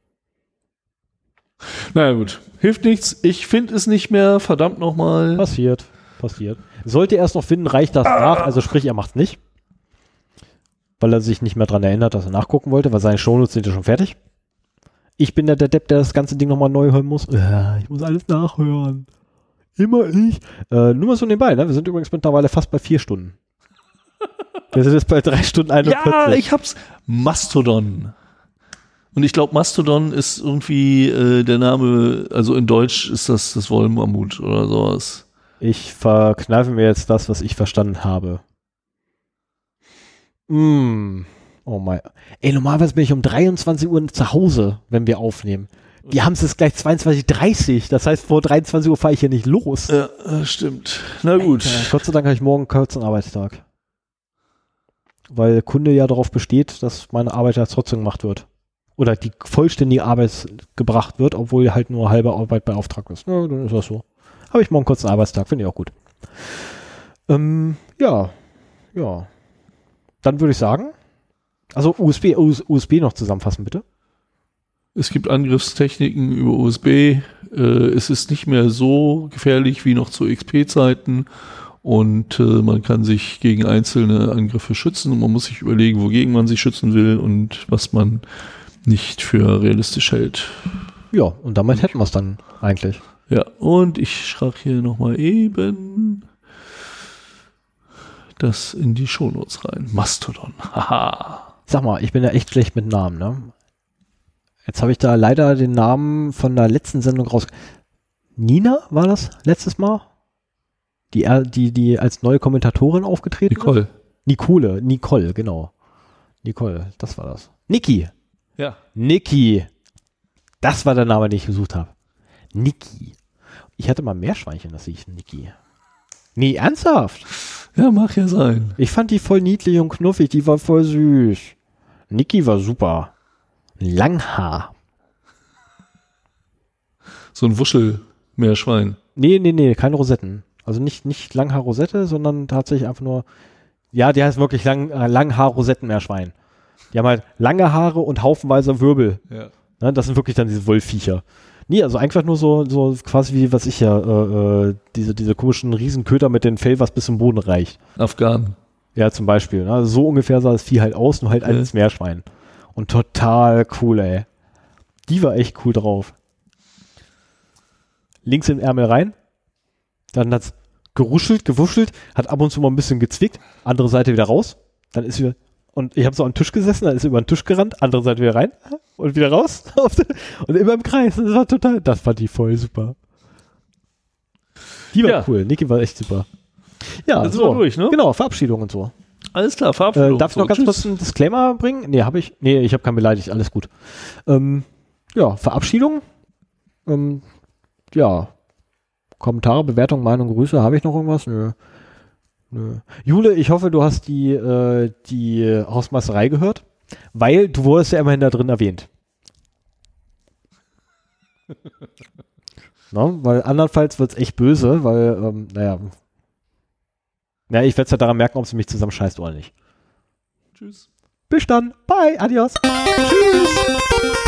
Naja gut, hilft nichts. Ich finde es nicht mehr, verdammt nochmal. Passiert. Sollte er es noch finden, reicht das nach. Also sprich, er macht es nicht. Weil er sich nicht mehr dran erinnert, dass er nachgucken wollte, weil seine Shownotes sind ja schon fertig. Ich bin der Depp, der das ganze Ding nochmal neu hören muss. Ich muss alles nachhören. Immer ich. Nur mal so nebenbei, ne? Wir sind übrigens mittlerweile fast bei 4 Stunden. Wir sind jetzt bei 3 Stunden 41. Ja, ich hab's. Mastodon. Und ich glaube, Mastodon ist irgendwie der Name, also in Deutsch ist das Wollmammut oder sowas. Ich verkneife mir jetzt das, was ich verstanden habe. Oh mein. Ey, normalerweise bin ich um 23 Uhr zu Hause, wenn wir aufnehmen. Die haben es jetzt gleich 22:30 Uhr. Das heißt, vor 23 Uhr fahre ich hier nicht los. Ja, stimmt. Na gut. Alter, Gott sei Dank habe ich morgen einen kurzen Arbeitstag. Weil der Kunde ja darauf besteht, dass meine Arbeit ja trotzdem gemacht wird. Oder die vollständige Arbeit gebracht wird, obwohl halt nur halbe Arbeit bei Auftrag ist. Ja, dann ist das so. Habe ich morgen kurz einen Arbeitstag, finde ich auch gut. Ja. Dann würde ich sagen, also USB noch zusammenfassen, bitte. Es gibt Angriffstechniken über USB. Es ist nicht mehr so gefährlich wie noch zu XP-Zeiten. Und man kann sich gegen einzelne Angriffe schützen. Und man muss sich überlegen, wogegen man sich schützen will und was man nicht für realistisch hält. Ja, und damit hätten wir es dann eigentlich. Ja, und ich schreibe hier nochmal eben das in die Shownotes rein. Mastodon. Haha. Sag mal, ich bin ja echt schlecht mit Namen, ne? Jetzt habe ich da leider den Namen von der letzten Sendung raus. Nina war das letztes Mal? die als neue Kommentatorin aufgetreten Nicole. Nicole, genau. Nicole, das war das. Niki. Ja. Niki. Das war der Name, den ich gesucht habe. Niki. Ich hatte mal Meerschweinchen, das hieß Niki. Nee, ernsthaft? Ja, mag ja sein. Ich fand die voll niedlich und knuffig, die war voll süß. Niki war super. Langhaar. So ein Wuschel-Meerschwein. Nee, keine Rosetten. Also nicht Langhaar-Rosette, sondern tatsächlich einfach nur, ja, die heißt wirklich Langhaar-Rosetten-Meerschwein. Die haben halt lange Haare und haufenweise Wirbel. Ja. Ne, das sind wirklich dann diese Wollviecher. Nee, also einfach nur so quasi wie, was ich ja, diese komischen Riesenköter mit dem Fell, was bis zum Boden reicht. Afghanen. Ja, zum Beispiel. Ne? Also so ungefähr sah das Vieh halt aus, nur halt als Meerschwein. Und total cool, ey. Die war echt cool drauf. Links in den Ärmel rein. Dann hat's gewuschelt, hat ab und zu mal ein bisschen gezwickt. Andere Seite wieder raus. Dann ist wieder, und ich habe so am Tisch gesessen, dann ist er über den Tisch gerannt, andere Seite wieder rein und wieder raus. Und immer im Kreis. Das fand die voll super. Die war cool. Niki war echt super. Ja, das so. sind wir durch, ne? Genau, Verabschiedung und so. Alles klar, Verabschiedung. Darf ich noch ganz kurz einen Disclaimer bringen? Nee, habe ich. Nee, ich habe keinen beleidigt. Alles gut. Ja, Verabschiedung. Ja. Kommentare, Bewertung, Meinung, Grüße. Habe ich noch irgendwas? Nö. Jule, ich hoffe, du hast die Hausmeisterei gehört, weil du wurdest ja immerhin da drin erwähnt. No, weil andernfalls wird es echt böse, weil, ja, ich werde es ja daran merken, ob sie mich zusammenscheißt oder nicht. Tschüss. Bis dann. Bye. Adios. Tschüss.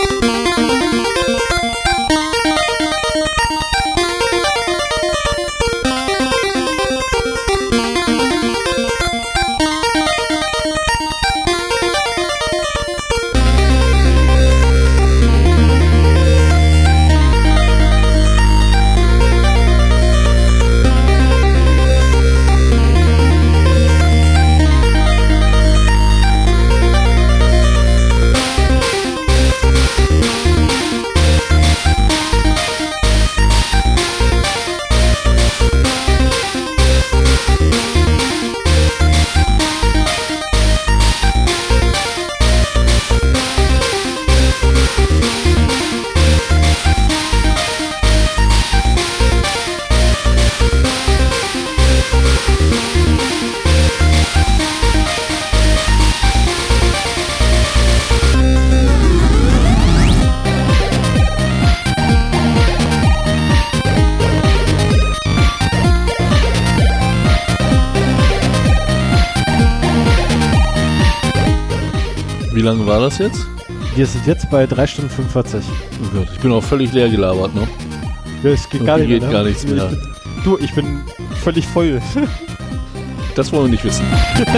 Wie lange war das jetzt? Wir sind jetzt bei 3 Stunden 45. Oh Gott, ich bin auch völlig leer gelabert, ne? Ja, es geht gar nicht mehr. Gar nichts mehr. Ich bin völlig voll. Das wollen wir nicht wissen.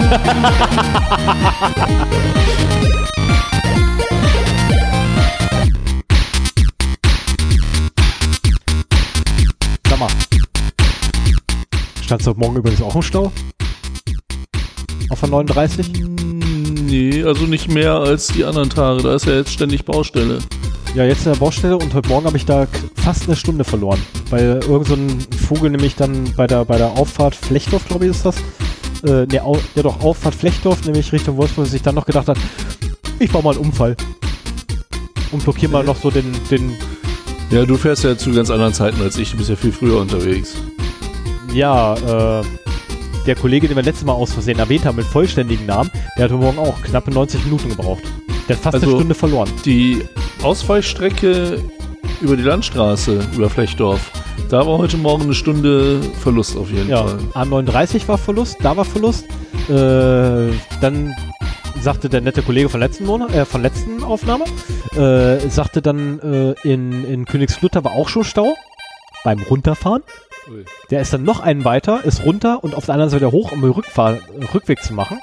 Sag mal. Standst du morgen übrigens auch im Stau? Auf der 39? Nee, also nicht mehr als die anderen Tage. Da ist ja jetzt ständig Baustelle. Ja, jetzt in der Baustelle und heute Morgen habe ich da fast eine Stunde verloren. Weil irgend so ein Vogel nämlich dann bei der Auffahrt Flechtdorf, glaube ich, ist das. Auffahrt Flechtdorf, nämlich Richtung Wolfsburg, sich dann noch gedacht hat, ich baue mal einen Unfall. Und blockiere mal noch so den... Ja, du fährst ja zu ganz anderen Zeiten als ich. Du bist ja viel früher unterwegs. Ja, der Kollege, den wir letztes Mal aus Versehen erwähnt haben, mit vollständigen Namen, der hat heute Morgen auch knappe 90 Minuten gebraucht. Der hat fast eine Stunde verloren. Die Ausweichstrecke über die Landstraße, über Flechtdorf, da war heute Morgen eine Stunde Verlust auf jeden Fall. A39 war Verlust, da war Verlust. Dann sagte der nette Kollege von letzten Aufnahme, sagte dann in Königslutter war auch schon Stau beim Runterfahren. Ui. Der ist dann noch einen weiter, ist runter und auf der anderen Seite hoch, um den Rückweg zu machen.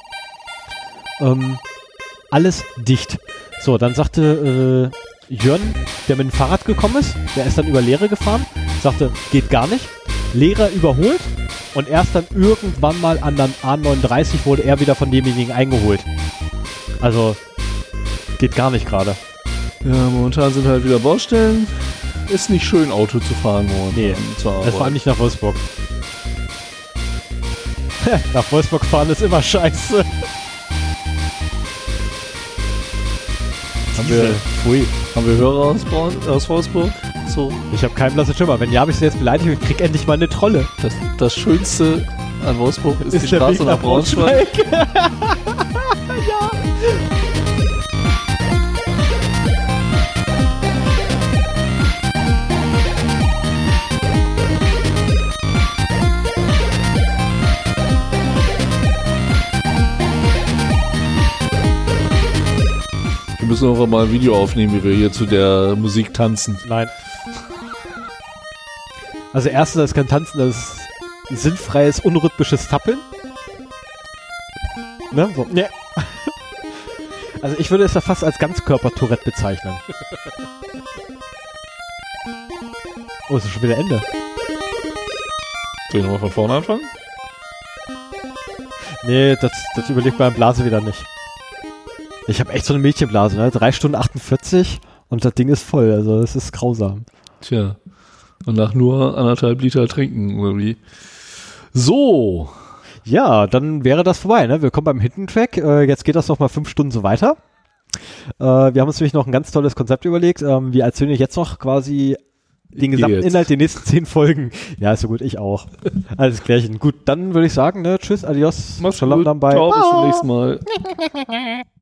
Alles dicht. So, dann sagte Jörn, der mit dem Fahrrad gekommen ist, der ist dann über Leere gefahren, sagte, geht gar nicht. Leere überholt und erst dann irgendwann mal an der A39 wurde er wieder von demjenigen eingeholt. Also, geht gar nicht gerade. Ja, momentan sind halt wieder Baustellen. Ist nicht schön, Auto zu fahren momentan. Nee, vor allem nicht nach Wolfsburg. Nach Wolfsburg fahren ist immer scheiße. Haben wir Hörer aus Wolfsburg? So. Ich habe keinen blassen Schimmer. Wenn ja, habe ich sie jetzt beleidigt und krieg endlich mal eine Trolle. Das Schönste an Wolfsburg ist die Straße nach Braunschweig. Ja. Wir müssen auch mal ein Video aufnehmen, wie wir hier zu der Musik tanzen. Nein. Also erstens, das ist kein Tanzen, das ist sinnfreies, unrhythmisches Tappeln. Ne? So. Nee. Also ich würde es ja fast als Ganzkörper-Tourette bezeichnen. Oh, ist das schon wieder Ende? Soll ich nochmal von vorne anfangen? Nee, das überlegt beim Blase wieder nicht. Ich habe echt so eine Mädchenblase, ne? 3 Stunden 48 und das Ding ist voll, also das ist grausam. Tja, und nach nur 1,5 Liter trinken, oder wie? So. Ja, dann wäre das vorbei, ne? Willkommen beim Hidden Track. Jetzt geht das noch mal 5 Stunden so weiter. Wir haben uns nämlich noch ein ganz tolles Konzept überlegt. Wir erzählen euch jetzt noch quasi den gesamten Inhalt der nächsten 10 Folgen. Ja, ist so gut, ich auch. Alles klärchen. Gut, dann würde ich sagen, ne? Tschüss, adios. Mach's gut. Ciao, bis zum nächsten Mal.